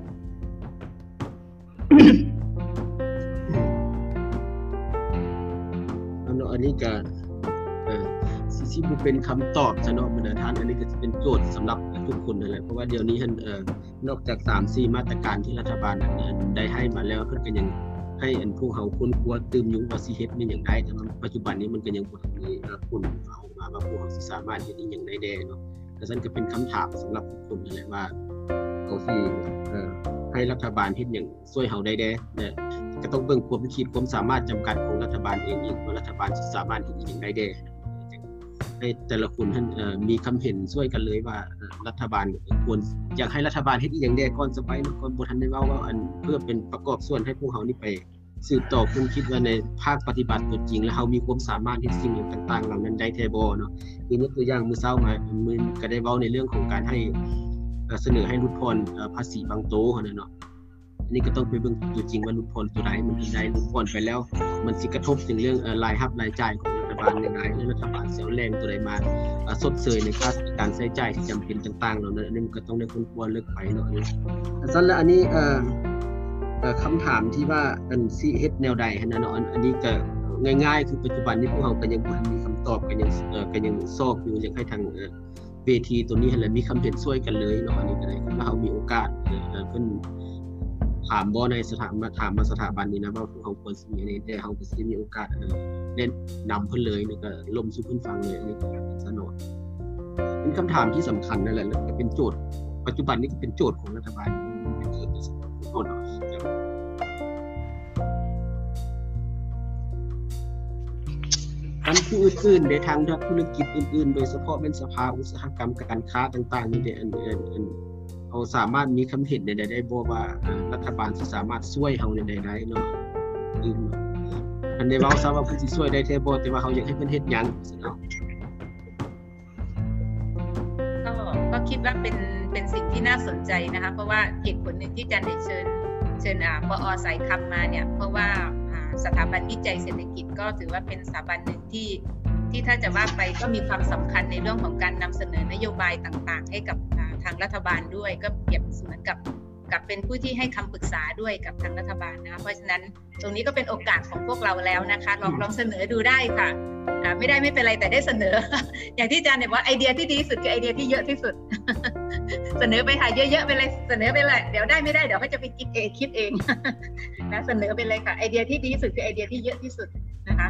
อันนี้ก็เอ่อสิสิบ่เป็นคำตอบซะเนาะบรรดาท่านอันนี้ก็จะเป็นโจทย์สำหรับทุกคนนั่นแหละเพราะว่าเดี๋ยวนี้เอ่อนอกจาก สามสี่ มาตรการที่รัฐบาลได้ให้มาแล้วเพิ่นก็ยังให้อันพวกเฮาคนกลัวตื่มยุงว่าสิเฮ็ดนี่หยังได้แต่ปัจจุบันนี้มันก็ยังบ่มีคนเอามาว่าพวกเฮาสิสามารถเฮ็ดอีหยังได้แน่เนาะแต่ซั่นก็เป็นคำถามสำหรับทุกคนนั่นแหละว่าเขาสิเอ่อให้รัฐบาลเฮ็ดหยังช่วยเฮาได้แน่เนี่ยก็ต้องเบิ่งความคิดความสามารถจำกัดของรัฐบาลเองอีกว่ารัฐบาลสิสามารถเฮ็ดอีหยังได้แน่ให้แต่ละคนท่านเอ่อมีความเห็นช่วยกันเลยว่ารัฐบาลควรอยากให้รัฐบาลเฮ็ดอีหยังแน่ก่อนสไปเนาะก่อนบ่ทันได้เว้าว่าอันเพื่อเป็นประกอบส่วนให้พวกเฮานี่ไปสืบต่อความคิดว่าในภาคปฏิบัติตัวจริงแล้วเฮามีความสามารถเฮ็ดสิ่งต่างๆเหล่านั้นได้แท้บ่เนาะคือยกตัวอย่างมื้อเช้ามามื้อก็ได้เว้าในเรื่องของการให้เสนอให้ลดผ่อนภาษีบางโตนั่นเนาะอันนี้ก็ต้องไปเบิ่งตัวจริงว่าลดพรตัวใดมันเป็นใดลดพรไปแล้วมันสิกระทบถึงเรื่องเอ่อรายรับรายจ่ายของรัฐบาลในรายรัฐบาลสิเอาแรงตัวใดมาเอ่อชดเชยในค่าการใช้จ่ายที่จำเป็นต่างๆเหล่านั้นอันนี้มันก็ต้องได้คนควรเลิกไปเนาะซั่นแล้วอันนี้เอ่อเอ่อคำถามที่ว่าอันสิเฮ็ดแนวใดหั่นน่ะเนาะอันนี้ก็ง่ายๆคือปัจจุบันนี้พวกเราก็ยังบ่มีคำตอบก็ยังเอ่อก็ยังซอกอยู่อยากให้ทางเอ่อเวทีตัวนี้หั่นแหละมีคำเห็นช่วยกันเลยเนาะอันนี้ก็ได้ถ้าเฮามีโอกาสเอ่อเพิ่นถามบ่ในสถาบันถามมาสถาบันนี้นะว่าพวกเฮาควรสิมีอันนี้แต่เฮาก็สิมีโอกาสเอ่อแนะนำเพิ่นเลยแล้วก็ลมสู่เพิ่นฟังเลยอันนี้ก็ซะเนาะเป็นคำถามที่สำคัญนั่นแหละแล้วก็เป็นโจทย์ปัจจุบันนี้ก็เป็นโจทย์ของรัฐบาลเป็นโจทย์ที่สำคัญทุกคนเนาะอันผู้อื่นๆในทางธุรกิจอื่นๆโดยเฉพาะเป็นสภาอุตสาหกรรมการค้าต่างๆนี่ได้อันอันเอาสามารถมีคำเห็นใดๆได้บ่ว่ารัฐบาลสิสามารถช่วยเฮาในใดๆเนาะอื่นอันได้เว้าซะว่าเพิ่นสิช่วยได้แท้บ่แต่ว่าเฮาอยากให้เพิ่นเฮ็ดหยังซั่นเนาะก็ก็คิดว่าเป็นเป็นสิ่งที่น่าสนใจนะคะเพราะว่าเหตุผลนึงที่อาจารย์ได้เชิญเชิญอ่าปอสายคำมาเนี่ยเพราะว่าสถาบันวิจัยเศรษฐกิจก็ถือว่าเป็นสถาบันหนึ่งที่ที่ถ้าจะว่าไปก็มีความสำคัญในเรื่องของการนำเสนอนโยบายต่างๆให้กับทางรัฐบาลด้วยก็เปรียบเสมือนกับกับเป็นผู้ที่ให้คำปรึกษาด้วยกับทางรัฐบาลนะคะเพราะฉะนั้นตรงนี้ก็เป็นโอกาสของพวกเราแล้วนะคะลองลองเสนอดูได้ค่ะไม่ได้ไม่เป็นไรแต่ได้เสนอ อย่างที่อาจารย์เนี่ยว่าไอเดียที่ดีที่สุดคือไอเดียที่เยอะที่สุด เสนอไปค่ะเยอะๆไปเลยเสนอไปเลยเดี๋ยวได้ไม่ได้เดี๋ยวเขาจะไปคิดเองคิดเองนะเสนอไปเลยค่ะไอเดียที่ดีที่สุดคือไอเดียที่เยอะที่สุดนะคะ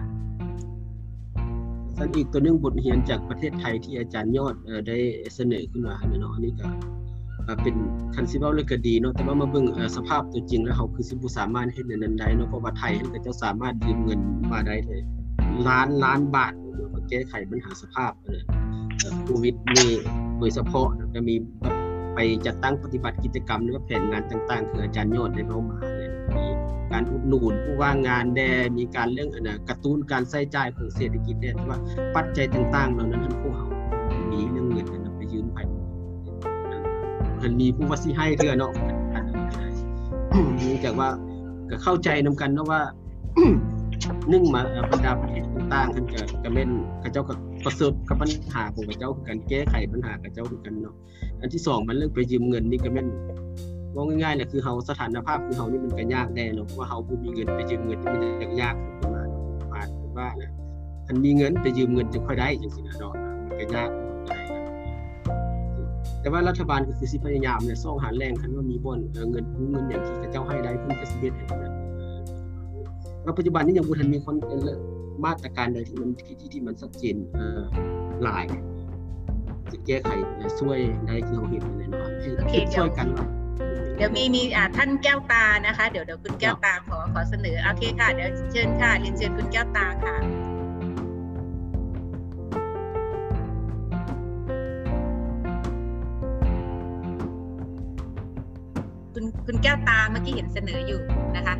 ส่วนอีกตัวนึงบทเรียนจากประเทศไทยที่อาจารย์ยอดเอ่อได้เสนอขึ้นมาเนาะอันนี้ก็เป็นคันสิเว้าเลยก็ดีเนาะแต่ว่ามาเบิ่งสภาพตัวจริงแล้วเฮาคือสิบ่สามารถเฮ็ดนั้นได้เนาะเพราะว่าไทยก็จะสามารถยืมเงินมาได้เลยล้านล้านบาทเพื่อแก้ไขปัญหาสภาพเอ่อโควิดนี่โดยเฉพาะก็มีไปจัดตั้งปฏิบัติกิจกรรมหรือว่าแผนงานต่างๆคืออาจารย์ยอดได้เว้ามาเลยมีการอุดหนุนผู้ว่างงานแด่มีการเรื่องอันน่ะกระตุ้นการใช้จ่ายของเศรษฐกิจเนี่ยว่าปัจจัยต่างๆเหล่านั้นทั้งพวกเฮามีเรื่องเงินนั้นไปยืมไปมันมีผู้ว่าสิให้เทื่อเนาะเนื่องจากว่าก็เข้าใจนำกันเนาะว่านึ่งมาบรรดาประเทศต่างๆเพิ่นก็ก็แม่นเขาเจ้าก็ประสบกับปัญหาของเขาเจ้าคือการแก้ไขปัญหาเขาเจ้าคือกันเนาะอันที่สองมันเรื่องไปยืมเงินนี่ก็แม่นว่าง่ายๆแหละคือเฮาสถานภาพคือเฮานี่มันก็ยากแน่เนาะเพราะว่าเฮาบ่มีเงินไปยืมเงินมันจะยากขึ้นมาเนาะว่าว่านะอันมีเงินไปยืมเงินจะค่อยได้จังซี่นะเนาะมันก็ยากแต่ว่ารัฐบาลก็คือสิพยายามเนี่ยส่องหาแรงคันว่ามีบ่อนเงินเงินอย่างที่เขาเจ้าให้ได้เพิ่นจะสิเฮ็ดให้ว่าปัจจุบันนี้ยังบ่ทันมีคนมาตรการใดที่มันที่ที่มันชัดเจนเอ่อหลายจะแก้ไขช่วยได้คือเฮาเห็นเลยเนาะช่วยกันเดี๋ยวมีมีอ่าท่านแก้วตานะคะเดี๋ยวเดี๋ยวคุณแก้วตาขอขอเสนอโอเคค่ะเดี๋ยวเชิญค่ะเรียนเชิญคุณแก้วตาค่ะคุณคุณแก้วตาเมื่อกี้เห็นเสนออยู่นะคะ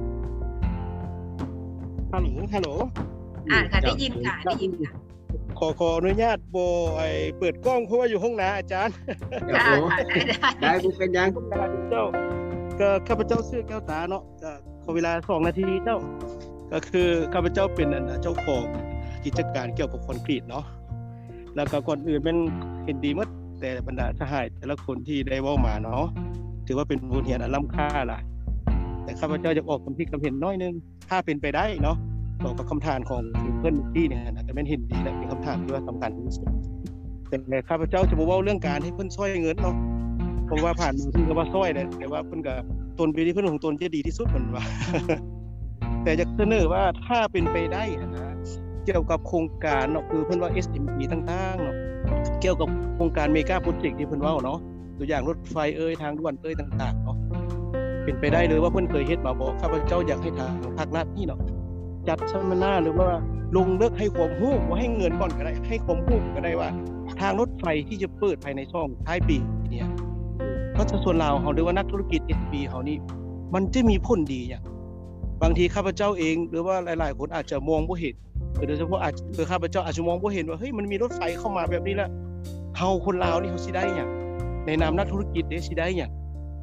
ฮัลโหลฮัลโหลอ่าค่ะได้ยินค่ะได้ยินค่ะขอขออนุญาตโบไอเปิดกล้องเพราะว่าอยู่ห้องน้าอาจารย์ได้ได้ได้บ่เป็นหยังเจ้าก็ข้าพเจ้าชื่อแก้วตาเนาะก็ขอเวลาสองนาทีเจ้าก็คือข้าพเจ้าเป็นเจ้าของกิจการเกี่ยวกับคอนกรีตเนาะแล้วก็ก่อนอื่นเป็นเห็นดีหมดแต่บรรดาสหายแต่ละคนที่ได้เว้ามาเนาะถือว่าเป็นบทเรียนอันล้ำค่าหลายแต่ข้าพเจ้าจะออกความคิดความเห็นน้อยนึงถ้าเป็นไปได้เนาะต่อกับคำถามของเพื่อนที่เนี่ยอาจจะไม่เห็นดีและเป็นคำถามที่ว่าสำคัญที่สุดแต่ข้าพเจ้าจะบอกว่าเรื่องการให้เพื่อนช่วยเงินเนาะเพราะว่าผ่านมือที่ว่าช่วยเนี่ยแต่ว่าเพื่อนกับตนไปที่เพื่อนของตนจะดีที่สุดเหมือนว่า แต่จะเสนอว่าถ้าเป็นไปได้นะเกี่ยวกับโครงการเนาะคือเพื่อนว่า เอส เอ็ม อี ต่างๆเนาะเกี่ยวกับโครงการเมกะโปรเจกต์ที่เพื่อนว่าเนาะตัวอย่างรถไฟเอ่ยทางด่วนเอ่ยต่างๆเนาะเป็นไปได้เลยว่าเพื่อนเคยเฮ็ดมาบอกข้าพเจ้าอยากให้ทางภาครัฐนี่เนาะจัดสัมมนาหรือว่าลงเลิกให้ความรู้ว่าให้เงินก่อนก็ได้ให้ความรู้ก็ได้ว่าทางรถไฟที่จะเปิดภายในช่องท้ายปีเนี่ยก็จะส่วนเราเฮาหรือว่านักธุรกิจ เอส บี เฮานี่มันจะมีผลดีอย่างบางทีข้าพเจ้าเองหรือว่าหลายๆคนอาจจะมองบ่เห็นโดยเฉพาะอาจคือข้าพเจ้าอาจจะมองบ่เห็นว่าเฮ้ยมันมีรถไฟเข้ามาแบบนี้แล้วเฮาคนลาวนี่เฮาสิได้หยังในนามนักธุรกิจเด้สิได้หยัง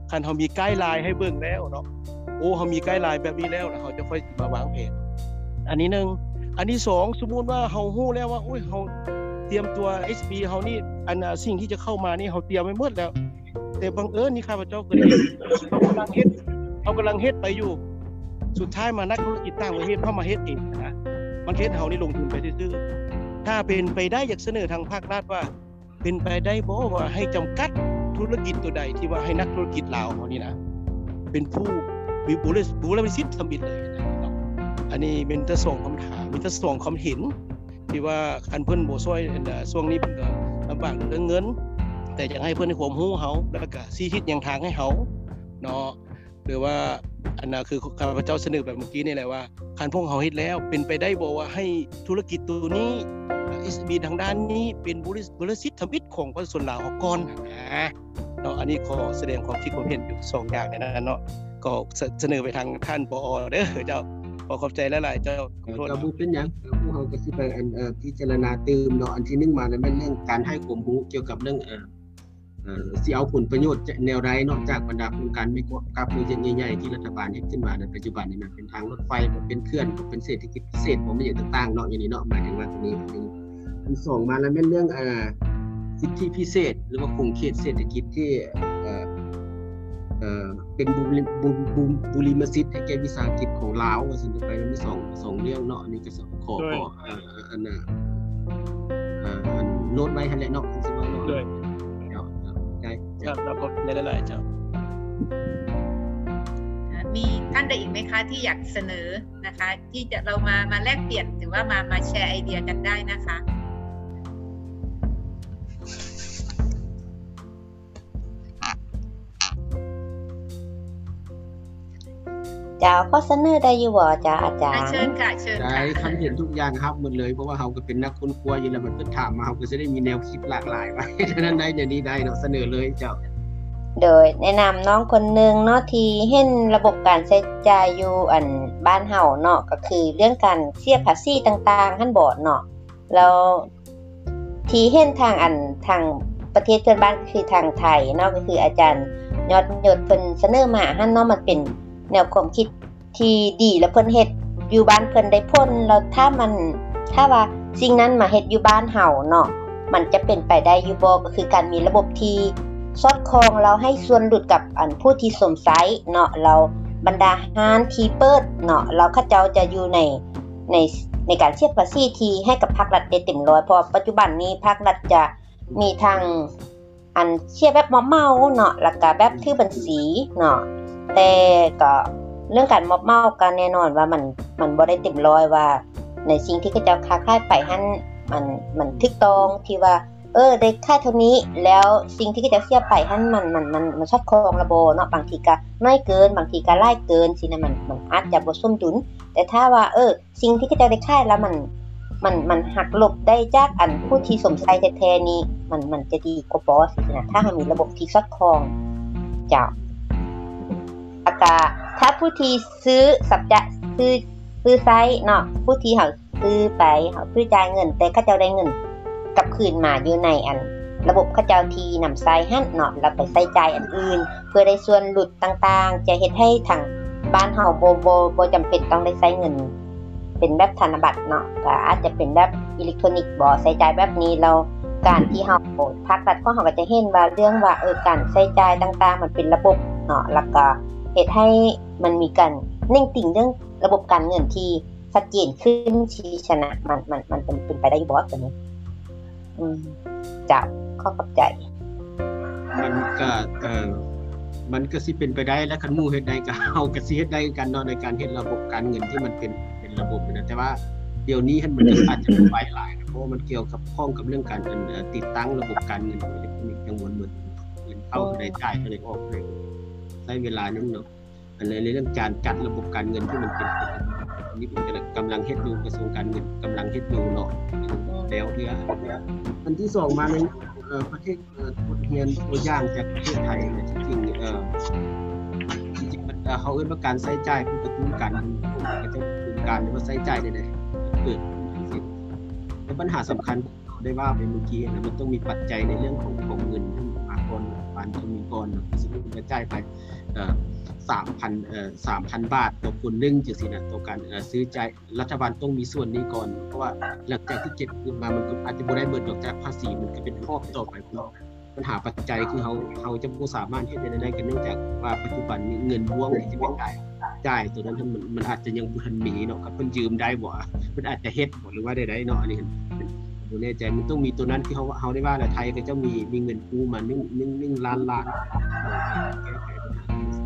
คันเฮามีไกด์ไลน์ให้เบิ่งแล้วเนาะโอ้เฮามีไกด์ไลน์แบบนี้แล้วแล้วเฮาจะค่อยมาวางแผนอันนี้หนึ่งอันที่สองสมมุติว่าเฮาฮู้แล้วว่าโอ้ยเฮาเตรียมตัว เอส บี เฮานี่อันน่ะสิ่งที่จะเข้ามานี่เฮาเตรียมไว้หมดแล้วแต่บังเอิญนี่ข้าพเจ้าก็ได้เฮากำลังเฮ็ดเฮากำลังเฮ็ดไปอยู่สุดท้ายมานักธุรกิจต่างประเทศเข้ามาเฮ็ดเองนะมันเฮ็ดเฮานี่ลงทุนไปซื่อๆถ้าเป็นไปได้อยากเสนอทางภาครัฐว่าเป็นไปได้บ่ว่าให้จำกัดธุรกิจตัวใดที่ว่าให้นักธุรกิจลาวเฮานี่นะเป็นผู้มีบุริบุริสิทธิ์ทำบิดเลยนะครับอันนี้เป็นแต่ส่งคำถามมีแต่ส่งความเห็นที่ว่าคันเพิ่นบ่ช่วยช่วงนี้เพิ่นก็ลำบากเรื่องเงินแต่อยากให้เพิ่นให้ความรู้เฮาแล้วก็ชี้ทิศแนวทางให้เฮาเนาะหรือว่าอันน่ะคือข้าพเจ้าเสนอแบบเมื่อกี้นี่แหละว่าคันพวกเฮาเฮ็ดแล้วเป็นไปได้บ่ว่าให้ธุรกิจตัวนี้ เอส บี ทางด้านนี้เป็นบริษัทบริษัททำอิฐของคนส่วนลาวเฮาก่อนนะเนาะอันนี้ขอแสดงความคิดความเห็นอยู่สองอย่างในนั้นเนาะก็เสนอไปทางท่านผอ.เด้อเจ้าขอขอบใจหลายๆเจ้าขอโทษก็บ่เป็นหยังพวกเฮาก็สิไปอันเอ่อพิจารณาตื่มเนาะอันที่หนึ่งมาแล้วแม่นเรื่องการให้ความรู้เกี่ยวกับเรื่องเอ่อเอ่อสิเอาผลประโยชน์แนวใดนอกจากบรรดาโครงการมีกับโปรเจกต์ใหญ่ๆที่รัฐบาลเฮ็ดขึ้นมาในปัจจุบันนี่นะเป็นทางรถไฟบ่เป็นเคลื่อนบ่เป็นเศรษฐกิจพิเศษบ่มีอย่างต่างๆเนาะอย่างนี้เนาะหมายถึงว่าตรงนี้อันสองมาแล้วแม่นเรื่องเอ่อสิทธิพิเศษหรือว่าคงเขตเศรษฐกิจที่เอ่อเอ่อเป็นบุริบุบุบุริมสิทธิ์ให้แก่วิสาหกิจของลาวว่าซั่นไปมันมีสอง สองเรื่องเนาะอันนี้ก็ขอขอเอ่ออันน่ะเอ่ออันโน้ตไว้หั่นแหละเนาะสิว่าเนาะเลยเดี๋ยวได้ครับแล้วก็หลายๆเจ้ามีท่านใดอีกไหมคะที่อยากเสนอนะคะที่จะเรามามาแลกเปลี่ยนหรือว่ามามาแชร์ไอเดียกันได้นะคะเจ้าข้อเสนอได้อยู่บ่จ้าอาจารย์เชิญค่ะเชิญค่ะได้คำเห็นทุกอย่างครับหมดเลยเพราะว่าเฮาก็เป็นนักค้นคว้าอยู่แล้วมันเพิ่นถามมาเฮาก็จะได้มีแนวคิดหลากหลายไว้ฉะนั้นได้อย่างนี้ได้เนาะเสนอเลยเจ้าโดยแนะนำน้องคนนึงเนาะที่เห็นระบบการใช้จ่ายอยู่อันบ้านเฮาเนาะก็คือเรื่องการเสียภาษีต่างๆหั่นบ่เนาะแล้วที่เห็นทางอันทางประเทศเพื่อนบ้านคือทางไทยเนาะก็คืออาจารย์ยอดยศเพิ่นเสนอมาหั่นเนาะมันเป็นแนวความคิดที่ดีแล้วเพิ่นเฮ็ดอยู่บ้านเพิ่นได้ผลแล้วถ้ามันถ้าว่าสิ่งนั้นมาเฮ็ดอยู่บ้านเฮาเนาะมันจะเป็นไปได้อยู่บ่ก็คือการมีระบบที่สอดคล้องเราให้ส่วนหลุดกับอันผู้ที่สมไสเนาะเราบรรดาห้านที่เปิดเนาะเราเขาเจ้าจะอยู่ในในในการเสียภาษีที่ให้กับภาครัฐได้เต็มร้อยเพราะปัจจุบันนี้ภาครัฐจะมีทางอันเสียแบบมอบเมาเนาะแล้วก็แบบถือบัญชีเนาะแต่ก็เรื่องการมอบเมากันแน่นอนว่ามันมันบ่ได้เต็มร้อยว่าในสิ่งที่เขาเจ้าค้าขายไปหั่นมันมันถูกต้องที่ว่าเออได้ค่าเท่านี้แล้วสิ่งที่เขาจะเสียไปหั่นมันมันมันมันสอดคล้องระบบเนาะบางทีก็น้อยเกินบางทีก็หลายเกินสินะมันมันอาจจะบ่สมดุลแต่ถ้าว่าเออสิ่งที่เขาจะได้ขายแล้วมันมันมันหักลบได้จากอันผู้ที่สมใสแท้ๆนี้มันมันจะดีกว่าบ่สินะถ้ามีระบบที่สอดคล้องเจ้าอากาถ้าผู้ที่ซื้อสับจะซื้อซื้อไซส์เนาะผู้ที่เขาซื้อไปเขาซื้อจ่ายเงินแต่เขาเจ้าได้เงินกลับคืนมาอยู่ในอันระบบเขาเจ้าที่นำไซส์หั่นเนาะแล้วไปใส่จ่ายอันอื่นเพื่อได้ส่วนหลุดต่างๆจะเฮ็ดให้ทางบ้านเฮาบ่บ่บ่จำเป็นต้องได้ใช้เงินเป็นแบบธนบัตรเนาะก็อาจจะเป็นแบบอิเล็กทรอนิกส์บ่ใช้จ่ายแบบนี้เราการที่เฮาภาครัฐของเฮาก็จะเห็นว่าเรื่องว่าเออการใช้จ่ายต่างๆมันเป็นระบบเนาะแล้วก็เฮ็ดให้มันมีการเน่งติ่งเรื่องระบบการเงินที่ชัดเจนขึ้นชี้ชนะมันมันมันเป็นไปได้อยู่บ่ตัวนี้อืมเจ้าขอขอบใจมันก็เอ่อมันก็สิเป็นไปได้และคันหมู่เฮ็ดได้ก็เฮาก็สิเฮ็ดได้กันเนาะในการเฮ็ดระบบการเงินที่มันเป็นเป็นระบบนะแต่ว่าเดี๋ยวนี้มันอาจจะไปหลายเพราะมันเกี่ยวกับข้องกับเรื่องการติดตั้งระบบการเงินอิเล็กทรอนิกส์ทั้งหมดเงินเข้าได้จ่ายเท่าใดออกได้ใช้เวลานึงเนาะอันในเรื่องการจัดระบบการเงินที่มันเป็นอันนี้เป็นกำลังเฮ็ดอยู่กระทรวงการเงินกำลังเฮ็ดอยู่เนาะแล้วเพื่ออันที่สองมาในประเทศบทเรียนตัวอย่างจากประเทศไทยเนี่ยจริงๆเอ่อจริงๆมันเขาเอิ้นว่าการใช้จ่ายคือกระตุ้นการก็จะกระตุ้นการหรือว่าใช้จ่ายได้ๆเกิดขึ้นปัญหาสำคัญได้ว่าไปเมื่อกี้นะมันต้องมีปัจจัยในเรื่องของของเงินที่มาก่อนปานลต้องมีก่อนเนาะสมมุติว่าจ่ายไปเอ่อสามพันเอ่อ สามพัน บาทต่อคนหนึงจังซี่นะต่อการเอ่อซื้อจ่ายรัฐบาลต้องมีส่วนนี้ก่อนเพราะว่าหลังจากที่เก็บขึ้นมามันก็อาจจะบ่ได้เบิดดอกจากภาษีมันก็เป็นข้อต่อไปเนาะปัญหาปัจจัยคือเฮาเฮาจะบ่สามารถเฮ็ดได้ได้กันเนื่องจากว่าปัจจุบันนี้เงินร่วงที่จะเป็นจ่ายจ่ายตัวนั้นมันมันอาจจะยังบ่ทันมีเนาะครับเพิ่นยืมได้บ่มันอาจจะเฮ็ดบ่หรือว่าใดๆเนาะอันนี้บ่แน่ใจมันต้องมีตัวนั้นที่เฮาเฮาได้ว่าแล้วไทยก็จะมีมีเงินกู้มาหนึ่ง หนึ่ง หนึ่งล้านล้านแก้ไขปัญหา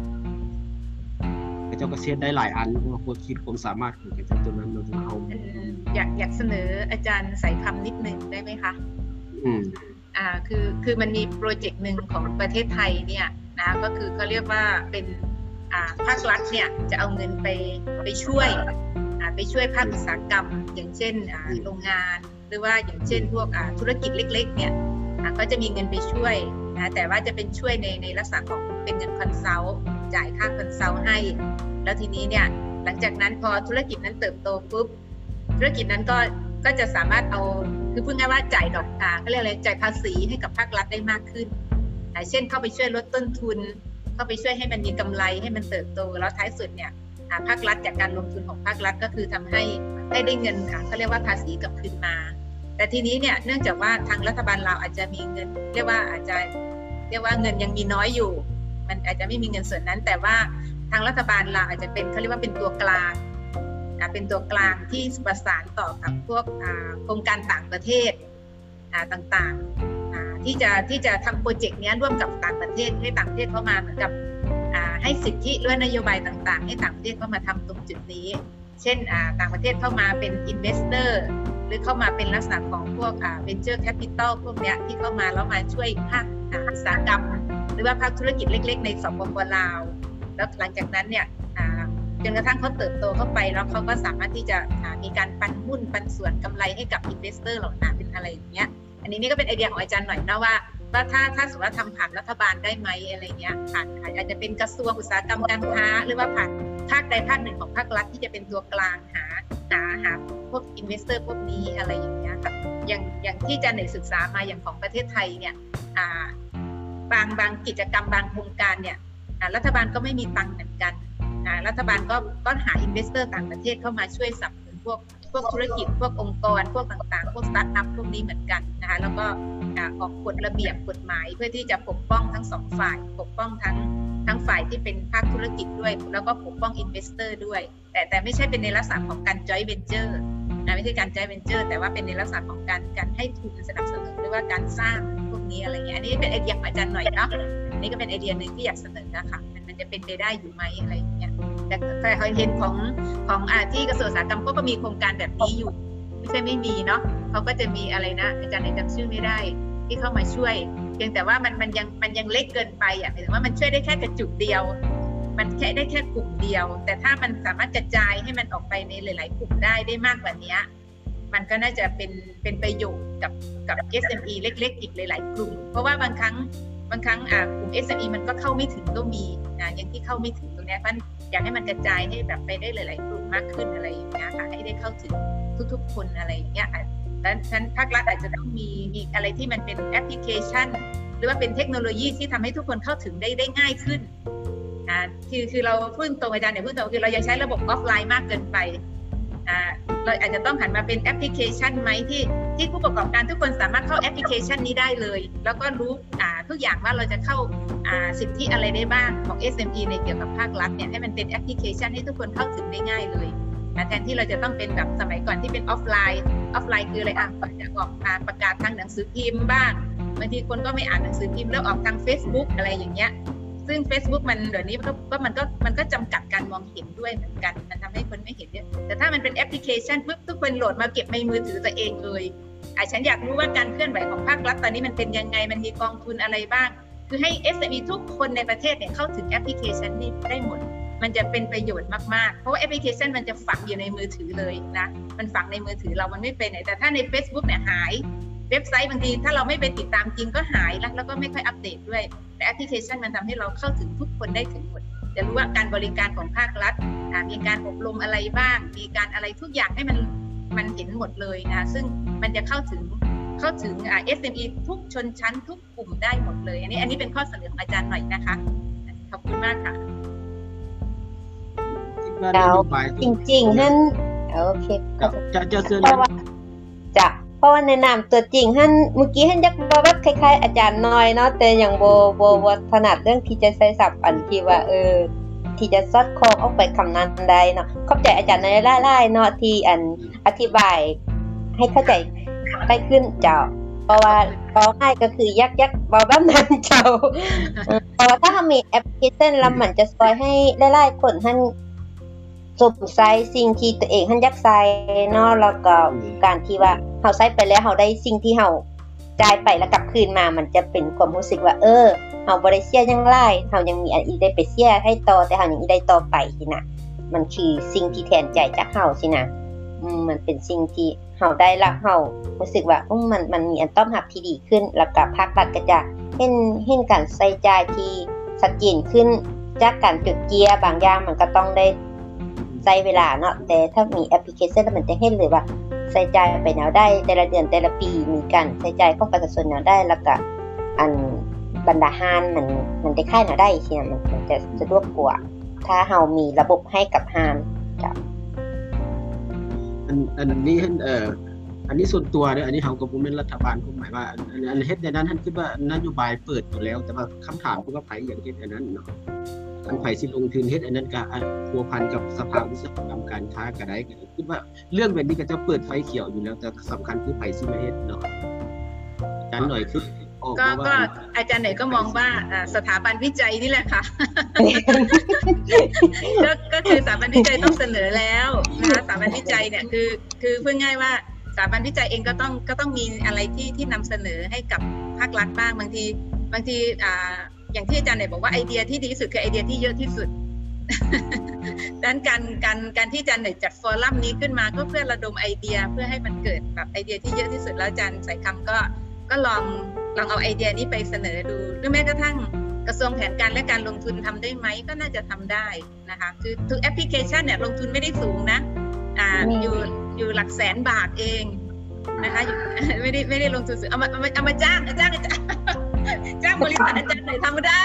เจ้าก็เสียได้หลายอันเพราะว่าความคิดความสามารถของเจ้าตัวนั้นเราเอาอยากอยากเสนออาจารย์ใส่คำนิดนึงได้ไหมคะอืมอ่าคือคือมันมีโปรเจกต์หนึ่งของประเทศไทยเนี่ยนะก็คือเขาเรียกว่าเป็นอ่าภาครัฐเนี่ยจะเอาเงินไปไปช่วยอ่าไปช่วยภาคอุตสาหกรรมอย่างเช่นอ่าโรงงานหรือว่าอย่างเช่นพวกอ่าธุรกิจเล็กๆเนี่ยอ่าก็จะมีเงินไปช่วยนะแต่ว่าจะเป็นช่วยในในลักษณะของเป็นเงินคอนซัลท์จ่ายค่าคอนซัลท์ให้แล้วทีนี้เนี่ยหลังจากนั้นพอธุรกิจนั้นเติบโตปุ๊บธุรกิจนั้นก็ก็จะสามารถเอาคือพูดง่ายว่าจ่ายดอกอ่าเขาเรียกอะไรจ่ายภาษีให้กับภาครัฐได้มากขึ้นอ่าเช่นเข้าไปช่วยลดต้นทุนเข้าไปช่วยให้มันมีกำไรให้มันเติบโตแล้วท้ายสุดเนี่ยอ่าภาครัฐจากการลงทุนของภาครัฐก็คือทำให้ให้ได้เงินค่ะเขาเรียกว่าภาษีกลับคืนมาแต่ทีนี้เนี่ยเนื่องจากว่าทางรัฐบาลเราอาจจะมีเงินเรียกว่าอาจจะเรียกว่าเงินยังมีน้อยอยู่มันอาจจะไม่มีเงินส่วนนั้นแต่ว่าทางรัฐบาลเราอาจจะเป็นเขาเรียกว่าเป็นตัวกลางเป็นตัวกลางที่ประสานต่อกับพวกโครงการต่างประเทศต่างๆที่จะที่จะทำโปรเจกต์นี้ร่วมกับต่างประเทศให้ต่างประเทศเข้ามาเหมือนกับให้สิทธิและนโยบายต่างๆให้ต่างประเทศเข้ามาทำตรงจุดนี้เช่นต่างประเทศเข้ามาเป็นอินเวสเตอร์หรือเข้ามาเป็นลักษณะของพวก venture capital พวกนี้ที่เข้ามาแล้วมาช่วยภาคอุตสาหกรรมหรือว่าภาคธุรกิจเล็กๆในสปป.ลาวแล้วหลังจากนั้นเนี่ยจนกระทั่งเขาเติบโตเข้าไปแล้วเขาก็สามารถที่จะมีการปันหุ้นปันส่วนกำไรให้กับอินเวสเตอร์เหล่านั้นเป็นอะไรอย่างเงี้ยอันนี้นี่ก็เป็นไอเดียของอาจารย์หน่อยนะว่าว่าถ้าถ้าสมมติว่าทำผ่านรัฐบาลได้ไหมอะไรเงี้ยผ่านอาจจะเป็นกระทรวงอุตสาหกรรมการค้าหรือว่าผ่านภาคใดภาคหนึ่งของภาครัฐที่จะเป็นตัวกลางหาหาหาพวกอินเวสเตอร์พวกนี้อะไรอย่างเงี้ยค่ะอย่างอย่างที่อาจารย์ได้ศึกษามาอย่างของประเทศไทยเนี่ยบางบางกิจกรรมบางโครงการเนี่ยรัฐบาลก็ไม่มีตังค์เหมือนกันรัฐบาลก็ก็หาอินเวสเตอร์ต่างประเทศเข้ามาช่วยสนับสนุนพวกพวกธุรกิจพวกองค์กรพวกต่างๆพวกสตาร์ทอัพพวกนี้เหมือนกันนะคะแล้วก็ออกกฎระเบียบกฎหมายเพื่อที่จะปกป้องทั้งสองฝ่ายปกป้องทั้งทั้งฝ่ายที่เป็นภาคธุรกิจด้วยแล้วก็ปกป้องอินเวสเตอร์ด้วยแต่แต่ไม่ใช่เป็นในลักษณะของการ joint venture นะไม่ใช่การ joint venture แต่ว่าเป็นในลักษณะของการการให้ทุนสนับสนุนหรือว่าการสร้างพวกนี้อะไรเงี้ยอันนี้เป็นไอเดียของอาจารย์หน่อยเนาะอันนี้ก็เป็นไอเดียนึงที่อยากเสนอนะคะมันจะเป็นไปได้อยู่ไหมอะไรอย่างเงี้ยแต่เคยเห็นของของอาที่กระทรวงอุตสาหกรรมก็มีโครงการแบบนี้อยู่ไม่ใช่ไม่มีเนาะเขาก็จะมีอะไรนะอาจารย์จำชื่อไม่ได้ที่เข้ามาช่วยเพียงแต่ว่ามันมันยังมันยังเล็กเกินไปอ่ะหมายถึงว่ามันช่วยได้แค่กระจุกเดียวมันแค่ได้แค่กลุ่มเดียวแต่ถ้ามันสามารถกระจายให้มันออกไปในหลายๆกลุ่มได้ได้มากกว่านี้มันก็น่าจะเป็นเป็นประโยชน์กับกับ เอส เอ็ม อี เล็กๆอีกหลายๆกลุ่มเพราะว่าบางครั้งบางครั้งกลุ่ม เอส เอ็ม อี มันก็เข้าไม่ถึงก็มีนะอย่างที่เข้าไม่ถึงตรงนี้มันอยากให้มันกระจายให้แบบไปได้หลายๆกลุ่มมากขึ้นอะไรอย่างเงี้ยค่ะให้ได้เข้าถึงทุกๆคนอะไรอย่างเงี้ยแล้วฉะนั้นภาครัฐอาจจะต้องมีมีอะไรที่มันเป็นแอปพลิเคชันหรือว่าเป็นเทคโนโลยีที่ทำให้ทุกคนเข้าถึงได้ได้ง่ายขึ้นนะคือคือเราพูดตรงอาจารย์เนี่ยพูดตรงคือเรายังใช้ระบบออฟไลน์มากเกินไปอ่าเราอาจจะต้องหันมาเป็นแอปพลิเคชันไหมที่ที่ผู้ประกอบการทุกคนสามารถเข้าแอปพลิเคชันนี้ได้เลยแล้วก็รู้อ่าทุกอย่างว่าเราจะเข้าอ่าสิทธิอะไรได้บ้างของ เอส เอ็ม อี ในเกี่ยวกับภาครัฐเนี่ยให้มันเป็นแอปพลิเคชันให้ทุกคนเข้าถึงได้ง่ายเลยแทนที่เราจะต้องเป็นแบบสมัยก่อนที่เป็นออฟไลน์ออฟไลน์คืออะไรอ่ะจะออกมาประกาศทางหนังสือพิมพ์บ้างบางทีคนก็ไม่อ่านหนังสือพิมพ์แล้วออกทาง Facebook อะไรอย่างเงี้ยซึ่ง Facebook มันเดี๋ยวนี้มันก็มันก็มันก็จำกัดการมองเห็นด้วยเหมือนกันมันทำให้คนไม่เห็นเนี่ยแต่ถ้ามันเป็นแอปพลิเคชันปุ๊บทุกคนโหลดมาเก็บในมือถือตัวเองเลยอ่ะฉันอยากรู้ว่าการเคลื่อนไหวของภาครัฐตอนนี้มันเป็นยังไงมันมีกองทุนอะไรบ้างคือให้ เอส เอ็ม อี ทุกคนในประเทศเนี่ยเข้าถึงแอปพลิเคชันนี้ได้หมดมันจะเป็นประโยชน์มากๆเพราะว่าแอปพลิเคชันมันจะฝังอยู่ในมือถือเลยนะมันฝังในมือถือเรามันไม่เป็นแต่ถ้าใน Facebook เนี่ยหายเว็บไซต์บางทีถ้าเราไม่ไปติดตามจริงก็หายแล้วแล้วก็ไม่ค่อยอัปเดตด้วยแต่แอปพลิเคชันมันทำให้เราเข้าถึงทุกคนได้ถึงหมดจะรู้ว่าการบริการของภาครัฐมีการอบรมอะไรบ้างมีการอะไรทุกอย่างให้มันมันเห็นหมดเลยนะซึ่งมันจะเข้าถึงเข้าถึง เอส เอ็ม อี ทุกชนชั้นทุกกลุ่มได้หมดเลยอันนี้อันนี้เป็นข้อเสนอของอาจารย์หน่อยนะคะขอบคุณมากค่ะแล้วจริงๆท่านโอเคจะจะเสนอจะเพราะว่าในนามตัวจริงท่านเมื่อกี้ท่านยักบอกว่าคล้ายๆอาจารย์น้อยเนาะแต่อย่างโบโบว่าถนัดเรื่องที่จะใช้ศัพท์อันที่ว่าเออที่จะซอดคอออกไปคำนั้นใดเนาะเข้าใจอาจารย์น้อยไล่ๆเนาะที่อันอธิบายให้เข้าใจได้ขึ้นเจ้าเพราะว่าเพราะง่ายก็คือยักยักบอกแบบนั้นเจ้าเพราะว่าถ้าเรามีแอปพลิเคชันแล้วมันจะซอยให้ไล่ๆคนท่านสมใส่สิ่งที่ตัวเองท่านยักใส่เนาะแล้วก็การที่ว่าเฮาใส่ไปแล้วเฮาได้สิ่งที่เฮาจ่ายไปแล้วกลับคืนมามันจะเป็นความรู้สึกว่าเออเฮาบ่ได้เสียจังไรเฮายังมีอันอีกได้ไปเสียให้ต่อแต่เฮายังอีกได้ต่อไปสินะมันคือสิ่งที่แทนใจจากเฮาสินะอืมมันเป็นสิ่งที่เฮาได้รับเฮารู้สึกว่าอืมมันมันมีอันตอบรับที่ดีขึ้นแล้วก็ภาครัฐก็จะเห็นเห็นการใช้จ่ายที่ชัดเจนขึ้นจากการจดเจียบางอย่างมันก็ต้องได้ใช้เวลาเนาะแต่ถ้ามีแอปพลิเคชันแล้วมันจะเห็นเลยว่าใช้จ่ายไปแนวได้แต่ละเดือนแต่ละปีมีการใช้จ่ายของประชาชนแนวได้แล้วก็อันบรรดาหารมันมันได้ค่ายแนวได้ใช่มั้ยมันจะสะดวกกว่าถ้าเฮามีระบบให้กับหารจ้ะอันอันนี้เอ่ออันนี้ส่วนตัวเด้ออันนี้เฮาก็บ่แม่นรัฐบาลก็หมายว่าอันอันเฮ็ดในนั้นท่านคิดว่านโยบายเปิดอยู่แล้วแต่ว่าคำถามคือว่าไผอยากเฮ็ดอันนั้นเนาะอันไผสิลงทุนเฮ็ดอันนั้นก็พัวพันกับสภาอุตสาหกรรมการค้าก็ได้ก็คิดว่าเรื่องแบบนี้ก็จะเปิดไฟเขียวอยู่แล้วแต่สำคัญคือไผสิมาเฮ็ดเนาะอาจารย์หน่อยคือก็ก็อาจารย์หน่อยก็มองว่าสถาบันวิจัยนี่แหละค่ะก็ก็คือสถาบันวิจัยต้องเสนอแล้วนะคะสถาบันวิจัยเนี่ยคือคือพูดง่ายว่าสถาบันวิจัยเองก็ต้องก็ต้องมีอะไรที่ที่นำเสนอให้กับภาครัฐบ้างบางทีบางทีอ่าอย่างที่อาจารย์หน่อยบอกว่าไอเดียที่ดีที่สุดคือไอเดียที่เยอะที่สุดดังนั้นการการการที่อาจารย์หน่อยจัดฟอรัมนี้ขึ้นมาก็เพื่อระดมไอเดียเพื่อให้มันเกิดแบบไอเดียที่เยอะที่สุดแล้วอาจารย์ใส่คำก็ก็ลองลองเอาไอเดียนี้ไปเสนอดูหรือแม้กระทั่งกระทรวงแผนการและการลงทุนทำได้ไหมก็น่าจะทำได้นะคะคือทุกแอปพลิเคชันเนี่ยลงทุนไม่ได้สูงนะอ่าอยู่อยู่หลักแสนบาทเองนะคะไม่ได้ไม่ได้ลงทุนสูงเอามาเอามาเอามาจ้างจ้างอาจารย์จ้างบริษัทอาจารย์หน่อยทำได้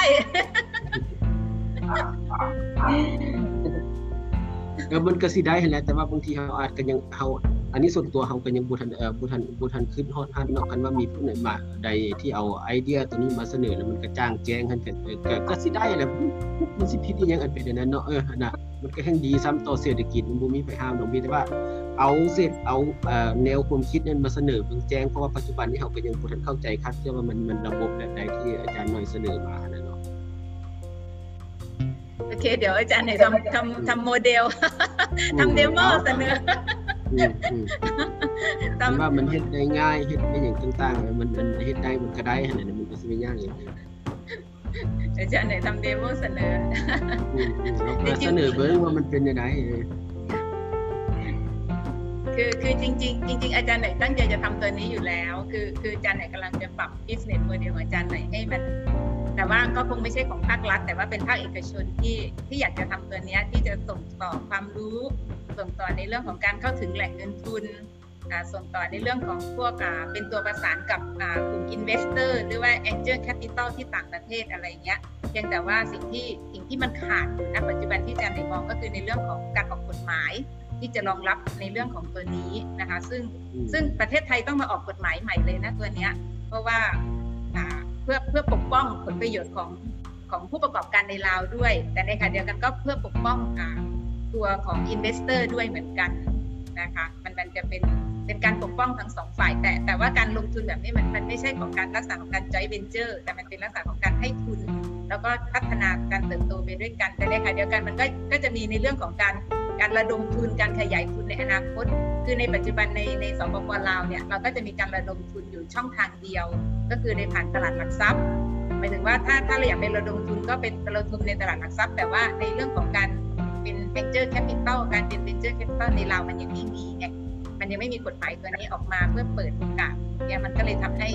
ก็มันก็สิได้แหละแต่ว่าบางทีเฮาอาจก็ยังเฮาอันนี้ส่วนตัวเฮาก็ยังบ่ทันเอ่อบ่ทันบ่ทันขึ้นฮอดฮั่นเนาะคันว่ามีผู้ใดมาใดที่เอาไอเดียตัวนี้มาเสนอแล้วมันก็จ้างแจ้งหั่นก็ก็สิได้แหละมันสิผิดอีหยังอันเป็นอย่างนั้นเนาะเออน่ะมันก็แฮ่งดีซ้ำต่อเศรษฐกิจมันบ่มีไผห้ามดอกมีแต่ว่าเอาเสร็จเอาเอ่อแนวความคิดนั้นมาเสนอเบิ่งแจ้งเพราะว่าปัจจุบันนี้เฮาก็ยังบ่ทันเข้าใจคักเชื่อว่ามันมันระบบแบบใดที่อาจารย์น้อยเสนอมานั่นเนาะโอเคเดี๋ยวอาจารย์หน่อยทำทำทำโมเดลทำเดโมเสนอตามว่ามันเฮ็ดได้ง่ายเฮ็ดได้อย่างต่างๆมันมันเฮ็ดได้มันก็ได้ขนาดนั้นมันก็สิไม่ยากอย่างอาจารย์หน่อยทำเดโมเสนอเราเสนอเบิ่งว่ามันเป็นยังไงคือคือจริงๆจริงๆอาจารย์หน่อยตั้งใจจะทำตัวนี้อยู่แล้วคือคืออาจารย์หน่อยกำลังจะปรับ business model ของอาจารย์หน่อยให้มันแต่ว่าก็คงไม่ใช่ของภาครัฐแต่ว่าเป็นภาคเอกชนที่ที่อยากจะทำตัวนี้ที่จะส่งต่อความรู้ส่งต่อในเรื่องของการเข้าถึงแหล่งเงินทุนส่งต่อในเรื่องของพวกเป็นตัวประสานกับกลุ่ม investor หรือว่า angel capital ที่ต่างประเทศอะไรเงี้ยเพียงแต่ว่าสิ่งที่สิ่งที่มันขาดณปัจจุบันที่อาจารย์ได้มองก็คือในเรื่องของการออกกฎหมายที่จะรองรับในเรื่องของตัวนี้นะคะซึ่งซึ่งประเทศไทยต้องมาออกกฎหมายใหม่เลยนะตัวเนี้ยเพราะว่าเพื่อเพื่อปกป้องผลประโยชน์ของของผู้ประกอบการในลาวด้วยแต่ในขณะเดียวกันก็เพื่อปกป้องตัวของ investor ด้วยเหมือนกันนะคะมันมันจะเป็นเป็นการปกป้องทั้งสองฝ่ายแต่แต่ว่าการลงทุนแบบนี้มันมันไม่ใช่ของการลักษณะของการ joint venture แต่มันเป็นลักษณะของการให้ทุนแล้วก็พัฒนาการเติบโตไปด้วยกันแต่ในขณะเดียวกันมันก็ก็จะมีในเรื่องของการการระดมทุนการขยายทุนในอนาคตคือในปัจจุบันในในสปป.ลาวเนี่ยเราก็จะมีการระดมทุนอยู่ช่องทางเดียวก็คือในผ่านตลาดหลักทรัพย์หมายถึงว่าถ้าถ้าเราอยากเป็นระดมทุนก็เป็นระดมทุนในตลาดหลักทรัพย์แต่ว่าในเรื่องของการเป็น venture capital การเป็น venture capital ในลาวมันยังไม่มีไงมันยังไม่มีกฎหมายตัวนี้ออกมาเพื่อเปิดโอกาสเนี่ยมันก็เลยทำให้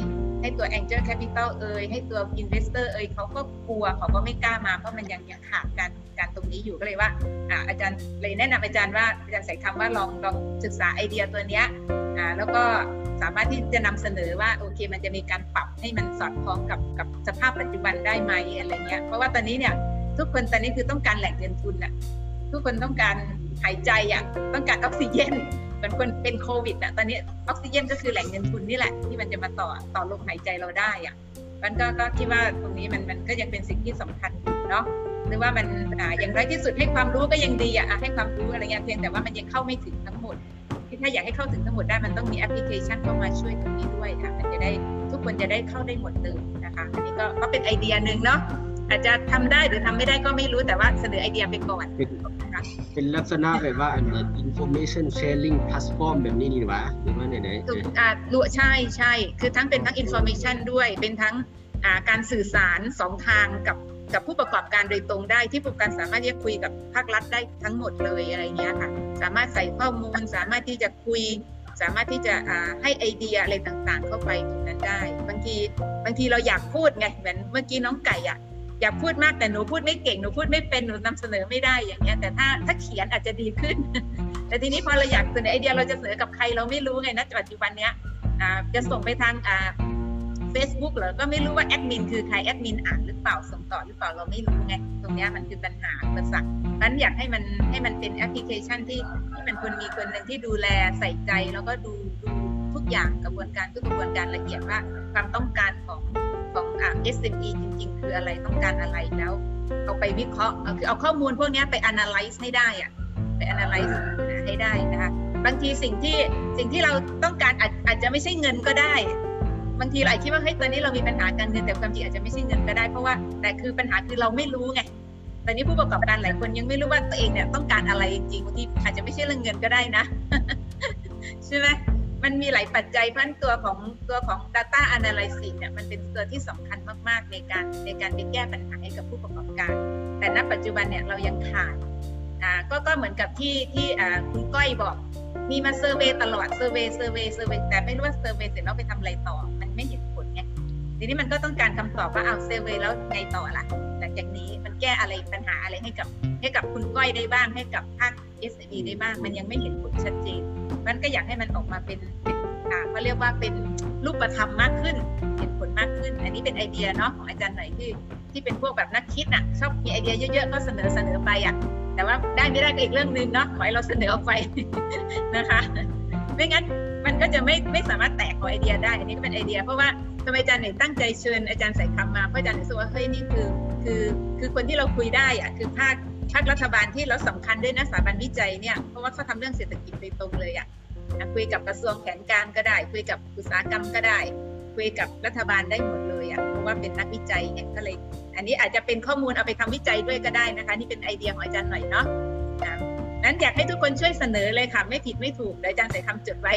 ให้ตัว Angel Capital เอ่ยให้ตัว Investor เอ่ยเขาก็กลัวเขาก็ไม่กล้ามาเพราะมันยังยังขาดการการตรงนี้อยู่ก็เลยว่าอ่าอาจารย์เลยแนะนำอาจารย์ว่าอาจารย์ใส่คำว่าลองลองศึกษาไอเดียตัวเนี้ยอ่าแล้วก็สามารถที่จะนำเสนอว่าโอเคมันจะมีการปรับให้มันสอดคล้องกับกับสภาพปัจจุบันได้ไหมอะไรเงี้ยเพราะว่าตอนนี้เนี่ยทุกคนตอนนี้คือต้องการแหล่งเงินทุนอะทุกคนต้องการหายใจอะต้องการออกซิเจนเหมือนคนเป็นโควิดอะตอนนี้ออกซิเจนก็คือแหล่งเงินทุนนี่แหละที่มันจะมาต่อต่อลมหายใจเราได้อะมันก็ก็คิดว่าตรงนี้มันมันก็ยังเป็นสิ่งที่สำคัญอยู่เนาะหรือว่ามันอ่าอย่างไรที่สุดให้ความรู้ก็ยังดีอะให้ความรู้อะไรเงี้ยเพียงแต่ว่ามันยังเข้าไม่ถึงทั้งหมดที่ถ้าอยากให้เข้าถึงทั้งหมดได้มันต้องมีแอปพลิเคชันเข้ามาช่วยตรงนี้ด้วยค่ะมันจะได้ทุกคนจะได้เข้าได้หมดเลยนะคะอันนี้ก็ก็เป็นไอเดียหนึ่งเนาะอาจจะทำได้หรือทำไม่ได้ก็ไม่รู้แต่ว่าเสนอไอเดียไปก่อนนะคะเป็นลักษณะแบบว่าอัน information sharing platform แบบนี้นี่หว่าหรือว่าไหนๆถูกอ่ารู้ใช่ใช่คือทั้งเป็นทั้ง information ด้วยเป็นทั้งอ่าการสื่อสารสองทางกับกับผู้ประกอบการโดยตรงได้ที่ผู้ประกอบการสามารถที่จะคุยกับภาครัฐได้ทั้งหมดเลยอะไรเงี้ยค่ะสามารถใส่ข้อมูลสามารถที่จะคุยสามารถที่จะอ่าให้ไอเดียอะไรต่างๆเข้าไปตรงนั้นได้บางทีบางทีเราอยากพูดไงเหมือนเมื่อกี้น้องไก่อ่ะอยากพูดมากแต่หนูพูดไม่เก่งหนูพูดไม่เป็นหนูนำเสนอไม่ได้อย่างเงี้ยแต่ถ้าถ้าเขียนอาจจะดีขึ้น แต่ทีนี้พอเราอยากเสนอไอเดียเราจะเสนอกับใครเราไม่รู้ไงนะปัจจุบันเนี้ยอ่าจะส่งไปทางอ่า Facebook เหรอก็ไม่รู้ว่าแอดมินคือใครแอดมินอ่านหรือเปล่าส่งต่อหรือเปล่าเราไม่รู้ไงตรงนี้มันคือปัญหาอุปสรรคนั้นอยากให้มันให้มันเป็นแอปพลิเคชันที่ที่มันควรมีคนหนึ่งที่ดูแลใส่ใจแล้วก็ดูดูทุกอย่างกระบวนการทุกกระบวนการละเอียดว่าความต้องการของของอ่า เอส เอ็ม อี จริงๆคืออะไรต้องการอะไรแล้วเอาไปวิเคราะห์คือเอาข้อมูลพวกนี้ไป analyze ให้ได้อะไป analyze ให้ได้นะคะบางทีสิ่งที่สิ่งที่เราต้องการอาจอาจจะไม่ใช่เงินก็ได้บางทีเราคิดว่าเฮ้ยตอนนี้เรามีปัญหาการเงินแต่ความจริงอาจจะไม่ใช่เงินก็ได้เพราะว่าแต่คือปัญหาคือเราไม่รู้ไงตอนนี้ผู้ประกอบการหลายคนยังไม่รู้ว่าตัวเองเนี่ยต้องการอะไรจริงๆบางทีอาจจะไม่ใช่เรื่องเงินก็ได้นะ ใช่ไหมมันมีหลายปัจจัยเพราะตัวของตัวของ data analysis เนี่ยมันเป็นตัวที่สำคัญมากๆในการในการไปแก้ปัญหาให้กับผู้ประกอบการแต่ณปัจจุบันเนี่ยเรายังขาดอ่าก็ก็เหมือนกับที่ที่อ่าคุณก้อยบอกมีมาเซอร์เวย์ตลอดเซอร์เวย์เซอร์เวย์เซอร์เวย์แต่ไม่รู้ว่าเซอร์เวย์เสร็จแล้วไปทำอะไรต่อมันไม่เห็นผลไงทีนี้มันก็ต้องการคำตอบว่าเอาเซอร์เวย์แล้วไงต่อล่ะหลังจากนี้มันแก้อะไรปัญหาอะไรให้กับให้กับคุณก้อยได้บ้างให้กับภาค เอส เอ็ม อี ได้บ้างมันยังไม่เห็นผลชัดเจนมันก็อยากให้มันออกมาเป็นเป็นอ่าเขาเรียกว่าเป็นรูปธรรมมากขึ้นเห็นผลมากขึ้นอันนี้เป็นไอเดียเนาะของอาจารย์หน่อยที่ที่เป็นพวกแบบนักคิดน่ะชอบมีไอเดียเยอะๆก็เสนอเสนอไปอ่ะแต่ว่าได้ไม่ได้ก็อีกเรื่องนึงเนาะขอให้เราเสนอออกไป นะคะไม่งั้นมันก็จะไม่ไม่สามารถแตกของไอเดียได้อันนี้ก็เป็นไอเดียเพราะว่าทำไมอาจารย์เนี่ยตั้งใจเชิญอาจารย์ใส่คำมาเพราะอาจารย์รู้สึกว่าเฮ้ยนี่คือคือคือคนที่เราคุยได้อ่ะคือภาคภาครัฐบาลที่เราสำคัญด้วยนะสถาบันวิจัยเนี่ยเพราะว่าเขาทำเรื่องเศรษฐกิจโดยตรงเลยอ่ะคุยกับกระทรวงแผนการก็ได้คุยกับอุตสาหกรรมก็ได้คุยกับรัฐบาลได้หมดเลยอ่ะเพราะว่าเป็นนักวิจัยเนี่ยก็เลยอันนี้อาจจะเป็นข้อมูลเอาไปทำวิจัยด้วยก็ได้นะคะนี่เป็นไอเดียของอาจารย์หน่อยเนาะนั้นอยากให้ทุกคนช่วยเสนอเลยค่ะไม่ผิดไม่ถูกเดี๋ยวอาจารย์ใส่คำจดไว้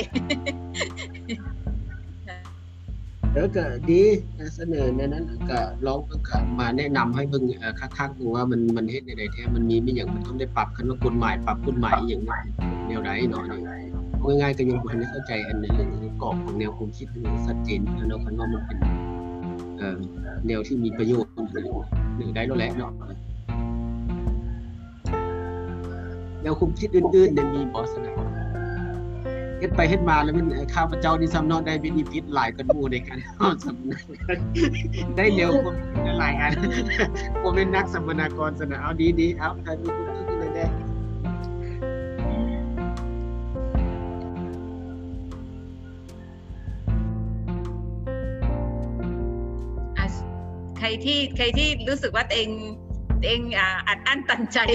แล้วก็ดีเสนอในนั้นก็ลองก็มาแนะนำให้เบิ่งคักๆดูว่ามันมันเฮ็ดได้แท้มันมีไม่อย่างมันต้องได้ปรับคันว่ากฎหมายปรับกฎหมายอย่างนี้แนวใดเนาะนี่ง่ายๆก็ยังบ่ทันได้เข้าใจอันในเรื่องกรอบของแนวความคิดให้มันชัดเจนแล้วเนาะคันว่ามันเป็นเอ่อแนวที่มีประโยชน์หรือได้แล้วแหละเนาะแนวความคิดอื่นๆเนี่ยมีบ่สนะเฮ็ดไปเฮ็ดมาแล้วมันข้าพเจ้านี่ซ้ำเนาะได้เบเนฟิตหลายกว่าหมู่ในการเฮาสำนักได้เร็วกว่าหลายอันบ่แม่นนักสัมมนากรซะนะเอาดีๆเอาถ้ามีความคิดอื่นได้ใครที่ใครที่รู้สึกว่าตัวเองตัวเองอ่าอัดอั้นตันใจ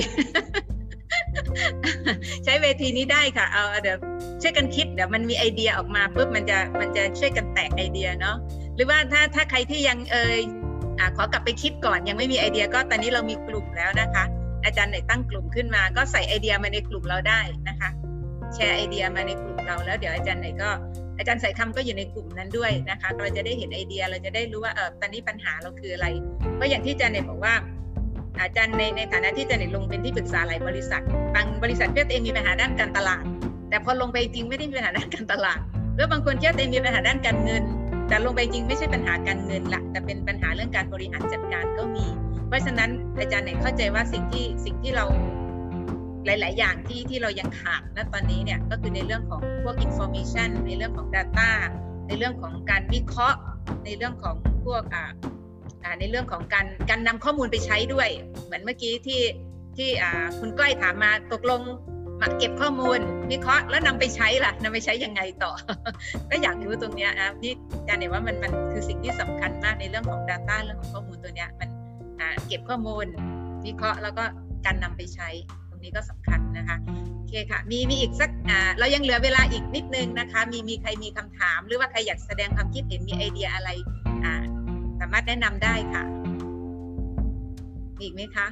ใช้เวทีนี้ได้ค่ะเอาเดี๋ยวช่วยกันคิดเดี๋ยวมันมีไอเดียออกมาปุ๊บมันจะมันจะช่วยกันแตกไอเดียเนาะหรือว่าถ้าถ้าใครที่ยังเอออ่าขอกลับไปคิดก่อนยังไม่มีไอเดียก็ตอนนี้เรามีกลุ่มแล้วนะคะอาจารย์ไหนตั้งกลุ่มขึ้นมาก็ใส่ไอเดียมาในกลุ่มเราได้นะคะแชร์ไอเดียมาในกลุ่มเราแล้วเดี๋ยวอาจารย์ไหนก็อาจารย์ใส่คำก็อยู่ในกลุ่มนั้นด้วยนะคะเราจะได้เห็นไอเดียเราจะได้รู้ว่าเออตอนนี้ปัญหาเราคืออะไรเพราะอย่างที่อาจารย์ไหนบอกว่าอาจารย์ในในฐานะที่อาจารย์ลงเป็นที่ปรึกษาหลายบริษัทบางบริษัทเพื่อตัวเองมีปัญหาด้านการตลาดแต่พอลงไปจริงไม่ได้มีปัญหาด้านการตลาดหรือบางคนเชื่อตัวเองมีปัญหาด้านการเงินแต่ลงไปจริงไม่ใช่ปัญหาการเงินละแต่เป็นปัญหาเรื่องการบริหารจัดการก็มีเพราะฉะนั้นอาจารย์เนี่ยเข้าใจว่าสิ่งที่สิ่งที่เราหลายๆอย่างที่ที่เรายังขาดณตอนนี้เนี่ยก็คือในเรื่องของพวก information ในเรื่องของ data ในเรื่องของการวิเคราะห์ในเรื่องของพวกอ่าอ่าในเรื่องของการการนำข้อมูลไปใช้ด้วยเหมือนเมื่อกี้ที่ที่อ่าคุณก้อยถามมาตกลงมาเก็บข้อมูลวิเคราะห์แล้วนำไปใช้ล่ะนำไปใช้ยังไงต่อ ก็อยากรู้ตรงเนี้ยอ่ะนี่อาจารย์เนี่ยว่ามันมันคือสิ่งที่สำคัญมากในเรื่องของ data เรื่องของข้อมูลตัวเนี้ยมันอ่าเก็บข้อมูลวิเคราะห์แล้วก็การนำไปใช้ตรงนี้ก็สำคัญนะคะโอเคค่ะมีมีอีกสักอ่าเรายังเหลือเวลาอีกนิดนึงนะคะมีมีใครมีคำถามหรือว่าใครอยากแสดงความคิดเห็นมีไอเดียอะไรอ่าสามารถแนะนำได้ค่ะมีอีกไหมคะ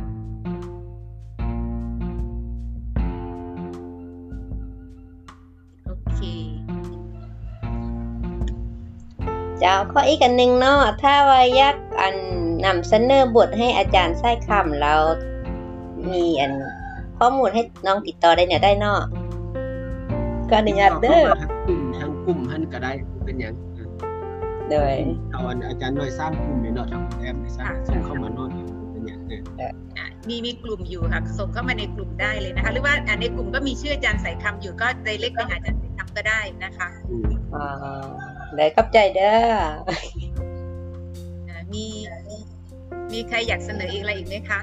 โอเคเจ้าข้ออีกอันหนึ่งเนาะถ้าว่าอยากอันนำเสนอบทให้อาจารย์ไส้คำเรามีอันข้อมูลให้น้องติดต่อได้เนี่ยได้เนาะก็อนุญาตเด้อทางกลุ่มทางกลุ่มท่านก็ได้เป็นอย่างโดยเอาอาจารย์น้อยสร้างกลุ่มเนาะทางแอปในสร้างส่งเข้ามาโน่นเป็นอย่างเออมีมีกลุ่มอยู่ค่ะส่งเข้ามาในกลุ่มได้เลยนะคะหรือว่าในกลุ่มก็มีชื่ออาจารย์ใส่คำอยู่ก็ไดเรกไปหาอาจารย์ใส่คำก็ได้นะคะอ่าได้ขอบใจเด้อมีมีใครอยากเสนออีกอะไรอีกไหมคะ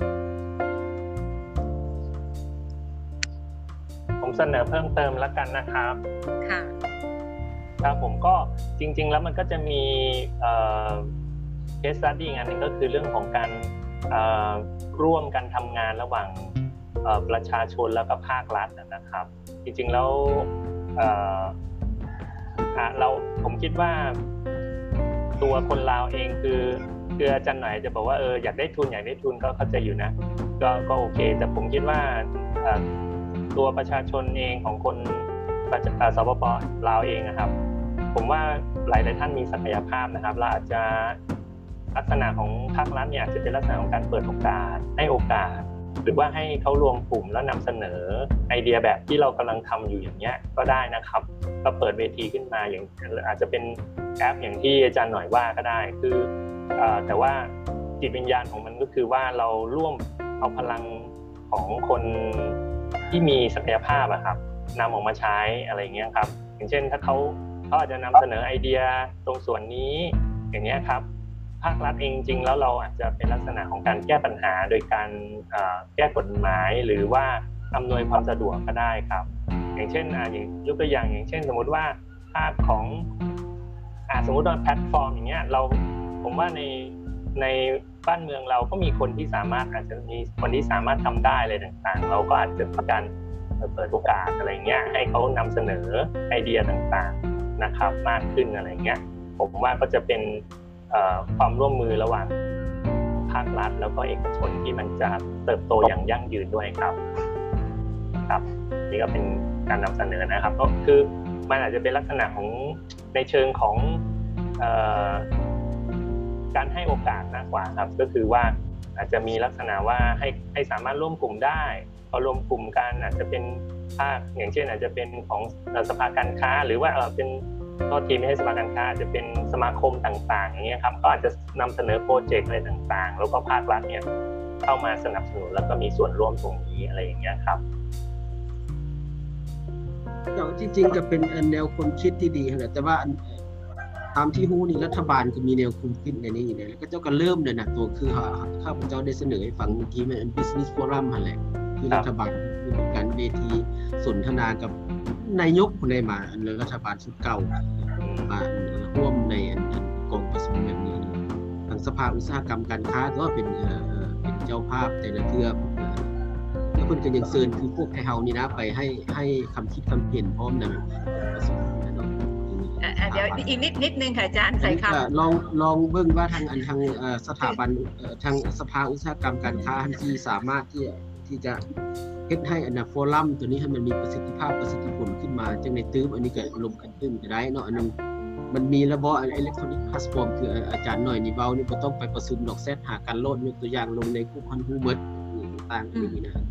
ผมเสนอเพิ่มเติมแล้วกันนะครับค่ะครับผมก็จริงๆแล้วมันก็จะมีเอ่อ case study อันนึงก็คือเรื่องของการเอ่อร่วมกันทำงานระหว่างเอ่อประชาชนแล้วก็ภาครัฐนะครับจริงๆแล้วเอ่อเราผมคิดว่าตัวคนลาวเองคือคืออาจารย์หน่อยจะบอกว่าเอออยากได้ทุนอยากได้ทุนก็เข้าใจอยู่นะก็ก็โอเคแต่ผมคิดว่าตัวประชาชนเองของคนสปป.ลาวเองนะครับผมว่าหลายหลายท่านมีศักยภาพนะครับเราอาจจะลักษณะของภาครัฐเนี่ยอาจจะเป็นลักษณะของการเปิดโอกาสให้โอกาสหรือว่าให้เขารวมกลุ่มแล้วนำเสนอไอเดียแบบที่เรากำลังทำอยู่อย่างเงี้ยก็ได้นะครับก็เปิดเวทีขึ้นมาอย่างอาจจะเป็นแอปอย่างที่อาจารย์หน่อยว่าก็ได้คือแต่ว่าจิตวิญญาณของมันก็คือว่าเราร่วมเอาพลังของคนที่มีศักยภาพอะครับนำออกมาใช้อะไรอย่างเงี้ยครับอย่างเช่นถ้าเขาเขาอาจจะนำเสนอไอเดียตรงส่วนนี้อย่างเงี้ยครับภาครัฐเองจริงแล้วเราอาจจะเป็นลักษณะของการแก้ปัญหาโดยการแก้กฎหมายหรือว่าอำนวยความสะดวกก็ได้ครับอย่างเช่นอย่างยกตัวอย่างอย่างเช่นสมมติว่าภาคของสมมติว่าแพลตฟอร์มอย่างเงี้ยเราผมว่าในในบ้านเมืองเราก็มีคนที่สามารถอาจจะมีคนที่สามารถทำได้อะไรต่างๆเราก็อาจจะมีการเปิดโอกาสอะไรเงี้ยให้เขานำเสนอไอเดียต่างๆนะครับมากขึ้นอะไรเงี้ยผมว่าก็จะเป็นความร่วมมือระหว่างภาครัฐแล้วก็เอกชนที่มันจะเติบโตอย่างยั่งยืนด้วยครับครับนี่ก็เป็นการนำเสนอนะครับก็คือมันอาจจะเป็นลักษณะของในเชิงของเอ่อการให้โอกาสมากกว่าครับก็คือว่าอาจจะมีลักษณะว่าให้ให้สามารถร่วมกลุ่มได้พอรวมกลุ่มกันอาจจะเป็นภาคอย่างเช่นอาจจะเป็นของสภาการค้าหรือว่าเออเป็นก็ทีมไม่ใช่สภาการค้าอาจจะเป็นสมาคมต่างๆอย่างเงี้ยครับก็อาจจะนำเสนอโปรเจกต์อะไรต่างๆแล้วก็ภาครัฐเนี่ยเข้ามาสนับสนุนแล้วก็มีส่วนร่วมตรงนี้อะไรอย่างเงี้ยครับจริงๆก็เป็นแนวความคิดที่ดีนะแต่ว่าตามที่ฮู้นี่รัฐบาลก็มีแนวความคิดในนี้อยู่แล้วก็เจ้าก็เริ่มเลยนะตัวคือข้าพเจ้าได้เสนอให้ฟังเมื่อกี้มัน Business Forum หั่นแหละคือรัฐบาลมีการเวทีสนทนากับนายกคนใดมาหรือรัฐบาลชุดเก่ามาร่วมในกองประชุมแบบนี้ทางสภาอุตสาหกรรมการค้าก็เป็นเป็นเจ้าภาพแต่ละเทื่อแล้วเพิ่นก็ยังเชิญคือพวกไทเฮานี่นะไปให้ให้คำคิดคำเห็นพร้อมนะเดี๋ยวอีกนิดนิดนึงค่ะอาจารย์ใส่คำลองลองเบิ่งว่าทางอันทางสถาบันทางสภาอุตสาหกรรมการค้าที่สามารถที่ที่จะเฮ็ดให้อันน่ะโฟรัมตัวนี้ให้มันมีประสิทธิภาพประสิทธิผลขึ้นมาจังในตื้มอันนี้ก็ลงกันตื้มก็ได้เนาะอันนึงมันมีระบบอิเล็กทรอนิกส์พาสปอร์ตคืออาจารย์หน่อยนี่เว้านี่บ่ต้องไปประชุมดอกแซดหากันโลดยกตัวอย่างลงในกลุ่มฮันฮูเบิดต่างๆนี่นะ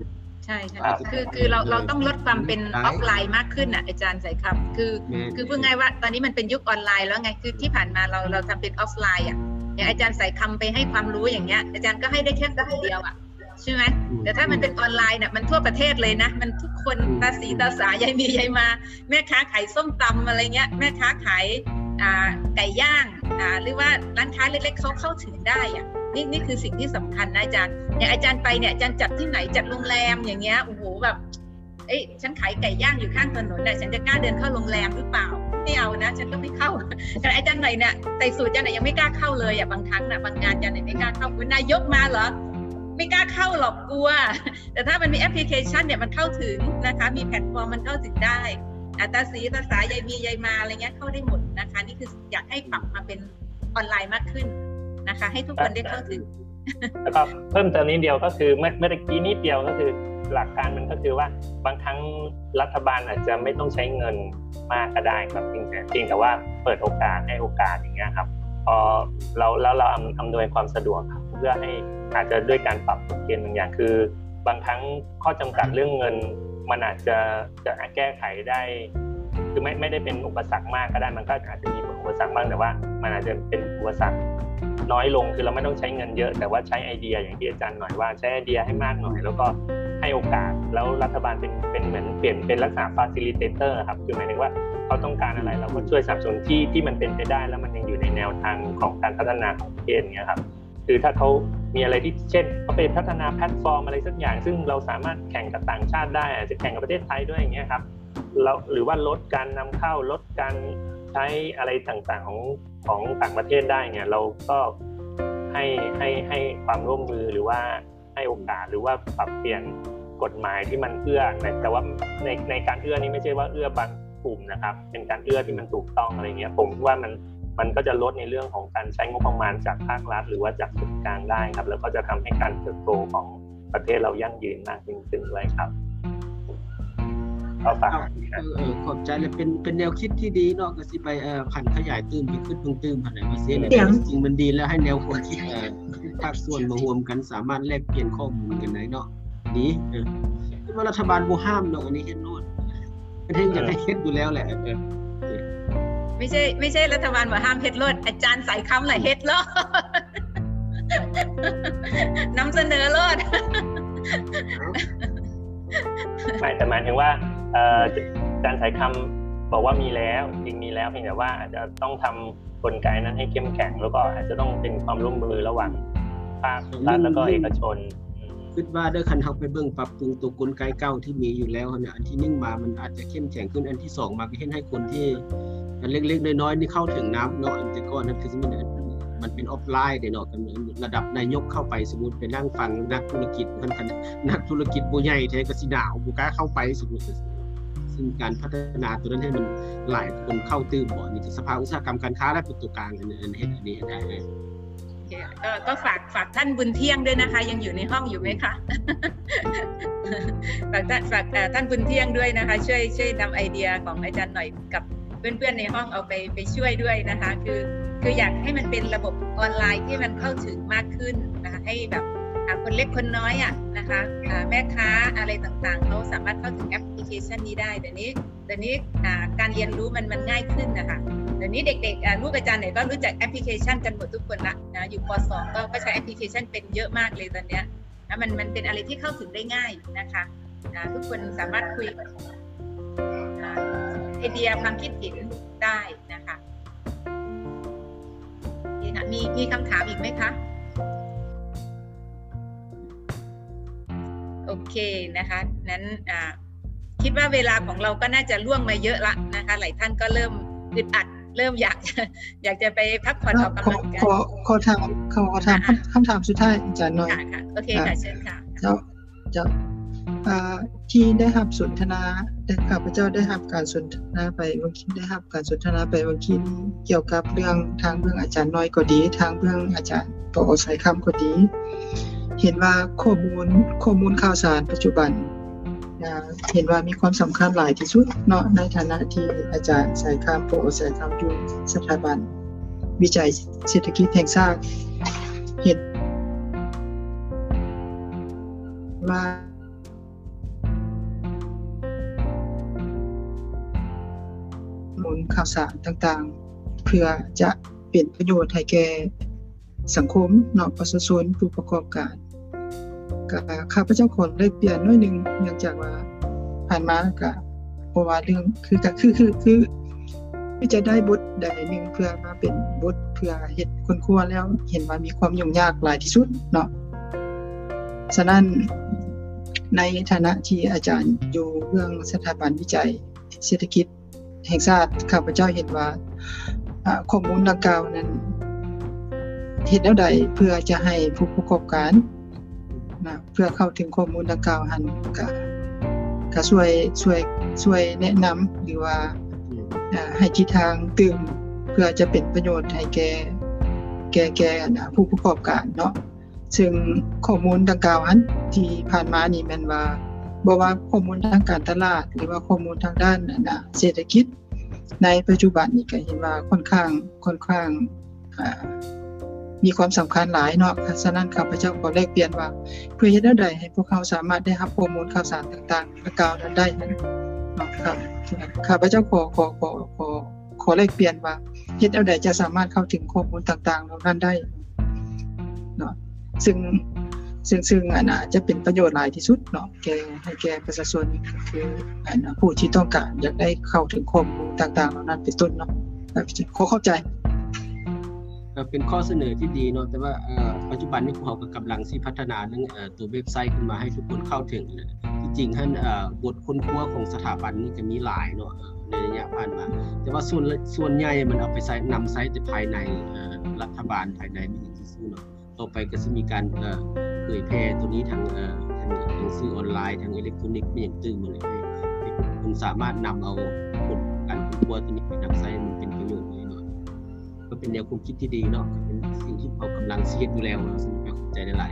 ใช่ค่ะคือคือเราเราต้องลดความเป็นออฟไลน์มากขึ้นอ่ะอาจารย์ใส่คำคือคือพูดง่ายว่าตอนนี้มันเป็นยุคออนไลน์แล้วไงคือที่ผ่านมาเราเราทำเป็นออฟไลน์อ่ะอย่างอาจารย์ใส่คำไปให้ความรู้อย่างเงี้ยอาจารย์ก็ให้ได้แค่คนเดียวอ่ะใช่ไหมแต่ถ้ามันเป็นออนไลน์เนี่ยมันทั่วประเทศเลยนะมันทุกคนตาสีตาสายายมียายมาแม่ค้าขายส้มตำอะไรเงี้ยแม่ค้าขายอ่าไก่ย่างอ่าหรือว่าร้านค้าเล็กๆเขาเข้าถึงได้อ่ะนี่นี่คือสิ่งที่สำคัญนะอาจารย์อย่างอาจารย์ไปเนี่ยอาจารย์จัดที่ไหนจัดโรงแรมอย่างเงี้ยโอ้โหแบบเอ้ยฉันขายไก่ย่างอยู่ข้างถนนเนี่ยฉันจะกล้าเดินเข้าโรงแรมหรือเปล่าไม่เอานะฉันก็ไม่เข้าแต่อาจารย์หน่อยเนี่ยใส่สูตรอาจารย์เนี่ยยังไม่กล้าเข้าเลยอ่ะบางครั้งนะบางงานอาจารย์เนี่ยไม่กล้าเข้าคุณนายกมาเหรอไม่กล้าเข้าหรอกกลัวแต่ถ้ามันมีแอปพลิเคชันเนี่ยมันเข้าถึงนะคะมีแพลตฟอร์มมันเข้าถึงได้ตาสีตาสายยายมียายมาอะไรเงี้ยเข้าได้หมดนะคะนี่คืออยากให้ปรับมาเป็นออนไลน์มากขึ้นนะคะให้ทุกคนได้เข้าถึงแล้วก็เพิ่มเติมนิดเดียวก็คือเมื่อเมื่อกี้นิดเดียวก็คือหลักการมันก็คือว่าบางครั้งรัฐบาลอาจจะไม่ต้องใช้เงินมากก็ได้ครับเพียงแต่เพียงแต่ว่าเปิดโอกาสให้โอกาสอย่างเงี้ยครับพอเราแล้วเราอำนวยความสะดวกครับเพื่อให้อาจจะด้วยการปรับเกณฑ์บางอย่างคือบางครั้งข้อจำกัดเรื่องเงินมันอาจจะจะแก้ไขได้คือไม่ไม่ได้เป็นอุปสรรคมากก็ได้มันก็อาจจะมีอุปสรรคบ้างแต่ว่ามันอาจจะเป็นอุปสรรคน้อยลงคือเราไม่ต้องใช้เงินเยอะแต่ว่าใช้ไอเดียอย่างที่อาจารย์หน่อยว่าใช้ไอเดียให้มากหน่อยแล้วก็ให้โอกาสแล้วรัฐบาลเป็นเป็นเหมือนเปลี่ยนเป็นลักษณะ facilitator ครับคือหมายถึงว่าเขาต้องการอะไรเราก็ช่วยสนับสนุนที่ที่มันเป็นไปได้แล้วมันยังอยู่ในแนวทางของการพัฒนาของประเทศอย่างเงี้ยครับคือถ้าเขามีอะไรที่เช่นเขาไปพัฒนาแพลตฟอร์มอะไรสักอย่างซึ่งเราสามารถแข่งกับต่างชาติได้อาจจะแข่งกับประเทศไทยด้วยอย่างเงี้ยครับแล้วหรือว่าลดการนำเข้าลดการใช้อะไรต่างๆของของต่างประเทศได้เนี่ยเราก็ให้ให้ให้ความร่วมมือหรือว่าให้โอกาสหรือว่าปรับเปลี่ยนกฎหมายที่มันเอื้อแต่ว่าในในการเอื้อนี้ไม่ใช่ว่าเอื้อบางกลุ่มนะครับเป็นการเอื้อที่มันถูกต้องอะไรเงี้ยผมว่ามันมันก็จะลดในเรื่องของการใช้งบประมาณจากภาครัฐหรือว่าจากส่วนกลางได้ครับแล้วก็จะทำให้การเติบโตของประเทศเรายั่งยืนมากยิ่งขึ้นด้วยครับเอาฝากเออขอบใจเลยเป็นเป็นแนวคิดที่ดีเนาะก็สิไปเอ่อพันขยายตื้มไปขึ้นตรงตื้มพันไหนมาเสียเลยจริงมันดีแล้วให้แนวความคิดเอ่อภาคส่วนมารวมกันสามารถแลกเปลี่ยนข้อมูลกันได้เนาะดีเออว่ารัฐบาลบ่ห้ามเนาะอันนี้เฮ็ดโน่นประเทศอยากให้เฮ็ดอยู่แล้วแหละเออไม่ใช่ไม่ใช่รัฐบาลบ่ห้ามเฮ็ดโลดอาจารย์ใส่คำแหละเฮ็ดโลดนำเสนอโลดหมายแต่หมายถึงว่าอาจารย์สายคำบอกว่ามีแล้วจริงมีแล้วเพียงแต่ว่าอาจจะต้องทำกลไกนั้นให้เข้มแข็งแล้วก็อาจจะต้องเป็นความร่วมมือระหว่างภาครัฐแล้วก็เอกชนคิดว่าเด้อคันเฮาไปเบิ่งปรับปรุงตัวกลไกเก่าที่มีอยู่แล้วเนี่ยอันที่หนึ่งมามันอาจจะเข้มแข็งขึ้นอันที่สองมาก็เฮ็ดให้คนที่เล็กๆน้อยๆนี่เข้าถึงน้ำเนาะอันแต่ก่อนนั้นคือมันมันเป็นออฟไลน์เนาะกันระดับนายกเข้าไปสมมุติไปนั่งฟังนักธุรกิจคันนักธุรกิจบ่ใหญ่แท้ก็สิดาวบ่กล้าเข้าไปสมมุติซึ่งการพัฒนาตัวนั้นให้มันหลายคนเข้าตื้มบ่นี่คือสภาอุตสาหกรรมการค้าและเป็นตัวกลางอันนี้เฮ็ดอันนี้ได้ก็ก็ฝากฝากท่านบุญเที่ยงด้วยนะคะยังอยู่ในห้องอยู่ไหมคะฝากท่านฝากท่านบุญเที่ยงด้วยนะคะช่วยช่วยนำไอเดียของอาจารย์หน่อยกับเพื่อนๆในห้องเอาไปไปช่วยด้วยนะคะคือคืออยากให้มันเป็นระบบออนไลน์ที่มันเข้าถึงมากขึ้นนะคะให้แบบคนเล็กคนน้อยอ่ะนะคะแม่ค้าอะไรต่างๆเขาสามารถเข้าถึงแอปพลิเคชันนี้ได้เดี๋ยวนี้เดี๋ยวนี้การเรียนรู้มันมันง่ายขึ้นนะคะเดี๋ยวนี้เด็กๆลูกอาจารย์เนี่ยก็รู้จักแอปพลิเคชันกันหมดทุกคนละนะอยู่ป.สอง ก็ก็ใช้แอปพลิเคชันเป็นเยอะมากเลยตอนเนี้ยนะมันมันเป็นอะไรที่เข้าถึงได้ง่ายนะคะนะทุกคนสามารถคุยไอเดียความคิดเห็นได้นะคะมีมีคำถามอีกไหมคะโอเคนะคะนั้นคิดว่าเวลาของเราก็น่าจะล่วงมาเยอะละนะคะหลายท่านก็เริ่มอึดอัดเริ่มอยากอยากจะไปพักผ่อนออกกำลังกายขอขอถามขอถามคำถามสุดท้ายอาจารย์หน่อยค่ะโอเคค่ะเชิญค่ะเจ้าเจ้าที่ได้รับสนทนาได้ข้าพเจ้าได้รับการสนทนาไปวันนี้ได้รับการสนทนาไปวันนี้เกี่ยวกับเรื่องทางเรื่องอาจารย์น้อยก็ดีทางเรื่องอาจารย์ปอสายคำก็ดีเห็นว่าข้อมูลข้อมูลข่าวสารปัจจุบันเห็นว่ามีความสำคัญหลายที่สุดเนาะในฐานะที่อาจารย์สายคำปอสายคำอยู่สถาบันวิจัยเศรษฐกิจแห่งชาติเห็นว่ามูลข่าวสารต่างๆเพื่อจะเป็นประโยชน์ให้แก่สังคมเนาะประชาชนผู้ประกอบการก็ข้าพเจ้าขอได้เปลี่ยนน้อยนึงเนื่องจากว่าผ่านมาก็เพราะว่าเรื่องคือก็คือคือคือคือจะได้บทใดนึงเพื่อมาเป็นบทเพื่อเฮ็ดคนครัวแล้วเห็นว่ามีความยุ่งยากหลายที่สุดเนาะฉะนั้นในฐานะที่อาจารย์อยู่เรื่องสถาบันวิจัยเศรษฐกิจแห่งชาติข้าพเจ้าเห็นว่าข้อมูลดังกล่าวนั้นเฮ็ดแนวใดเพื่อจะให้ผู้ประกอบการนะเพื่อเข้าถึงข้อมูลดังกล่าวหันก็ก็ช่วยช่วยช่วยแนะนำหรือว่าให้ทิศทางตื่นเพื่อจะเป็นประโยชน์ให้แก่แก่แก่นะผู้ประกอบการเนาะซึ่งข้อมูลดังกล่าวนั้นที่ผ่านมานี่แม่นว่าบ่ว่าข้อมูลทางการตลาดหรือว่าข้อมูลทางด้านนะเศรษฐกิจในปัจจุบันนี้ก็เห็นว่าค่อนข้างค่อนข้างอ่ามีความสำคัญหลายเนาะฉะนั้นข้าพเจ้าขอแลกเปลี่ยนว่าเพื่อเฮ็ดแนวใดให้พวกเขาสามารถได้รับข้อมูลข่าวสารต่างๆดังกล่าวนั้นได้นั้นเนาะครับข้าพเจ้าขอขอขอขอขอแลกเปลี่ยนว่าเฮ็ดแนวใดจะสามารถเข้าถึงข้อมูลต่างๆเหล่านั้นได้เนาะซึ่งซึ่งซึ่งอันน่ะจะเป็นประโยชน์หลายที่สุดเนาะแก่ให้แก่ประชาชนคืออันน่ะผู้ที่ต้องการอยากได้เข้าถึงข้อมูลต่างๆเหล่านั้นเป็นต้นเนาะขอเข้าใจเป็นข้อเสนอที่ดีเนาะแต่ว่าปัจจุบันนี้พวกเราก็กำลังสิพัฒนาเรื่องตัวเว็บไซต์ขึ้นมาให้ทุกคนเข้าถึงที่จริงท่านบทค้นคว้าของสถาบันนี้จะมีหลายเนาะในระยะผ่านมาแต่ว่าส่วนส่วนใหญ่มันเอาไปใช้นำไซต์แต่ภายในรัฐบาลภายในไม่ได้ซื่อเนาะต่อไปก็จะมีการเผยแพร่ตัวนี้ทางทางหนังสือออนไลน์ทางอิเล็กทรอนิกส์อย่างตื่นมาเลยให้คุณสามารถนำเอาบทการค้นคว้าตัวนี้ไปนำไซต์มันเป็นประโยชน์ก็เป็นแนวความคิดที่ดีเนาะเป็นสิ่งที่เรากำลังเชียร์อยู่แล้วนะซึ่งเราเข้าใจได้หลาย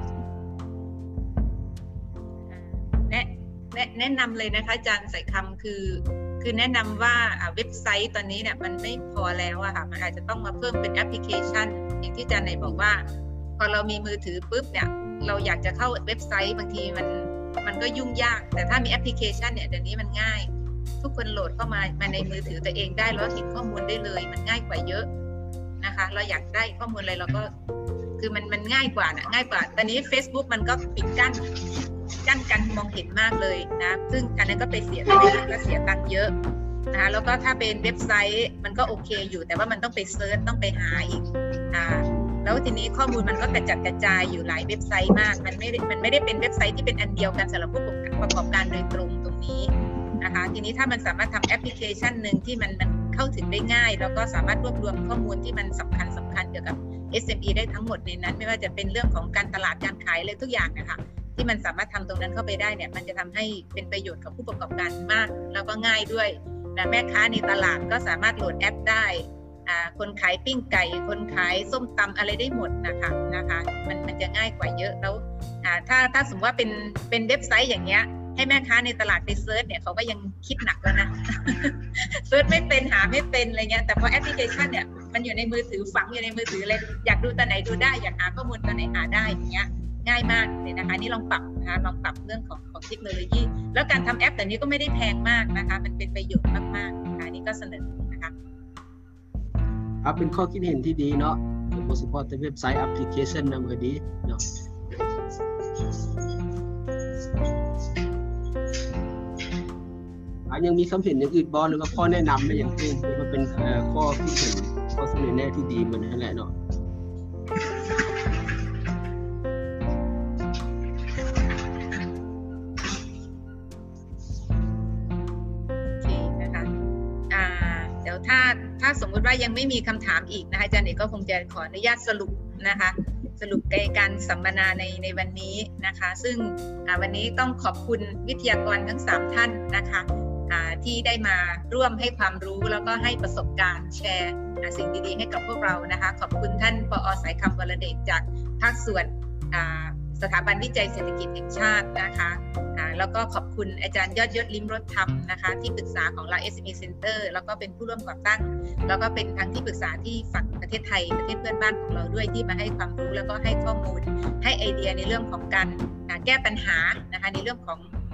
แนะแนะนำเลยนะคะอาจารย์ใส่คำคือคือแนะนำว่าเว็บไซต์ตอนนี้เนี่ยมันไม่พอแล้วอะค่ะมันอาจจะต้องมาเพิ่มเป็นแอปพลิเคชันอย่างที่อาจารย์ไหนบอกว่าพอเรามีมือถือปุ๊บเนี่ยเราอยากจะเข้าเว็บไซต์บางทีมันมันก็ยุ่งยากแต่ถ้ามีแอปพลิเคชันเนี่ยเดี๋ยวนี้มันง่ายทุกคนโหลดเข้ามามาในมือถือตัวเองได้แล้วเห็นข้อมูลได้เลยมันง่ายกว่าเยอะนะคะเราอยากได้ข้อมูลอะไรเราก็คือมันมันง่ายกว่านะง่ายกว่าตอนนี้ Facebook มันก็ปิดกั้นกั้นการมองเห็นมากเลยนะซึ่งอันนั้นก็ไปเสียตังค์ก็เสียตังค์เยอะนะคะแล้วก็ถ้าเป็นเว็บไซต์มันก็โอเคอยู่แต่ว่ามันต้องไปเซิร์ชต้องไปหาอีกอ่าแล้วทีนี้ข้อมูลมันก็กระจัดกระจายอยู่หลายเว็บไซต์มากมันไม่มันไม่ได้เป็นเว็บไซต์ที่เป็นอันเดียวกันสำหรับผู้ประกอบการโดยตรงตรงนี้นะคะทีนี้ถ้ามันสามารถทำแอปพลิเคชันหนึ่งที่มันมันเข้าถึงได้ง่ายแล้วก็สามารถรวบรวมข้อมูลที่มันสำคัญสำคัญเกี่ยวกับ เอส เอ็ม อี ได้ทั้งหมดในนั้นไม่ว่าจะเป็นเรื่องของการตลาดการขายเลยทุกอย่างนะคะที่มันสามารถทำตรงนั้นเข้าไปได้เนี่ยมันจะทำให้เป็นประโยชน์กับผู้ประกอบการมากแล้วก็ง่ายด้วยนะแม่ค้าในตลาดก็สามารถโหลดแอปได้อ่าคนขายปิ้งไก่คนขายส้มตำอะไรได้หมดนะคะนะคะมันมันจะง่ายกว่าเยอะแล้วอ่าถ้าถ้าสมมติว่าเป็นเป็นเว็บไซต์อย่างเงี้ยให้แม่ค้าในตลาดไปเซิร์ชเนี่ยเขาก็ยังคิดหนักแล้วนะ เซิร์ชไม่เป็นหาไม่เป็นอะไรเงี้ยแต่พอแอปพลิเคชันเนี่ยมันอยู่ในมือถือฝังอยู่ในมือถือเลยอยากดูตอนไหนดูได้อยากหาข้อมูลตอนไหนหาได้อย่างเงี้ยง่ายมากเลยนะคะนี่ลองปรับนะคะลองปรับเรื่องของของเทคโนโลยีแล้วการทำแอปแต่นี้ก็ไม่ได้แพงมากนะคะมันเป็นประโยชน์มากๆนะคะนี่ก็เสนอนะคะครับเป็นข้อคิดเห็นที่ดีเนาะโดยเฉพาะในเว็บไซต์แอปพลิเคชันนำก็ดีเนาะยังมีคำเห็นอย่างอื่นบอหรือว่าข้อแนะนำอะไรอย่างอื่นที่มันเป็นข้อคิดเห็นข้อเสนอแนะที่ดีเหมือนนั่นแหละเนาะโอเคนะคะอ่าเดี๋ยวถ้าถ้าสมมุติว่ายังไม่มีคำถามอีกนะคะอาจารย์เอกก็คงจะขออนุญาตสรุปนะคะสรุปในการสัมมนาในในวันนี้นะคะซึ่งวันนี้ต้องขอบคุณวิทยากรทั้งสามท่านนะคะที่ได้มาร่วมให้ความรู้แล้วก็ให้ประสบการณ์แชร์สิ่งดีๆให้กับพวกเรานะคะขอบคุณท่านปอ.สายคำวรเดชจากภาคส่วนสถาบันวิจัยเศรษฐกิจแห่งชาตินะคะแล้วก็ขอบคุณอาจารย์ยอดยศลิ้มรสธรรมนะคะที่ปรึกษาของเรา เอส เอ็ม อี Center แล้วก็เป็นผู้ร่วมก่อตั้งแล้วก็เป็นทั้งที่ปรึกษาที่ฝั่งประเทศไทยประเทศเพื่อนบ้านของเราด้วยที่มาให้ความรู้แล้วก็ให้ข้อมูลให้ไอเดียในเรื่องของการแก้ปัญหานะคะในเรื่องของ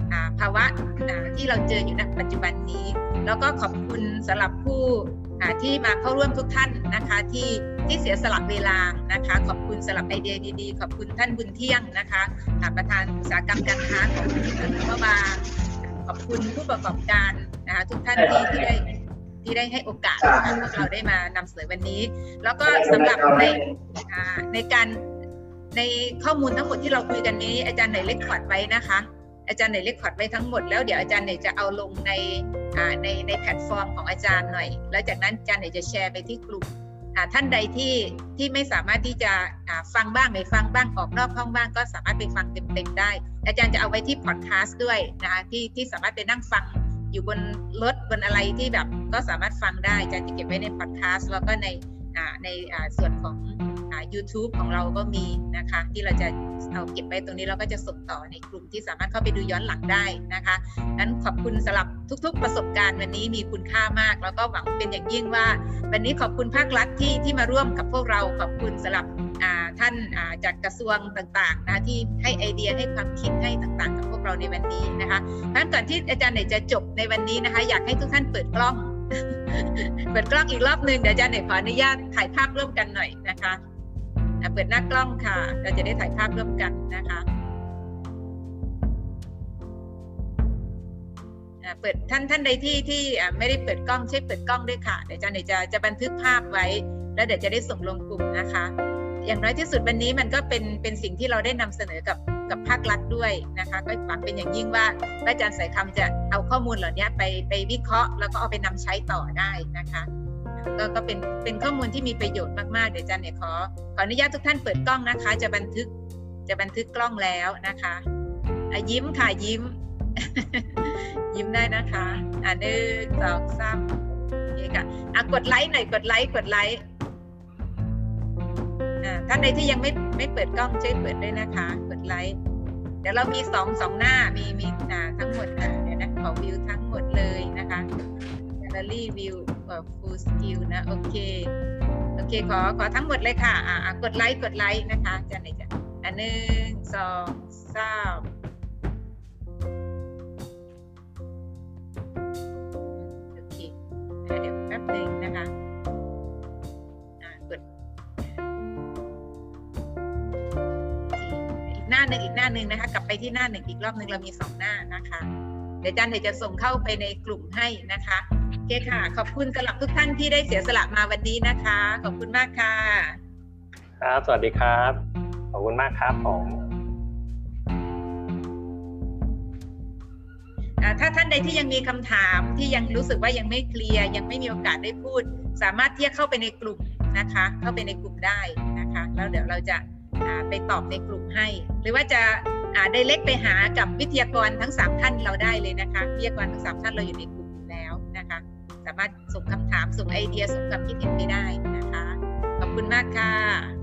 ภาวะที่เราเจออยู่ณปัจจุบันนี้แล้วก็ขอบคุณสำหรับผู้ที่มาเข้าร่วมทุกท่านนะคะที่ที่เสียสละเวลานะคะขอบคุณสำหรับไอเดียดีๆขอบคุณท่านบุญเที่ยงนะคะประธานอุตสาหกรรมการค้าของเมื่อวานขอบคุณผู้ประกอบการนะคะทุกท่านที่ที่ได้ที่ได้ให้โอกาสพวกเราได้มานำเสนอวันนี้แล้วก็สำหรับในในการในข้อมูลทั้งหมดที่เราคุยกันนี้อาจารย์ไหนเรคคอร์ดไว้นะคะอาจารย์ไหนเรคคอร์ดไว้ทั้งหมดแล้วเดี๋ยวอาจารย์ไหนจะเอาลงในในในแพลตฟอร์มของอาจารย์หน่อยแล้วจากนั้นอาจารย์ไหนจะแชร์ไปที่กลุ่มท่านใดที่ที่ไม่สามารถที่จะฟังบ้างไม่ฟังบ้างออกนอกห้องบ้างก็สามารถไปฟังเต็มๆได้อาจารย์จะเอาไว้ที่พอดแคสต์ด้วยนะคะที่ที่สามารถไปนั่งฟังอยู่บนรถบนอะไรที่แบบก็สามารถฟังได้อาจารย์จะเก็บไว้ในพอดแคสต์แล้วก็ในในส่วนของYouTube ของเราก็มีนะคะที่เราจะเอาเก็บไว้ตรงนี้เราก็จะส่งต่อในกลุ่มที่สามารถเข้าไปดูย้อนหลังได้นะคะนั้นขอบคุณสำหรับทุกๆประสบการณ์วันนี้มีคุณค่ามากแล้วก็หวังเป็นอย่างยิ่งว่าวันนี้ขอบคุณภาครัฐที่ที่มาร่วมกับพวกเราขอบคุณสำหรับท่านจากกระทรวงต่างๆนะที่ให้ไอเดียให้ความคิดให้ต่างๆกับพวกเราในวันนี้นะคะงั้นก่อนที่อาจารย์ไหนจะจบในวันนี้นะคะอยากให้ทุกท่านเปิดกล้อง เปิดกล้องอีกรอบนึงเดี๋ยวอาจารย์ไหนขออนุญาตถ่ายภาพร่วมกันหน่อยนะคะเปิดหน้ากล้องค่ะเราจะได้ถ่ายภาพร่วมกันนะคะเปิดท่านท่านใดที่ที่ไม่ได้เปิดกล้องช่วยเปิดกล้องด้วยค่ะเดี๋ยวอาจารย์จะจะบันทึกภาพไว้แล้วเดี๋ยวจะได้ส่งลงกลุ่มนะคะอย่างน้อยที่สุดวันนี้มันก็เป็นเป็นสิ่งที่เราได้นำเสนอกับกับภาครัฐด้วยนะคะก็หวังเป็นอย่างยิ่งว่าอาจารย์สายคำจะเอาข้อมูลเหล่านี้ไปไปวิเคราะห์แล้วก็เอาไปนำใช้ต่อได้นะคะก็ก็เป็นเป็นข้อมูลที่มีประโยชน์มากๆเดี๋ยวอาจารย์เนี่ยขอขออนุญาตทุกท่านเปิดกล้องนะคะจะบันทึกจะบันทึกกล้องแล้วนะคะอ่ะยิ้มค่ะยิ้ม ยิ้มได้นะคะอ่ะหนึ่งสองสามโอเคค่ะอ่ะกดไลค์หน่อยกดไลค์กดไลค์อ่าท่านใดที่ยังไม่ไม่เปิดกล้องช่วยเปิดด้วยนะคะกดไลค์เดี๋ยวเรามีสองสองหน้ามีมีอ่าทั้งหมดอ่ะเดี๋ยวนะขอวิวทั้งหมดเลยนะคะGallery View Full Skill นะโอเคโอเคขอขอทั้งหมดเลยค่ะอ่ากดไลค์กดไลค์นะคะจะไหนจะอันหนึ่งสองสามโอเคเดี๋ยวแป๊บนึงนะคะอ่ากดอีกหน้าหนึ่งอีกหน้าหนึ่งนะคะกลับไปที่หน้าหนึ่งอีกรอบหนึ่งเรามีสองหน้านะคะเดี๋ยวอาจารย์เดี๋ยวจะส่งเข้าไปในกลุ่มให้นะคะโอเคค่ะขอบคุณสำหรับทุกท่านที่ได้เสียสละมาวันนี้นะคะขอบคุณมากค่ะครับสวัสดีครับขอบคุณมากครับผมถ้าท่านใดที่ยังมีคำถามที่ยังรู้สึกว่ายังไม่เคลียร์ยังไม่มีโอกาสได้พูดสามารถที่จะเข้าไปในกลุ่มนะคะเข้าไปในกลุ่มได้นะคะแล้วเดี๋ยวเราจะไปตอบในกลุ่มให้หรือว่าจะได้เล็กไปหากับวิทยากรทั้งสามท่านเราได้เลยนะคะวิทยากรทั้งสามท่านเราอยู่ในกลุ่มแล้วนะคะสามารถส่งคำถามส่งไอเดียส่งความคิดเห็นไปได้นะคะขอบคุณมากค่ะ